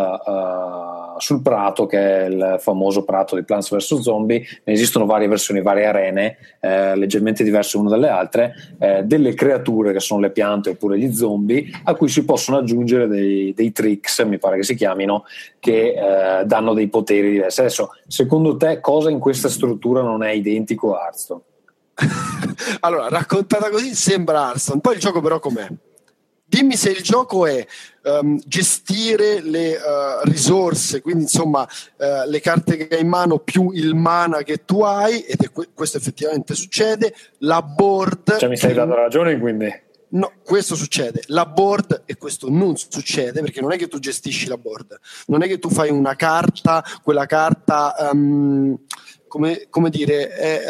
S10: prato, che è il famoso prato di Plants vs Zombie. Ne esistono varie versioni, varie arene leggermente diverse une dalle altre, delle creature che sono le piante oppure gli zombie, a cui si possono aggiungere dei tricks, mi pare che si chiamino, che danno dei poteri diversi. Adesso, secondo te, cosa in questa struttura non è identico a Hearthstone?
S6: Allora, raccontata così sembra Hearthstone, poi il gioco però com'è? Dimmi se il gioco è gestire le risorse, quindi insomma le carte che hai in mano più il mana che tu hai, ed questo effettivamente succede, la board...
S10: Cioè mi stai dando ragione, quindi?
S6: No, questo succede, la board, e questo non succede, perché non è che tu gestisci la board, non è che tu fai una carta, quella carta... come dire,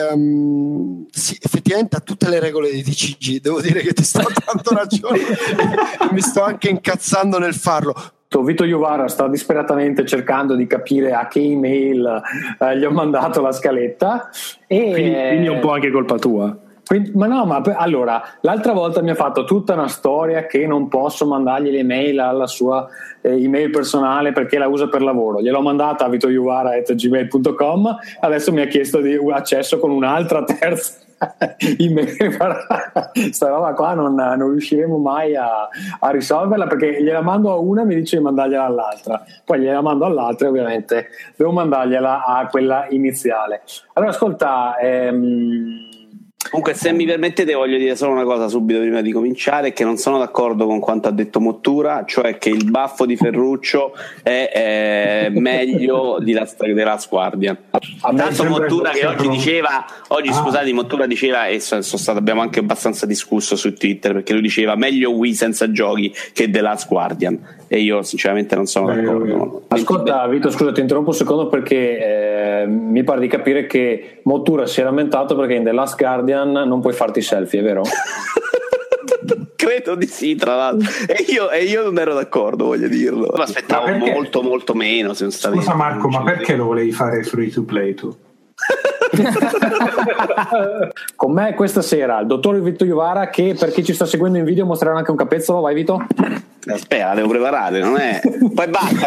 S6: sì, effettivamente ha tutte le regole dei TCG, devo dire che ti sto dando ragione e mi sto anche incazzando nel farlo.
S10: Vito Iovara sta disperatamente cercando di capire a che email gli ho mandato la scaletta, e
S3: quindi è un po' anche colpa tua.
S10: Allora, l'altra volta mi ha fatto tutta una storia che non posso mandargli le mail alla sua email personale perché la usa per lavoro. Gliel'ho mandata a vitoiuvara@gmail.com, adesso mi ha chiesto di accesso con un'altra terza email. Sta roba qua non riusciremo mai a risolverla, perché gliela mando a una e mi dice di mandargliela all'altra, poi gliela mando all'altra e ovviamente devo mandargliela a quella iniziale. Allora ascolta,
S17: comunque, se mi permettete, voglio dire solo una cosa subito prima di cominciare, che non sono d'accordo con quanto ha detto Mottura, cioè che il baffo di Ferruccio è meglio di The Last Guardian. Tanto Mottura che oggi diceva, Mottura diceva, e abbiamo anche abbastanza discusso su Twitter, perché lui diceva meglio Wii senza giochi che The Last Guardian, e io sinceramente non sono d'accordo.
S10: Ascolta Vito, scusa, ti interrompo un secondo, perché mi pare di capire che Mottura si è lamentato perché in The Last Guardian non puoi farti selfie, è vero?
S17: Credo di sì, tra l'altro, e io non ero d'accordo, voglio dirlo. Mi aspettavo molto molto meno.
S5: Scusa Marco, ma perché lo volevi fare free to play tu?
S10: Con me questa sera il dottor Vito Iovara, che per chi ci sta seguendo in video mostrerà anche un capezzolo. Vai Vito.
S17: Aspetta, devo preparare, non è? Poi basta.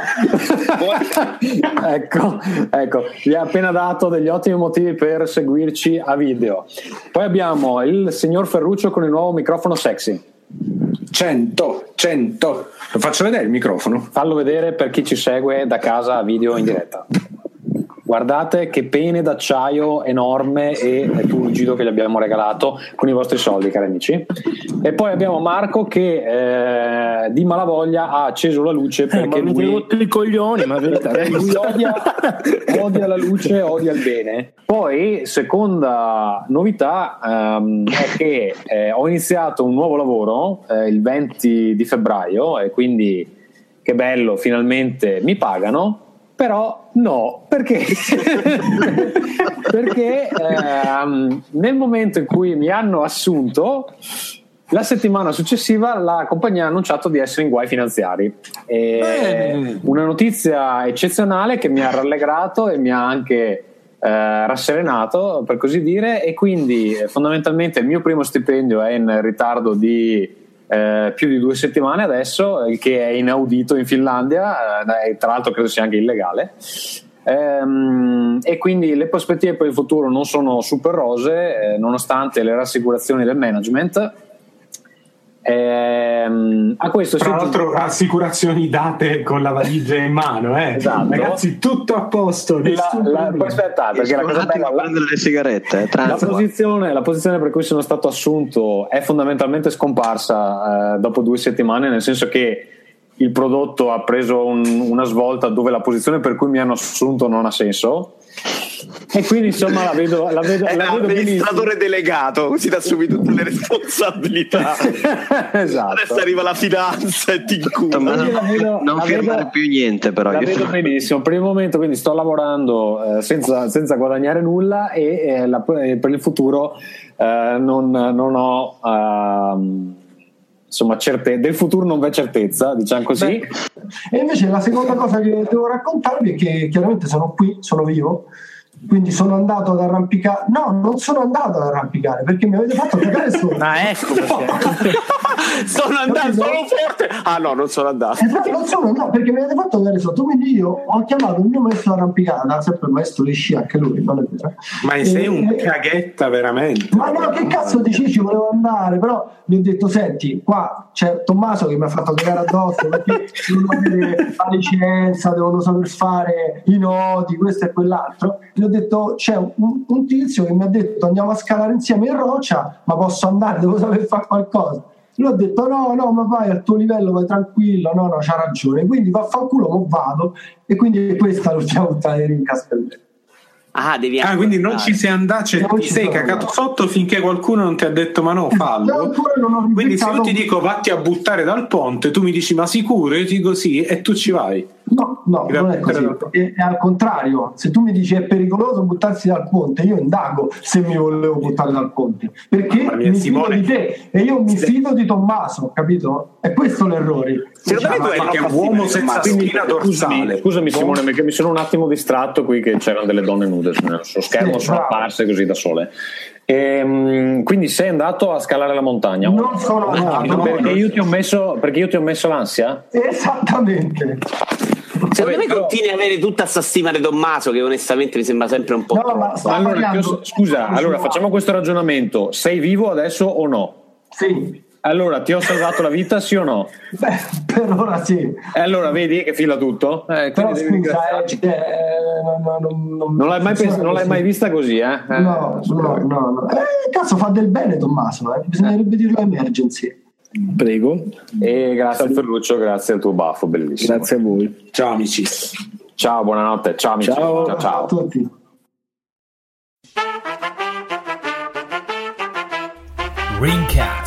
S10: ecco, vi ha appena dato degli ottimi motivi per seguirci a video. Poi abbiamo il signor Ferruccio con il nuovo microfono sexy.
S1: 100. Lo faccio vedere il microfono?
S10: Fallo vedere per chi ci segue da casa a video in diretta. Guardate che pene d'acciaio enorme e turgido che gli abbiamo regalato con i vostri soldi, cari amici. E poi abbiamo Marco che di malavoglia ha acceso la luce perché
S3: ma mi rotto i coglioni, ma
S10: lui odia la luce, odia il bene. Poi, seconda novità è che ho iniziato un nuovo lavoro il 20 di febbraio e quindi che bello, finalmente mi pagano. Però no, perché? Perché nel momento in cui mi hanno assunto, la settimana successiva la compagnia ha annunciato di essere in guai finanziari. Una notizia eccezionale che mi ha rallegrato e mi ha anche rasserenato, per così dire, e quindi fondamentalmente il mio primo stipendio è in ritardo di più di 2 settimane adesso, il che è inaudito in Finlandia, tra l'altro credo sia anche illegale, e quindi le prospettive per il futuro non sono super rose, nonostante le rassicurazioni del management. A questo
S5: tra l'altro assicurazioni date con la valigia in mano,
S10: esatto.
S5: Ragazzi, tutto a posto.
S10: Poi aspettate, perché la cosa bella,
S16: prendere le sigarette,
S10: la posizione per cui sono stato assunto è fondamentalmente scomparsa dopo 2 settimane, nel senso che il prodotto ha preso una svolta dove la posizione per cui mi hanno assunto non ha senso. E quindi insomma la vedo
S17: l'amministratore delegato, così ti assumi tutte le responsabilità.
S10: Esatto.
S17: Adesso arriva la finanza e ti incula.
S16: Non firmare più niente, però
S10: la vedo benissimo per il momento, quindi sto lavorando senza guadagnare nulla e per il futuro non ho insomma del futuro non v'è certezza, diciamo così.
S6: E invece la seconda cosa che devo raccontarvi è che chiaramente sono qui, sono vivo, quindi sono andato ad arrampicare. No, non sono andato ad arrampicare perché mi avete fatto cagare solo.
S3: Ecco perché.
S17: Sono andato solo forte. Ah no, non sono andato.
S6: Non sono andato perché mi avete fatto cagare sotto, quindi io ho chiamato il mio maestro d'arrampicata, sempre il maestro di sci anche lui, non è vero.
S5: Ma sei un caghetta veramente.
S6: Ma no, che cazzo dici, ci volevo andare, però gli ho detto senti, qua c'è Tommaso che mi ha fatto cagare addosso perché devono avere la licenza, devono saper fare i nodi, questo e quell'altro. Gli ho detto c'è un tizio che mi ha detto andiamo a scalare insieme in roccia, ma posso andare, devo saper fare qualcosa. Lui ha detto no, ma vai al tuo livello, vai tranquillo, no, c'ha ragione, quindi vaffanculo, mo vado. E quindi questa è l'ultima puntata di Rincast per me.
S5: Quindi non ci sei andato, ti sei cagato sotto finché qualcuno non ti ha detto ma no, fallo. Quindi se io ti dico vatti a buttare dal ponte, tu mi dici ma sicuro? Io ti dico sì e tu ci vai.
S6: No, non è così, è al contrario. Se tu mi dici è pericoloso buttarsi dal ponte, io indago se mi volevo buttare dal ponte, perché mi fido di te e io mi fido di Tommaso, capito? È questo l'errore.
S5: Secondo me è un uomo senza spina dorsale.
S10: Scusami Simone, perché mi sono un attimo distratto qui che c'erano delle donne nude sullo schermo, sono apparse così da sole. Quindi sei andato a scalare la montagna?
S6: Non sono andato
S10: perché io ti ho messo l'ansia?
S6: Esattamente.
S17: Secondo me continui a avere tutta sta stima di Tommaso che onestamente mi sembra sempre un po'
S10: allora facciamo questo ragionamento: sei vivo adesso o no?
S6: Sì.
S10: Allora ti ho salvato la vita, sì o no?
S6: Beh, per ora sì.
S10: E allora vedi che fila tutto?
S6: Però scusa,
S10: non l'hai mai vista così, eh?
S6: No. Cazzo, fa del bene Tommaso, bisognerebbe dirlo a Emergency.
S3: Prego.
S10: E grazie Ferruccio, grazie al tuo baffo, bellissimo.
S3: Grazie a voi.
S5: Ciao amici.
S10: Ciao, buonanotte. Ciao amici. Ciao
S6: a tutti.
S8: Ringcast.